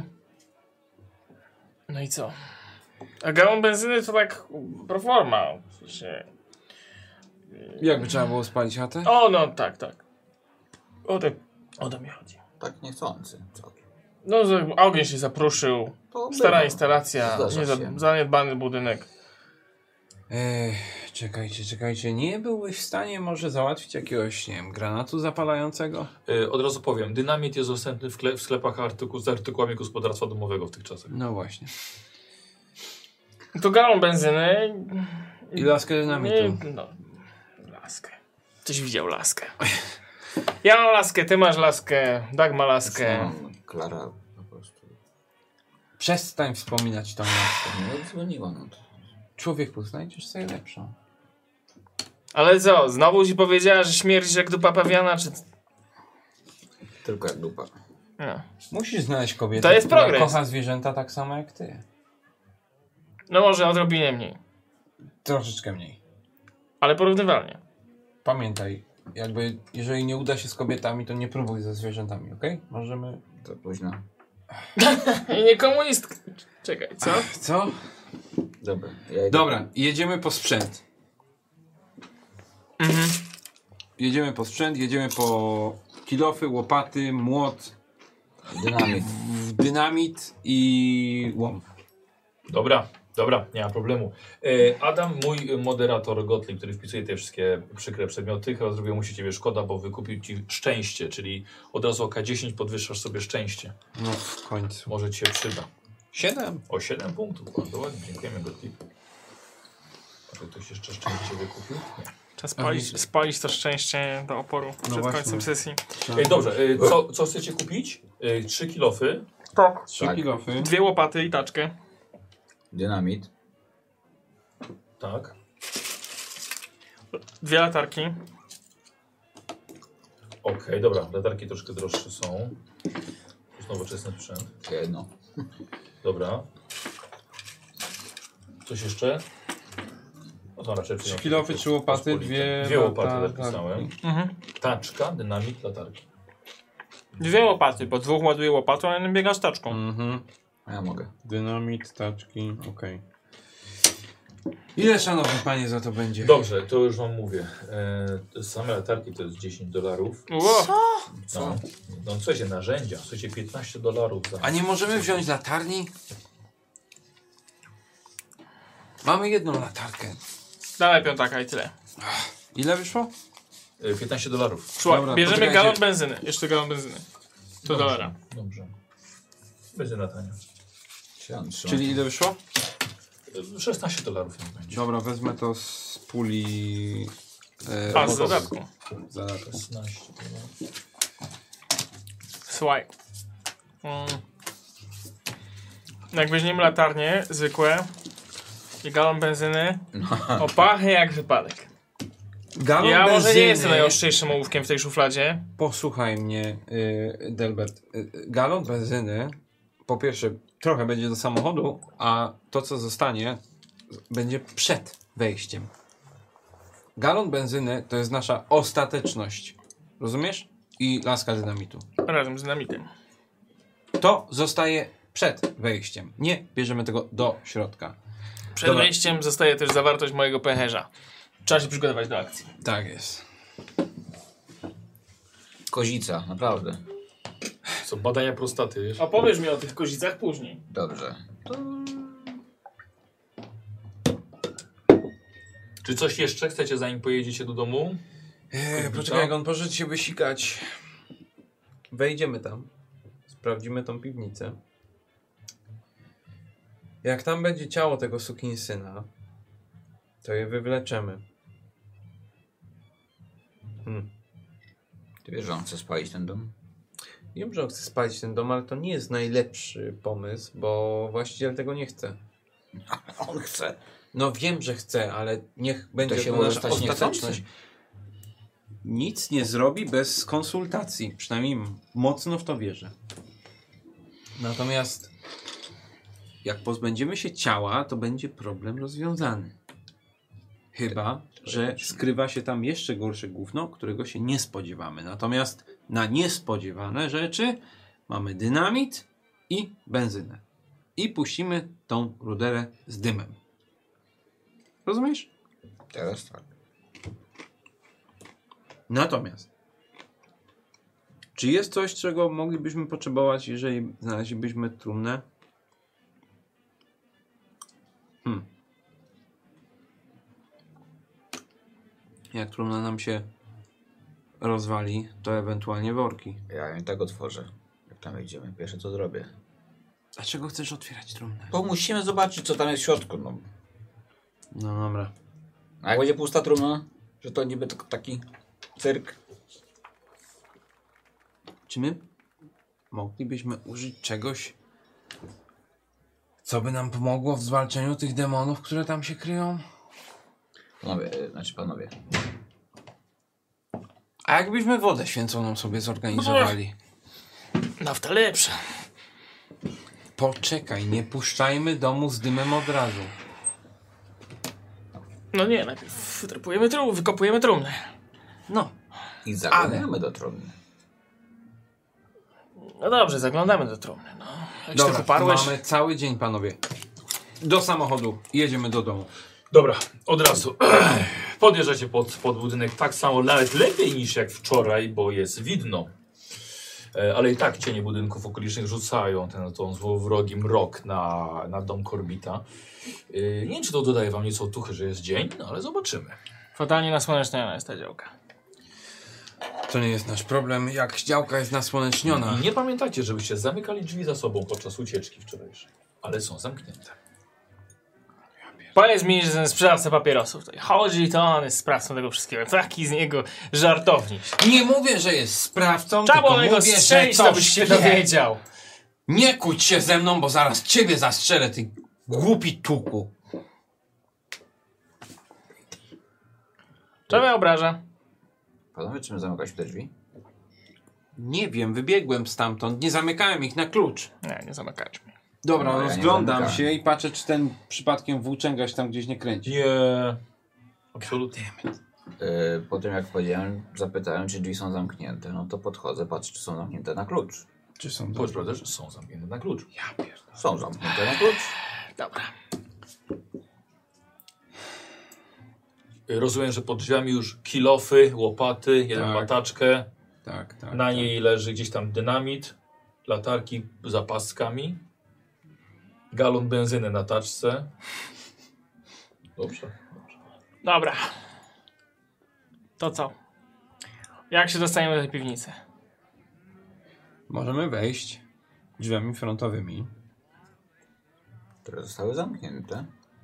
No i co? A galon benzyny to tak pro forma. W sensie...
Jakby trzeba było spalić chatę?
O, no tak, tak. O to, o to mi chodzi.
Tak niechcący całkiem.
No, że ogień się zapruszył.
To
Stara
bywa.
instalacja,
Zdarza
nie za,
się.
zaniedbany budynek.
Ech, czekajcie, czekajcie. Nie byłbyś w stanie może załatwić jakiegoś, nie wiem, granatu zapalającego?
Yy, od razu powiem, dynamit jest dostępny w, w sklepach artykuł, z artykułami gospodarstwa domowego w tych czasach.
No właśnie.
To galon benzyny.
I laskę dynamitu.
Nie, no, laskę. Ktoś widział laskę. Ja mam laskę, ty masz laskę, Dag ma laskę.
No, Klara po prostu
Przestań wspominać tą laskę.
nie odzwoniła. No to
Człowieku, znajdziesz sobie lepszą.
Ale co, znowu ci powiedziała, że śmierdzisz jak dupa pawiana, czy...
tylko jak dupa.
No.
Musisz znaleźć kobietę,
To jest
która
progres.
kocha zwierzęta tak samo jak ty.
No może odrobinę mniej,
Troszeczkę mniej.
ale porównywalnie.
Pamiętaj, jakby jeżeli nie uda się z kobietami, to nie próbuj ze zwierzętami, okej? Możemy...
To późno.
I nie komunistka. Czekaj, co?
Co?
Dobra. Ja idę.
Dobra, jedziemy po sprzęt.
Mhm.
Jedziemy po sprzęt, jedziemy po kilofy, łopaty, młot,
Dynamit.
w- dynamit i łom.
Dobra, dobra, nie ma problemu. E, Adam, mój moderator Gottlieb, który wpisuje te wszystkie przykre przedmioty, chyba zrobił mu się ciebie szkoda, bo wykupił ci szczęście, czyli od razu o K dziesięć podwyższasz sobie szczęście.
No w końcu.
Może ci się przyda.
Siedem.
O siedem punktów, bardzo ładnie, dziękujemy Gottlieb. A czy ktoś jeszcze szczęście wykupił? Nie.
Trzeba spalić, spalić to szczęście do oporu przed
właśnie.
końcem sesji.
E, dobrze, e, co, co chcecie kupić? E, trzy kilofy.
Tak.
Trzy
Tak.
kilofy.
Dwie łopaty i taczkę.
Dynamit.
Tak.
Dwie latarki.
Okej, dobra, latarki troszkę droższe są. To jest nowoczesny sprzęt.
Jedno.
Dobra. Coś jeszcze? No to raczej
Trzy kilofy, trzy łopaty, dwie...
Dwie łopaty
latarki.
napisałem.
Mhm.
Taczka, dynamit, latarki.
Dwie łopaty, bo dwóch ładuje łopatą, a jeden biega z taczką.
Mhm.
A ja mogę.
Dynamit, taczki, okej. Ile, szanowny panie, za to będzie?
Dobrze, to już wam mówię. E, same latarki to jest dziesięć dolarów.
Ło.
No, no słuchajcie, narzędzia. Słuchajcie, piętnaście dolarów za...
A nie możemy wziąć latarni? Mamy jedną latarkę.
Dawaj piątaka i tyle.
Ile wyszło?
E, piętnaście dolarów.
Słuchaj,
Dobra,
bierzemy
poczekajcie.
galon benzyny. Jeszcze galon benzyny. To
Dobrze,
dolara.
Dobrze. Będzie na tanie.
Czyli ile wyszło?
E, szesnaście dolarów nie będzie.
Dobra, wezmę to z puli... E,
A, z dodatku.
zadatku.
szesnaście dolarów.
Słuchaj. Mm. Jak weźmiemy latarnie zwykłe i galon benzyny, opachy jak wypadek.
Galon
Ja
benzyny...
może nie jestem najostrzejszym ołówkiem w tej szufladzie.
Posłuchaj mnie, y, Delbert. Y, galon benzyny, po pierwsze, trochę będzie do samochodu, a to, co zostanie, będzie przed wejściem. Galon benzyny to jest nasza ostateczność. Rozumiesz? I laska dynamitu.
Razem z dynamitem.
To zostaje przed wejściem. Nie bierzemy tego do środka.
Przed
Dobra.
wejściem zostaje też zawartość mojego pęcherza. Trzeba się przygotować do akcji.
Tak jest.
Kozica, naprawdę.
Co, badania prostaty, wiesz?
Opowiesz mi o tych kozicach później.
Dobrze.
Czy coś jeszcze chcecie, zanim pojedziecie do domu?
Eee, poczekaj, jak on poszedł się wysikać. Wejdziemy tam. Sprawdzimy tą piwnicę. Jak tam będzie ciało tego sukinsyna, to je wywleczemy. Hmm.
Ty wiesz, że on chce spalić ten dom?
Wiem, że on chce spalić ten dom, ale to nie jest najlepszy pomysł, bo właściciel tego nie chce.
On chce.
No wiem, że chce, ale niech będzie
się
to
może
nasza
stać niechcący.
ostateczność. Nic nie zrobi bez konsultacji. Przynajmniej mocno w to wierzę. Natomiast jak pozbędziemy się ciała, to będzie problem rozwiązany. Chyba, że skrywa się tam jeszcze gorsze gówno, którego się nie spodziewamy. Natomiast na niespodziewane rzeczy mamy dynamit i benzynę. I puścimy tą ruderę z dymem. Rozumiesz?
Teraz tak.
Natomiast czy jest coś, czego moglibyśmy potrzebować, jeżeli znaleźlibyśmy trumnę? Hmm. Jak trumna nam się rozwali, to ewentualnie worki.
Ja ją tak otworzę. Jak tam wejdziemy, pierwsze co zrobię.
Dlaczego chcesz otwierać trumnę?
Bo musimy zobaczyć, co tam jest w środku. No.
No dobra.
A jak będzie pusta trumna, że to niby tylko taki cyrk.
Czy my moglibyśmy użyć czegoś, co by nam pomogło w zwalczeniu tych demonów, które tam się kryją?
Panowie, e, znaczy panowie.
A jakbyśmy wodę święconą sobie zorganizowali?
Nafta lepsza.
Poczekaj, nie puszczajmy domu z dymem od razu.
No nie, najpierw wytrupujemy trum, wykopujemy trumnę.
No,
I zaglądamy do trumny.
No dobrze, zaglądamy do trumny. No. Jak się
dobra,
tak uparłeś...
mamy cały dzień, panowie. Do samochodu i jedziemy do domu.
Dobra, od razu. Podjeżdżacie pod, pod budynek tak samo, nawet lepiej niż jak wczoraj, bo jest widno. E, ale i tak cienie budynków okolicznych rzucają ten tą złowrogi mrok na, na dom Korbita. E, nie wiem, czy to dodaje wam nieco otuchy, że jest dzień, no ale zobaczymy.
Fatalnie nasłoneczniona jest ta działka.
To nie jest nasz problem, jak działka jest nasłoneczniona.
I nie pamiętacie, żebyście zamykali drzwi za sobą podczas ucieczki wczorajszej, ale są zamknięte.
Powiedz mi, że ten sprzedawca papierosów tutaj chodzi, to on jest sprawcą tego wszystkiego. Taki z niego żartownik.
Nie mówię, że jest sprawcą,
Trzeba
tylko
było jego
mówię, że
strzelić, to
coś
byś się
wie.
dowiedział.
Nie kłóć się ze mną, bo zaraz ciebie zastrzelę, ty głupi tuku.
Czemu mnie obraża?
Panowie, czy my zamykaliśmy te drzwi?
Nie wiem, wybiegłem stamtąd, nie zamykałem ich na klucz.
Nie, nie zamykaliśmy.
Dobra,
No, ja nie
rozglądam
zamykałem.
się i patrzę, czy ten przypadkiem włóczęga się tam gdzieś nie kręci.
Nie, absolutnie.
Yy, po tym jak powiedziałem, zapytałem, czy drzwi są zamknięte. No to podchodzę, patrzę, czy są zamknięte na klucz.
Czy są
Powiedz prawdę, że są zamknięte na klucz.
Ja pierdolę.
Są zamknięte na klucz.
Dobra.
Rozumiem, że pod drzwiami już kilofy, łopaty, jeden
Tak.
łataczkę.
Tak, tak.
Na
tak.
niej leży gdzieś tam dynamit, latarki z zapaskami, galon benzyny na taczce. Dobrze.
Dobra. To co? Jak się dostaniemy do tej piwnicy?
Możemy wejść drzwiami frontowymi.
Które zostały zamknięte.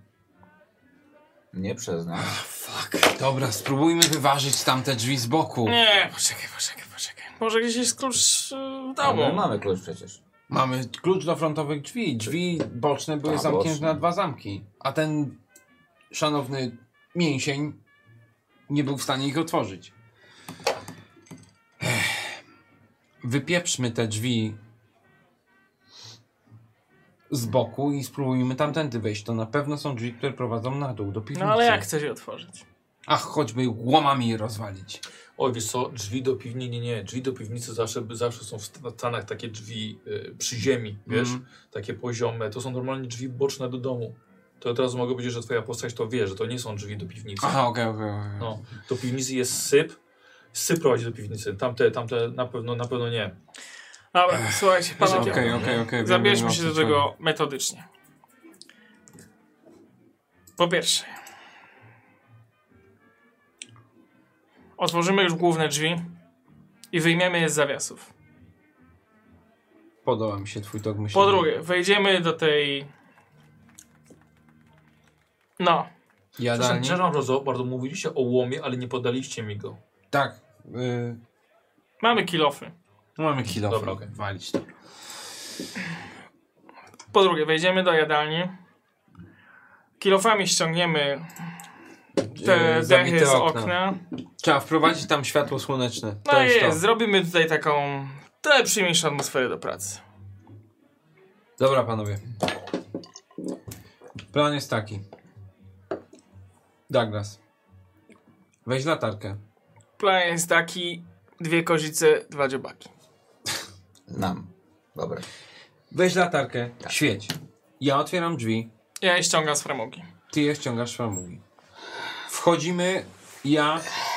Nie przez nas.
Fuck. Dobra, spróbujmy wyważyć tamte drzwi z boku.
Nie, poczekaj, poczekaj, poczekaj. Może gdzieś jest klucz yy, w
A my
domu.
mamy klucz przecież.
Mamy klucz do frontowych drzwi. Drzwi boczne były
A,
zamknięte
boczne.
na dwa zamki. A ten szanowny mięsień nie był w stanie ich otworzyć. Ech. Wypieprzmy te drzwi z boku i spróbujmy tamtędy wejść. To na pewno są drzwi, które prowadzą na dół, do piwnicy.
No ale jak chcesz je otworzyć?
Ach, choćby łomami je rozwalić.
Oj, wiesz co, drzwi do piwnicy, nie, nie, drzwi do piwnicy zawsze, zawsze są w stanach takie drzwi y, przy ziemi, wiesz,
Mhm.
takie poziome, to są normalnie drzwi boczne do domu. To od razu mogę powiedzieć, że twoja postać to wie, że to nie są drzwi do piwnicy.
Aha, okej, okej, okej.
No, do piwnicy jest syp, syp prowadzi do piwnicy, tamte, tamte na pewno, na pewno nie.
Dobra, słuchajcie, panowie.
Okej, okej, okej.
Zabierzmy
wiem,
się
wiem,
do
o co
tego metodycznie. Po pierwsze, otworzymy już główne drzwi i wyjmiemy je z zawiasów.
chodzi. Podoba mi się twój tok myślenia.
Po drugie, wejdziemy do tej... No,
Przepraszam,
Jadalni?
przepraszam bardzo, bardzo, mówiliście o łomie, ale nie podaliście mi go.
Tak. Y,
mamy kilofy.
mamy kilofy.
Dobra, okej.
Walić to.
Po drugie, wejdziemy do jadalni. Kilofami ściągniemy te
Y,
dechy
zabite
z
okna.
okna.
Trzeba wprowadzić tam światło słoneczne. To
No
jest
jest,
to.
zrobimy tutaj taką trochę przyjemniejszą atmosferę do pracy.
Dobra, panowie. Plan jest taki. Douglas. Weź latarkę.
Plan jest taki, dwie kozice, dwa dziobaki.
Nam. Dobra.
Weź latarkę. Świeć. Ja otwieram drzwi.
Ja je ściągam z framugi.
Ty je ściągasz z framugi. Wchodzimy. Ja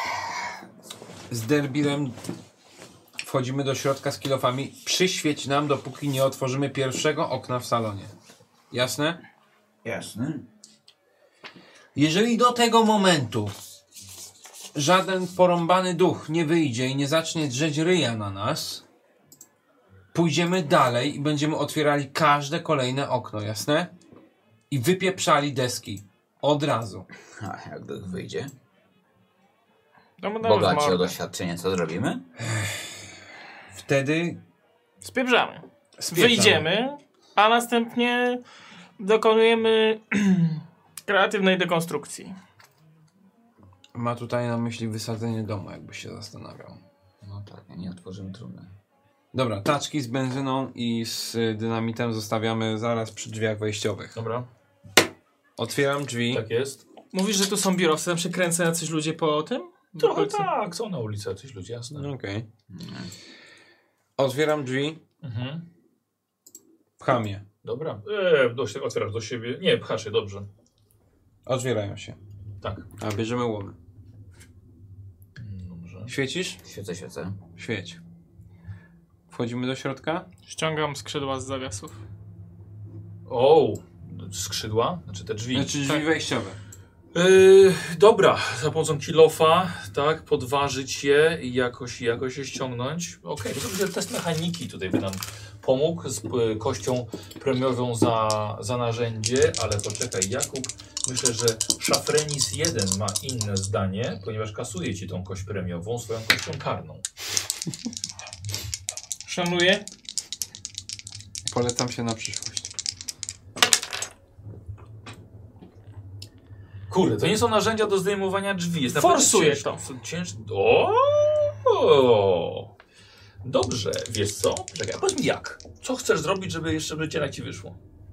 z Derbirem wchodzimy do środka z kilofami. Przyświeć nam, dopóki nie otworzymy pierwszego okna w salonie. Jasne?
Jasne.
Jeżeli do tego momentu żaden porąbany duch nie wyjdzie i nie zacznie drzeć ryja na nas, pójdziemy dalej i będziemy otwierali każde kolejne okno, jasne? I wypieprzali deski. Od razu.
A jak duch wyjdzie?
No, bo
Bogaci o
mordę.
doświadczenie, co zrobimy?
Wtedy
Spieprzamy.
Spieprzamy.
Wyjdziemy, a następnie dokonujemy kreatywnej dekonstrukcji.
ma tutaj na myśli wysadzenie domu, jakbyś się zastanawiał.
No tak, nie otworzymy trumny.
Dobra, taczki z benzyną i z y, dynamitem zostawiamy zaraz przy drzwiach wejściowych.
Dobra,
Otwieram drzwi.
tak jest.
Mówisz, że tu są biurowce, tam się kręcą jacyś ludzie po tym?
Trochę
Okolicy?
tak, są na ulicy jacyś ludzie, jasne.
Okej. Otwieram drzwi.
Mhm.
Pcham je.
Dobra, eee, do, sie- otwierasz do siebie, nie, pchasz je, dobrze.
Otwierają się.
Tak.
A bierzemy łomy.
Dobrze.
Świecisz?
Świecę, świecę.
Świeć. Wchodzimy do środka.
Ściągam skrzydła z zawiasów.
O, skrzydła, znaczy te drzwi.
Znaczy drzwi wejściowe.
Yy, dobra, za pomocą kilofa, tak, podważyć je i jakoś, jakoś je ściągnąć. Okej, to będzie test mechaniki tutaj by nam pomógł z y, kością premiową za, za narzędzie, ale poczekaj, Jakub, myślę, że Szafrenis jeden ma inne zdanie, ponieważ kasuje ci tą kość premiową swoją kością karną.
Szanuję.
Polecam się na przyszłość.
Kurde, to nie są narzędzia do zdejmowania drzwi. Jest naprawdę
Forsuję
ciężko. Cięż... O! Dobrze, wiesz co? Czekaj, a powiedz mi jak? Co chcesz zrobić, żeby jeszcze by cię na ci wyszło?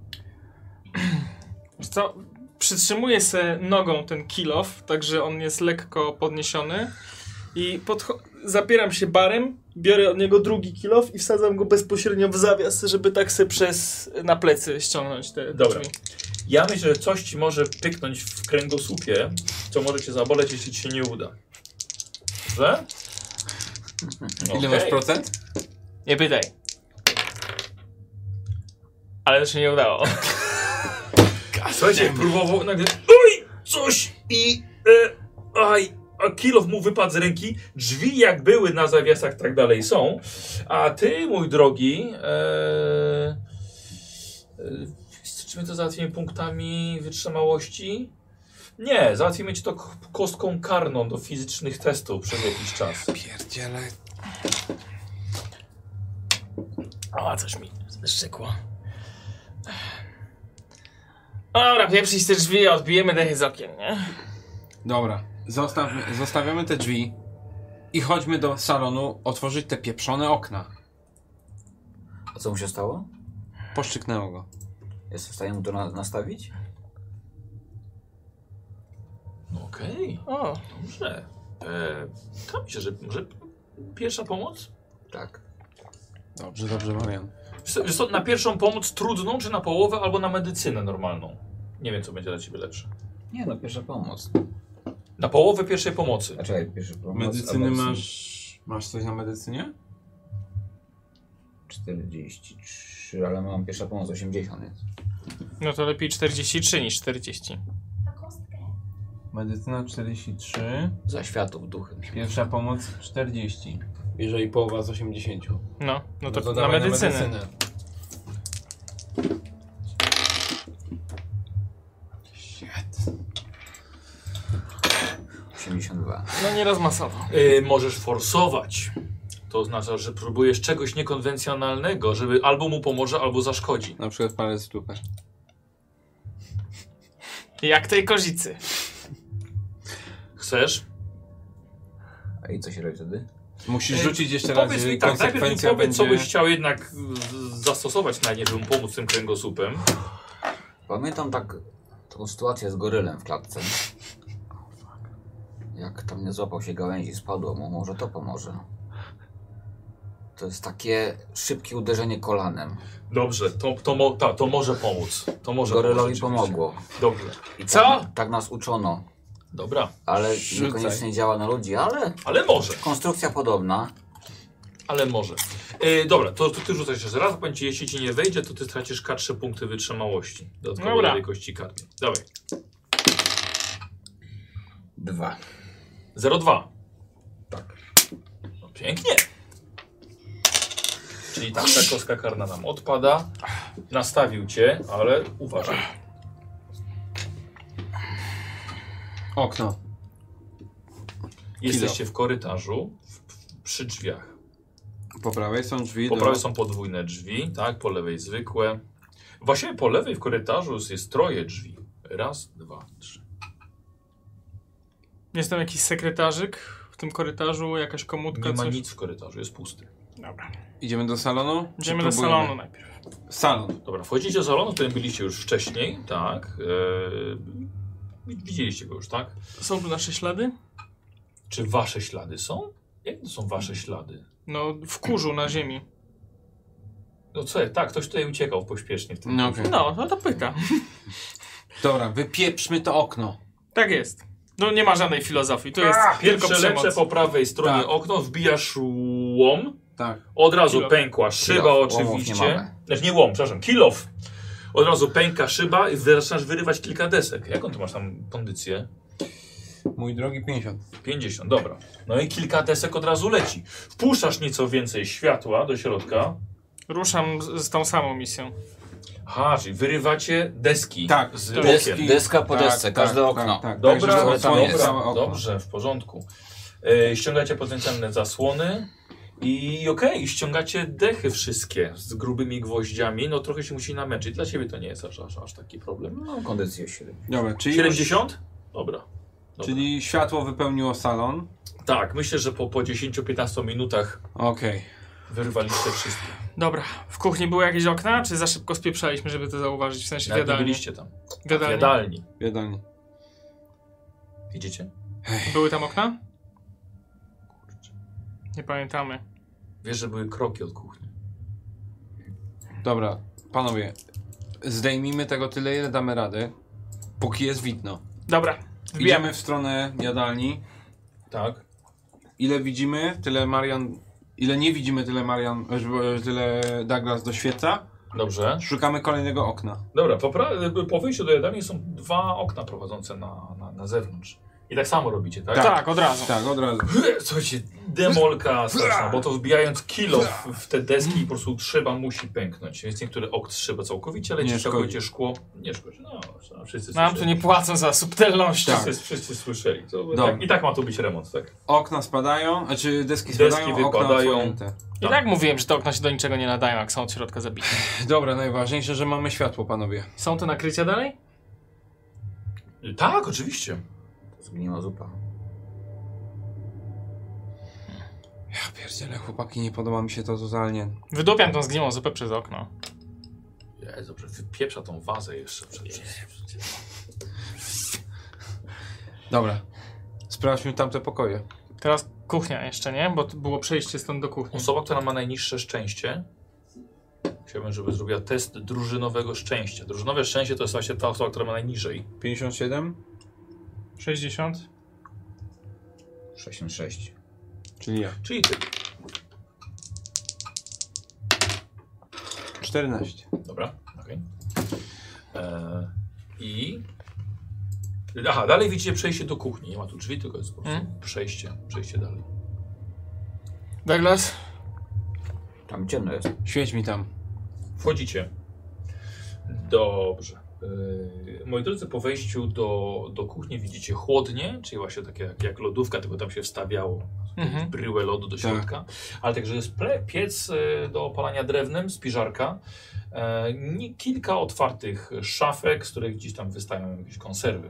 Wiesz co? Przytrzymuję se nogą ten kilof, także on jest lekko podniesiony i podcho- zapieram się barem, biorę od niego drugi kilof i wsadzam go bezpośrednio w zawias, żeby tak se przez na plecy ściągnąć te
Dobra.
drzwi.
Ja myślę, że coś ci może pyknąć w kręgosłupie, co może cię zaboleć, jeśli ci się nie uda. Dobrze?
Ile
Okej.
masz procent?
Nie pytaj. Ale to się nie udało.
Słuchajcie, próbował nagle. Oj! Coś i. E, aj! A kilof mu wypadł z ręki. Drzwi jak były na zawiasach, tak dalej są. A ty, mój drogi. E, e, czy my to załatwimy punktami wytrzymałości? Nie, załatwimy ci to k- kostką karną do fizycznych testów przez jakiś czas.
Pierdziele.
O, coś mi zeszczekło. Dobra, pieprzyć te drzwi, odbijemy dechy z okien, nie?
Dobra, zostawmy, zostawiamy te drzwi i chodźmy do salonu otworzyć te pieprzone okna.
A co mu się stało?
Poszczyknęło go.
Jestem w stanie mu to na nastawić?
No okej,
O,
dobrze. E, to myślę, że może pierwsza pomoc?
Tak.
Dobrze, dobrze, Marian.
Wiesz co, wiesz co, na pierwszą pomoc trudną, czy na połowę, albo na medycynę normalną? Nie wiem, co będzie dla ciebie lepsze.
Nie no, pierwsza pomoc.
Na połowę pierwszej pomocy.
A czekaj, pierwsza pomoc.
Medycyny
albo-
masz... Masz coś na medycynie?
czterdzieści trzy, ale mam pierwsza pomoc osiemdziesiąt, więc...
No to lepiej czterdzieści trzy niż czterdzieści.
Medycyna czterdzieści trzy,
Za światów, duchy.
pierwsza pomoc czterdzieści.
Jeżeli połowa z osiemdziesięciu.
No, no to, na
dawaj
medycynę.
Shit.
osiemdziesiąt dwa.
No nie rozmasował.
Yy, możesz forsować. To oznacza, że próbujesz czegoś niekonwencjonalnego, żeby albo mu pomoże, albo zaszkodzi.
Na przykład palec w dupę.
Jak tej kozicy.
Chcesz?
A i co się robi wtedy?
Musisz
Yy,
rzucić jeszcze raz,
Powiedz
jeżeli
mi tak, najpierw mi
konsekwencja
powiedz, co
będzie...
byś chciał jednak z- zastosować na nie, żeby mu pomóc tym kręgosłupem.
Pamiętam tak taką sytuację z gorylem w klatce. Jak tam nie złapał się gałęzi, spadło mu, może to pomoże. To jest takie szybkie uderzenie kolanem.
Dobrze, to, to, mo, ta, to może pomóc. To może pomóc
Gorylowi
rzeczywiście.
pomogło.
Dobrze,
I
Co?
Tak, tak nas uczono.
dobra,
Ale
Rzucaj.
niekoniecznie działa na ludzi, ale
ale może.
konstrukcja podobna.
Ale może. Yy, dobra, to, to ty rzucasz jeszcze raz, będzie, jeśli ci nie wejdzie, to ty stracisz K trzy punkty wytrzymałości. Dodatkowo
Dobra.
do tej kości karnej. Dawaj.
Dwa.
zero dwa. Tak. No, pięknie. Czyli tak, ta kostka karna nam odpada. Nastawił cię, ale uważaj.
Okno.
Jesteście w korytarzu, w, w, przy drzwiach.
Po prawej są drzwi
Po
do...
prawej są podwójne drzwi, tak, po lewej zwykłe. Właściwie po lewej w korytarzu jest troje drzwi. Raz, dwa, trzy.
Jest tam jakiś sekretarzyk w tym korytarzu, jakaś komutka,
Nie ma
coś?
nic w korytarzu, jest pusty.
Dobra.
Idziemy do salonu? Czy
Idziemy do
próbujemy?
salonu najpierw.
Salon.
Dobra, wchodzicie do salonu, w którym byliście już wcześniej, tak. Eee, widzieliście go już, tak?
Są tu nasze ślady?
Czy wasze ślady są? Jak to są wasze ślady?
No, w kurzu na ziemi.
No co, tak, ktoś tutaj uciekał pośpiesznie w tym.
No okej.
No, no to pyta.
Dobra, wypieprzmy to okno.
Tak jest. No nie ma żadnej filozofii, to jest tylko
Pierwsze
przemoc.
lepsze po prawej stronie
Tak.
okno, wbijasz łom,
Tak.
od razu
Kilof.
pękła szyba
Kilof, łomów nie
oczywiście.
mamy.
Znaczy nie łom, przepraszam, kilof. Od razu pęka szyba i zaczynasz wyrywać kilka desek. Jaką ty masz tam kondycję?
Mój drogi pięćdziesiąt.
pięćdziesiąt, dobra. No i kilka desek od razu leci. Wpuszczasz nieco więcej światła do środka.
Ruszam z, z tą samą misją.
Aha, czyli wyrywacie deski
Tak,
z
deski.
okien.
Deska po desce, każde okno.
Tak, tak.
Dobra,
Tak, żeby
dobra,
odsłonić
dobra,
całe okno.
Dobrze, w porządku. E, ściągacie potencjalne zasłony i okej, ściągacie dechy wszystkie z grubymi gwoździami. No trochę się musi namęczyć. Dla ciebie to nie jest aż, aż, aż taki problem.
No, kondycję średnią.
Dobra, czyli...
siedemdziesiąt? Dobra. Dobra.
Czyli światło wypełniło salon.
Tak, myślę, że po, po dziesięciu do piętnastu minutach
Okej.
wyrwaliście wszystko.
Dobra, w kuchni były jakieś okna, czy za szybko spieprzaliśmy, żeby to zauważyć? W sensie
Jak nie
wiadalni.
byliście tam.
W Jadalni.
Jadalni.
Jadalni.
Widzicie?
Były tam okna? Nie pamiętamy.
Wiesz, że były kroki od kuchni.
Dobra, panowie.
zdejmijmy tego tyle, ile damy rady, póki jest widno.
Dobra, wbijamy.
Idziemy w stronę jadalni.
Tak.
Ile widzimy, tyle Marian... Ile nie widzimy, tyle Marian... Tyle Douglas doświeca.
Dobrze.
Szukamy kolejnego okna.
Dobra, po, pra- po wyjściu do jadalni są dwa okna prowadzące na, na, na zewnątrz. I tak samo robicie, tak?
Tak, od razu.
Tak, od razu.
Słuchajcie, demolka straszna, bo to wbijając kilo w, w te deski po prostu szyba musi pęknąć. Więc niektóre okna szyba całkowicie, ale
Nie
ci
szkodzi.
całkowicie szkło nie szkodzi. No, wszyscy
Nam
słyszeli.
tu nie płacą za subtelność.
Tak.
Wszyscy, wszyscy słyszeli. To,
Dobra.
tak, I tak ma tu być remont, tak?
Okna spadają, znaczy deski
Deski
spadają,
wypadają.
okna odsłonięte.
I tak mówiłem, że te okna się do niczego nie nadają, jak są od środka zabite.
Dobra, najważniejsze, że mamy światło, panowie.
Są te nakrycia dalej?
Tak, oczywiście.
Zgniła zupa.
Ja pierdzielę, chłopaki, nie podoba mi się to totalnie.
Wydupiam tą zgniłą zupę przez okno.
Jezu, dobrze, wypieprza tą wazę jeszcze. Przecież.
Dobra, sprawdźmy tamte pokoje.
Teraz kuchnia jeszcze, nie? Bo to było przejście stąd do kuchni.
Osoba, która ma najniższe szczęście, chciałbym, żeby zrobiła test drużynowego szczęścia. Drużynowe szczęście to jest właśnie ta osoba, która ma najniżej.
pięćdziesiąt siedem,
sześćdziesiąt.
sześćdziesiąt sześć.
czyli ja.
Czyli ty.
czternaście.
Dobra, okej. Eee, I... Aha, dalej widzicie przejście do kuchni. Nie ma tu drzwi, tylko jest po prostu
Hmm?
przejście. Przejście dalej.
Douglas?
Tam ciemno jest.
Świeć mi tam.
Wchodzicie. Dobrze. Yy, moi drodzy, po wejściu do, do kuchni widzicie chłodnie, czyli właśnie takie jak, jak lodówka, tylko tam się wstawiało
Mhm.
bryłę lodu do środka, ale także jest ple, piec y, do opalania drewnem, spiżarka, e, nie, kilka otwartych szafek, z których gdzieś tam wystają jakieś konserwy.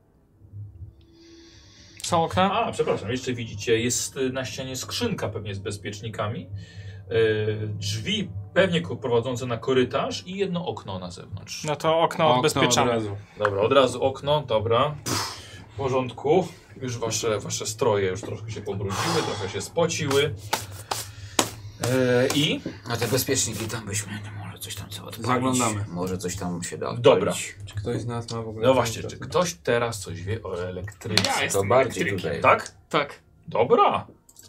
Są okna?
A, przepraszam, jeszcze widzicie, jest y, na ścianie skrzynka pewnie z bezpiecznikami, y, drzwi pewnie ko- prowadzące na korytarz i jedno okno na zewnątrz.
No to okno
Okno od
odbezpieczamy.
razu.
Dobra, od razu okno, dobra. W porządku. Już wasze, wasze stroje już troszkę się pobrudziły, trochę się spociły. E, I?
A te bezpieczniki tam byśmy, no może coś tam co odpalić.
Zaglądamy.
Może coś tam się da odpalić.
Dobra.
Czy ktoś z nas ma w ogóle...
No właśnie, czy ktoś teraz coś wie o elektryce?
Ja
To
jestem
bardziej
elektrykiem.
tutaj.
Tak?
Tak.
Dobra.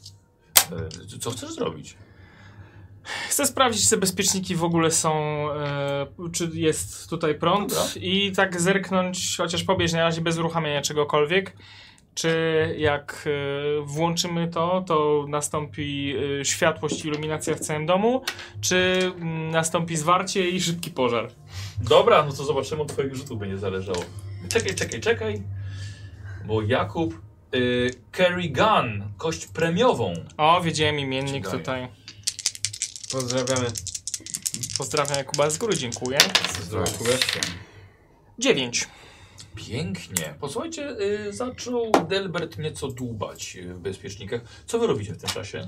E, co chcesz zrobić?
Chcę sprawdzić, czy te bezpieczniki w ogóle są, e, czy jest tutaj prąd
Dobra.
i tak zerknąć, chociaż pobież na razie bez uruchamiania czegokolwiek, czy jak e, włączymy to, to nastąpi e, światłość i iluminacja w całym domu, czy mm, nastąpi zwarcie i szybki pożar.
Dobra, no to zobaczymy, od twoich rzutów będzie zależało. Czekaj, czekaj, czekaj. Bo Jakub... Y, Kerrigan, kość premiową.
O, wiedziałem imiennik
Daję.
tutaj.
Pozdrawiamy.
Pozdrawiam Jakuba z góry, dziękuję.
Zobaczcie.
Dziewięć.
Pięknie. Posłuchajcie, y, zaczął Delbert nieco dłubać y, w bezpiecznikach. Co wy robicie w tym czasie?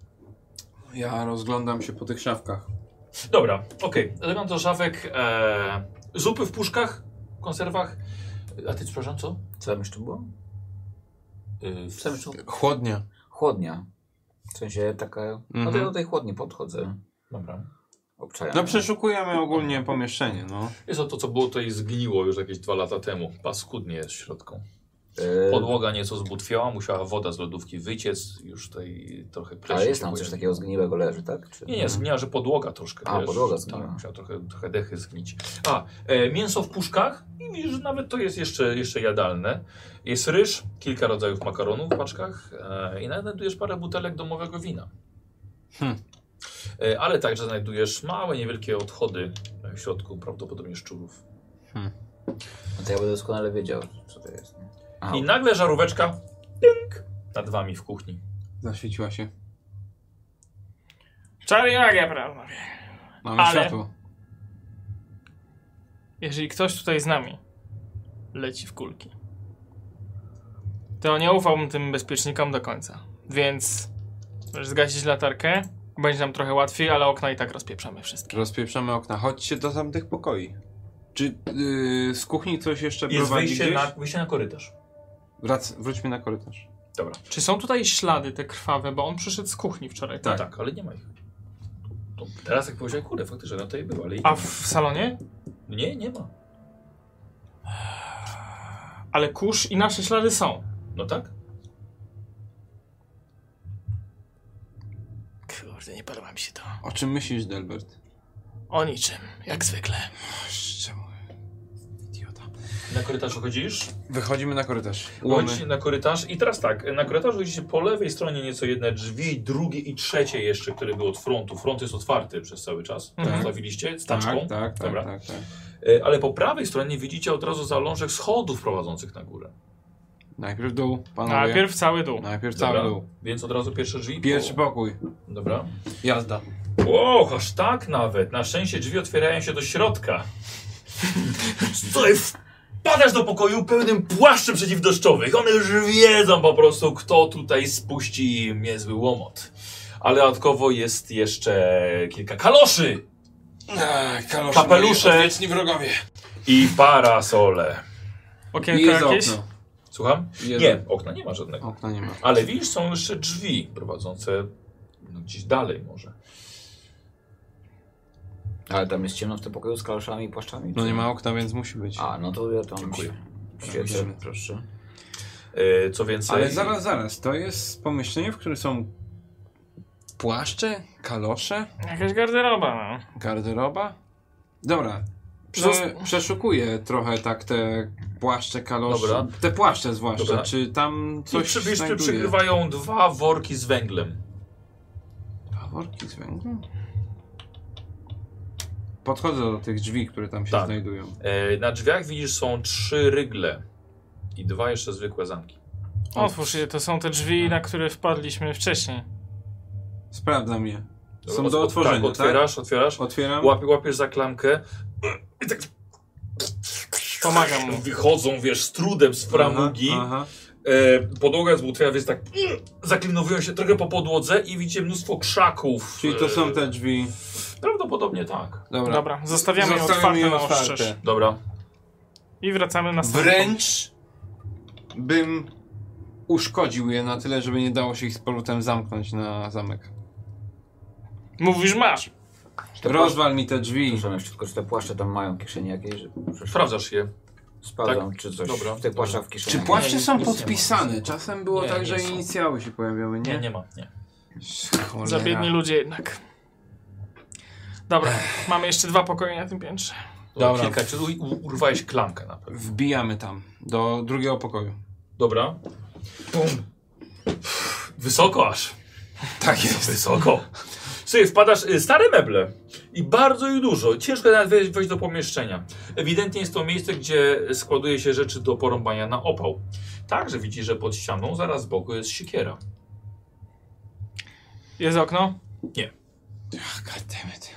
Ja rozglądam się po tych szafkach.
Dobra, okej. Okay. do szafek. E, zupy w puszkach, konserwach. A ty, przepraszam, co?
Co tam jeszcze było?
Y,
Co tam jeszcze?
Chłodnia.
Chłodnia. W sensie taka... No to
Mhm.
ja do tej chłodni podchodzę.
Dobra.
Obczajam.
No przeszukujemy ogólnie pomieszczenie, no.
Jest to, to, co było tutaj zgniło już jakieś dwa lata temu. Paskudnie jest w środku.
Yy,
Podłoga nieco zbutwiała, musiała woda z lodówki wyciec. Już tutaj trochę presji
Ale jest
się
tam coś
pojawiło.
takiego zgniłego leży, tak? Czy...
Nie, nie, zgniła, że podłoga troszkę.
A,
wiesz,
podłoga zgniła.
Tak, musiała trochę, trochę dechy zgnić. A, e, mięso w puszkach i widzisz, że nawet to jest jeszcze, jeszcze jadalne. Jest ryż, kilka rodzajów makaronów w paczkach e, i nawet znajdujesz parę butelek domowego wina.
Hmm.
E, ale także znajdujesz małe, niewielkie odchody w środku, prawdopodobnie szczurów.
No to ja będę doskonale wiedział, co to jest. Nie? A,
I nagle żaróweczka tynk, nad wami w kuchni.
Zaświeciła się.
Czary magia, prawda?
Mamy
Ale-
światło.
Jeżeli ktoś tutaj z nami leci w kulki, to nie ufałbym tym bezpiecznikom do końca. Więc możesz zgasić latarkę, będzie nam trochę łatwiej, ale okna i tak rozpieprzamy wszystkie.
Rozpieprzamy okna. Chodźcie do tamtych pokoi. Czy yy, z kuchni coś jeszcze
Jest
prowadzi
wyjście
gdzieś?
na, wyjście na korytarz.
Wrac, wróćmy na korytarz.
Dobra.
Czy są tutaj ślady te krwawe, bo on przyszedł z kuchni wczoraj.
Tak, tak, ale nie ma ich. To teraz jak powiedziałem, kurde, faktycznie, no tutaj było, ale ich
A
nie
w
ma.
salonie?
Nie, nie ma.
Ale kurz i nasze ślady są.
No tak?
Kurde, nie podoba mi się to.
O czym myślisz, Delbert?
O niczym, jak zwykle.
Czemu? Idiota.
Na korytarzu chodzisz?
Wychodzimy na korytarz.
Chodzicie na korytarz i teraz tak, na korytarzu widzicie po lewej stronie nieco jedne drzwi, drugie i trzecie jeszcze, które były od frontu. Front jest otwarty przez cały czas.
Mhm.
Zostawiliście z taczką.
Tak, tak, tak,
Dobra.
tak, tak.
E, Ale po prawej stronie widzicie od razu zalążek schodów prowadzących na górę.
Najpierw dół, panowie.
Najpierw cały dół.
Najpierw
Dobra.
cały dół.
Więc od razu pierwsze drzwi.
Pierwszy
po...
pokój.
Dobra.
Jazda.
O, aż tak nawet. Na szczęście drzwi otwierają się do środka. Słuchaj, wpadasz do pokoju pełnym płaszczy przeciwdeszczowych. One już wiedzą po prostu, kto tutaj spuści im niezły łomot. Ale dodatkowo jest jeszcze kilka kaloszy
Ach, kalosze,
Kapelusze.
moi wieczni wrogowie.
i parasole.
I
Okienko
jest
jakieś?
okno.
Słucham?
Jest
Nie, okna nie ma żadnego.
Okna nie ma.
Ale widzisz, są jeszcze drzwi prowadzące no, gdzieś dalej może.
Ale tam jest ciemno w tym pokoju z kaloszami i płaszczami?
No
czy-
nie ma okna, więc musi być.
A, no to ja tam
Dziękuję.
świecę,
Dziękujemy.
proszę.
E, co więcej...
Ale zaraz, zaraz. To jest pomieszczenie, w którym są płaszcze, kalosze,
Jakaś garderoba, no.
garderoba. Dobra. Prze
Zost-
przeszukuję trochę tak te płaszcze, kalosze.
Dobra.
Te płaszcze zwłaszcza.
Dobra.
Czy tam
I
coś
przy, przy,
znajduje?
przykrywają dwa worki z węglem.
Dwa worki z węglem? Podchodzę do tych drzwi, które tam się
Tak.
znajdują.
E, na drzwiach widzisz są trzy rygle i dwa jeszcze zwykłe zamki.
Otwórz je, to są te drzwi, na które wpadliśmy wcześniej.
Sprawdzam je. Są
Od-
do
od-
otworzenia,
tak? Otwierasz, otwierasz,
tak? Otwieram.
łapie, łapiesz za klamkę i tak
Pomagam mu.
wychodzą, wiesz, z trudem z framugi.
Aha, aha.
E, podłoga jest butwia, więc tak zaklinowują się trochę po podłodze i widzicie mnóstwo krzaków.
Czyli to są te drzwi.
E, prawdopodobnie tak.
Dobra.
Dobra, zostawiamy je
Zostawiamy
otwarte
je
na
otwarte.
ostrzeż.
Dobra.
I wracamy na stronę.
Wręcz bym uszkodził je na tyle, żeby nie dało się ich z powrotem zamknąć na zamek.
Mówisz, masz.
Rozwal mi te drzwi.
Proszę jeszcze tylko, czy te płaszcze tam mają kieszenie jakieś? Że przecież
Sprawdzasz je.
sprawdzam,
tak?
czy coś
Dobra,
w tych płaszczach w
Czy
kieszeniach.
płaszcze
nie,
są
nic nie ma,
podpisane?
nic nie ma.
Czasem było
Nie,
tak,
nie
że
są.
inicjały się pojawiały, nie?
Nie, nie ma, nie.
Cholera.
Za biedni ludzie jednak. Dobra, mamy jeszcze dwa pokoje na tym piętrze.
Dobra.
Dobra.
Kilka, czy u- u- urwałeś klamkę na pewno.
Wbijamy tam, do drugiego pokoju.
Dobra. Pum. Wysoko aż.
Tak jest.
Wysoko. Słuchaj, wpadasz, y, stare meble i bardzo ich dużo. Ciężko nawet wejść, wejść do pomieszczenia. Ewidentnie jest to miejsce, gdzie składuje się rzeczy do porąbania na opał. Także widzisz, że pod ścianą zaraz z boku jest siekiera.
Jest okno?
Nie.
Goddammit.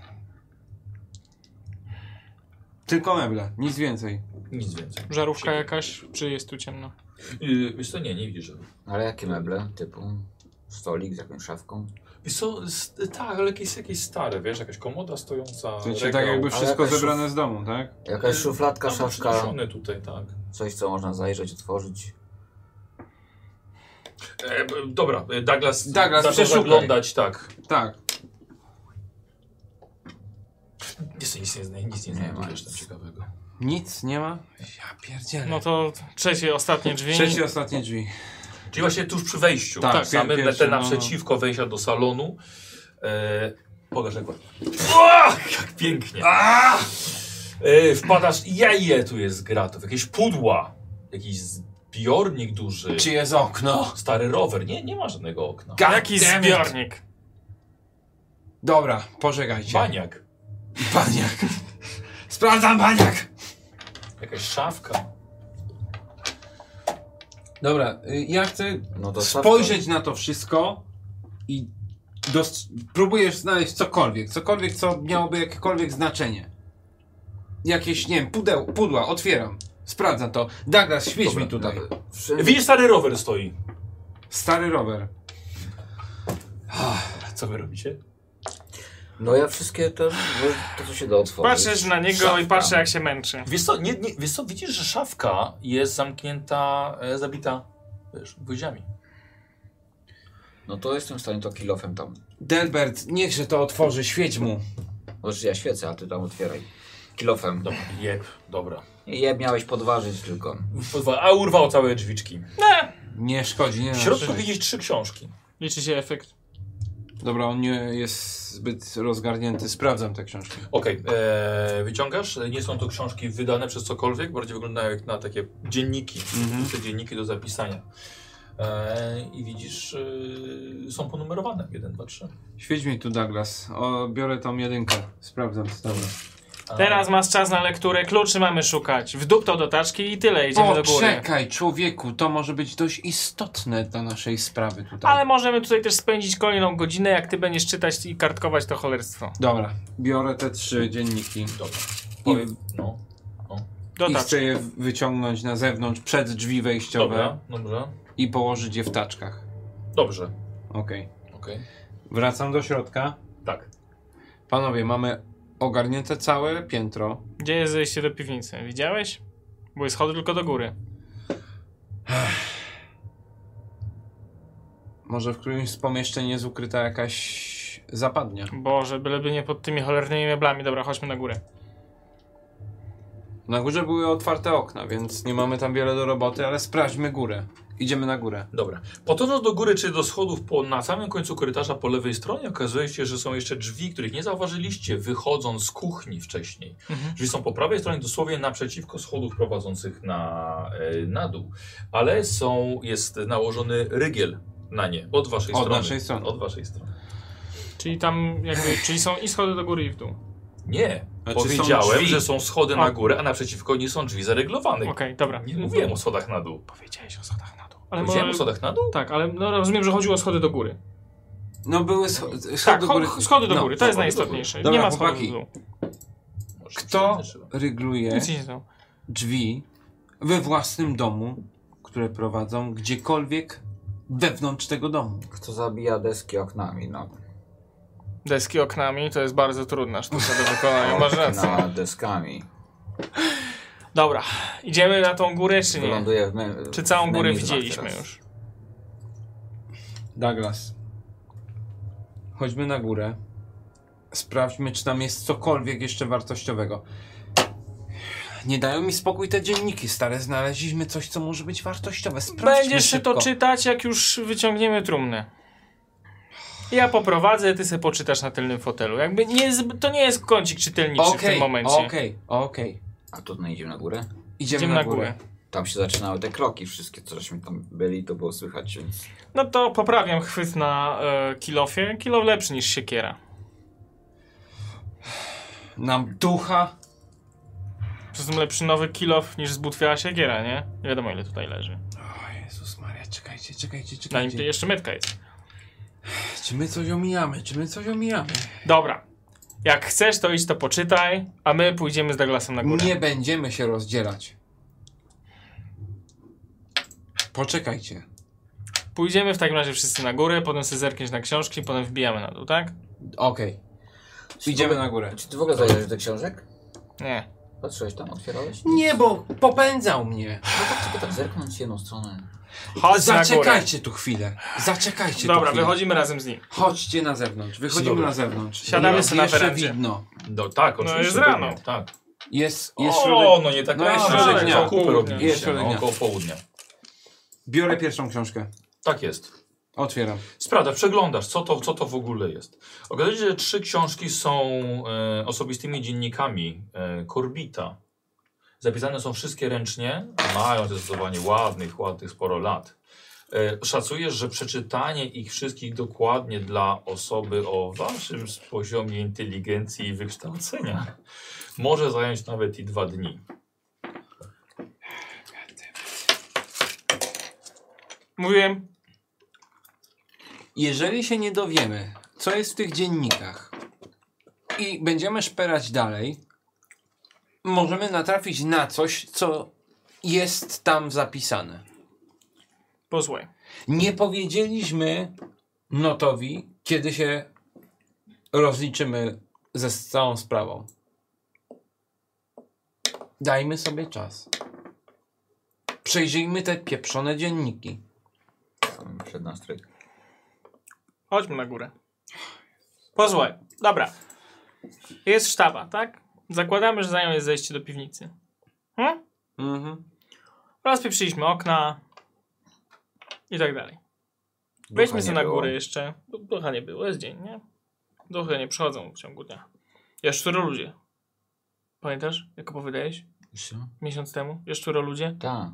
Tylko meble, nic więcej.
Nic więcej.
Żarówka jakaś? Czy jest tu ciemno?
Yy, wiesz co, nie, nie widzisz. że-
Ale jakie meble? Typu stolik z jakąś szafką?
Wiesz co, s- tak, ale jakieś, jakieś stare, wiesz, jakaś komoda stojąca,
W sensie
regał.
tak jakby
Ale
wszystko
jakaś
zebrane z domu, tak?
Jakaś
Yy,
szufladka,
tam
szafka,
przyniesione tutaj, tak.
coś co można zajrzeć, otworzyć.
E, b- dobra, e, Douglas,
Douglas,
zaczął
przeszukaj.
zaglądać, tak.
Tak.
Nic, nic, nic, nic, nic nie
Nie ma
znajdujesz
nic.
tam ciekawego.
Nic nie ma? Ja pierdzielę.
No to trzecie, ostatnie drzwi.
Trzecie, ostatnie drzwi.
Czyli właśnie tuż przy wejściu,
Tak,
tak, samym
pier- pierwsze,
te
no.
naprzeciwko wejścia do salonu. E, pokaż jak ładnie. O, jak pięknie. E, wpadasz, jaje tu jest gratów, jakieś pudła, jakiś zbiornik duży,
Czy jest okno?
stary rower. Nie, nie ma żadnego okna.
God
Jaki
damn it.
zbiornik?
Dobra, pożegajcie.
Baniak,
Baniak. Sprawdzam baniak.
jakaś szafka.
Dobra, y, ja chcę
No to szafka.
spojrzeć na to wszystko i dost- próbujesz znaleźć cokolwiek, cokolwiek, co miałoby jakiekolwiek znaczenie. Jakieś, nie wiem, pudeł, pudła, otwieram, sprawdzam to. Douglas, świeć mi tutaj.
Dobra. Wszędzie-
Widzisz, stary rower stoi.
Stary rower.
Co wy robicie?
No ja wszystkie te, no, to co się da otworzyć.
Patrzysz na niego
Szafka.
i patrzę jak się męczy.
Wiesz co, nie, nie, wiesz co, widzisz, że szafka jest zamknięta, e, zabita, wiesz, gwoździami.
No to jestem w stanie to kilofem tam.
Delbert, niechże to otworzy, świeć mu.
Znaczy ja świecę, a ty tam otwieraj. kilofem.
Dobra, jeb, dobra.
Je miałeś podważyć tylko.
A urwał całe drzwiczki.
Nie.
Nie szkodzi, nie
W środku
szkodzi.
widzisz trzy książki.
Liczy się efekt.
Dobra, on nie jest zbyt rozgarnięty. Sprawdzam te książki.
Okej, okay. wyciągasz. Nie są to książki wydane przez cokolwiek, bardziej wyglądają jak na takie dzienniki,
Mhm.
te dzienniki do zapisania. E, I widzisz, e, są ponumerowane. jeden, dwa, trzy.
Świeć mi tu, Douglas. O, biorę tą jedynkę. Sprawdzam stronę.
Teraz masz czas na lekturę, kluczy mamy szukać. Wduptał do taczki i tyle, idziemy do góry.
Poczekaj, człowieku, to może być dość istotne dla naszej sprawy tutaj.
Ale możemy tutaj też spędzić kolejną godzinę, jak ty będziesz czytać i kartkować to cholerstwo.
Dobra, biorę te trzy dzienniki.
Dobra.
I,
Powiem, no.
Do
I
taczki.
chcę je wyciągnąć na zewnątrz, przed drzwi wejściowe
Dobra, dobrze.
i położyć je w taczkach.
Dobrze.
Okej.
Okej.
Wracam do środka.
Tak.
Panowie, mamy ogarnięte całe piętro.
Gdzie jest zejście do piwnicy? Widziałeś? Były schody tylko do góry.
Może w którymś z pomieszczeń jest ukryta jakaś zapadnia.
Boże, byleby nie pod tymi cholernymi meblami. Dobra, chodźmy na górę.
Na górze były otwarte okna, więc nie mamy tam wiele do roboty, ale sprawdźmy górę. Idziemy na górę.
Dobra. Podchodząc do góry czy do schodów po, na samym końcu korytarza po lewej stronie okazuje się, że są jeszcze drzwi, których nie zauważyliście wychodząc z kuchni wcześniej.
Mhm.
Drzwi są po prawej stronie dosłownie naprzeciwko schodów prowadzących na, e, na dół. Ale są, jest nałożony rygiel na nie. Od waszej
Od
strony.
naszej strony.
Od waszej strony.
Czyli tam jakby, czyli są i schody do góry i w dół.
Nie.
Znaczy są
Powiedziałem,
drzwi.
że są schody
A.
na górę, a naprzeciwko nie są drzwi zaryglowane.
Okej, dobra.
Nie mówiłem o schodach na dół.
Powiedziałeś o schodach na dół. Ale
Powiedziałem o
może...
schodach na dół?
Tak, ale no, rozumiem, że chodziło o schody do góry.
No były scho- schody
Tak,
do
cho-
góry.
schody do
No.
góry, to jest
schody do
najistotniejsze.
góry.
Nie
Dobra,
ma schodów
chłopaki.
do dół.
Może się
Kto
przeznaczyłem.
rygluje
Nic się nie stało.
drzwi we własnym domu, które prowadzą gdziekolwiek wewnątrz tego domu?
Kto zabija deski oknami, no.
Deski oknami to jest bardzo trudna sztuka do wykonania, masz rację.
Na deskami.
Dobra, idziemy na tą górę czy nie?
Wyląduje w me-
Czy całą
w
górę
menizmach
widzieliśmy
teraz.
już?
Douglas, chodźmy na górę. Sprawdźmy, czy tam jest cokolwiek jeszcze wartościowego. Nie dają mi spokój te dzienniki stare. Znaleźliśmy coś, co może być wartościowe. Sprawdźmy
Będziesz się
szybko.
to czytać, jak już wyciągniemy trumnę. Ja poprowadzę, ty sobie poczytasz na tylnym fotelu. Jakby nie jest, to nie jest kącik czytelniczy w tym
Okej,
momencie.
okej, okej.
A tutaj idziemy na górę?
Idziemy,
Idziemy
na,
na
górę.
górę.
Tam się zaczynały te kroki wszystkie, co żeśmy tam byli, to było słychać, więc...
No to poprawiam chwyt na e, kilofie. Kilof lepszy niż siekiera.
Nam ducha.
Poza tym lepszy nowy kilof niż zbutwiała siekiera, nie? Nie wiadomo ile tutaj leży.
O Jezus Maria, czekajcie, czekajcie,
Na nim
czekajcie.
jeszcze metka jest.
Czy my coś omijamy? Czy my coś omijamy?
Dobra. Jak chcesz, to idź to poczytaj, a my pójdziemy z Douglasem na górę.
Nie będziemy się rozdzielać. Poczekajcie.
Pójdziemy w takim razie wszyscy na górę, potem sobie zerkniesz na książki, potem wbijamy na dół, tak?
Okej. Idziemy na górę.
Czy ty w ogóle zajrzałeś do książek?
Nie.
Patrzyłeś tam, otwierałeś?
Nie, bo popędzał mnie.
No tak, tylko tak zerknąć w jedną stronę.
Chodź na górę.
Zaczekajcie tu chwilę. Zaczekajcie tu
Dobra,
chwilę.
wychodzimy razem z nim.
Chodźcie na zewnątrz. Wychodzimy
Dobra.
na zewnątrz.
Siadamy
Jest
sobie na
jeszcze
werandzie.
widno.
No tak, oczywiście.
jest rano.
pewnie, Tak.
Jest, jest
O,
środek.
no nie tak
No
rano.
jest środek
ale
dnia.
zakupy
Południe.
robiliście,
Jest środek
no,
dnia.
około południa.
Biorę pierwszą książkę.
Tak jest.
Otwieram.
Sprawdza, przeglądasz, co to, co to w ogóle jest. Okazuje się, że trzy książki są e, osobistymi dziennikami e, Corbita. Zapisane są wszystkie ręcznie, mają zdecydowanie ładnych, ładnych sporo lat. E, szacujesz, że przeczytanie ich wszystkich dokładnie dla osoby o waszym poziomie inteligencji i wykształcenia może zająć nawet i dwa dni.
Mówiłem.
Jeżeli się nie dowiemy, co jest w tych dziennikach i będziemy szperać dalej, możemy natrafić na coś, co jest tam zapisane.
Posłuchaj.
Nie powiedzieliśmy Notowi, kiedy się rozliczymy ze całą sprawą. Dajmy sobie czas. Przejrzyjmy te pieprzone dzienniki.
Przed nastrój.
Chodźmy na górę. Posłuchaj. Dobra. Jest sztaba, tak? Zakładamy, że za nią jest zejście do piwnicy. Hmm?
Mhm.
Rozpieprzyliśmy okna i tak dalej. Wejdźmy sobie na górę jeszcze. Ducha nie było, jest dzień, nie? Duchy nie przychodzą w ciągu dnia. Jaszczuro ludzie. Pamiętasz, jak opowiadałeś?
Co?
Miesiąc temu? Jaszczuro ludzie?
Tak.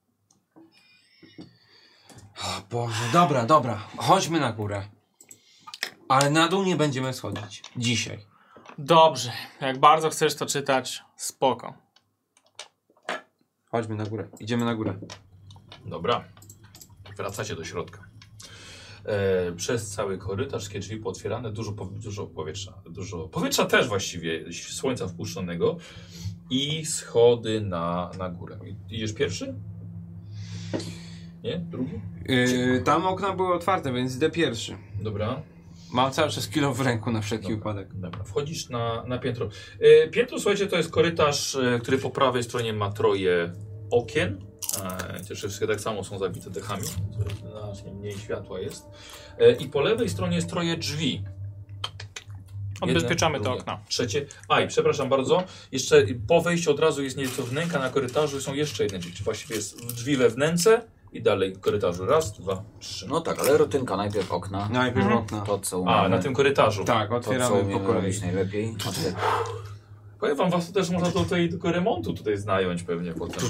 O Boże, dobra, dobra. Chodźmy na górę. Ale na dół nie będziemy schodzić. Dzisiaj.
Dobrze. Jak bardzo chcesz to czytać, spoko.
Chodźmy na górę. Idziemy na górę.
Dobra. Wracacie do środka. E, przez cały korytarz, wszystkie drzwi pootwierane, dużo, pow- dużo powietrza. Dużo powietrza też właściwie, słońca wpuszczonego. I schody na, na górę. I- Idziesz pierwszy? Nie? Drugi?
Yy, tam okna były otwarte, więc idę pierwszy.
Dobra.
Mam cały czas kilo w ręku na wszelki
Dobra.
wypadek.
Dobra, wchodzisz na, na piętro. E, piętro, słuchajcie, to jest korytarz, e, który po prawej stronie ma troje okien. E, te wszystkie tak samo są zabite dechami, to znacznie mniej światła jest. E, I po lewej stronie jest troje drzwi.
Odbezpieczamy
Jedne,
te
drugie,
okna.
Trzecie. Aj, przepraszam bardzo. Jeszcze po wejściu od razu jest nieco wnęka na korytarzu i są jeszcze jedne drzwi. Czy właściwie jest drzwi we wnęce i dalej w korytarzu. Raz, dwa, trzy.
No tak, ale rutynka, najpierw okna.
Najpierw
Mhm.
okna.
To co
A,
umiemy,
na tym korytarzu.
Tak,
to, co
otwieramy po
umiemy
kolei.
robić najlepiej.
Powiem wam, was to też można do tego remontu tutaj znająć pewnie potem.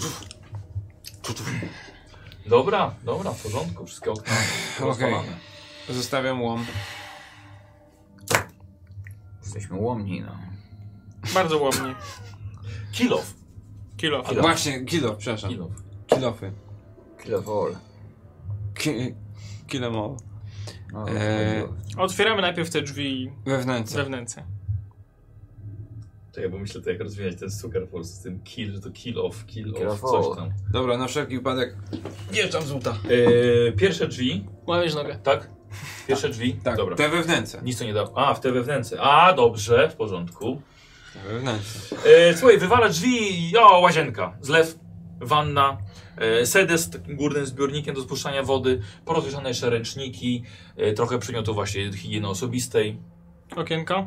Dobra, dobra, w porządku. Wszystkie okna rozwalane.
Zostawiam łom.
Jesteśmy łomni, no.
Bardzo łomni.
Kilof.
Kilo.
Kilo.
Właśnie, kilo, przepraszam.
Kilof.
Kilofy.
Kilowol.
Ki Kilomol.
No,
Eee,
Otwieramy najpierw te drzwi
We wnęce.
wewnętrzne.
To ja bo myślę, to jak rozwijać ten sugar po prostu z tym kill, że to kill off, kill
Kill
off,
off
coś
all.
tam.
Dobra, na wszelki wypadek jeżdżam z łuta.
Yy, pierwsze drzwi,
Łamiesz nogę.
tak? Pierwsze drzwi,
Tak,
dobra.
te we wnęce.
Nic to nie da. A, w te wewnętrzne. A, dobrze, w porządku.
Te we wnęce.
Yy, słuchaj, wywala drzwi, o, łazienka, zlew, wanna, yy, sedes z takim górnym zbiornikiem do spuszczania wody, porozwieszane jeszcze ręczniki, yy, trochę przymiotu właśnie higieny osobistej.
Okienko.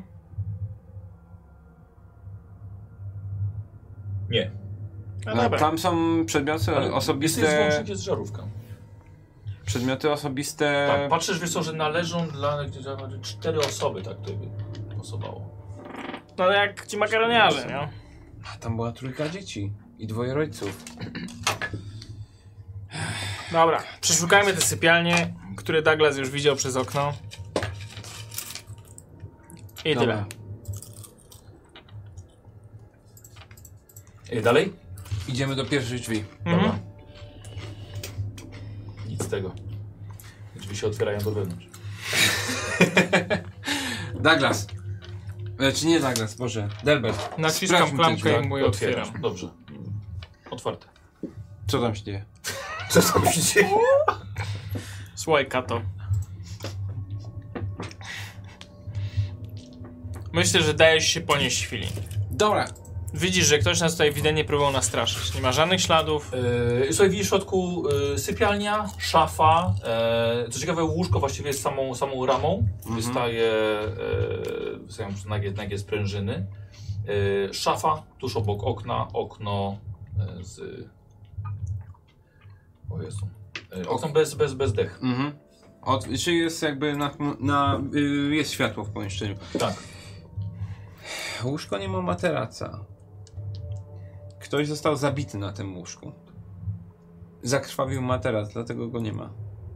Nie.
No
No,
dobra.
tam są przedmioty
Ale
osobiste.
Jest włącznik, jest żarówka.
Przedmioty osobiste.
Tak, patrzysz, wiesz co, że należą dla cztery osoby, tak to by pasowało.
No jak ci makaroniarze, nie?
A tam była trójka dzieci i dwoje rodziców.
Dobra, przeszukajmy te sypialnie, które Douglas już widział przez okno. I
Dobra.
tyle.
Yy, dalej?
Idziemy do pierwszych drzwi.
Dobra.
Mhm.
Nic z tego. Drzwi się otwierają do wewnątrz.
Douglas. E, czy nie Douglas, Boże. Delbert.
Naciskam
Sprawdźmy te
klamkę
drzwi.
i mówię
Otwierasz.
otwieram.
Dobrze. Otwarte.
Co tam się dzieje?
Co tam się dzieje?
Słuchaj, Kato. Myślę, że dajesz się ponieść chwili.
Dobra.
Widzisz, że ktoś nas tutaj ewidentnie próbował nastraszyć. Nie ma żadnych śladów.
Yy, słuchaj, widzisz w środku yy, sypialnia, szafa. Yy, co ciekawe, łóżko właściwie jest samą, samą ramą. Wystaje, yy, wystają nagie, nagie sprężyny. Yy, szafa tuż obok okna. Okno yy, z... O Jezu. Yy, okno bez, bez, bez dech.
Mhm. Od, czy jest jakby na, na y, jest światło w pomieszczeniu.
Tak.
Łóżko nie ma materaca. Ktoś został zabity na tym łóżku. Zakrwawił materac, dlatego go nie ma.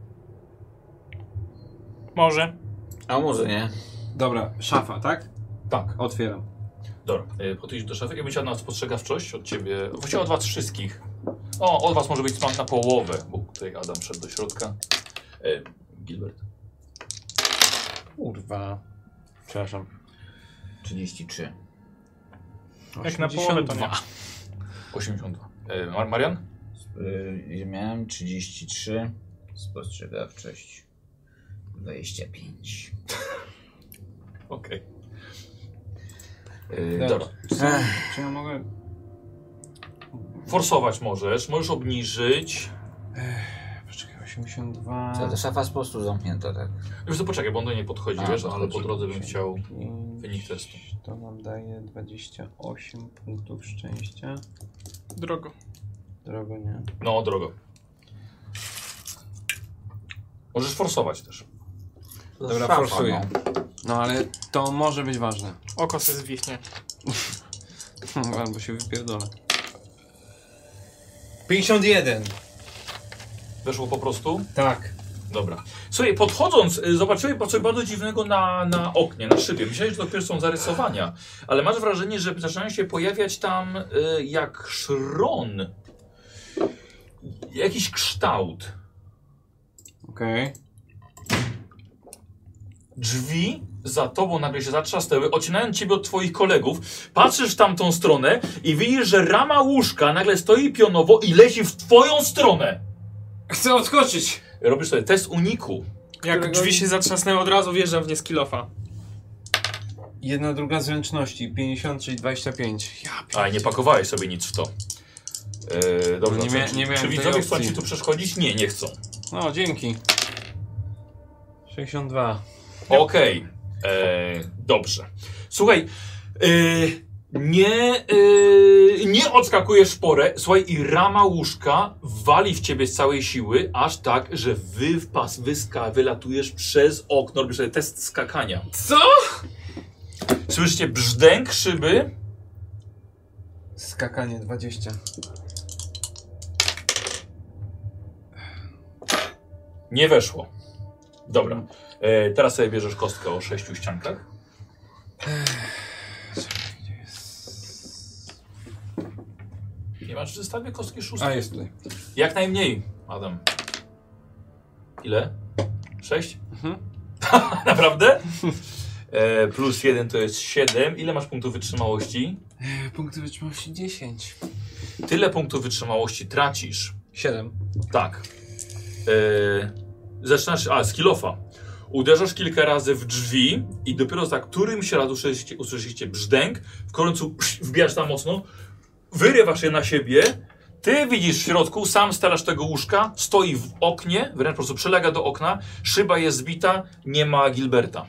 Może.
A może nie?
Dobra, szafa, tak?
Tak.
Otwieram.
Dobra, yy, podejdziesz do szafy. Ja bym chciał na spostrzegawczość od ciebie. Właściwie od was wszystkich. O, od was może być na połowę, bo tutaj Adam wszedł do środka. Yy, Gilbert.
Kurwa. Przepraszam.
trzydzieści trzy.
Jak na połowę to nie.
osiemdziesiąt dwa. Yy, Mar Marian?
Yy, miałem trzydzieści trzy. Spostrzegawczość dwadzieścia pięć.
Okej.
Yy,
Yy, dobra.
Co? Czy ja mogę...
Forsować możesz, możesz obniżyć.
Poczekaj, osiemdziesiąt dwa.
Co, ta szafa jest po prostu zamknięta, tak?
Już to poczekaj, bo on do niej podchodzi,
A,
wiesz, ale
podchodzi.
po drodze bym chciał
pięć,
wynik testu.
To nam daje dwadzieścia osiem punktów szczęścia.
Drogo.
Drogo nie.
No, drogo. Możesz forsować też.
Dobra,
Szafa,
forsuję.
no.
No ale to może być ważne.
Oko se zwichnie.
Albo się wypierdolę. pięćdziesiąt jeden.
Weszło po prostu?
Tak.
Dobra. Słuchaj, podchodząc, y, zobaczyłem coś bardzo dziwnego na, na oknie, na szybie. Myślałem, że to dopiero są zarysowania, ale masz wrażenie, że zaczynają się pojawiać tam y, jak szron. Jakiś kształt.
Okej. Okay.
Drzwi za tobą nagle się zatrzasnęły, odcinając ciebie od twoich kolegów. Patrzysz w tamtą stronę i widzisz, że rama łóżka nagle stoi pionowo i leci w twoją stronę.
Chcę odskoczyć.
Robisz sobie test uniku.
Jak
Którego-
drzwi się zatrzasnęły, od razu wjeżdżam w nie z kilofa.
Jedna druga zręczności. pięćdziesiąt, czyli dwadzieścia pięć. Ja
A, nie pakowałeś sobie nic w to. Yy, dobrze,
No nie
co,
mia-
czy,
nie miałem
czy
tej
widzowie chcą
opcji.
ci tu przeszkodzić? Nie, nie chcą.
No, dzięki. sześćdziesiąt dwa.
Okej, e, dobrze. Słuchaj, e, nie, e, nie odskakujesz w porę, słuchaj, i rama łóżka wali w ciebie z całej siły, aż tak, że wy wpas, wyska, wylatujesz przez okno, robisz sobie test skakania.
Co?
Słyszycie brzdęk szyby?
Skakanie dwadzieścia.
Nie weszło. Dobra, e, teraz sobie bierzesz kostkę o sześciu ściankach. Nie masz w zestawie kostki szóstej?
A, jest tutaj.
Jak najmniej, Adam. Ile? Sześć?
Mhm.
Naprawdę? E, plus jeden to jest siedem. Ile masz punktów wytrzymałości?
E, punkty wytrzymałości dziesięć.
Tyle punktów wytrzymałości tracisz.
siedem.
Tak. E, zaczynasz... A, z kilofa. Uderzasz kilka razy w drzwi i dopiero za którymś raz usłyszycie, usłyszycie brzdęk. W końcu wbijasz tam mocno. Wyrywasz je na siebie. Ty widzisz w środku, sam starasz tego łóżka, stoi w oknie, wręcz po prostu przylega do okna, szyba jest zbita, nie ma Gilberta.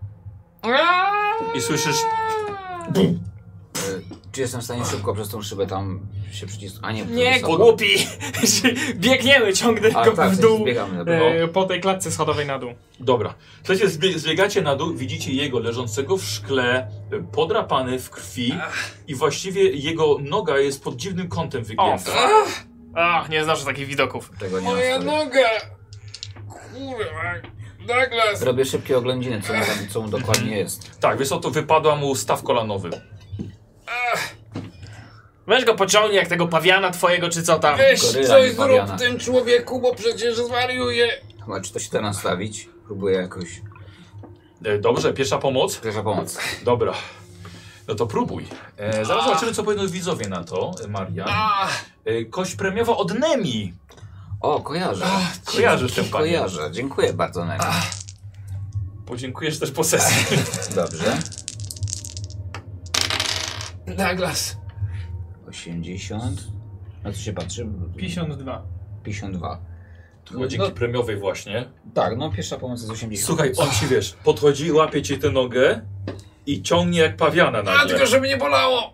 I słyszysz... Bum.
E, Czy jestem w stanie szybko przez tą szybę tam się przycisnąć? A nie,
Nie,
wysoko.
głupi! Biegniemy, ciągnę
A
go
tak,
w dół.
zbiegamy.
No.
E, po tej klatce schodowej na dół.
Dobra. Słuchajcie, zbie zbiegacie na dół, widzicie jego leżącego w szkle, y, podrapany w krwi i właściwie jego noga jest pod dziwnym kątem
O,
wygięta.
fuck. Ach, nie znoszę takich widoków.
Tego nie
Moja
ma.
noga! Kurwa. Douglas!
Robię szybkie oględziny, co mu, tam, co mu dokładnie jest.
Tak, wiesz co, to wypadła mu staw kolanowy.
Weź go pociągnij jak tego pawiana twojego, czy co tam.
Weź
Goryla,
coś
nie
zrób
pawiana.
tym człowieku, bo przecież zwariuje.
Chyba czy to się da nastawić? Próbuję jakoś.
E, dobrze, pierwsza pomoc?
Pierwsza pomoc.
Dobra. No to próbuj. E, zaraz zobaczymy, co powiedzą widzowie na to, e, Maria. E, kość premiowa od Nemi.
O, kojarzę.
Kojarzysz ten panie.
Kojarzę. Dziękuję bardzo, Nemi.
Podziękujesz też po sesji.
Dobrze.
Douglas.
osiemdziesiąt. Na co się patrzy?
pięćdziesiąt dwa.
pięćdziesiąt dwa.
To chyba dzięki premiowej właśnie.
Tak, no pierwsza pomoc jest osiemdziesiąt.
Słuchaj, on ci wiesz, podchodzi, łapie ci tę nogę i ciągnie jak pawiana
A,
nagle.
tylko żeby nie bolało.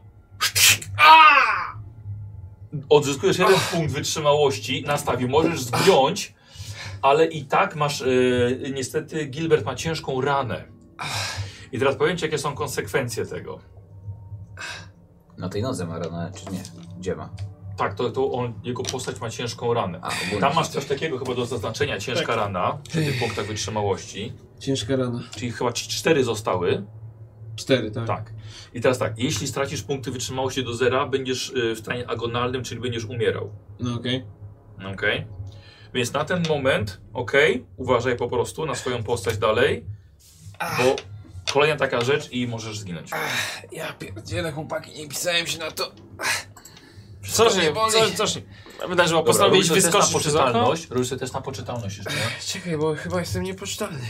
Odzyskujesz jeden punkt wytrzymałości na stawie, możesz zgiąć, ale i tak masz, yy, niestety Gilbert ma ciężką ranę. I teraz powiem ci, jakie są konsekwencje tego.
Na tej nodze ma ranę, czy nie? Gdzie ma?
Tak, to, to on, jego postać ma ciężką ranę.
A, ogólnie
Tam masz
się-
coś takiego chyba do zaznaczenia, ciężka
Tak.
rana, przy tych punktach wytrzymałości.
Ciężka rana.
Czyli chyba ci cztery zostały.
Cztery, tak.
Tak. I teraz tak, jeśli stracisz punkty wytrzymałości do zera, będziesz y, w stanie agonalnym, czyli będziesz umierał.
No okej.
Okej. Więc na ten moment, okej, uważaj po prostu na swoją postać dalej, bo kolejna taka rzecz i możesz zginąć.
Ja pierdzielę, chłopaki, nie pisałem się na to.
Co się,
mnie boli.
co, co się wydarzyło?
Dobra,
Postanowiłeś
robisz sobie test
wyskoczyć
na
przez okno?
poczytalność. Robisz sobie test na poczytalność jeszcze.
Czekaj, bo chyba jestem niepoczytalny.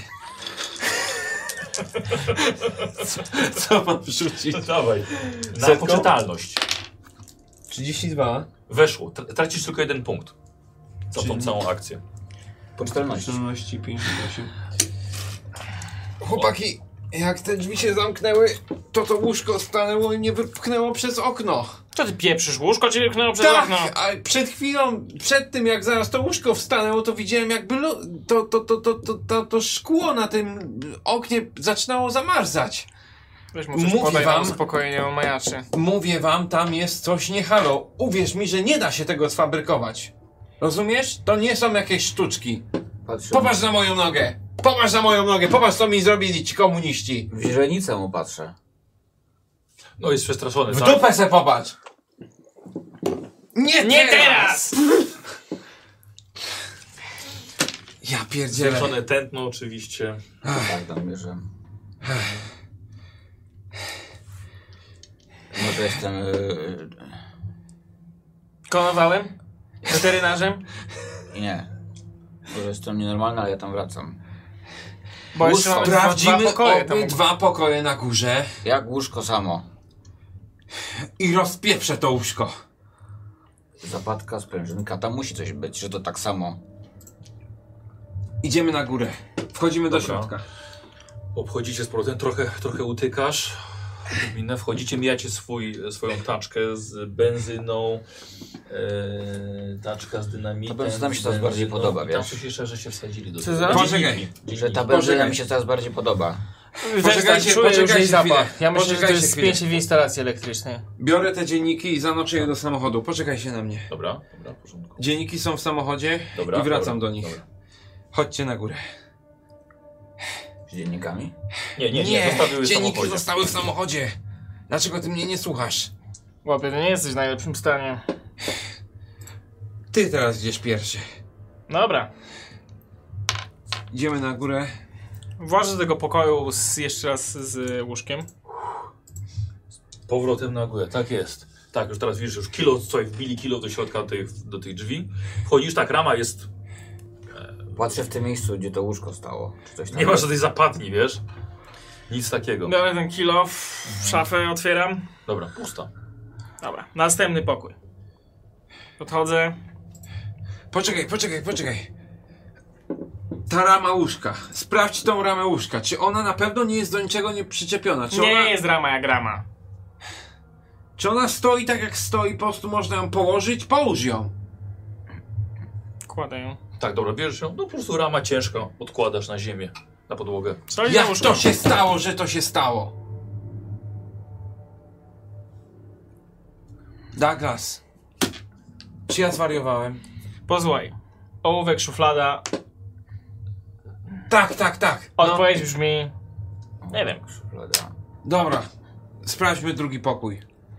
co, co pan wrzuci?
Dawaj. Na
Setką?
poczytalność.
trzydzieści dwa.
Weszło. Tra- Tracisz tylko jeden punkt za tą
Czyli-
całą akcję.
Po czternaście.
czternaście, pięćdziesiąt osiem. Chłopaki, jak te drzwi się zamknęły, to to łóżko stanęło i mnie wypchnęło przez okno.
Co ty pieprzysz? Łóżko cię wypchnęło przez
Tak,
okno.
a przed chwilą, przed tym jak zaraz to łóżko wstanęło, to widziałem jakby lo, to, to, to, to, to, to, to szkło na tym oknie zaczynało zamarzać.
Weź mu coś
Mówię
podaj na
wam.
uspokojenie, on majaczy.
Mówię wam, tam jest coś nie halo. Uwierz mi, że nie da się tego sfabrykować. Rozumiesz? To nie są jakieś sztuczki.
Patrzę.
Popatrz na moją nogę! Popatrz na moją nogę! Popatrz, co mi zrobili ci komuniści!
W źrenicę mu patrzę.
No jest przestraszony,
W
tak?
dupę se popatrz! Nie,
Nie
teraz!
teraz!
Ja pierdzielę.
Zwiększone tętno oczywiście.
Tak, tam mierzę. Może jestem... Yy...
Klonowałem? Weterynarzem?
Nie. Może jestem nienormalny, ale ja tam wracam.
Bo jeszcze mamy dwa, dwa
Sprawdzimy
pokoje tam.
dwa pokoje na górze
Jak łóżko samo.
i rozpieprzę to łóżko.
Zapadka, sprężynka, tam musi coś być, że to tak samo.
Idziemy na górę. Wchodzimy do
Dobra.
środka.
Obchodzicie z powrotem, trochę, trochę utykasz. Minę, wchodzicie, mijacie swój, swoją taczkę z benzyną, e, taczka z dynamitem.
Ta benzyna mi się
z
coraz bardziej
benzyną.
podoba,
I tam
wiesz?
coś jeszcze, że się wsadzili do
Co
tego.
za-
Dzienniki.
Poczekaj.
Dzienniki.
Że ta benzyna
Poczekaj.
mi się coraz bardziej podoba.
Też tak
Poczekajcie,
czuję już
poczekajcie
jej zapach.
chwilę.
Ja myślę, że to
Poczekajcie
jest
chwilę.
spięcie w instalacji elektrycznej.
Biorę te dzienniki i zanoszę je do samochodu. Poczekajcie na mnie.
Dobra, dobra, w porządku.
Dzienniki są w samochodzie
Dobra,
i wracam
dobra,
do nich.
dobra.
Chodźcie na górę.
Z dziennikami?
Nie, nie, nie, zostawiły w
dzienniki
samochodzie.
zostały w samochodzie. Dlaczego ty mnie nie słuchasz?
Łapie, to nie jesteś w najlepszym stanie.
Ty teraz idziesz pierwszy.
Dobra.
Idziemy na górę.
Włażę do tego pokoju z, jeszcze raz z łóżkiem.
Powrotem na górę, tak jest. Tak, już teraz widzisz, już kilo, co wbili kilo do środka tych, do tych drzwi. Wchodzisz, tak, rama jest,
Patrzę w tym miejscu, gdzie to łóżko stało. Czy coś tam
nie masz
jest.
żadnej zapadni, wiesz? Nic takiego.
Biorę ten kilo, w szafę otwieram.
Dobra, pusta.
Dobra, następny pokój. Podchodzę.
Poczekaj, poczekaj, poczekaj. Ta rama łóżka. Sprawdź tą ramę łóżka. Czy ona na pewno nie jest do niczego nie przyczepiona? Czy,
Nie
ona,
jest rama jak rama.
czy ona stoi tak jak stoi, po prostu można ją położyć? Połóż ją.
Kładę ją.
Tak, dobra, bierzesz ją, no po prostu rama ciężka, odkładasz na ziemię, na podłogę.
Stoi na
Jak
łóżku.
to się stało, że to się stało? Douglas. Czy ja zwariowałem?
Posłuchaj. Ołówek, szuflada.
Tak, tak, tak. No,
Odpowiedź brzmi... Nie wiem.
Szuflada.
dobra. Sprawdźmy drugi pokój.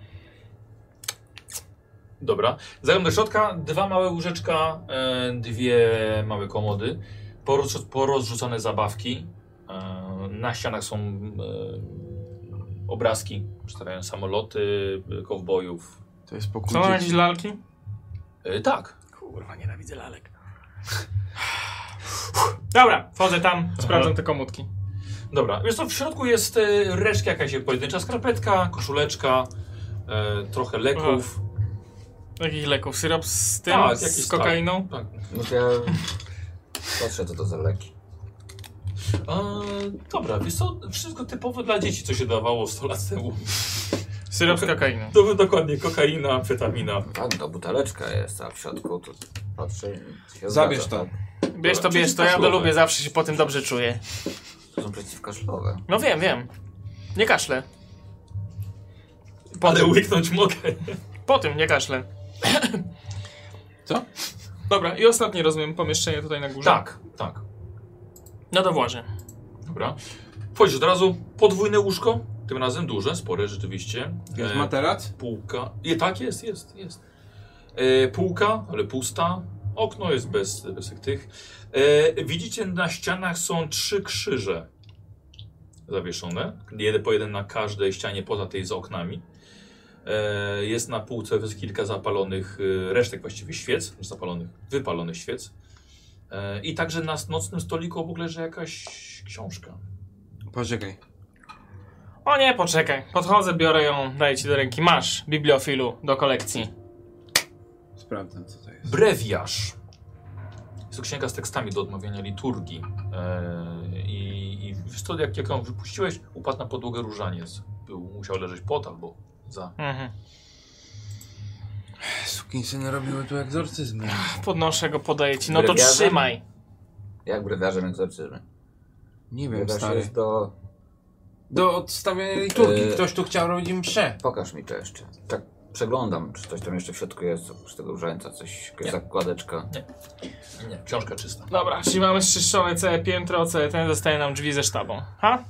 Dobra, zaglądam do środka, dwa małe łóżeczka, e, dwie małe komody, porozrzu porozrzucane zabawki, e, na ścianach są e, obrazki, przedstawiają samoloty, e, kowbojów.
To jest pokój
Są tam jakieś
dzieci.
lalki?
E, tak,
Kurwa, nienawidzę lalek. Dobra, wchodzę tam, sprawdzam te komórki.
dobra. Wiesz co, w środku jest e, resztka jakaś pojedyncza skarpetka, koszuleczka, e, trochę leków.
Jakich leków? Syrop z tym?
Tak,
z
jakiś
kokainą?
Tak.
No to ja patrzę, co to za leki.
E, dobra, wiesz co, wszystko typowe dla dzieci, co się dawało sto lat temu.
Syrop z kokainą.
To dokładnie kokaina, amfetamina.
Tak, to buteleczka jest, a w środku to patrzę... Się
Zabierz
zgadza,
to.
tak?
Bierz to, bierz to, ja to
Przeciwkaszlowe.
lubię, zawsze się po tym dobrze czuję.
To są przeciwkaszlowe.
No wiem, wiem. Nie kaszlę.
Ale łyknąć mogę.
Po tym nie kaszlę.
Co?
Dobra, i ostatnie, rozumiem, pomieszczenie tutaj na górze.
Tak, tak.
No to włażę.
Dobra. Wchodzisz od razu, podwójne łóżko, tym razem duże, spore rzeczywiście.
Jest
E,
materac?
Półka. I tak jest, jest, jest. E, półka, ale pusta. Okno jest bez, bez tych. E, widzicie, na ścianach są trzy krzyże zawieszone. Jeden po jeden na każdej ścianie poza tej z oknami. E, jest na półce jest kilka zapalonych, e, resztek właściwie świec, zapalonych, wypalonych świec. E, I także na nocnym stoliku obok leży jakaś książka.
Poczekaj.
O nie, poczekaj. Podchodzę, biorę ją, daję ci do ręki. Masz, bibliofilu, do kolekcji.
Sprawdzam, co to jest.
Brewiarz. Jest to księga z tekstami do odmawiania liturgii. E, I i wiesz co, jak, jak ją wypuściłeś, upadł na podłogę różaniec. Był, musiał leżeć pod albo za.
Mhm.
Sukinsyny robiły tu egzorcyzmy.
Podnoszę go, podaję ci. No to
Brewiarzem?
trzymaj.
Jak brewiarzem egzorcyzmy?
Nie wiem,
Brewiarz
stary.
jest do...
Do odstawiania liturgii.
Yy.
Ktoś tu chciał robić mszę.
Pokaż mi to jeszcze. Tak przeglądam, czy coś tam jeszcze w środku jest, oprócz tego różańca, coś, jakaś
Nie.
zakładeczka.
Nie, książka czysta.
Dobra, czyli mamy zczyszczone całe piętro, całe ten, zostaje nam drzwi ze sztabą. Ha?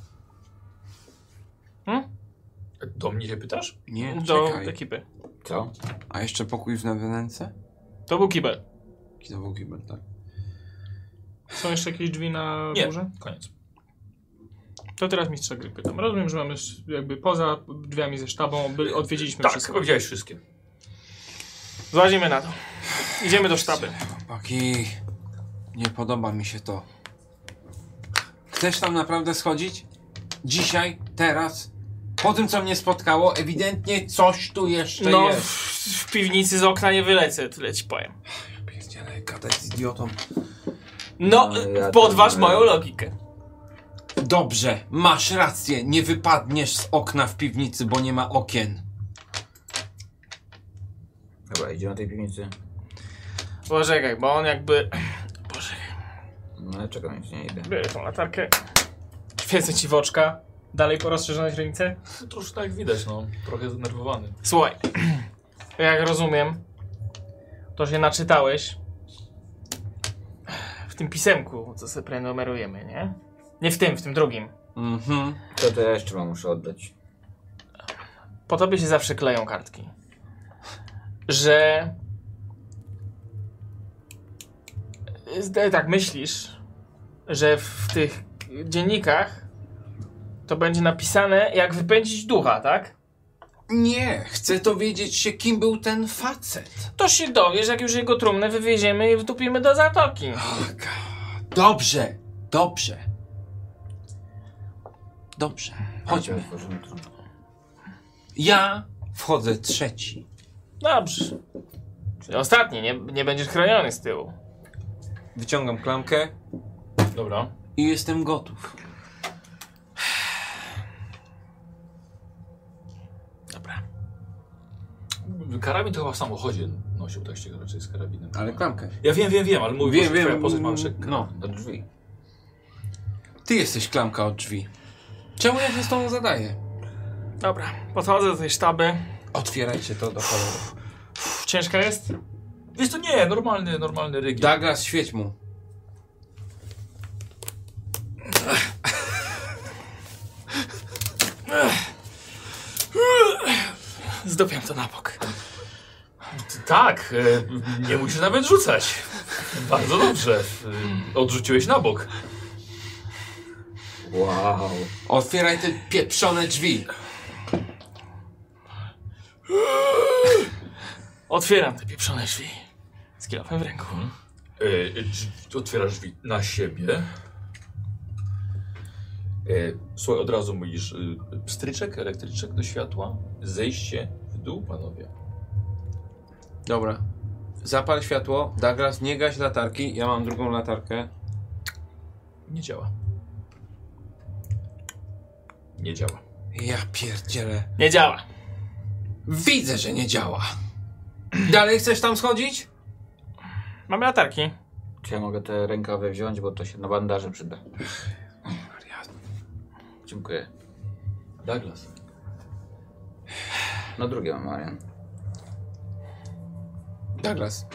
Hmm?
Do mnie się pytasz?
Nie,
Do
czekaj.
ekipy.
Co?
A jeszcze pokój w wnęce?
To był kibel.
To był kibel, tak.
Są jeszcze jakieś drzwi na
Nie,
górze?
koniec.
To teraz mistrza gry pytam. Rozumiem, że mamy jakby poza drzwiami ze sztabą, by odwiedziliśmy
Tak,
wszystko.
chyba widziałeś wszystkie.
Złazimy na to. Idziemy do sztaby.
Chłopaki, nie podoba mi się to. Chcesz tam naprawdę schodzić? Dzisiaj? Teraz? Po tym, co mnie spotkało, ewidentnie coś tu jeszcze
No, w,
jest.
w piwnicy z okna nie wylecę, tyle ci powiem.
Pierdziele, gadać z idiotą.
No,
No, ja
podważ
tam-
moją logikę.
Dobrze, masz rację, nie wypadniesz z okna w piwnicy, bo nie ma okien.
Dobra, idziemy do tej piwnicy.
Poczekaj, bo on jakby... Poczekaj,
No ja czekam, nic nie idę.
biorę tą latarkę. Świecę ci w oczka. Dalej po rozszerzonej źrenicy.
No, troszkę tak widać, no. Trochę zdenerwowany.
Słuchaj, jak rozumiem, to się naczytałeś w tym pisemku, co sobie prenumerujemy, nie? Nie w tym, w tym drugim.
Mhm.
Co to ja jeszcze mam muszę oddać?
Po tobie się zawsze kleją kartki. Że... Zde- tak myślisz, że w tych dziennikach to będzie napisane, jak wypędzić ducha, tak?
Nie, chcę dowiedzieć się, kim był ten facet.
To się dowiesz, jak już jego trumnę wywieziemy i wtupimy do zatoki.
Dobrze, dobrze. Dobrze, chodźmy.
Otworzymy to.
Ja wchodzę trzeci.
Dobrze. Czyli ostatni, nie, nie będziesz chroniony z tyłu.
Wyciągam klamkę.
Dobra.
I jestem gotów.
Dobra.
Karabin to chyba w samochodzie nosił, tak się raczej z karabinem.
Ale klamkę.
Ja wiem, wiem, wiem, ale mówię,
Wiem,
że
wiem,
twoja postać ma jeszcze
no.
Do drzwi.
Ty jesteś klamka od drzwi. Czemu ja się z tobą zadaję?
Dobra, podchodzę do tej sztaby.
Otwierajcie to do cholery.
Pff, ciężka jest?
Wiesz to nie, normalny, normalny rygiel.
Douglas, świeć mu.
Zdobiam to na bok.
Tak, e, nie musisz nawet rzucać. Bardzo dobrze. E, odrzuciłeś na bok.
Wow.
Otwieraj te pieprzone drzwi.
Otwieram te pieprzone drzwi. Z kilofem w ręku.
E, drzwi, otwierasz drzwi na siebie. E, słuchaj, od razu mówisz e, pstryczek, elektryczek do światła. Zejście w dół, panowie.
Dobra. Zapal światło. Douglas, nie gaś latarki. Ja mam drugą latarkę.
Nie działa. Nie działa.
Ja pierdzielę.
Nie działa.
Widzę, że nie działa. Dalej chcesz tam schodzić?
Mamy latarki.
Czy ja mogę te rękawy wziąć, bo to się na bandaże przyda. Dziękuję.
Douglas.
No drugie mam, Marian.
Douglas.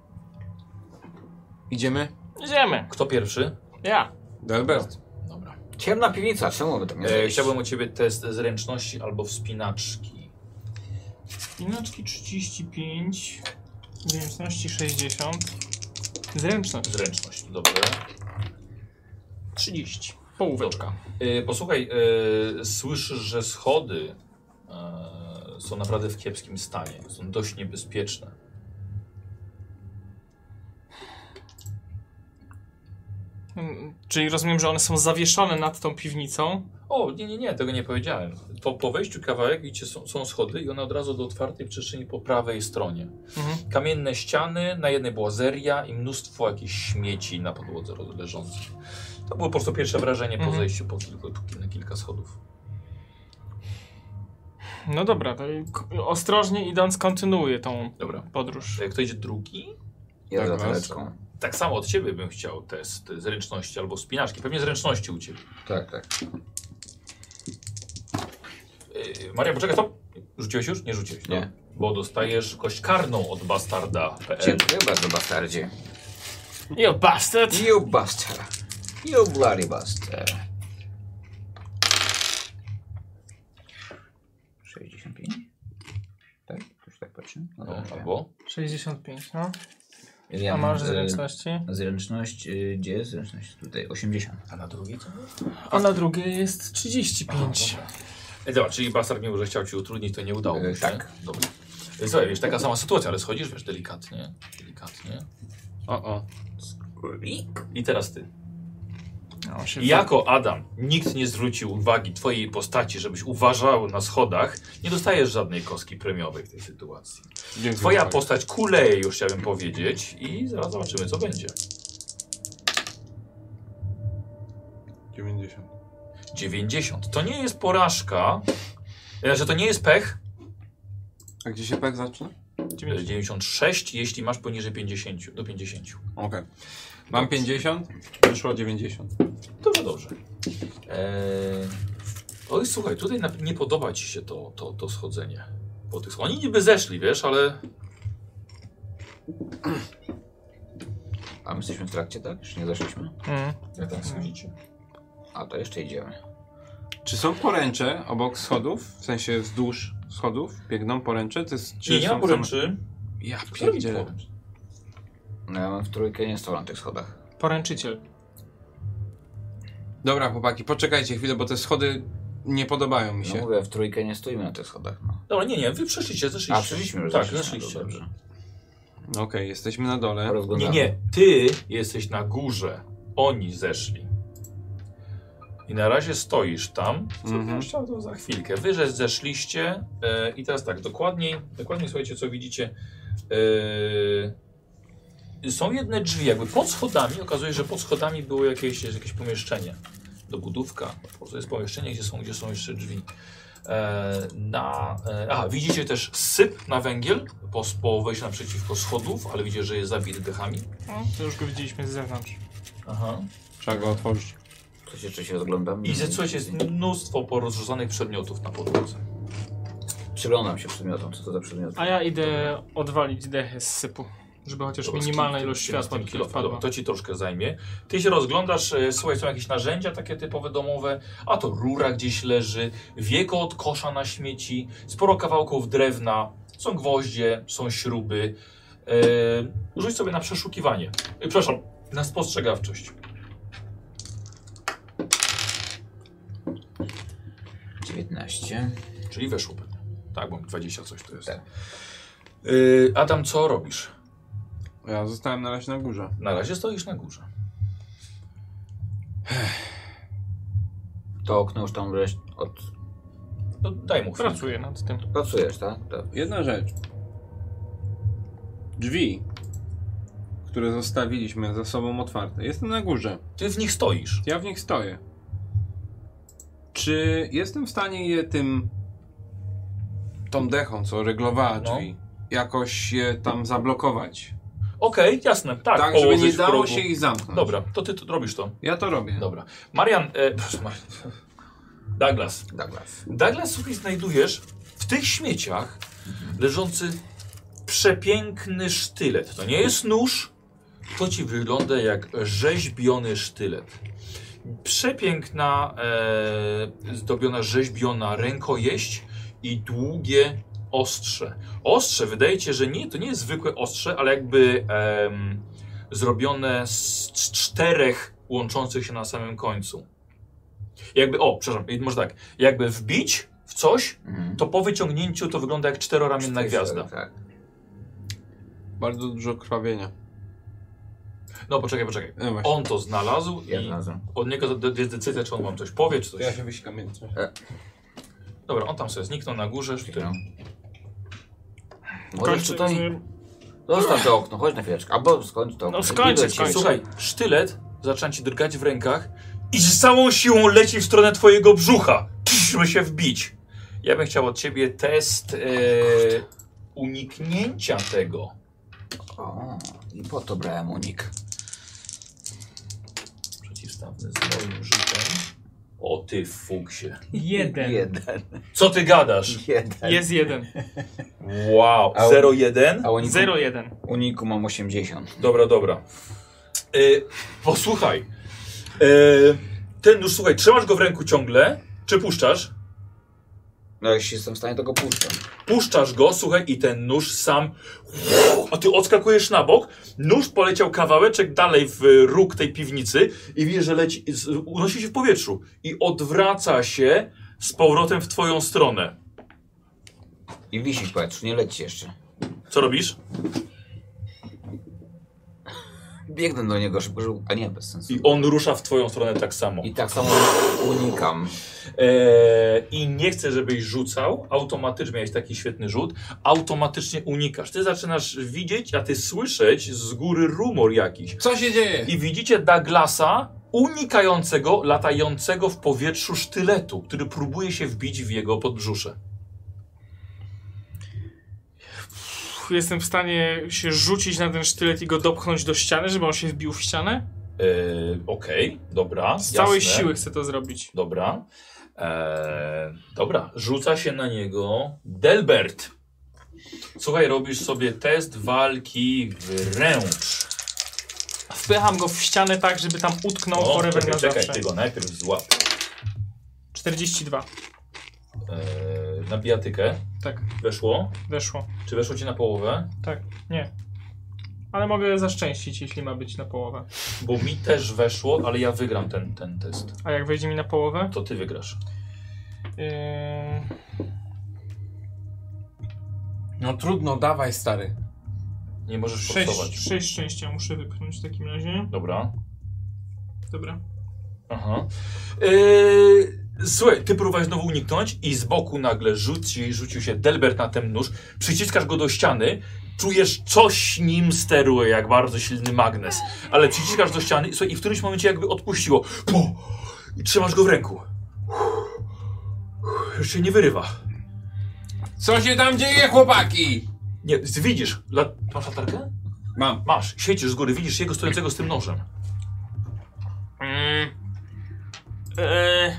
Idziemy?
Idziemy.
Kto pierwszy?
Ja.
Delbert.
Dobra.
Ciemna piwnica, czemu by tam nie
E,
zejść?
chciałbym u ciebie test zręczności albo wspinaczki.
Spinaczki trzydzieści pięć. Zręczności sześćdziesiąt. Zręczność
Zręczność, dobrze.
trzydzieści. Połóweczka.
E, posłuchaj, e, słyszysz, że schody e, są naprawdę w kiepskim stanie. Są dość niebezpieczne.
Mm, Czyli rozumiem, że one są zawieszone nad tą piwnicą.
O, nie, nie, nie, tego nie powiedziałem. Po, po wejściu kawałek, widzicie, są, są schody i one od razu do otwartej przestrzeni po prawej stronie.
Mhm.
Kamienne ściany, na jednej była zeria i mnóstwo jakichś śmieci na podłodze leżących. To było po prostu pierwsze wrażenie po
Mhm.
zejściu po, kilku, po kilka, kilka schodów.
No dobra, to k- ostrożnie idąc kontynuuję tą
Dobra.
podróż.
Kto idzie drugi?
Ja
Tak,
za
was.
taleczką.
Tak samo od ciebie bym chciał test zręczności albo spinaczki. Pewnie zręczności u ciebie.
Tak, tak.
Yy, Maria, poczekaj, stop. Rzuciłeś już? Nie rzuciłeś.
Nie.
No. Bo dostajesz kość karną od bastarda kropka p l.
Dziękuję bardzo, bastardzie.
You bastard!
You buster. You bloody buster. sześćdziesiąt pięć? Tak? Już tak patrzę? No,
No,
dobrze.
albo?
sześćdziesiąt pięć, no.
Ja
A
mam,
masz
e,
zręczności?
Zręczność, y, gdzie jest zręczność? Tutaj, osiemdziesiąt.
A na drugi co?
A na drugiej jest trzydzieści pięć.
E, dobra, czyli bastard mimo, że chciał ci utrudnić, to nie udało mu
E,
się.
tak.
Dobra. E, Słuchaj, wiesz, taka sama sytuacja, ale schodzisz, wiesz, delikatnie. Delikatnie.
O, o.
I teraz ty.
No, się
I jako Adam nikt nie zwrócił uwagi twojej postaci, żebyś uważał na schodach, nie dostajesz żadnej kostki premiowej w tej sytuacji.
Dziękuję
Twoja
bardzo.
postać kuleje, już chciałbym powiedzieć, i zaraz zobaczymy, co będzie.
dziewięćdziesiąt.
dziewięćdziesiąt. To nie jest porażka, znaczy to nie jest pech.
A gdzie się pek zaczyna?
dziewięćdziesiąt sześć, jeśli masz poniżej pięćdziesiąt, do pięćdziesięciu.
Okej. Mam pięćdziesiąt, wyszło dziewięćdziesiąt.
Dobrze, dobrze. Eee... Oj, słuchaj, tutaj na... nie podoba ci się to, to, to schodzenie. Po tych... Oni niby zeszli, wiesz, ale...
A my jesteśmy w trakcie, tak? Już nie zeszliśmy?
Mm.
Jak tam schodzicie?
A to jeszcze idziemy.
Czy są poręcze obok schodów? W sensie wzdłuż schodów biegną poręcze? To jest, czy
Nie, nie
są
ma poręczy.
same- Ja pierdzielę.
No ja mam w trójkę, nie stał na tych schodach.
Poręczyciel.
Dobra, chłopaki, poczekajcie chwilę, bo te schody nie podobają mi
No
się.
mówię, w trójkę nie stoimy na tych schodach, no.
Dobra, nie, nie, wy przeszliście, zeszliście.
A, przeszliśmy już.
Tak,
zeszliśmy,
zeszliście.
to dobrze.
Okej, jesteśmy na dole.
Nie,
Porozglądamy.
nie, ty jesteś na górze. Oni zeszli. I na razie stoisz tam. Co
Mhm.
mm -hmm. to za chwilkę. Wy że zeszliście e, i teraz tak, dokładniej, dokładniej słuchajcie, co widzicie. E, są jedne drzwi, jakby pod schodami. Okazuje się, że pod schodami było jakieś, jest jakieś pomieszczenie. Dobudówka. Po prostu jest pomieszczenie, gdzie są, gdzie są jeszcze drzwi. E, na, e, a, widzicie też syp na węgiel po, po wejściu naprzeciwko schodów, ale widzicie, że jest zabity dechami.
No, to już go widzieliśmy z zewnątrz.
Aha.
Trzeba go otworzyć.
Coś jeszcze się rozglądam.
I słuchajcie, jest mnóstwo porozrzucanych przedmiotów na podłodze.
Przyglądam się przedmiotom, co to za przedmioty.
A ja idę odwalić dechy z sypu, żeby chociaż
Dobra, z
minimalna
kim-
ilość
z
światła
tym
tutaj
kilo-
wpadła.
dobra, to ci troszkę zajmie. Ty się rozglądasz, e, słuchaj, są jakieś narzędzia takie typowe domowe, a to rura gdzieś leży, wieko od kosza na śmieci, sporo kawałków drewna, są gwoździe, są śruby. E, rzuć sobie na przeszukiwanie. E, przepraszam, na spostrzegawczość.
dziewiętnaście.
Czyli weszło pewnie. Tak, bo dwadzieścia coś to jest.
Tak.
E, Adam, co robisz?
Ja zostałem na razie na górze.
Na razie stoisz na górze.
To okno już tam wreszcie od...
No, daj mu chwilę.
Pracuję nad tym.
Pracujesz, tak? Tak.
Jedna rzecz. Drzwi, które zostawiliśmy za sobą otwarte. Jestem na górze.
Ty w nich stoisz.
Ja w nich stoję. Czy jestem w stanie je tym... tą dechą, co reglowała
No.
drzwi, jakoś je tam zablokować?
Okej, jasne, tak.
Tak, żeby
położyć
nie
w
dało
progu.
się ich zamknąć.
Dobra, to ty to robisz to.
Ja to robię.
Dobra. Marian, e, proszę Marian. Douglas.
Douglas.
Douglas, słuchaj, znajdujesz w tych śmieciach leżący przepiękny sztylet. To nie jest nóż, to ci wygląda jak rzeźbiony sztylet. Przepiękna, e, zdobiona, rzeźbiona rękojeść i długie ostrze. Ostrze, wydaje ci się, że nie, to nie jest zwykłe ostrze, ale jakby em, zrobione z, z czterech łączących się na samym końcu. Jakby, o, przepraszam, może tak, jakby wbić w coś,
Mhm.
to po wyciągnięciu to wygląda jak czteroramienna gwiazda.
Tak.
Bardzo dużo krwawienia.
No poczekaj, poczekaj.
No właśnie.
On to znalazł
Ja
i
znalazłem.
od niego to jest decyzja, czy on wam coś powie, czy
To
coś.
ja się wysikam między.
Dobra, on tam sobie zniknął na górze. W tym.
No. Możesz
Kończę
tutaj...
z-
Zostaw to okno, chodź na chwileczkę. Albo skończ to okno.
No skończę,
Nie do ciebie.
skończę.
Słuchaj, sztylet zaczyna ci drgać w rękach i z całą siłą leci w stronę twojego brzucha. Musimy się wbić. Ja bym chciał od ciebie test e, uniknięcia tego.
O, i po to brałem unik.
Przeciwstawny z moim rzutem. O ty fuksie.
Jeden.
Jeden.
Co ty gadasz?
Jeden.
Jest jeden.
Wow.
A-
zero jeden?
A uniku,
Zero jeden.
uniku mam osiemdziesiąt.
Dobra, dobra. E, posłuchaj. E, ten nóż, słuchaj, trzymasz go w ręku ciągle, czy puszczasz?
No jeśli jestem w stanie, to go puszczę.
Puszczasz go, słuchaj, i ten nóż sam... A ty odskakujesz na bok, nóż poleciał kawałeczek dalej w róg tej piwnicy i widzisz, że leci, z- unosi się w powietrzu i odwraca się z powrotem w twoją stronę.
I wisi w powietrzu, nie leci jeszcze.
Co robisz?
Biegnę do niego szybko, żeby... A nie, bez sensu.
I on rusza w twoją stronę tak samo.
I tak samo unikam.
Eee, I nie chcę, żebyś rzucał, automatycznie miałeś taki świetny rzut, automatycznie unikasz. Ty zaczynasz widzieć, a ty słyszeć z góry rumor jakiś.
Co się dzieje?
I widzicie Douglasa unikającego, latającego w powietrzu sztyletu, który próbuje się wbić w jego podbrzusze.
Jestem w stanie się rzucić na ten sztylet i go dopchnąć do ściany, żeby on się wbił w ścianę?
Eee, Okej, dobra.
Z całej
jasne.
siły chcę to zrobić.
Dobra. Eee, dobra, rzuca się na niego Delbert. Słuchaj, robisz sobie test walki wręcz.
Wpycham go w ścianę tak, żeby tam utknął
O,
forever
czekaj,
na
czekaj,
zawsze.
ty go najpierw złap.
czterdzieści dwa.
Eee, na bijatykę.
Tak,
Weszło?
weszło.
Czy weszło ci na połowę?
Tak, nie. Ale mogę zaszczęścić, jeśli ma być na połowę.
Bo mi też weszło, ale ja wygram ten, ten test.
A jak wejdzie mi na połowę?
To ty wygrasz.
Yy...
No trudno, dawaj stary.
Nie możesz
Sześć,
forsować.
sześć szczęścia muszę wypchnąć w takim razie.
Dobra.
Dobra.
Aha. Eee, słuchaj, ty próbowałeś znowu uniknąć i z boku nagle rzuci, rzucił się Delbert na ten nóż. Przyciskasz go do ściany. Czujesz, coś nim steruje, jak bardzo silny magnes. Ale przyciskasz do ściany słuchaj, i w którymś momencie jakby odpuściło. Pu! I trzymasz go w ręku. Już się nie wyrywa.
Co się tam dzieje, chłopaki?
Nie, widzisz. La... Masz latarkę?
Mam.
Masz. Świecisz z góry, widzisz jego stojącego z tym nożem.
Mm. Eee.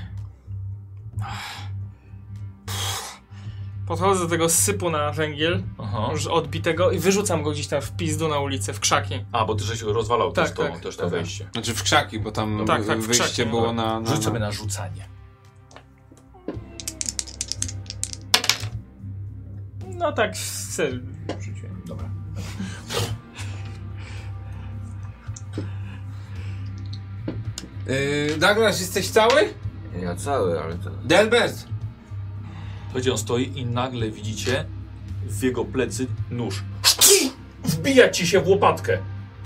Podchodzę do tego sypu na węgiel,
Aha.
już odbitego i wyrzucam go gdzieś tam w pizdu na ulicę, w krzaki.
A, bo ty żeś rozwalał
Tak,
też, to,
tak.
też to wejście.
Znaczy w krzaki, bo tam
No tak, tak, w
wyjście
krzaki,
było
no.
na... na,
Rzuć sobie
na...
na rzucanie.
No tak, se rzuciłem. Dobra.
Yy, Douglas, jesteś cały?
Ja cały, ale to...
Delbert!
Słuchajcie, on stoi i nagle widzicie w jego plecy nóż. Wbija ci się w łopatkę.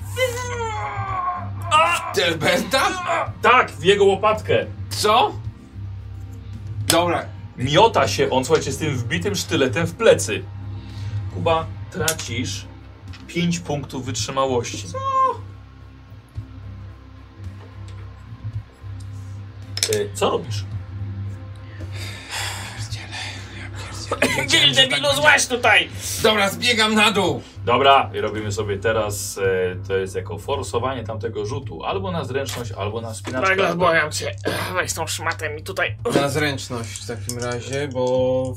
Delberta?
Tak, w jego łopatkę.
Co? Dobra.
Miota się on, słuchajcie, z tym wbitym sztyletem w plecy. Kuba, tracisz pięć punktów wytrzymałości. Co? E, co robisz?
Gil debilu, złaź tutaj!
Dobra, zbiegam na dół!
Dobra, i robimy sobie teraz, e, to jest jako forsowanie tamtego rzutu. Albo na zręczność, albo na spinaczkę.
Douglas, błagam cię, weź tą szmatę mi tutaj.
Na zręczność w takim razie, bo...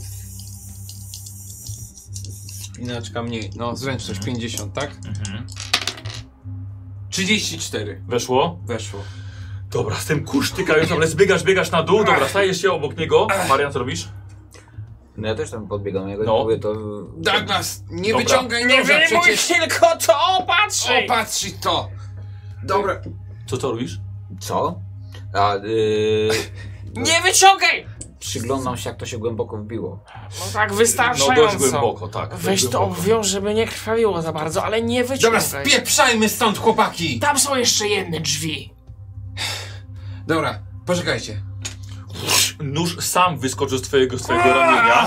Spinaczka mniej. No, zręczność pięćdziesiąt, tak?
Mhm.
trzydzieści cztery.
Weszło?
Weszło.
Dobra, z tym kusztykając, ale zbiegasz, biegasz na dół, dobra, stajesz się obok niego. Marian, co robiegam
No ja też tam podbiegam, jego
No.
mówię to...
Douglas, nie
Dobra.
wyciągaj
Nie
noża
wyjmuj
przecież!
tylko to, opatrzyj!
Opatrzyj to! Dobra.
Co to robisz?
Co? A, yy...
Nie wyciągaj!
przyglądam się, jak to się głęboko wbiło.
No tak
No
wystarczająco.
dość głęboko, tak. dość
Weź to
głęboko.
obwiąż, żeby nie krwawiło za bardzo, ale nie
Dobra,
wyciągaj.
spieprzajmy stąd, chłopaki!
Tam są jeszcze jedne drzwi.
Dobra, poczekajcie.
Nóż sam wyskoczył z twojego, z twojego ramienia.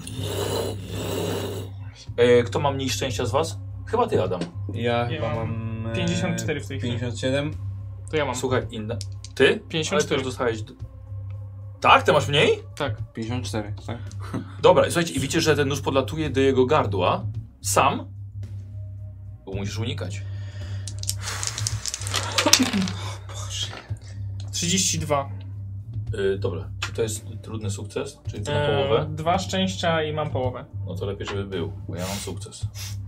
E, kto ma mniej szczęścia z was? Chyba ty, Adam.
Ja
chyba
chyba
mam,
mam...
e, pięćdziesiąt cztery w tej chwili.
pięćdziesiąt siedem.
To ja mam.
Słuchaj, inne. Ty?
pięćdziesiąt cztery.
Ale ty już dostałeś... Tak? Ty masz mniej?
Tak.
pięćdziesiąt cztery, tak?
Dobra, i słuchajcie, i widzicie, że ten nóż podlatuje do jego gardła. Sam. Bo musisz unikać.
trzydzieści dwa.
Yy, dobra, czy to jest trudny sukces? Czyli to na
Eee,
połowę?
dwa szczęścia i mam połowę.
No to lepiej, żeby był, bo ja mam sukces.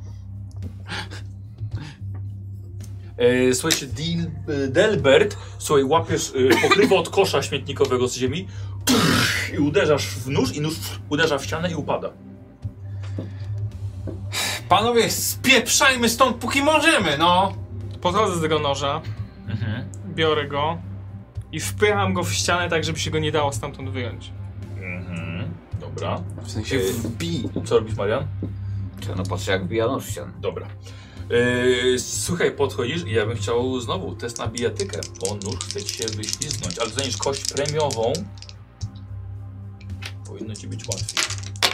Yy, słuchajcie, Dil, yy, Delbert, słuchaj, łapiesz yy, pokrywę od kosza śmietnikowego z ziemi i uderzasz w nóż i nóż uderza w ścianę i upada.
Panowie, spieprzajmy stąd, póki możemy, no!
Podchodzę z tego noża,
Mhm.
biorę go i wpycham go w ścianę tak, żeby się go nie dało stamtąd wyjąć.
Mhm. Dobra.
W sensie
Yy,
wbij.
Co robisz, Marian?
No patrzę, jak wbija nóż w ścianę.
Dobra. Yy, słuchaj, podchodzisz i ja bym chciał znowu test na bijatykę, bo nóż chce ci się wyśliznąć, ale dostaniesz kość premiową. Powinno ci być łatwiej.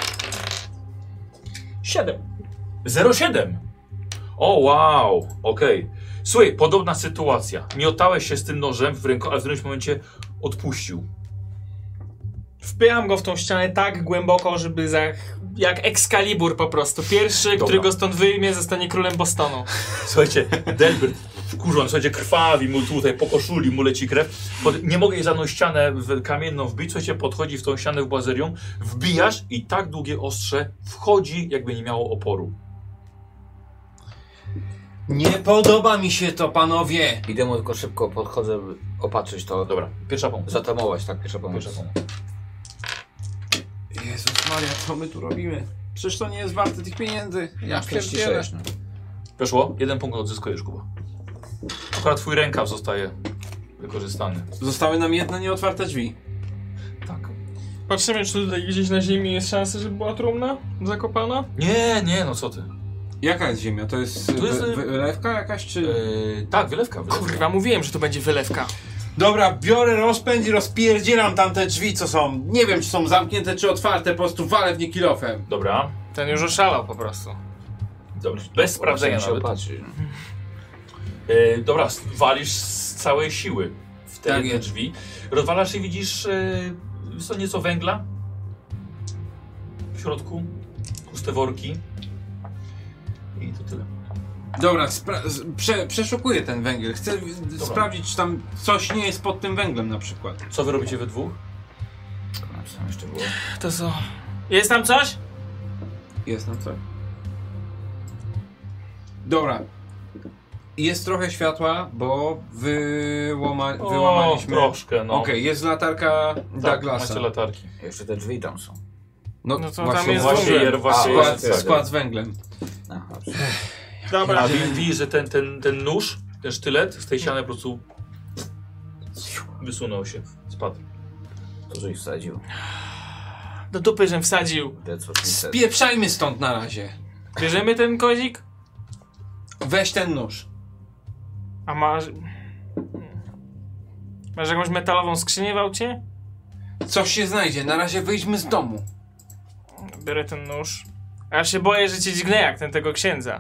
siedem.
zero siedem. O, wow, okej. Słuchaj, podobna sytuacja. Miotałeś się z tym nożem w ręku, ale w którymś momencie odpuścił.
Wpycham go w tą ścianę tak głęboko, żeby za, jak Excalibur po prostu. Pierwszy,
Dobra.
który go stąd wyjmie, zostanie królem Bostonu.
Słuchajcie, Delbert wkurzony, słuchajcie, krwawi mu tutaj, po koszuli mu leci krew. Pod, nie mogę jej za tą ścianę w kamienną wbić, słuchajcie, podchodzi w tą ścianę w błazerią, wbijasz i tak długie ostrze wchodzi, jakby nie miało oporu.
Nie podoba mi się to, panowie!
Idę mu tylko szybko, podchodzę, by opatrzyć to.
Dobra, pierwsza pomoc.
Zatamować, tak, pierwsza pomoc.
Pierwsza pomoc.
Jezus Maria, co my tu robimy? Przecież to nie jest warte tych pieniędzy. Ja
trzydzieści
pierdzielę.
sześć. No.
Weszło? Jeden punkt odzyskujesz, Kuba. Akurat twój rękaw zostaje wykorzystany.
Zostały nam jedne nieotwarte drzwi.
Tak.
Patrzymy, czy tutaj gdzieś na ziemi jest szansa, żeby była trumna zakopana?
Nie, nie, no co ty.
Jaka jest ziemia? To jest,
To jest,
wy-
y-
wylewka jakaś, czy...
Yy, tak, wylewka, wylewka.
Kurwa, mówiłem, że to będzie wylewka.
Dobra, biorę rozpędź i rozpierdzielam tamte drzwi, co są. Nie wiem, czy są zamknięte, czy otwarte, po prostu walę w nie kilofem.
Dobra,
Ten już oszalał po prostu.
dobra. Bez sprawdzenia
się
nawet.
opatrzyć.
Yy, dobra, walisz z całej siły w te
Tak
jedne
jest.
drzwi. Rozwalasz i widzisz yy, co nieco węgla w środku, puste worki i to tyle.
Dobra, spra- z- prze- przeszukuję ten węgiel. Chcę w- sprawdzić, czy tam coś nie jest pod tym węglem na przykład.
Co wy robicie we dwóch?
Co tam jeszcze było?
To co? Jest tam coś?
Jest tam coś. Dobra. Jest trochę światła, bo wyłama-
O,
wyłamaliśmy...
troszkę, no.
Okej, jest latarka
Tak,
Douglasa.
macie latarki.
Jeszcze te drzwi tam są.
No,
No to tam
właśnie,
jest
Właśnie,
węgiel.
jer, właśnie
A,
skład,
jest,
skład z węglem.
Aha, dobrze.
Dobra.
A wi- widzisz, że ten, ten, ten nóż, ten sztylet z tej ściany po prostu wysunął się, spadł.
To żeś wsadził.
Do dupy, żem wsadził.
That's what she said.
Spieprzajmy stąd na razie.
Bierzemy ten kozik?
Weź ten nóż.
A masz... Masz jakąś metalową skrzynię w aucie?
Coś się znajdzie, na razie wyjdźmy z domu.
Biorę ten nóż. A ja się boję, że cię dźgnę jak ten tego księdza.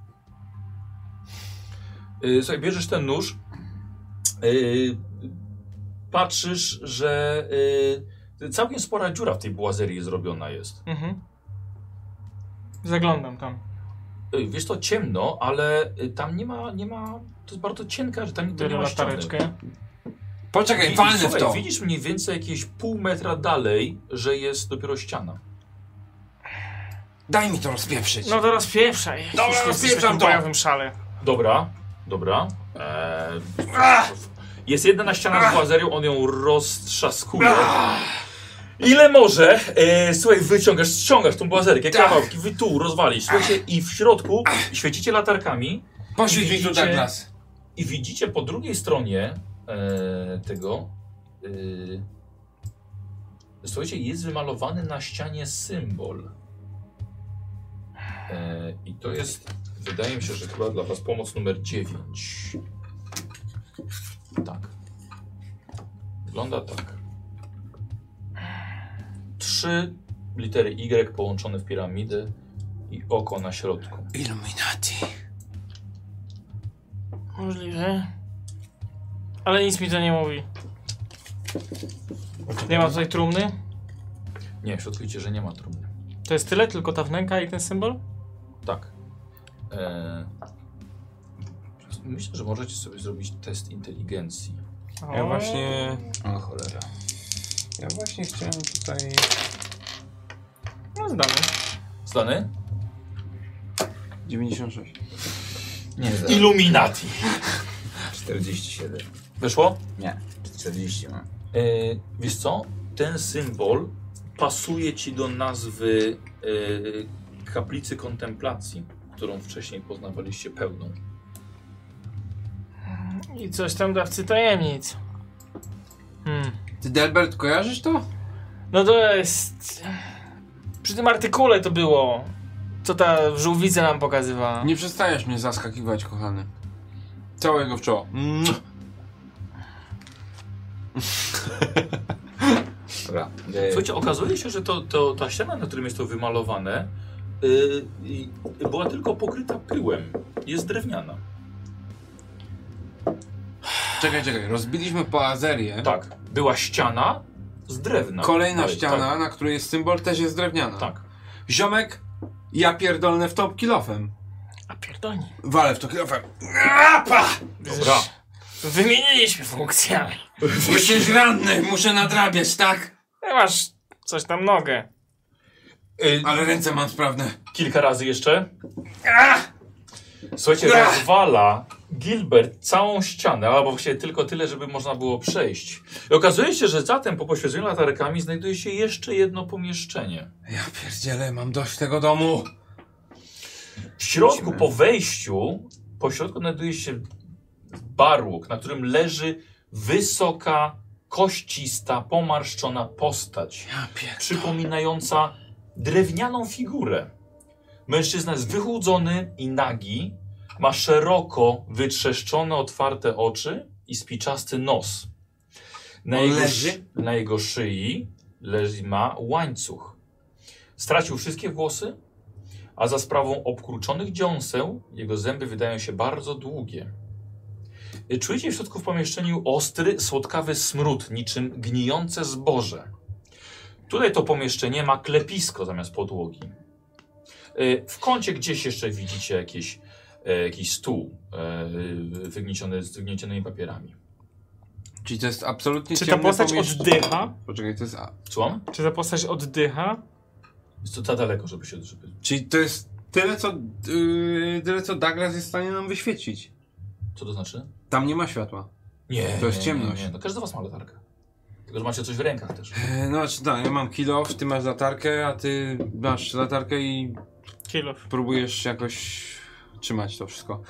Yy, słuchaj, bierzesz ten nóż, yy, patrzysz, że yy, całkiem spora dziura w tej błazerii zrobiona jest.
Mhm. Zaglądam tam.
Yy, wiesz, to ciemno, ale yy, tam nie ma, nie ma, to jest bardzo cienka, że tam to nie
Biorę
ma ściany.
latareczkę.
Poczekaj,
Widzisz,
walnę w
słuchaj,
to.
widzisz mniej więcej jakieś pół metra dalej, że jest dopiero ściana.
Daj mi to rozpieprzyć.
No to rozpieprzaj.
Dobra,
Już jesteś w
rozpieprzam
takim
to.
bojowym szale.
Dobra, dobra. Eee, jest jedna na ścianach z błazerią, on ją roztrzaskuje. Ile może? E, słuchaj, wyciągasz, ściągasz tą błazerkę,
Tak.
kawałki, wy tu rozwalisz. Słuchajcie, i w środku świecicie latarkami
Poświeć mi tu
widzicie-
Douglas.
i widzicie po drugiej stronie e, tego e, Słuchajcie, jest wymalowany na ścianie symbol. E, I to jest, wydaje mi się, że chyba dla was pomoc numer dziewięć. Tak. Wygląda tak. Trzy litery Y połączone w piramidę i oko na środku.
Illuminati.
Możliwe. Ale nic mi to nie mówi. Nie ma tutaj trumny?
Nie, w środku widzicie, że nie ma trumny.
To jest tyle? Tylko ta wnęka i ten symbol?
Tak. E, myślę, że możecie sobie zrobić test inteligencji.
Ja właśnie...
O cholera.
Ja właśnie chciałem tutaj...
No zdamy.
Zdany?
dziewięćdziesiąt sześć.
Nie, za
Illuminati.
czterdzieści siedem.
Wyszło?
Nie, czterdzieści mam.
E, wiesz co? Ten symbol pasuje ci do nazwy e, kaplicy kontemplacji, którą wcześniej poznawaliście pełną.
I coś tam dawcy tajemnic.
Hmm.
Ty, Delbert, kojarzysz to?
No to jest... Przy tym artykule to było. Co ta żółwica nam pokazywała.
Nie przestajesz mnie zaskakiwać, kochany. Całego w czoło. Mm.
Dobra.
Słuchajcie, okazuje się, że to, to, ta ściana, na którym jest to wymalowane, yy, była tylko pokryta pyłem. Jest drewniana.
Czekaj, czekaj. Rozbiliśmy po Azerię.
Tak, była ściana z drewna.
Kolejna
Ale,
ściana,
Tak,
na której jest symbol, też jest drewniana.
tak.
Ziomek, ja pierdolnę w top kilofem.
A pierdolni.
Walę w to kilofem.
Dobra.
Wymieniliśmy funkcjami.
Jesteś ranny, muszę nadrabiać, tak?
Ty masz coś tam nogę.
Yy,
Ale ręce mam sprawne.
Kilka razy jeszcze. Słuchajcie, rozwala Gilbert całą ścianę, albo właściwie tylko tyle, żeby można było przejść. I okazuje się, że zatem po poświeceniu latarkami znajduje się jeszcze jedno pomieszczenie.
Ja pierdzielę, mam dość tego domu.
W środku, po wejściu, po środku znajduje się barłok, na którym leży wysoka, koścista, pomarszczona postać,
Ja pierdolę.
przypominająca drewnianą figurę. Mężczyzna jest wychudzony i nagi, ma szeroko wytrzeszczone, otwarte oczy i spiczasty nos. Na
On
jego,
leży?
szy- na jego szyi leży, ma łańcuch. Stracił wszystkie włosy, a za sprawą obkruczonych dziąseł jego zęby wydają się bardzo długie. Czujecie w środku w pomieszczeniu ostry, słodkawy smród, niczym gnijące zboże. Tutaj to pomieszczenie ma klepisko zamiast podłogi. W kącie gdzieś jeszcze widzicie jakieś, jakiś stół wygnieciony z wygniecionymi papierami.
Czyli to jest absolutnie
Czy ta
ciemne
postać
pomieszczenie.
oddycha?
Poczekaj, to jest... A.
Słucham?
Czy ta postać oddycha?
Jest to za daleko, żeby się... Żeby...
Czyli to jest tyle, co, yy, tyle, co Douglas jest w stanie nam wyświetlić.
Co to znaczy?
Tam nie ma światła.
Nie,
To jest
nie,
ciemność.
Nie, nie. No każdy z was ma latarkę. Tylko, że macie coś w rękach też.
E, no, znaczy tak, ja mam kill off, ty masz latarkę, a ty masz latarkę i
Kill off.
próbujesz jakoś trzymać to wszystko.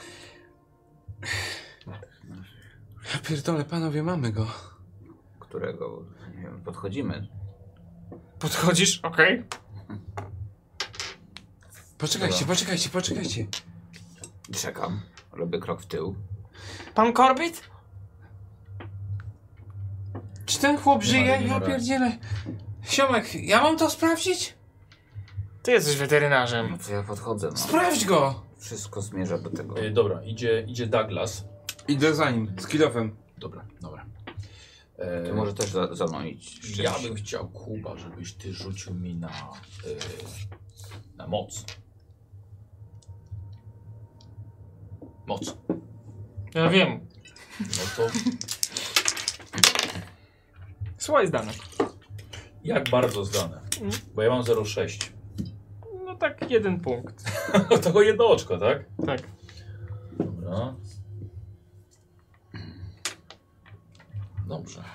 Ja pierdolę, panowie, mamy go.
Którego, nie wiem, podchodzimy.
Podchodzisz? Okej.
Poczekajcie,
Dobra.
poczekajcie, poczekajcie.
Czekam. Robię krok w tył.
Pan Corbett?
Czy ten chłop
Nie ma,
żyje?
nie
Ja
ma.
pierdzielę. Siomek, ja mam to sprawdzić?
Ty jesteś weterynarzem.
No to ja podchodzę, no.
Sprawdź go!
Wszystko zmierza do tego.
E, dobra, idzie, idzie Douglas.
Idę za nim, z kill offem.
Dobra, dobra. E,
Ty może też za, za mną idź. z
Ja
czymś.
bym chciał, Kuba, żebyś ty rzucił mi na, e, na moc. Moc.
Ja wiem.
No to
Słuchaj zdane.
jak bardzo zdane? Bo ja mam zero przecinek sześć.
No tak, jeden punkt.
To tylko jedno oczko, tak?
Tak.
Dobra. Dobrze.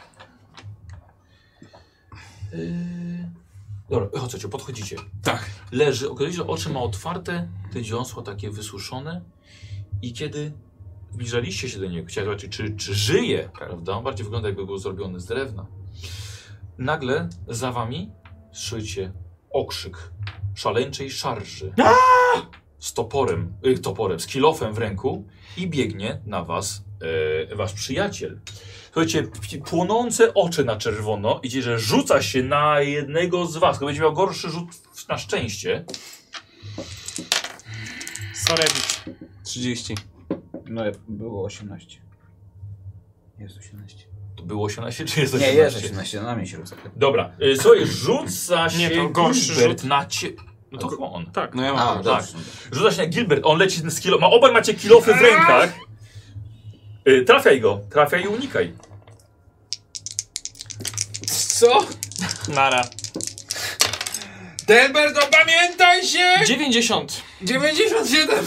Yy... Dobra, chodźcie, podchodzicie.
Tak.
Leży, okazuje się, że oczy ma otwarte, te dziąsła takie wysuszone i kiedy zbliżaliście się do niego, chciałem zobaczyć, czy, czy żyje, prawda? Bardziej wygląda, jakby był zrobiony z drewna. nagle za wami słyszycie okrzyk szaleńczej szarży z toporem, y, toporem, z kilofem w ręku i biegnie na was y, wasz przyjaciel. Słuchajcie, płonące oczy na czerwono i że rzuca się na jednego z was. To będzie miał gorszy rzut na szczęście.
Sorry.
trzydzieści.
No było osiemnaście. Jest osiemnaście.
To było osiemnaście czy jest
Nie,
osiemnaście?
jest osiemnaście, na mnie się rzuca.
Dobra, y, słuchaj, rzuca się
Nie, to gorszy
Gilbert
rzut.
na cie... No to chyba on.
Tak.
No ja
A,
mam.
dobrze.
Rzuca się na Gilbert, on leci z kilo... Ma, obaj macie kilofy w rękach. Y, trafiaj go, trafiaj i unikaj.
Co?
Nara.
Delbert, opamiętaj się!
dziewięćdziesiąt.
dziewięćdziesiąt siedem!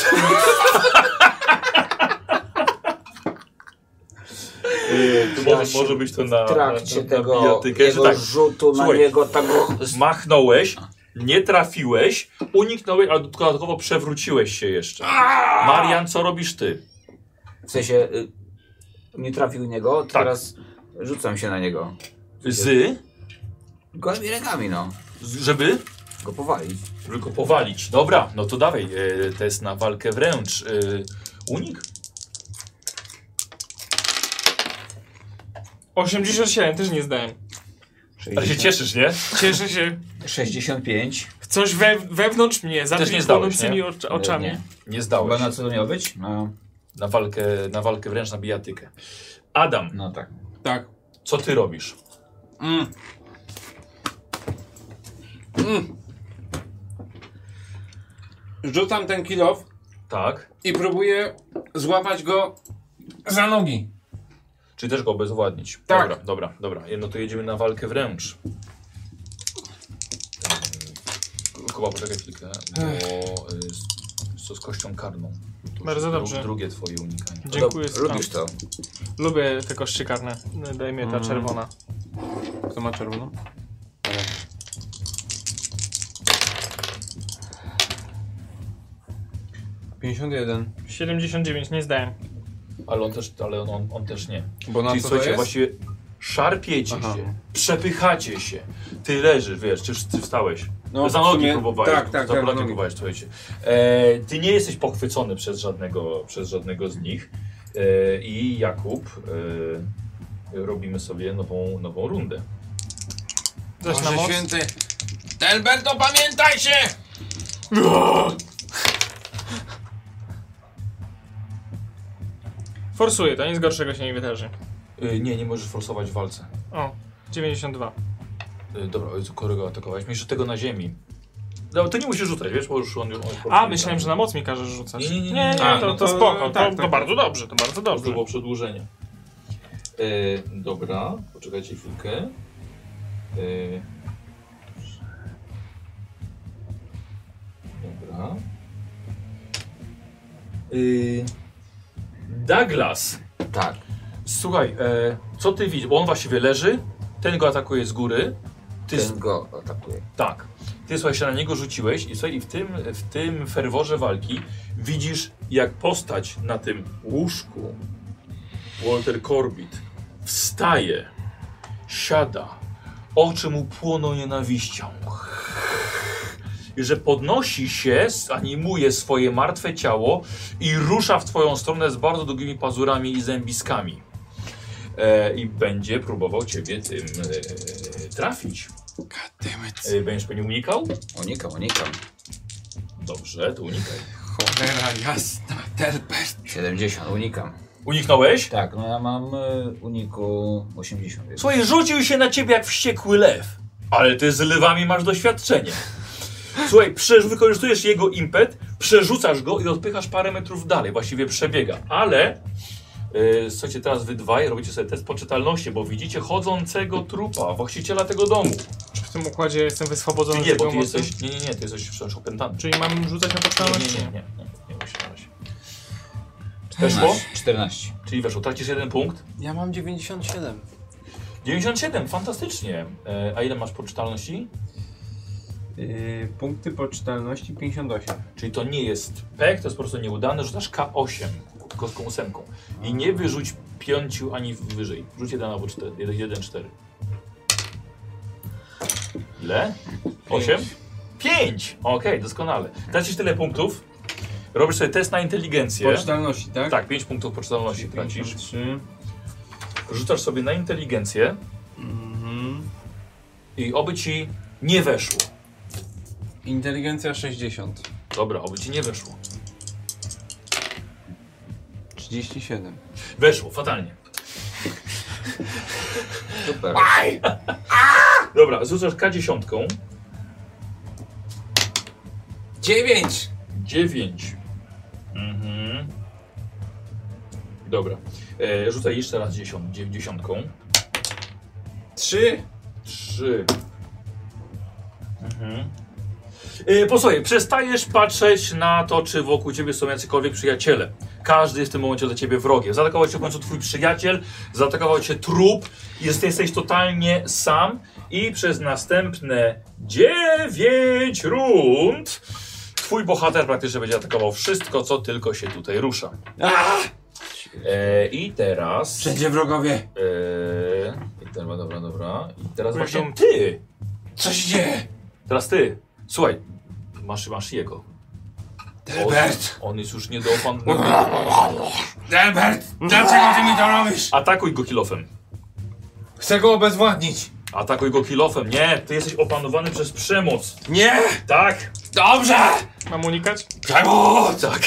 Y, to
Ja
może,
się
może być to na,
W trakcie
na, na
tego
bijatykę,
jego
że tak,
rzutu
Słuchaj.
na niego tego...
machnąłeś, nie trafiłeś, uniknąłeś, ale dodatkowo przewróciłeś się jeszcze. Marian, co robisz ty?
W sensie y, nie trafił niego,
Tak.
teraz rzucam się na niego.
Z,
Gołymi rękami, no.
z żeby,
Go powalić.
żeby go powalić. Dobra, no to dawaj, e, test na walkę wręcz. E, unik?
osiemdziesiąt siedem też nie zdałem.
Ale się cieszysz, nie?
Cieszę się.
sześćdziesiąt pięć.
Coś we, wewnątrz mnie, za
Też
tymi
nie zdałeś,
płonącymi
nie?
ocz- oczami.
Nie.
Nie
Chyba
zdałeś.
na co to miało być? No,
Na walkę, na walkę wręcz, na bijatykę. Adam,
no tak.
Tak.
co ty robisz?
Mm. Mm. Rzucam ten kilof
Tak.
i próbuję złapać go za nogi.
Czyli też go obezwładnić.
Tak.
Dobra, dobra, dobra. No to jedziemy na walkę wręcz. Ym, Kuba, poczekaj chwilkę, bo y, co z kością karną. To
Bardzo
już dru-
dobrze.
Drugie twoje unikanie.
Dziękuję.
Dob- Lubisz to?
Lubię te kości karne. Daj mi ta
Mm.
czerwona.
Kto ma czerwoną? pięćdziesiąt jeden.
siedemdziesiąt dziewięć nie zdałem.
Ale on też, ale on, on, on też nie.
Bo na
Czyli
co to
słuchajcie,
jest?
właściwie szarpiecie
Aha.
się, przepychacie się. Ty leżysz, wiesz, czy ty wstałeś.
No,
za
w
nogi
sumie-
próbowałeś.
tak, tak,
za
tak,
nogi
nogi.
próbowałeś, słuchajcie. E, ty nie jesteś pochwycony przez żadnego, przez żadnego z nich. E, I Jakub, e, robimy sobie nową, nową rundę.
Zaś na
Boże
moc.
święty. Delbert, opamiętaj się!
Forsuję, to nic gorszego się nie wydarzy.
E, nie, nie możesz forsować w walce.
O, dziewięćdziesiąt dwa.
E, dobra, ojcu, którego atakowałeś? Myślisz, że tego na ziemi. No, to nie musisz rzucać, wiesz, bo już on... on
A, myślałem, że na moc mi każesz rzucać.
Nie, nie, nie,
nie,
nie.
nie
A,
to,
no
to
to-
spoko,
tak,
to,
tak.
to bardzo dobrze, to bardzo
To
dobrze.
było przedłużenie. E, dobra, poczekajcie chwilkę. E, dobra. E, Douglas,
Tak.
słuchaj, e, co ty widzisz? Bo on właściwie leży, ten go atakuje z góry. Ty
Ten go atakuje.
Tak. Ty słuchaj, się na niego rzuciłeś i słuchaj, i w tym, w tym ferworze walki widzisz, jak postać na tym łóżku Walter Corbett wstaje, siada, oczy mu płoną nienawiścią. I że podnosi się, animuje swoje martwe ciało i rusza w twoją stronę z bardzo długimi pazurami i zębiskami. E, I będzie próbował ciebie tym e, trafić. E, będziesz pewnie unikał?
Unikam, unikam.
Dobrze, to unikaj.
Cholera jasna, Delbert.
siedemdziesiąt, unikam.
Uniknąłeś?
Tak, no ja mam y, uniku osiemdziesiąt.
Słuchaj, rzucił się na ciebie jak wściekły lew. Ale ty z lewami masz doświadczenie. Słuchaj, prze- wykorzystujesz jego impet, przerzucasz go i odpychasz parę metrów dalej. Właściwie przebiega. Ale, yy, słuchajcie, teraz wy dwaj robicie sobie test poczytalności, bo widzicie chodzącego trupa, właściciela tego domu.
Czy w tym układzie jestem wyswobodzony
Ty
z
nie,
tego
bo ty
mocy?
jesteś, nie, nie, nie, ty jesteś wciąż opętany.
Czyli mam rzucać na
Nie,
poczytalność?
nie, nie, nie, nie, nie musisz na razie. Weszło?
czternaście.
Czyli weszło, tracisz jeden punkt.
Ja mam dziewięćdziesiąt siedem.
dziewięćdziesiąt siedem, fantastycznie. E, a ile masz poczytalności?
Yy, punkty poczytalności pięćdziesiąt osiem.
Czyli to nie jest pek, to jest po prostu nieudane, rzucasz K osiem kostką ósemką. I nie wyrzuć pięciu ani wyżej. Rzuć jeden albo cztery, jeden, cztery. Ile? Osiem? Pięć! Okej, doskonale. Tracisz tyle punktów. Robisz sobie test na inteligencję.
Poczytalności, tak?
Tak, pięć punktów poczytalności tracisz.
trzy.
Rzucasz sobie na inteligencję
Mhm.
i oby ci nie weszło.
Inteligencja sześćdziesiąt.
Dobra, oby ci nie weszło.
trzydzieści siedem.
Weszło, fatalnie.
Super.
Dobra, rzucasz K dziesięć.
dziewięć!
dziewięć. Mhm. Dobra. E, rzucaj jeszcze raz dziesiąt, dziew- dziesiątką.
trzy!
trzy. Mhm. E, posłuchaj, przestajesz patrzeć na to, czy wokół ciebie są jacykolwiek przyjaciele. Każdy jest w tym momencie dla ciebie wrogiem. Zaatakował cię w końcu twój przyjaciel, zaatakował cię trup, jest, jesteś totalnie sam i przez następne dziewięć rund twój bohater praktycznie będzie atakował wszystko, co tylko się tutaj rusza. E, I teraz...
Wszędzie wrogowie!
E, i teraz, dobra, dobra. I teraz
Wisdom.
właśnie ty!
Co się dzieje?
Teraz ty! Słuchaj, masz, masz jego.
Delbert!
On, on jest już nie do opanowania.
Delbert! Dlaczego ty mi to robisz?
Atakuj go kilofem.
Chcę go obezwładnić!
Atakuj go kilofem. Nie, ty jesteś opanowany przez przemoc.
Nie!
Tak!
Dobrze!
Mam unikać?
Przemoc!
Tak.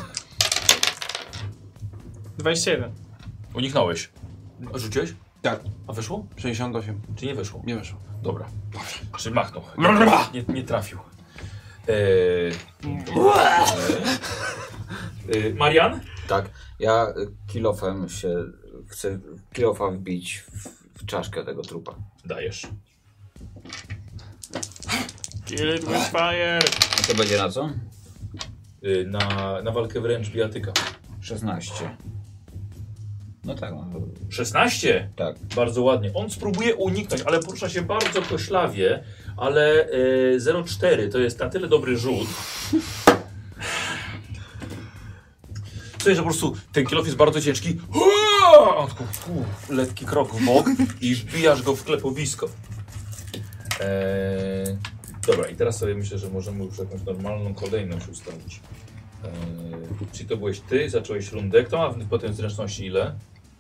dwadzieścia jeden.
Uniknąłeś. A rzuciłeś?
Tak.
A wyszło?
sześćdziesiąt osiem.
Czy nie wyszło?
Nie weszło.
Dobra. Czy machnął?
Dobra.
Nie, nie trafił. Eee, eee, Marian?
Tak, ja y, kilofem się chcę kilofa wbić w, w czaszkę tego trupa.
Dajesz.
Kill it with fire.
A to będzie na co?
Eee, na, na walkę wręcz bijatyka.
szesnaście. No tak, no,
szesnaście?
tak.
Bardzo ładnie. On spróbuje uniknąć, ale porusza się bardzo koślawie, ale e, zero przecinek cztery to jest na tyle dobry rzut. Słuchaj, że po prostu ten kilof jest bardzo ciężki. On tylko, uf, lekki krok w bok i wbijasz go w klepowisko. Eee, dobra, i teraz sobie myślę, że możemy już jakąś normalną kolejność ustalić. Eee, czyli to byłeś ty, zacząłeś rundę. Kto ma potem zręczności ile?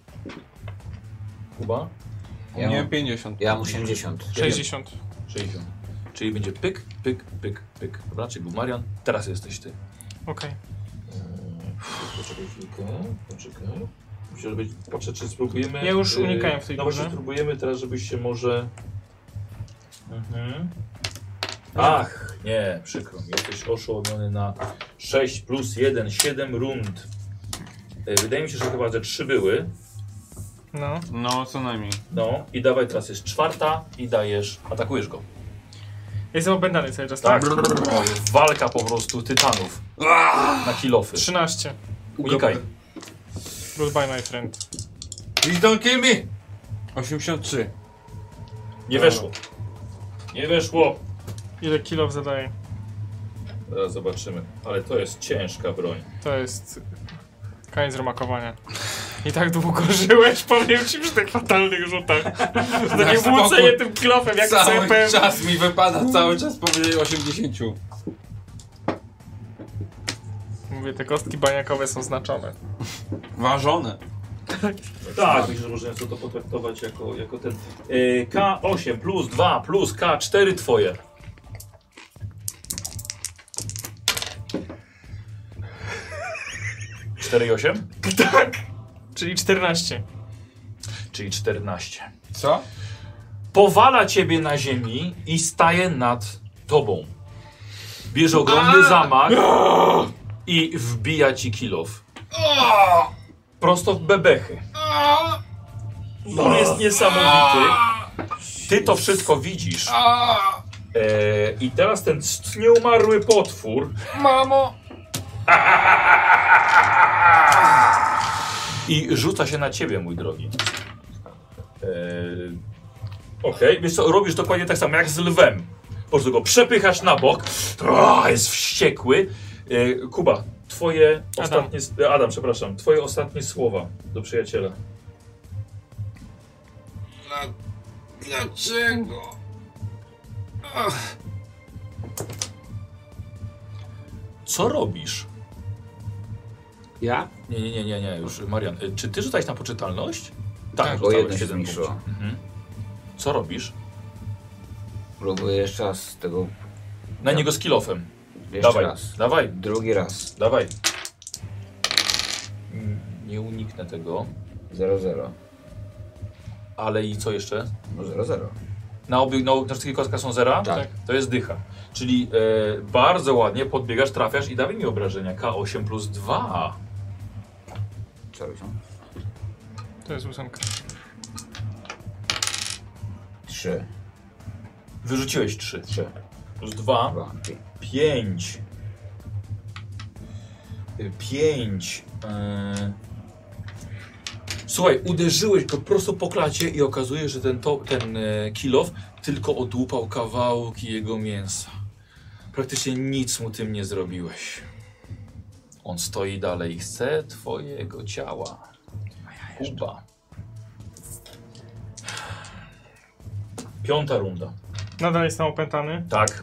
Kuba?
U
Ja
mnie
mam-
pięćdziesiąt.
Ja mam osiemdziesiąt.
sześćdziesiąt.
sześćdziesiąt. Czyli będzie pyk, pyk, pyk, pyk. Dobra, czyli był Marian, teraz jesteś ty.
Okej.
Eee, poczekaj chwilkę, poczekaj. Myślę, że być, patrzę, czy spróbujemy...
Ja już
eee,
unikałem w tej
No właśnie
górze.
spróbujemy teraz, żebyś się może... Mhm. Ach, nie, przykro mi. Jesteś oszołomiony na sześć plus jeden, siedem rund. Eee, wydaje mi się, że chyba ze trzy były.
No.
No, co najmniej.
No i dawaj, teraz jest czwarta i dajesz, atakujesz go.
Jestem opętany cały czas.
Tak, o, jest walka po prostu tytanów na kilofy.
trzynaście.
Unikaj.
Goodbye, my friend.
Please don't kill me! osiemdziesiąt trzy.
Nie weszło. Nie weszło.
Ile kilof zadaje?
Zaraz zobaczymy. Ale to jest ciężka broń.
To jest koniec rumakowania. I tak długo żyłeś, powiem ci przy tych fatalnych rzutach. To takie
spokój.
włócenie tym kilofem, jak
Cały
cepem.
czas mi wypada, cały czas powyżej osiemdziesiąt.
Mówię, te kostki baniakowe są znaczone.
Ważone.
Tak, myślę, że możemy sobie to potraktować jako, jako ten... Yy, K osiem plus dwa plus K cztery twoje. cztery i osiem?
Tak. Czyli czternaście.
Czyli czternaście.
Co?
Powala ciebie na ziemi i staje nad tobą. Bierze ogromny zamach i wbija ci kilof. Prosto w bebechy. On jest niesamowity. Ty to wszystko widzisz. E, I teraz ten nieumarły potwór.
Mamo!
I rzuca się na ciebie, mój drogi. E, Okej, okay. Wiesz co, robisz dokładnie tak samo jak z lwem. Po prostu go przepychasz na bok. O, jest wściekły. E, Kuba, twoje
Adam.
ostatnie... Adam, przepraszam. Twoje ostatnie słowa do przyjaciela.
Dla... Dlaczego?
Co robisz?
Ja?
Nie, nie, nie, nie, nie, już Marian. y, Czy ty rzucałeś na poczytalność?
Tak, bo
rzucałeś
jeden się
siedem
zmniejszyło.
punktów. Mhm. Co robisz?
Próbuję jeszcze raz tego.
Na niego z kilofem.
Jeszcze
Dawaj,
raz.
dawaj,
Drugi raz.
dawaj. Mm, Nie uniknę tego.
zero zero.
Ale i co jeszcze?
No zero zero.
Na obu, na, na wszystkich kostkach są zera?
Tak.
To jest dycha. Czyli e, bardzo ładnie podbiegasz, trafiasz i dawaj mi obrażenia. K osiem plus dwa.
Co robisz?
To jest ósemka.
trzy.
Wyrzuciłeś trzy.
trzy.
Plus dwa.
dwa.
pięć. pięć. Yy... Słuchaj, uderzyłeś go prosto po klacie i okazuje się, że ten, to, ten e, kilof tylko odłupał kawałki jego mięsa. Praktycznie nic mu tym nie zrobiłeś. On stoi dalej i chce twojego ciała. Kuba. Piąta runda.
Nadal jestem opętany.
Tak.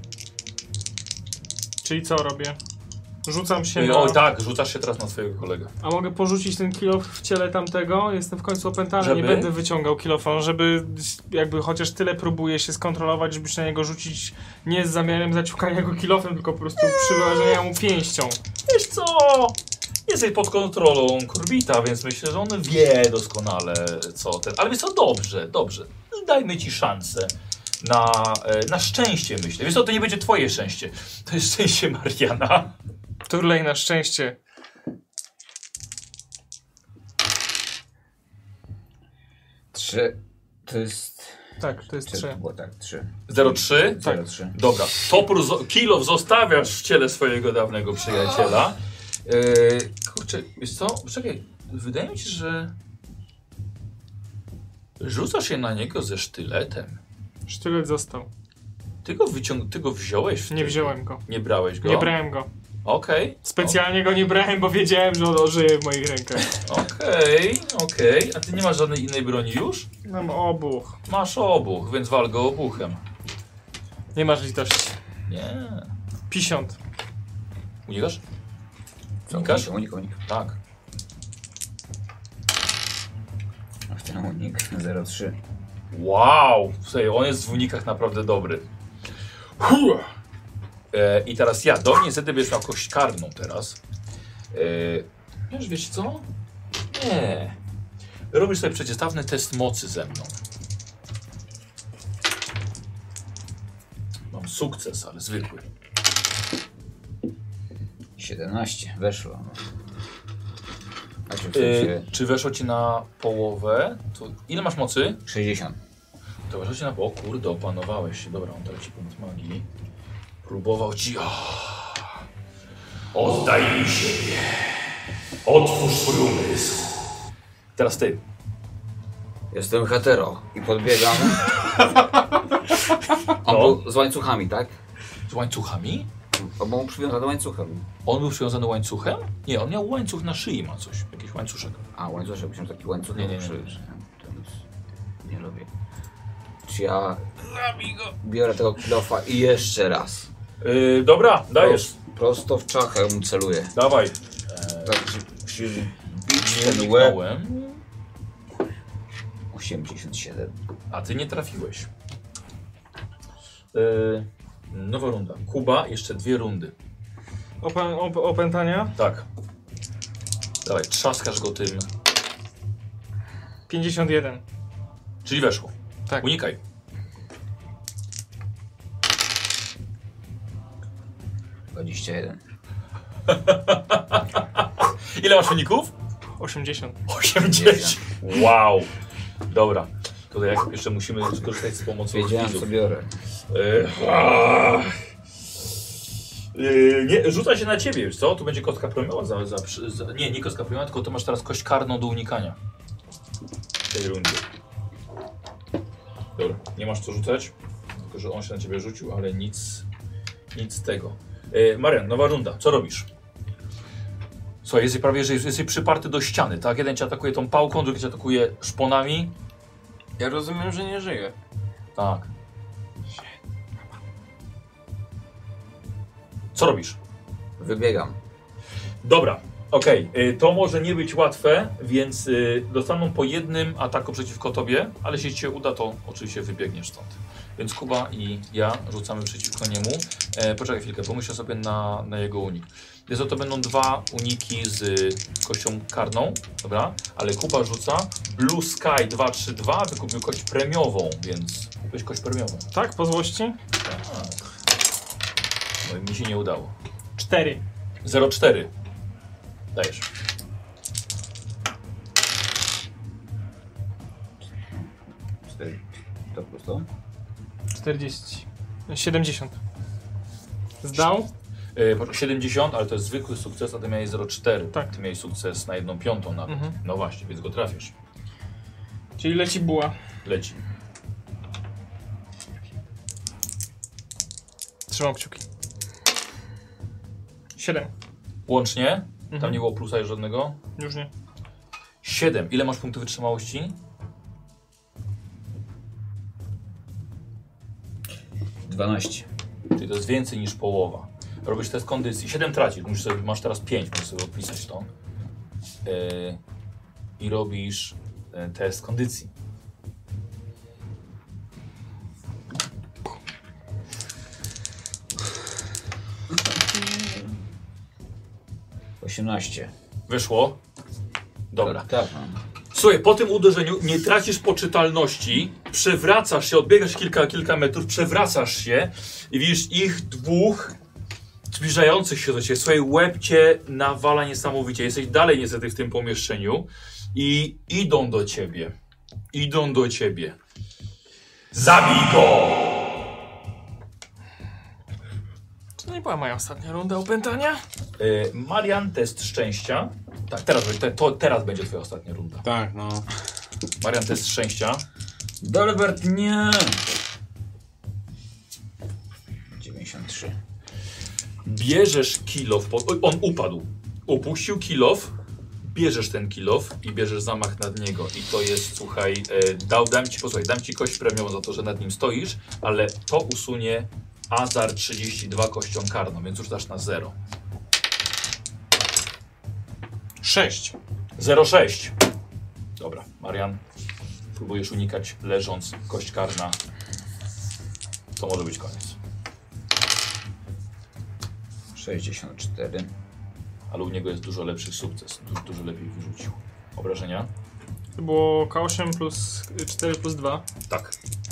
Czyli co robię? Rzucam się
Yy,
na...
O tak, rzucasz się teraz na swojego kolegę.
A mogę porzucić ten kilof w ciele tamtego? Jestem w końcu opętany,
Żeby?
nie będę wyciągał kilofa, żeby jakby chociaż tyle próbuję się skontrolować, żeby się na niego rzucić nie z zamiarem zaciukania go kilofem, tylko po prostu przyłożenia mu pięścią.
Wiesz co? Jesteś pod kontrolą Korbita, więc myślę, że on wie doskonale co ten. Ale wiesz co, dobrze, dobrze. Dajmy ci szansę na, e, na szczęście, myślę. Wiesz co, to nie będzie twoje szczęście. To jest szczęście Mariana.
Turlej na szczęście.
trzy. To jest.
Tak, to jest
Czy to
trzy.
było tak? trzy.
zero trzy?
zero trzy.
Dobra. Topór zo- kilof zostawiasz w ciele swojego dawnego przyjaciela. E, kurczę, wiesz co? Czekaj, wydaje mi się, że rzucasz się na niego ze sztyletem.
Sztylet został.
Ty go wyciąg... Ty go wziąłeś? W
Nie
tym-
wziąłem go.
Nie brałeś go?
Nie brałem go.
Okej.
Specjalnie go nie brałem, bo wiedziałem, że on ożyje w moich rękach.
Okej, okej. A ty nie masz żadnej innej broni już?
Mam obuch.
Masz obuch, więc wal go obuchem.
Nie masz litości.
Nie.
Pisiąt.
Unikasz?
Co?
Unikasz?
Unik, unik.
Tak.
W ten unik. zero trzy.
Wow! Słuchaj, on jest w unikach naprawdę dobry. Huh. E, I teraz ja. Do mnie niestety będziesz miał kość karną teraz. E, wiesz, wiesz co? Nie. Robisz sobie przeciwstawny test mocy ze mną. Mam sukces, ale zwykły.
siedemnaście. Weszło. A czy w
E,
sensie
czy weszło ci na połowę? To ile masz mocy?
sześćdziesiąt.
To weszło ci na połowę. O kurde, opanowałeś się. Dobra, on traci punkt magii. Próbował ci... Oh. Oddaj mi siebie. Otwórz swój umysł. Teraz ty.
Jestem hetero i podbiegam. On
No.
był z łańcuchami, tak?
Z łańcuchami?
On był przywiązany łańcuchem.
On był przywiązany łańcuchem? Nie, on miał łańcuch na szyi, ma coś. Jakiś łańcuszek.
A, łańcuszek, myślałem taki łańcuch.
Nie, nie, nie.
przy- Nie lubię. Czy ja biorę tego kilofa i jeszcze raz.
Yy, dobra, dajesz.
Prost- Prosto w czachę mu celuję.
Dawaj.
Tak, się bić
Nie
ten łeb.
uniknąłem,
osiemdziesiąt siedem.
a ty nie trafiłeś. Yy, nowa runda. Kuba, jeszcze dwie rundy.
Opę op opętania?
Tak. Dawaj, trzaskasz go tym.
pięćdziesiąt jeden.
Czyli weszło.
Tak.
Unikaj.
dwadzieścia jeden.
Ile masz uników?
osiemdziesiąt.
osiemdziesiąt. Wow. Dobra. Tutaj jak jeszcze musimy skorzystać z pomocy
Wiedziałem, co
widzów.
biorę.
Yy, aaa. Yy, nie, rzuca się na ciebie, wiesz co? Tu będzie kostka premiowa za, za, za... Nie, nie kostka premiowa, tylko to masz teraz kość karną do unikania. W tej rundzie. Dobra, nie masz co rzucać. Tylko, że on się na ciebie rzucił, ale nic... Nic z tego. Yy, Marian, nowa runda. Co robisz? Słuchaj, jesteś prawie, że jesteś przyparty do ściany, tak? Jeden cię atakuje tą pałką, drugi cię atakuje szponami.
Ja rozumiem, że nie żyje.
Tak. Co robisz?
Wybiegam.
Dobra, okej. Okay. To może nie być łatwe, więc y, dostaną po jednym ataku przeciwko tobie, ale jeśli ci się uda, to oczywiście wybiegniesz stąd. Więc Kuba i ja rzucamy przeciwko niemu. E, poczekaj chwilkę, pomyślę sobie na, na jego unik. Więc to będą dwa uniki z kością karną, dobra? Ale Kuba rzuca Blue Sky dwa trzy dwa, wykupił kość premiową, więc kupiłeś kość premiową.
Tak, po złości?
Tak. No i mi się nie udało.
cztery.
zero cztery. Dajesz.
cztery. To plus to?
czterdzieści. siedemdziesiąt. Zdał?
Yy, siedemdziesiąt, ale to jest zwykły sukces, a ty miałeś zero cztery.
Tak.
Ty miałeś sukces na jedną piątą nawet.
Mhm.
No właśnie, więc go trafisz.
Czyli leci buła.
Leci.
Trzymam kciuki. siedem.
Łącznie?
Mhm.
Tam nie było plusa już żadnego?
Już nie.
siedem. Ile masz punktów wytrzymałości?
dwanaście.
Czyli to jest więcej niż połowa. Robisz test kondycji. siedem tracisz. Musisz sobie, masz teraz pięć. Musisz sobie odpisać to. Yy, I robisz yy, test kondycji.
osiemnaście.
Wyszło? Dobra.
Tak, tak mam.
Słuchaj, po tym uderzeniu nie tracisz poczytalności, przewracasz się, odbiegasz kilka, kilka metrów, przewracasz się i widzisz ich dwóch zbliżających się do ciebie. Słuchaj, łeb cię nawala niesamowicie. Jesteś dalej niestety w tym pomieszczeniu i idą do ciebie. Idą do ciebie. Zabij go!
To nie była moja ostatnia runda opętania?
Yy, Marian, test szczęścia. Tak, teraz, te, to, teraz będzie twoja ostatnia runda.
Tak, no.
Marian, test szczęścia.
Delbert, nie! dziewięćdziesiąt trzy.
Bierzesz kilof, po... on upadł, upuścił kilof, bierzesz ten kilof i bierzesz zamach nad niego i to jest, słuchaj, e, dał, dam ci, posłuchaj, dam ci kość premiową za to, że nad nim stoisz, ale to usunie Azar trzydzieści dwa kością karną, więc już dasz na zero.
sześć.
zero sześć. Dobra, Marian, próbujesz unikać leżąc, kość karna, to może być koniec.
sześćdziesiąt cztery.
Ale u niego jest dużo lepszy sukces, dużo, dużo lepiej wyrzucił. Obrażenia?
To było K osiem plus cztery plus dwa.
Tak.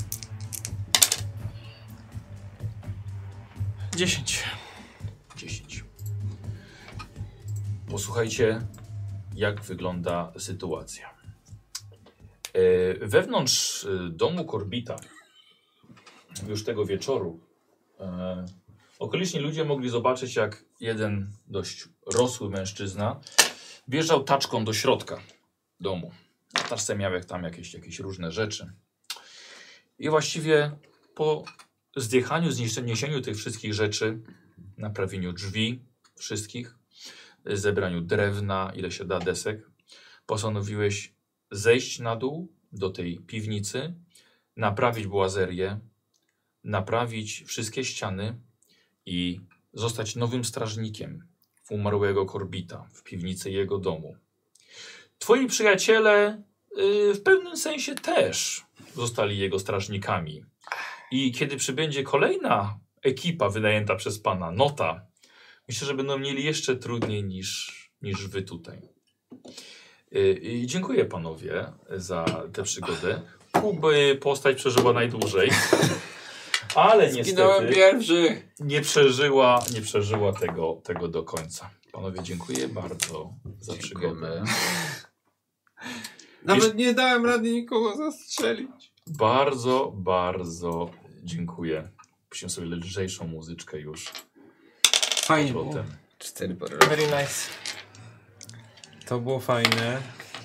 dziesięć.
dziesięć. Posłuchajcie, jak wygląda sytuacja. E, wewnątrz e, domu Korbita już tego wieczoru e, okoliczni ludzie mogli zobaczyć, jak jeden dość rosły mężczyzna wjeżdżał taczką do środka domu. Na taczce miał jak tam jakieś, jakieś różne rzeczy. I właściwie po zdjechaniu, zniesieniu tych wszystkich rzeczy, naprawieniu drzwi wszystkich, zebraniu drewna, ile się da desek, postanowiłeś zejść na dół do tej piwnicy, naprawić błazerię, naprawić wszystkie ściany i zostać nowym strażnikiem umarłego Korbita w piwnicy jego domu. Twoi przyjaciele yy, w pewnym sensie też zostali jego strażnikami. I kiedy przybędzie kolejna ekipa wynajęta przez pana, Nota, myślę, że będą mieli jeszcze trudniej niż, niż wy tutaj. Yy, dziękuję panowie za tę przygodę. Kuby postać przeżyła najdłużej, ale niestety
pierwszy.
nie przeżyła, nie przeżyła tego, tego do końca. Panowie, dziękuję bardzo za przygodę.
Nawet nie dałem rady nikogo zastrzelić.
Bardzo, bardzo dziękuję. Puścimy sobie lżejszą muzyczkę już.
Fajnie
Było.
było.
cztery pory.
Very nice.
To było fajne.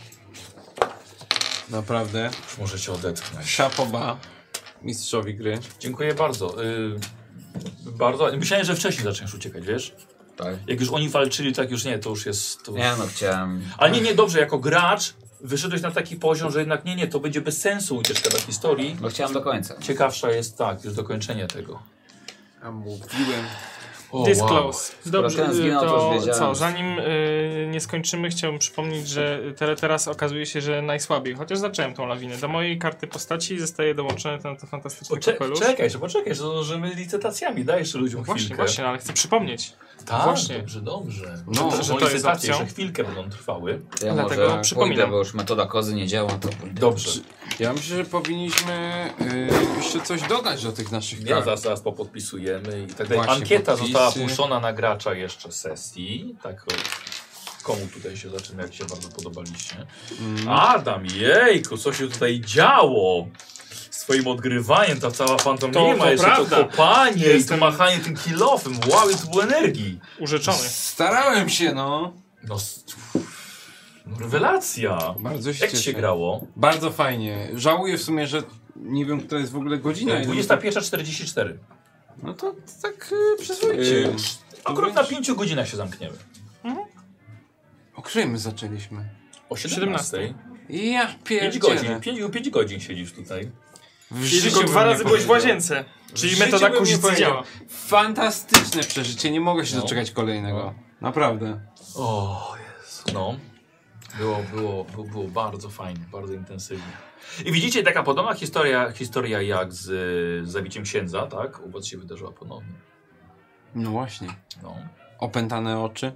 Naprawdę.
Już możecie odetchnąć.
Szapoba mistrzowi gry.
Dziękuję bardzo. Yy, bardzo. Myślałem, że wcześniej zaczniesz uciekać, wiesz?
Tak.
Jak już oni walczyli, tak już nie, to już jest... To już...
Nie no, chciałem...
Ale nie, nie, dobrze, jako gracz wyszedłeś na taki poziom, że jednak nie, nie, to będzie bez sensu ucieczka do historii.
No chciałem do końca.
Ciekawsza jest tak, już dokończenie tego.
A mówiłem.
O,
Disclose. Dobrze,
ten zginął, to
to
już wiedziałem.
co, zanim y, nie skończymy, chciałbym przypomnieć, że te, teraz okazuje się, że najsłabiej, chociaż zacząłem tą lawinę. Do mojej karty postaci zostaje dołączony ten to fantastyczny
Poczek-
kapelusz.
czekaj, że poczekaj, że zdążymy licytacjami. Daj jeszcze ludziom
Właśnie,
chwilkę.
właśnie, ale chcę przypomnieć.
Tak,
właśnie.
dobrze, dobrze.
No,
że,
że
że
to
to
jest
licytacje
opcją.
jeszcze chwilkę będą trwały.
Ja
Dlatego
może
przypominam.
pójdę, bo już metoda kozy nie działa, to pójdę.
Dobrze.
Ja myślę, że powinniśmy y, jeszcze coś dodać do tych naszych
Ja
kart.
zaraz, zaraz popodpisujemy i tak dalej.
Właśnie,
Ankieta
podpisy.
została puszczona na gracza jeszcze sesji. Tak, o, komu tutaj się zaczyna, jak się bardzo podobaliście.
Mm.
Adam, jejku, co się tutaj działo? Swoim odgrywaniem, ta cała fantomima,
To- to
jeszcze
prawda.
to kopanie i to
Jestem-
machanie tym kilofem. Wow, to było energii.
Urzeczony.
Starałem się, no.
No, s- no rewelacja.
Bardzo się
Jak ci się
cieszę.
grało?
Bardzo fajnie. Żałuję w sumie, że nie wiem, która jest w ogóle godzina.
dwudziesta pierwsza czterdzieści cztery.
No to tak y, przyzwoicie.
Yy, Akurat na pięciu godzinach się zamkniemy.
O której my zaczęliśmy?
O siedemnastej.
Ja
pięć godzin. pięć pięć godzin siedzisz tutaj.
W
Czyli tylko
życiu
dwa
bym nie
razy byłeś w
powiedział.
łazience. Czyli
W
metoda
życiu bym nie
kuzicy
powiedział.
działa.
Fantastyczne przeżycie, nie mogę się
No.
doczekać kolejnego.
No.
Naprawdę.
O Jezu. No. Było, było, było, było bardzo fajnie, bardzo intensywnie. I widzicie, taka podobna historia, historia jak z, z zabiciem księdza, tak? U was się wydarzyła ponownie.
No właśnie.
No.
Opętane oczy.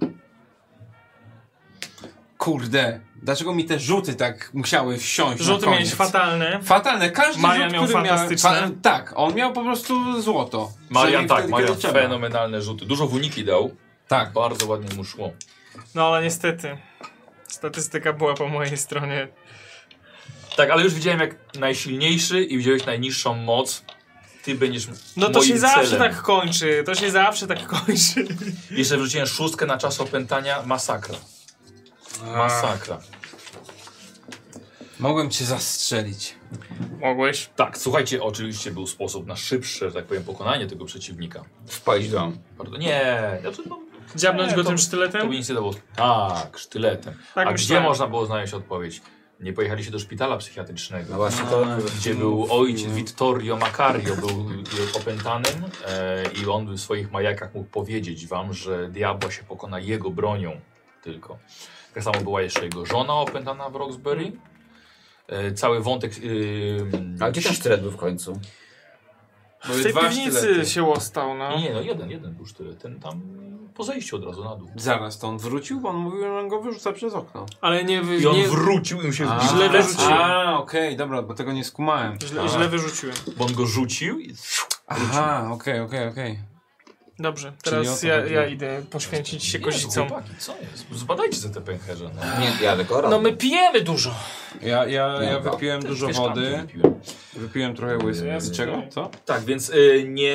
Kurde, dlaczego mi te rzuty tak musiały wsiąść
Rzuty
na
miałeś
koniec?
fatalne.
Fatalne. Każdy
Marian
rzut,
miał
który
fantastyczne.
Miał, tak, on miał po prostu złoto.
Marian,
Przynajmniej
tak,
wtedy,
Marian
kiedy trzeba.
fenomenalne rzuty. Dużo w uniki dał.
Tak.
Bardzo ładnie mu szło.
No ale niestety. Statystyka była po mojej stronie.
Tak, ale już widziałem jak najsilniejszy i widziałeś najniższą moc. Ty będziesz
No to
moim
się zawsze
celem.
tak kończy. To się zawsze tak kończy.
Jeszcze wrzuciłem szóstkę na czas opętania. Masakra. Masakra.
Mogłem cię zastrzelić.
Mogłeś.
Tak, słuchajcie, oczywiście był sposób na szybsze, że tak powiem, pokonanie tego przeciwnika.
Wpalić dom.
Bardzo, nie, znaczy, no,
Dziabnąć
nie,
go
to-
tym
to
sztyletem?
by nic nie dało. Tak, sztyletem.
Tak
A
myślałem.
gdzie można było znaleźć odpowiedź? Nie pojechaliście do szpitala psychiatrycznego.
No właśnie to...
Gdzie był ojciec Vittorio Macario, był opętanym e, i on w swoich majakach mógł powiedzieć wam, że diabła się pokona jego bronią tylko. Tak samo była jeszcze jego żona opętana w Roxbury. E, cały wątek... E,
A gdzie ten sztylet był w końcu?
Były
W tej
dwa
piwnicy
sztylety.
się łostał, no.
Nie, no jeden, jeden był sztylet. Ten tam po zejściu od razu na dół.
Zaraz, to on wrócił, bo on mówił, że on go wyrzuca przez okno.
Ale nie, wy,
I on
nie
wrócił i mu się
A,
wbił
źle
w plecy.
wyrzuciłem.
A, okej, dobra, bo tego nie skumałem.
źle,
A.
źle wyrzuciłem.
Bo on go rzucił i...
Aha, okej, okej, okej.
Dobrze,
Czyli o
teraz
to
ja,
chodziło.
ja idę poświęcić się
Nie,
kozicom.
chłopaki, co jest? Zbadajcie za te pęcherze. No.
Nie, ja tylko raz.
No my pijemy dużo.
Ja, ja, ja
No,
wypiłem dużo
Dwie szklanki
wody,
wypiłem.
wypiłem trochę whisky.
Ja
Z czego? Co?
Tak, więc y, nie,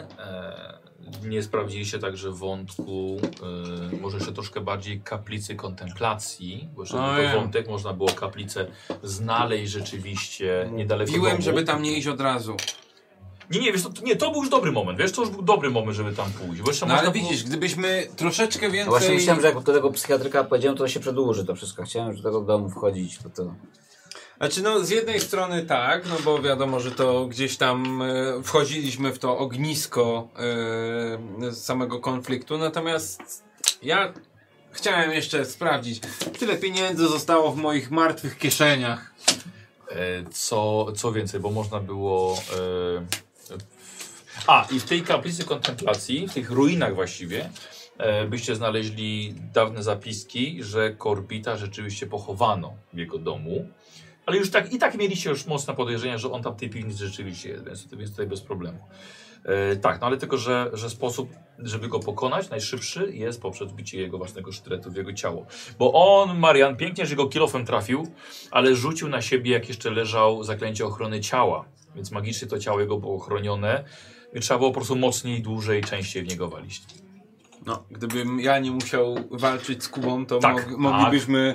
e, nie sprawdziliście także wątku, y, może jeszcze troszkę bardziej kaplicy kontemplacji, bo jeszcze
O,
był to
ja.
wątek, można było kaplicę znaleźć rzeczywiście niedaleko
Piłem,
domu.
żeby tam nie iść od razu.
Nie, nie, wiesz, to, nie, to był już dobry moment, wiesz, to już był dobry moment, żeby tam pójść. Bo jeszcze
No
można
ale
było-
widzisz, gdybyśmy troszeczkę
No
więcej...
właśnie myślałem, że jak do tego psychiatryka powiedziałem, to się przedłuży to wszystko. Chciałem już do tego domu wchodzić, to to...
Znaczy no z jednej strony tak, no bo wiadomo, że to gdzieś tam e, wchodziliśmy w to ognisko e, samego konfliktu, natomiast ja chciałem jeszcze sprawdzić, tyle pieniędzy zostało w moich martwych kieszeniach.
E, Co, co więcej, bo można było... E, a, i w tej kaplicy kontemplacji, w tych ruinach właściwie, e, byście znaleźli dawne zapiski, że Korbita rzeczywiście pochowano w jego domu. Ale już tak, i tak mieliście już mocne podejrzenia, że on tam w tej piwnicy rzeczywiście jest, więc, więc tutaj bez problemu. E, tak, no ale tylko, że, że sposób, żeby go pokonać, najszybszy jest poprzez bicie jego własnego sztyletu w jego ciało. Bo on, Marian, pięknie, że go kilofem trafił, ale rzucił na siebie, jak jeszcze leżał zaklęcie ochrony ciała. Więc magicznie to ciało jego było ochronione. I trzeba było po prostu mocniej, dłużej, częściej w niego walić.
No, gdybym ja nie musiał walczyć z Kubą, to
Tak,
mog
tak.
moglibyśmy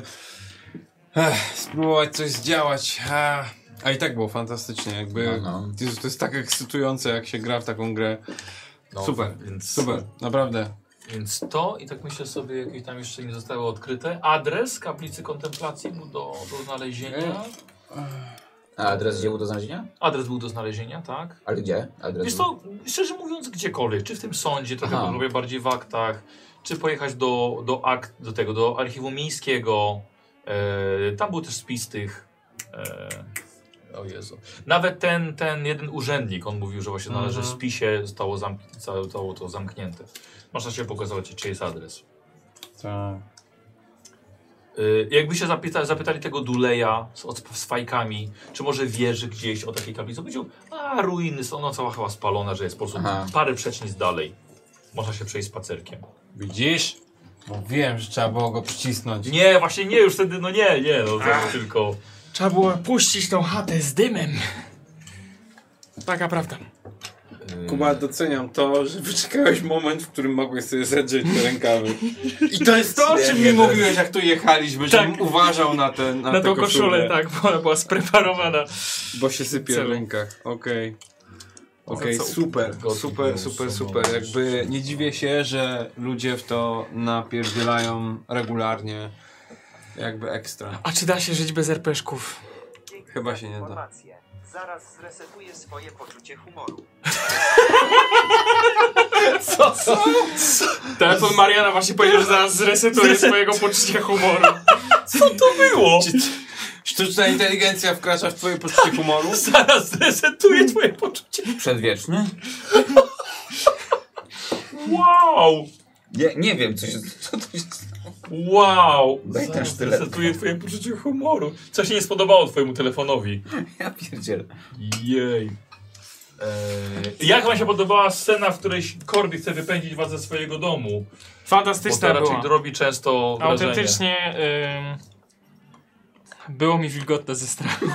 ech, spróbować coś zdziałać. A, a i tak było fantastycznie, jakby
No, no.
Jezu, to jest tak ekscytujące, jak się gra w taką grę.
No,
Super,
więc,
super, naprawdę.
Więc to i tak myślę sobie, jakieś tam jeszcze nie zostało odkryte. Adres kaplicy kontemplacji był do, do znalezienia.
A adres gdzie był do znalezienia?
Adres był do znalezienia, tak?
Ale gdzie? Adres
Wiesz
był...
co, szczerze mówiąc, gdziekolwiek, czy w tym sądzie, trochę
Aha.
robię bardziej w aktach, czy pojechać do, do akt, do tego, do archiwum miejskiego. E, tam był też spis tych. E, o Jezu. Nawet ten, ten jeden urzędnik, on mówił, że właśnie
Mhm.
należy w spisie zostało, zamk zostało to zamknięte. Można się pokazać, czy jest adres.
Tak.
Y, jakby się zapyta, zapytali tego Duleja z, od, z fajkami, czy może wierzy gdzieś o takiej kaplicy, powiedział, a ruiny są, ona cała chyba spalona, że jest po prostu
Aha.
parę przecznic dalej. Można się przejść spacerkiem.
Widzisz? Bo wiem, że trzeba było go przycisnąć.
Nie, właśnie nie, już wtedy, no nie, nie, no to tylko...
Trzeba było puścić tą chatę z dymem. Taka prawda.
y,
Kuba, doceniam to, że wyczekałeś moment, w którym mogłeś sobie zedrzeć te rękawy. I to jest to, o czym mi mówiłeś, jak tu jechaliśmy, żebym
Tak.
uważał na, ten, na,
Na
tę
tą koszulę,
koszulę,
tak, bo ona była spreparowana.
Bo się sypie w
Celu.
rękach. Okej. Okej,
Za co?
super,
Gotowy
super,
był
super,
sobą.
super. Jakby nie dziwię się, że ludzie w to napierdzielają regularnie. Jakby ekstra.
A czy da się żyć bez erpeszków?
Chyba się nie da.
Informacje. Zaraz zresetuję swoje poczucie humoru.
Co? Co? Telefon Mariana właśnie powiedział, że zaraz zresetuje swojego poczucia humoru.
Co to było?
Sztuczna inteligencja wkracza w twoje poczucie humoru?
Zaraz zresetuję twoje poczucie.
Przedwieczny?
Wow!
Nie, nie wiem, co, się, co to jest.
Wow!
Daj ten
Zaraz
sztylet.
zresetuję twoje poczucie humoru. Co się nie spodobało twojemu telefonowi?
Ja pierdzielę.
Jej. Eee, jak wam się podobała scena, w której Cordy chce wypędzić was ze swojego domu? Bo to
Fantastyczna
raczej
była.
robi często wrażenie.
Autentycznie ym, było mi wilgotne ze strachu.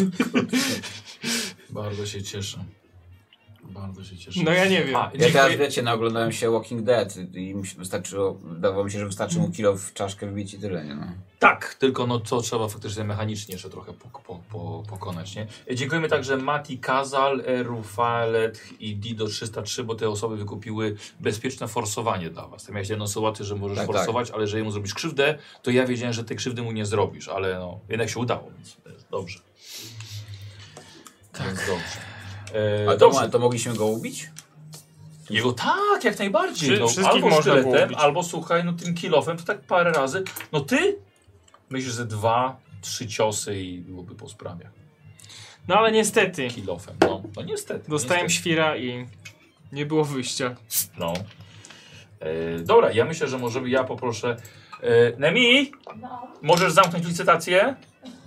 Bardzo się cieszę. Bardzo się cieszę.
No ja nie wiem.
A,
Ja
dziękuję.
teraz, wiecie, naoglądałem się Walking Dead i mi się wystarczyło, wydawało mi się, że wystarczy mu kilo w czaszkę wbić i tyle, nie no.
Tak, tylko no to trzeba faktycznie mechanicznie jeszcze trochę po, po, po, pokonać, nie? Dziękujemy także Mati Kazal, Rufalet i Dido trzysta trzy, bo te osoby wykupiły bezpieczne forsowanie dla was. Tam miałeś jedną sytuację, że możesz
Tak, tak.
forsować, ale jeżeli mu zrobisz krzywdę, to ja wiedziałem, że tej krzywdy mu nie zrobisz, ale no, jednak się udało, więc to jest dobrze. Tak. Więc dobrze. E,
A to,
dobrze.
mo- to mogliśmy go ubić?
Jego tak, jak najbardziej.
Wszy-
No,
wszystkich
albo
można było
sztyletem,
ubić.
albo słuchaj, no tym kilofem, to tak parę razy. No ty myślisz, że dwa, trzy ciosy i byłoby po sprawie.
No ale niestety,
Kilofem, no, no niestety.
dostałem
niestety.
świra i nie było wyjścia.
No. E, dobra, ja myślę, że możemy, ja poproszę. E, Nemi, możesz zamknąć licytację?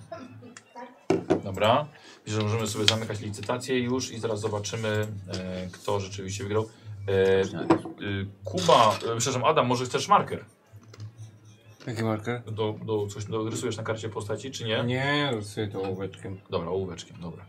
Dobra. Myślę, że możemy sobie zamykać licytację już i zaraz zobaczymy, e, kto rzeczywiście wygrał. E, e, Kuba, e, przepraszam, Adam, może chcesz marker?
Jaki marker?
Do, do, coś do, rysujesz na karcie postaci, czy nie?
Nie, rysuję to ołóweczkiem.
Dobra, ołóweczkiem, dobra.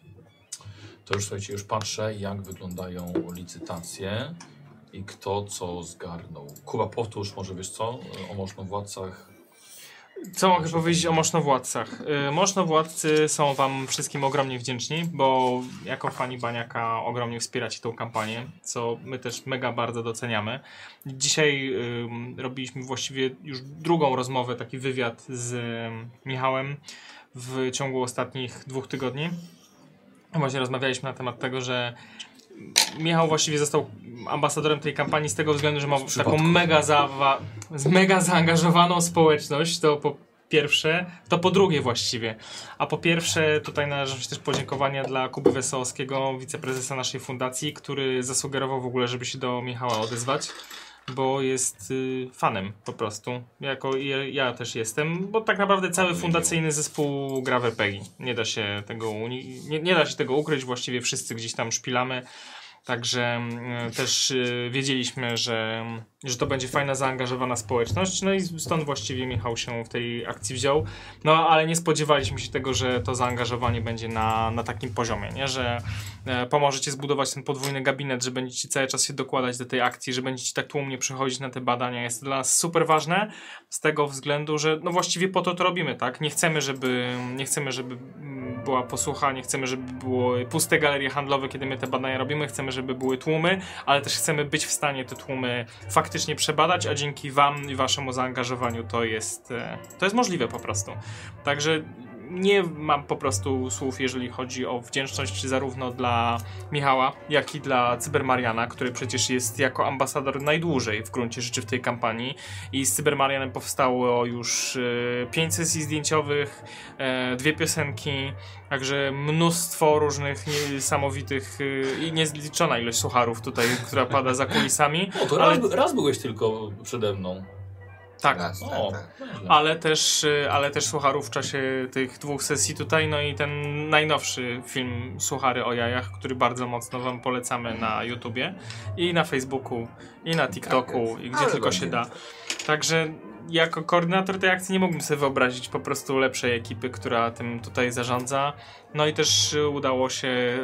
To już słuchajcie, już patrzę, jak wyglądają licytacje i kto co zgarnął. Kuba, powtórz może, wiesz co, o Moszno-Władcach.
Co mogę powiedzieć o Moszno-Władcach? Y, Moszno-Władcy są wam wszystkim ogromnie wdzięczni, bo jako fani Baniaka ogromnie wspieracie tą kampanię, co my też mega bardzo doceniamy. Dzisiaj ym, robiliśmy właściwie już drugą rozmowę, taki wywiad z ym, Michałem w ciągu ostatnich dwóch tygodni. Właśnie rozmawialiśmy na temat tego, że Michał właściwie został ambasadorem tej kampanii z tego względu, że ma taką mega, zawa- mega zaangażowaną społeczność, to po pierwsze, to po drugie właściwie. A po pierwsze tutaj należą się też podziękowania dla Kuby Wesołowskiego, wiceprezesa naszej fundacji, który zasugerował w ogóle, żeby się do Michała odezwać, bo jest y, fanem po prostu. Jako ja, ja też jestem, bo tak naprawdę cały fundacyjny zespół gra w er pe gie. Nie da się tego, uni- nie, nie da się tego ukryć, właściwie wszyscy gdzieś tam szpilamy. Także y, też y, wiedzieliśmy, że, że to będzie fajna, zaangażowana społeczność, no i stąd właściwie Michał się w tej akcji wziął. No ale nie spodziewaliśmy się tego, że to zaangażowanie będzie na, na takim poziomie, nie? Że e, pomożecie zbudować ten podwójny gabinet, że będziecie cały czas się dokładać do tej akcji, że będziecie tak tłumnie przychodzić na te badania. Jest to dla nas super ważne z tego względu, że no właściwie po to to robimy, tak? Nie chcemy, żeby, nie chcemy, żeby mm, była posłucha, nie chcemy, żeby było puste galerie handlowe, kiedy my te badania robimy, chcemy, żeby były tłumy, ale też chcemy być w stanie te tłumy faktycznie przebadać, a dzięki wam i waszemu zaangażowaniu to jest, e, to jest możliwe po prostu. Także nie mam po prostu słów, jeżeli chodzi o wdzięczność zarówno dla Michała, jak i dla Cybermariana, który przecież jest jako ambasador najdłużej w gruncie rzeczy w tej kampanii i z Cybermarianem powstało już e, pięć sesji zdjęciowych, e, dwie piosenki, także mnóstwo różnych niesamowitych e, i niezliczona ilość sucharów tutaj, która pada za kulisami.
O, to
ale...
raz, raz byłeś tylko przede mną.
Tak.
Raz, tak,
O,
tak.
Ale też, ale też Sucharów w czasie tych dwóch sesji tutaj, no i ten najnowszy film Suchary o jajach, który bardzo mocno wam polecamy na YouTubie i na Facebooku i na TikToku
Tak,
i gdzie
ale
tylko się
ładnie.
da. Także jako koordynator tej akcji nie mógłbym sobie wyobrazić po prostu lepszej ekipy, która tym tutaj zarządza. No i też udało się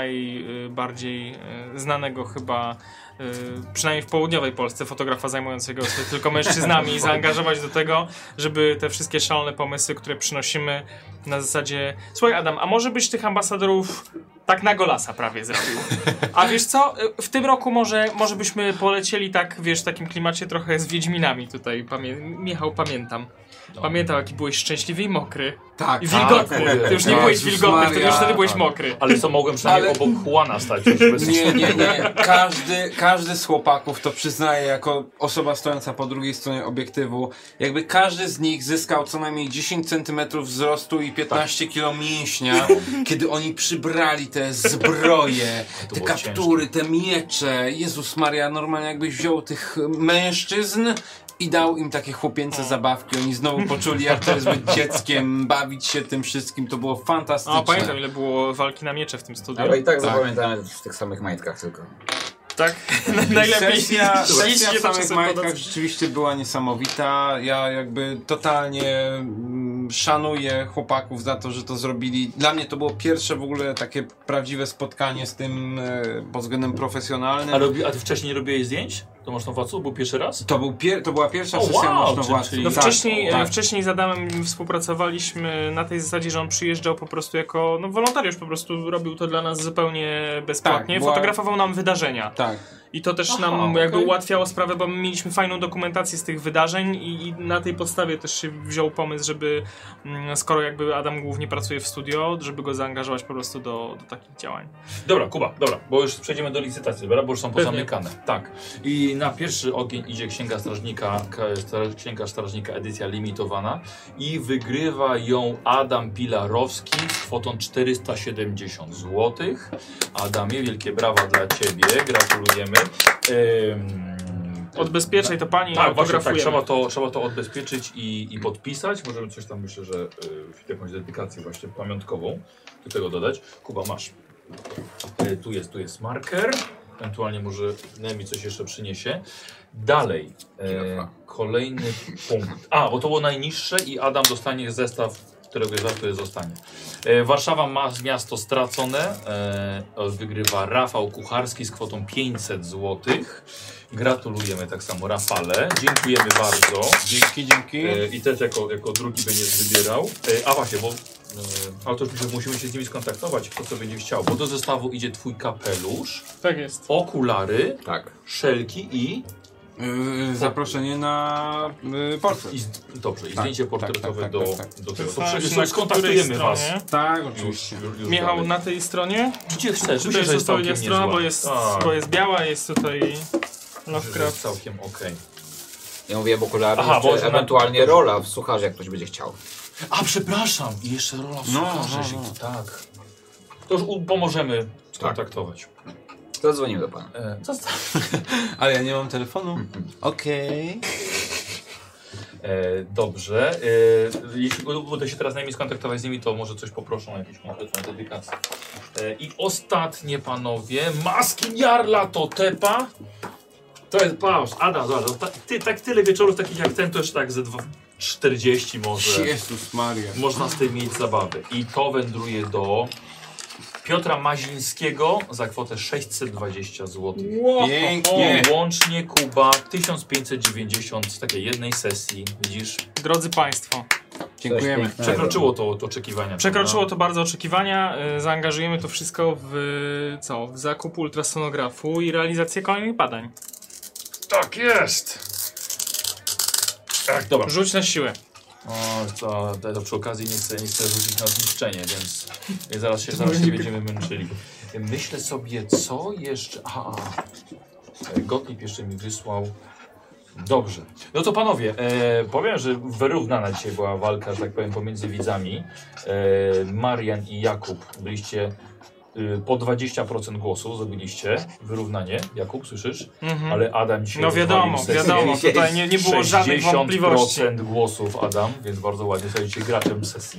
najbardziej znanego chyba, przynajmniej w południowej Polsce, fotografa zajmującego się tylko mężczyznami zaangażować do tego, żeby te wszystkie szalone pomysły, które przynosimy na zasadzie słuchaj Adam, a może byś tych ambasadorów tak na golasa prawie zrobił. A wiesz co, w tym roku może, może byśmy polecieli tak, wiesz, w takim klimacie trochę z Wiedźminami tutaj. Pamię Michał, pamiętam. Pamiętam, jaki byłeś szczęśliwy i mokry.
Tak,
I wilgotny.
tak,
Ty już nie
tak,
byłeś
Jezus
wilgotny, wtedy już
Maria,
wtedy byłeś
tak.
mokry.
Ale co, mogłem przynajmniej
Ale-
obok Juana stać. Już bez...
Nie, nie, nie. Każdy, każdy z chłopaków to przyznaje jako osoba stojąca po drugiej stronie obiektywu. Jakby każdy z nich zyskał co najmniej dziesięć centymetrów wzrostu i piętnaście kilo mięśnia, kiedy oni przybrali te zbroje,
To
te
było
kaptury, te miecze. Jezus Maria, normalnie jakbyś wziął tych mężczyzn i dał im takie chłopięce zabawki. Oni znowu poczuli, jak to jest być dzieckiem, bawić się tym wszystkim. To było fantastyczne.
O, pamiętam, ile było walki na miecze w tym studiu.
Ale i tak
Tak.
zapamiętamy w tych samych majtkach tylko.
Tak? Najlepiej
Sesja, sesja
ślicznie
w
to
samych
czasem
majtkach
podać.
rzeczywiście była niesamowita. Ja jakby totalnie mm, szanuję chłopaków za to, że to zrobili. Dla mnie to było pierwsze w ogóle takie prawdziwe spotkanie z tym e, pod względem profesjonalnym.
A, robi, a ty wcześniej nie robiłeś zdjęć? To można władcu? Był pierwszy raz?
To, był pier- to była pierwsza
O,
sesja
wow,
Można
czyli-
Władcy.
czyli-
No
Tak,
wcześniej,
tak.
e, wcześniej z Adamem współpracowaliśmy na tej zasadzie, że on przyjeżdżał po prostu jako no, wolontariusz, po prostu robił to dla nas zupełnie bezpłatnie,
Tak, była-
fotografował nam wydarzenia.
Tak.
I to też
Aha,
nam jakby
okej.
ułatwiało sprawę, bo my mieliśmy fajną dokumentację z tych wydarzeń i, i na tej podstawie też się wziął pomysł, żeby mm, skoro jakby Adam głównie pracuje w studio, żeby go zaangażować po prostu do, do takich działań.
Dobra, Kuba, dobra, bo już przejdziemy do licytacji, dobra, bo już są
Pewnie.
pozamykane. Tak. I na pierwszy ogień idzie Księga Strażnika, K- Stra- Księga Strażnika edycja limitowana i wygrywa ją Adam Pilarowski z kwotą czterysta siedemdziesiąt złotych. Adamie, wielkie brawa dla Ciebie, gratulujemy. Ym,
Odbezpieczaj to pani,
tak, właśnie, tak,
autografujemy.
trzeba to, trzeba to odbezpieczyć i, i podpisać. Możemy coś tam, myślę, że y, jakąś dedykację właśnie pamiątkową do tego dodać. Kuba, masz. Y, tu jest, tu jest marker. Ewentualnie może Nemi coś jeszcze przyniesie. Dalej. E, kolejny punkt. A, bo to było najniższe i Adam dostanie zestaw, którego żartuję zostanie. E, Warszawa ma miasto stracone. E, wygrywa Rafał Kucharski z kwotą pięćset złotych. Gratulujemy tak samo Rafale. Dziękujemy bardzo.
Dzięki, dzięki.
E, I też jako, jako drugi będziesz wybierał. E, a właśnie, bo e, ale to już musimy się z nimi skontaktować, kto co będzie chciał. Bo do zestawu idzie twój kapelusz,
Tak jest.
okulary,
Tak.
szelki i,
Yy, zaproszenie na yy, portret.
i dobrze, i
Tak,
zdjęcie
tak,
portretowe
tak,
do,
tak, tak.
do tego. To
Zastanawiam
przecież
się, na
skontaktujemy
której
was.
stronie.
Tak,
Już,
oczywiście.
już, już
Michał,
dalej.
na tej stronie?
Gdzie chcesz?
Tutaj
Myślę,
jest
że jest
odpowiednia
całkiem
strona,
niezła.
bo jest,
Tak,
bo jest biała, jest tutaj
myślę, że jest
Lovecraft.
całkiem okej.
Ja mówię okularny,
Aha, bo
czy
że-
ewentualnie rola w sucharze, jak ktoś będzie chciał.
A, przepraszam! I jeszcze rola w
No,
sucharze,
no, no.
tak. To już u- pomożemy skontaktować.
To dzwonimy do pana.
E, zostaw.
Ale ja nie mam telefonu. Okej.
E, dobrze. E, jeśli uda się teraz najmniej skontaktować z nimi, to może coś poproszą o jakąś konkretną dedykację. E, I ostatnie, panowie, maski Jarla Totepa. To jest pauz. Adam, zobacz, ta, ty, tak tyle wieczorów takich jak ten, to już tak ze dwa- czterdzieści może.
Jezus Maria.
Można z tym mieć zabawę. I to wędruje do Piotra Mazińskiego za kwotę sześćset dwadzieścia złotych.
Pięknie.
O, łącznie Kuba tysiąc pięćset dziewięćdziesiąt z takiej jednej sesji, widzisz?
Drodzy Państwo,
Dziękujemy.
pięknego.
Przekroczyło to, to oczekiwania.
przekroczyło
prawda?
to bardzo oczekiwania. y, Zaangażujemy to wszystko w co? W zakup ultrasonografu i realizację kolejnych badań.
Tak jest! Tak, dobra.
Rzuć na siłę.
O, to, to przy okazji nie chcę, nie chcę rzucić na zniszczenie, więc, więc zaraz się zaraz nie będziemy męczyli. Myślę sobie, co jeszcze... Aha, Gottlieb jeszcze mi wysłał... Dobrze. No to panowie, e, powiem, że wyrównana dzisiaj była walka, że tak powiem, pomiędzy widzami. E, Marian i Jakub byliście e, po dwadzieścia procent głosów, zrobiliście wyrównanie. Jakub, słyszysz?
Mhm.
Ale Adam dzisiaj
No wiadomo,
sesję.
wiadomo, tutaj nie, nie było żadnych wątpliwości.
sześćdziesiąt procent głosów Adam, więc bardzo ładnie stajecie graczem sesji.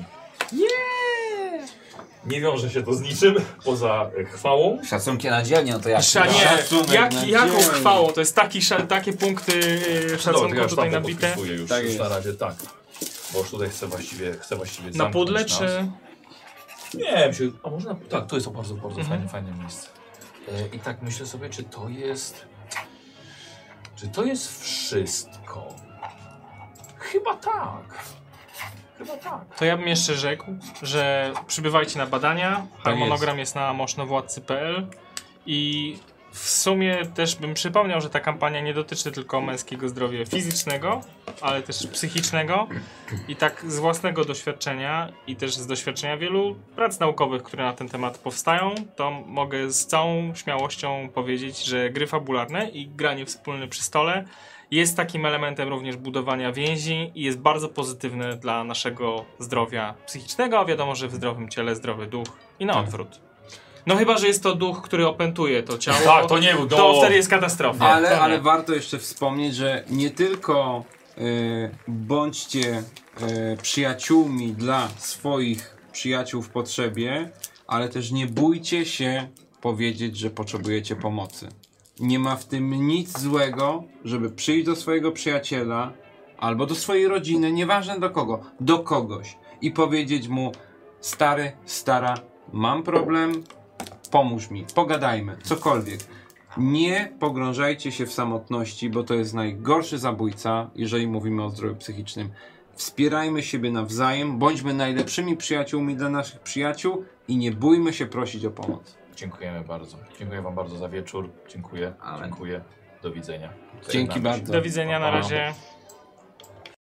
Nie wiąże się to z niczym, poza e, chwałą.
Szacunki na dzielnie, no to jak?
Sza, nie,
Szacunek
jak,
na
jaką
dzień.
chwałą? To jest taki, sza- takie punkty yy, szacunku
ja już
tutaj
tam to
nabite.
podpisuję już,
Tak
już
jest.
na razie tak. Bo już tutaj chcę właściwie, chcę właściwie
Na
zamknąć
pudle,
nas.
czy...
Nie, myślę, a może na, tak, to jest bardzo, bardzo
Mhm.
fajne, fajne miejsce. E, I tak myślę sobie, czy to jest, czy to jest wszystko? Chyba tak. Chyba tak.
To ja bym jeszcze rzekł, że przybywajcie na badania. Harmonogram jest na moszynowładcy kropka p l i w sumie też bym przypomniał, że ta kampania nie dotyczy tylko męskiego zdrowia fizycznego, ale też psychicznego i tak z własnego doświadczenia i też z doświadczenia wielu prac naukowych, które na ten temat powstają, to mogę z całą śmiałością powiedzieć, że gry fabularne i granie wspólne przy stole jest takim elementem również budowania więzi i jest bardzo pozytywne dla naszego zdrowia psychicznego, a wiadomo, że w zdrowym ciele zdrowy duch i na odwrót. No chyba, że jest to duch, który opętuje to ciało,
Tak, to nie był,
to
to
wtedy jest katastrofa.
Ale,
To nie.
ale warto jeszcze wspomnieć, że nie tylko y, bądźcie y, przyjaciółmi dla swoich przyjaciół w potrzebie, ale też nie bójcie się powiedzieć, że potrzebujecie pomocy. Nie ma w tym nic złego, żeby przyjść do swojego przyjaciela albo do swojej rodziny, nieważne do kogo, do kogoś i powiedzieć mu: stary, stara, mam problem, pomóż mi, pogadajmy, cokolwiek. Nie pogrążajcie się w samotności, bo to jest najgorszy zabójca, jeżeli mówimy o zdrowiu psychicznym. Wspierajmy siebie nawzajem, bądźmy najlepszymi przyjaciółmi dla naszych przyjaciół i nie bójmy się prosić o pomoc.
Dziękujemy bardzo. Dziękuję wam bardzo za wieczór. Dziękuję.
Amen.
Dziękuję. Do widzenia.
Dzięki
Żegnamy się.
bardzo.
Do widzenia, na
Pa, pa.
razie.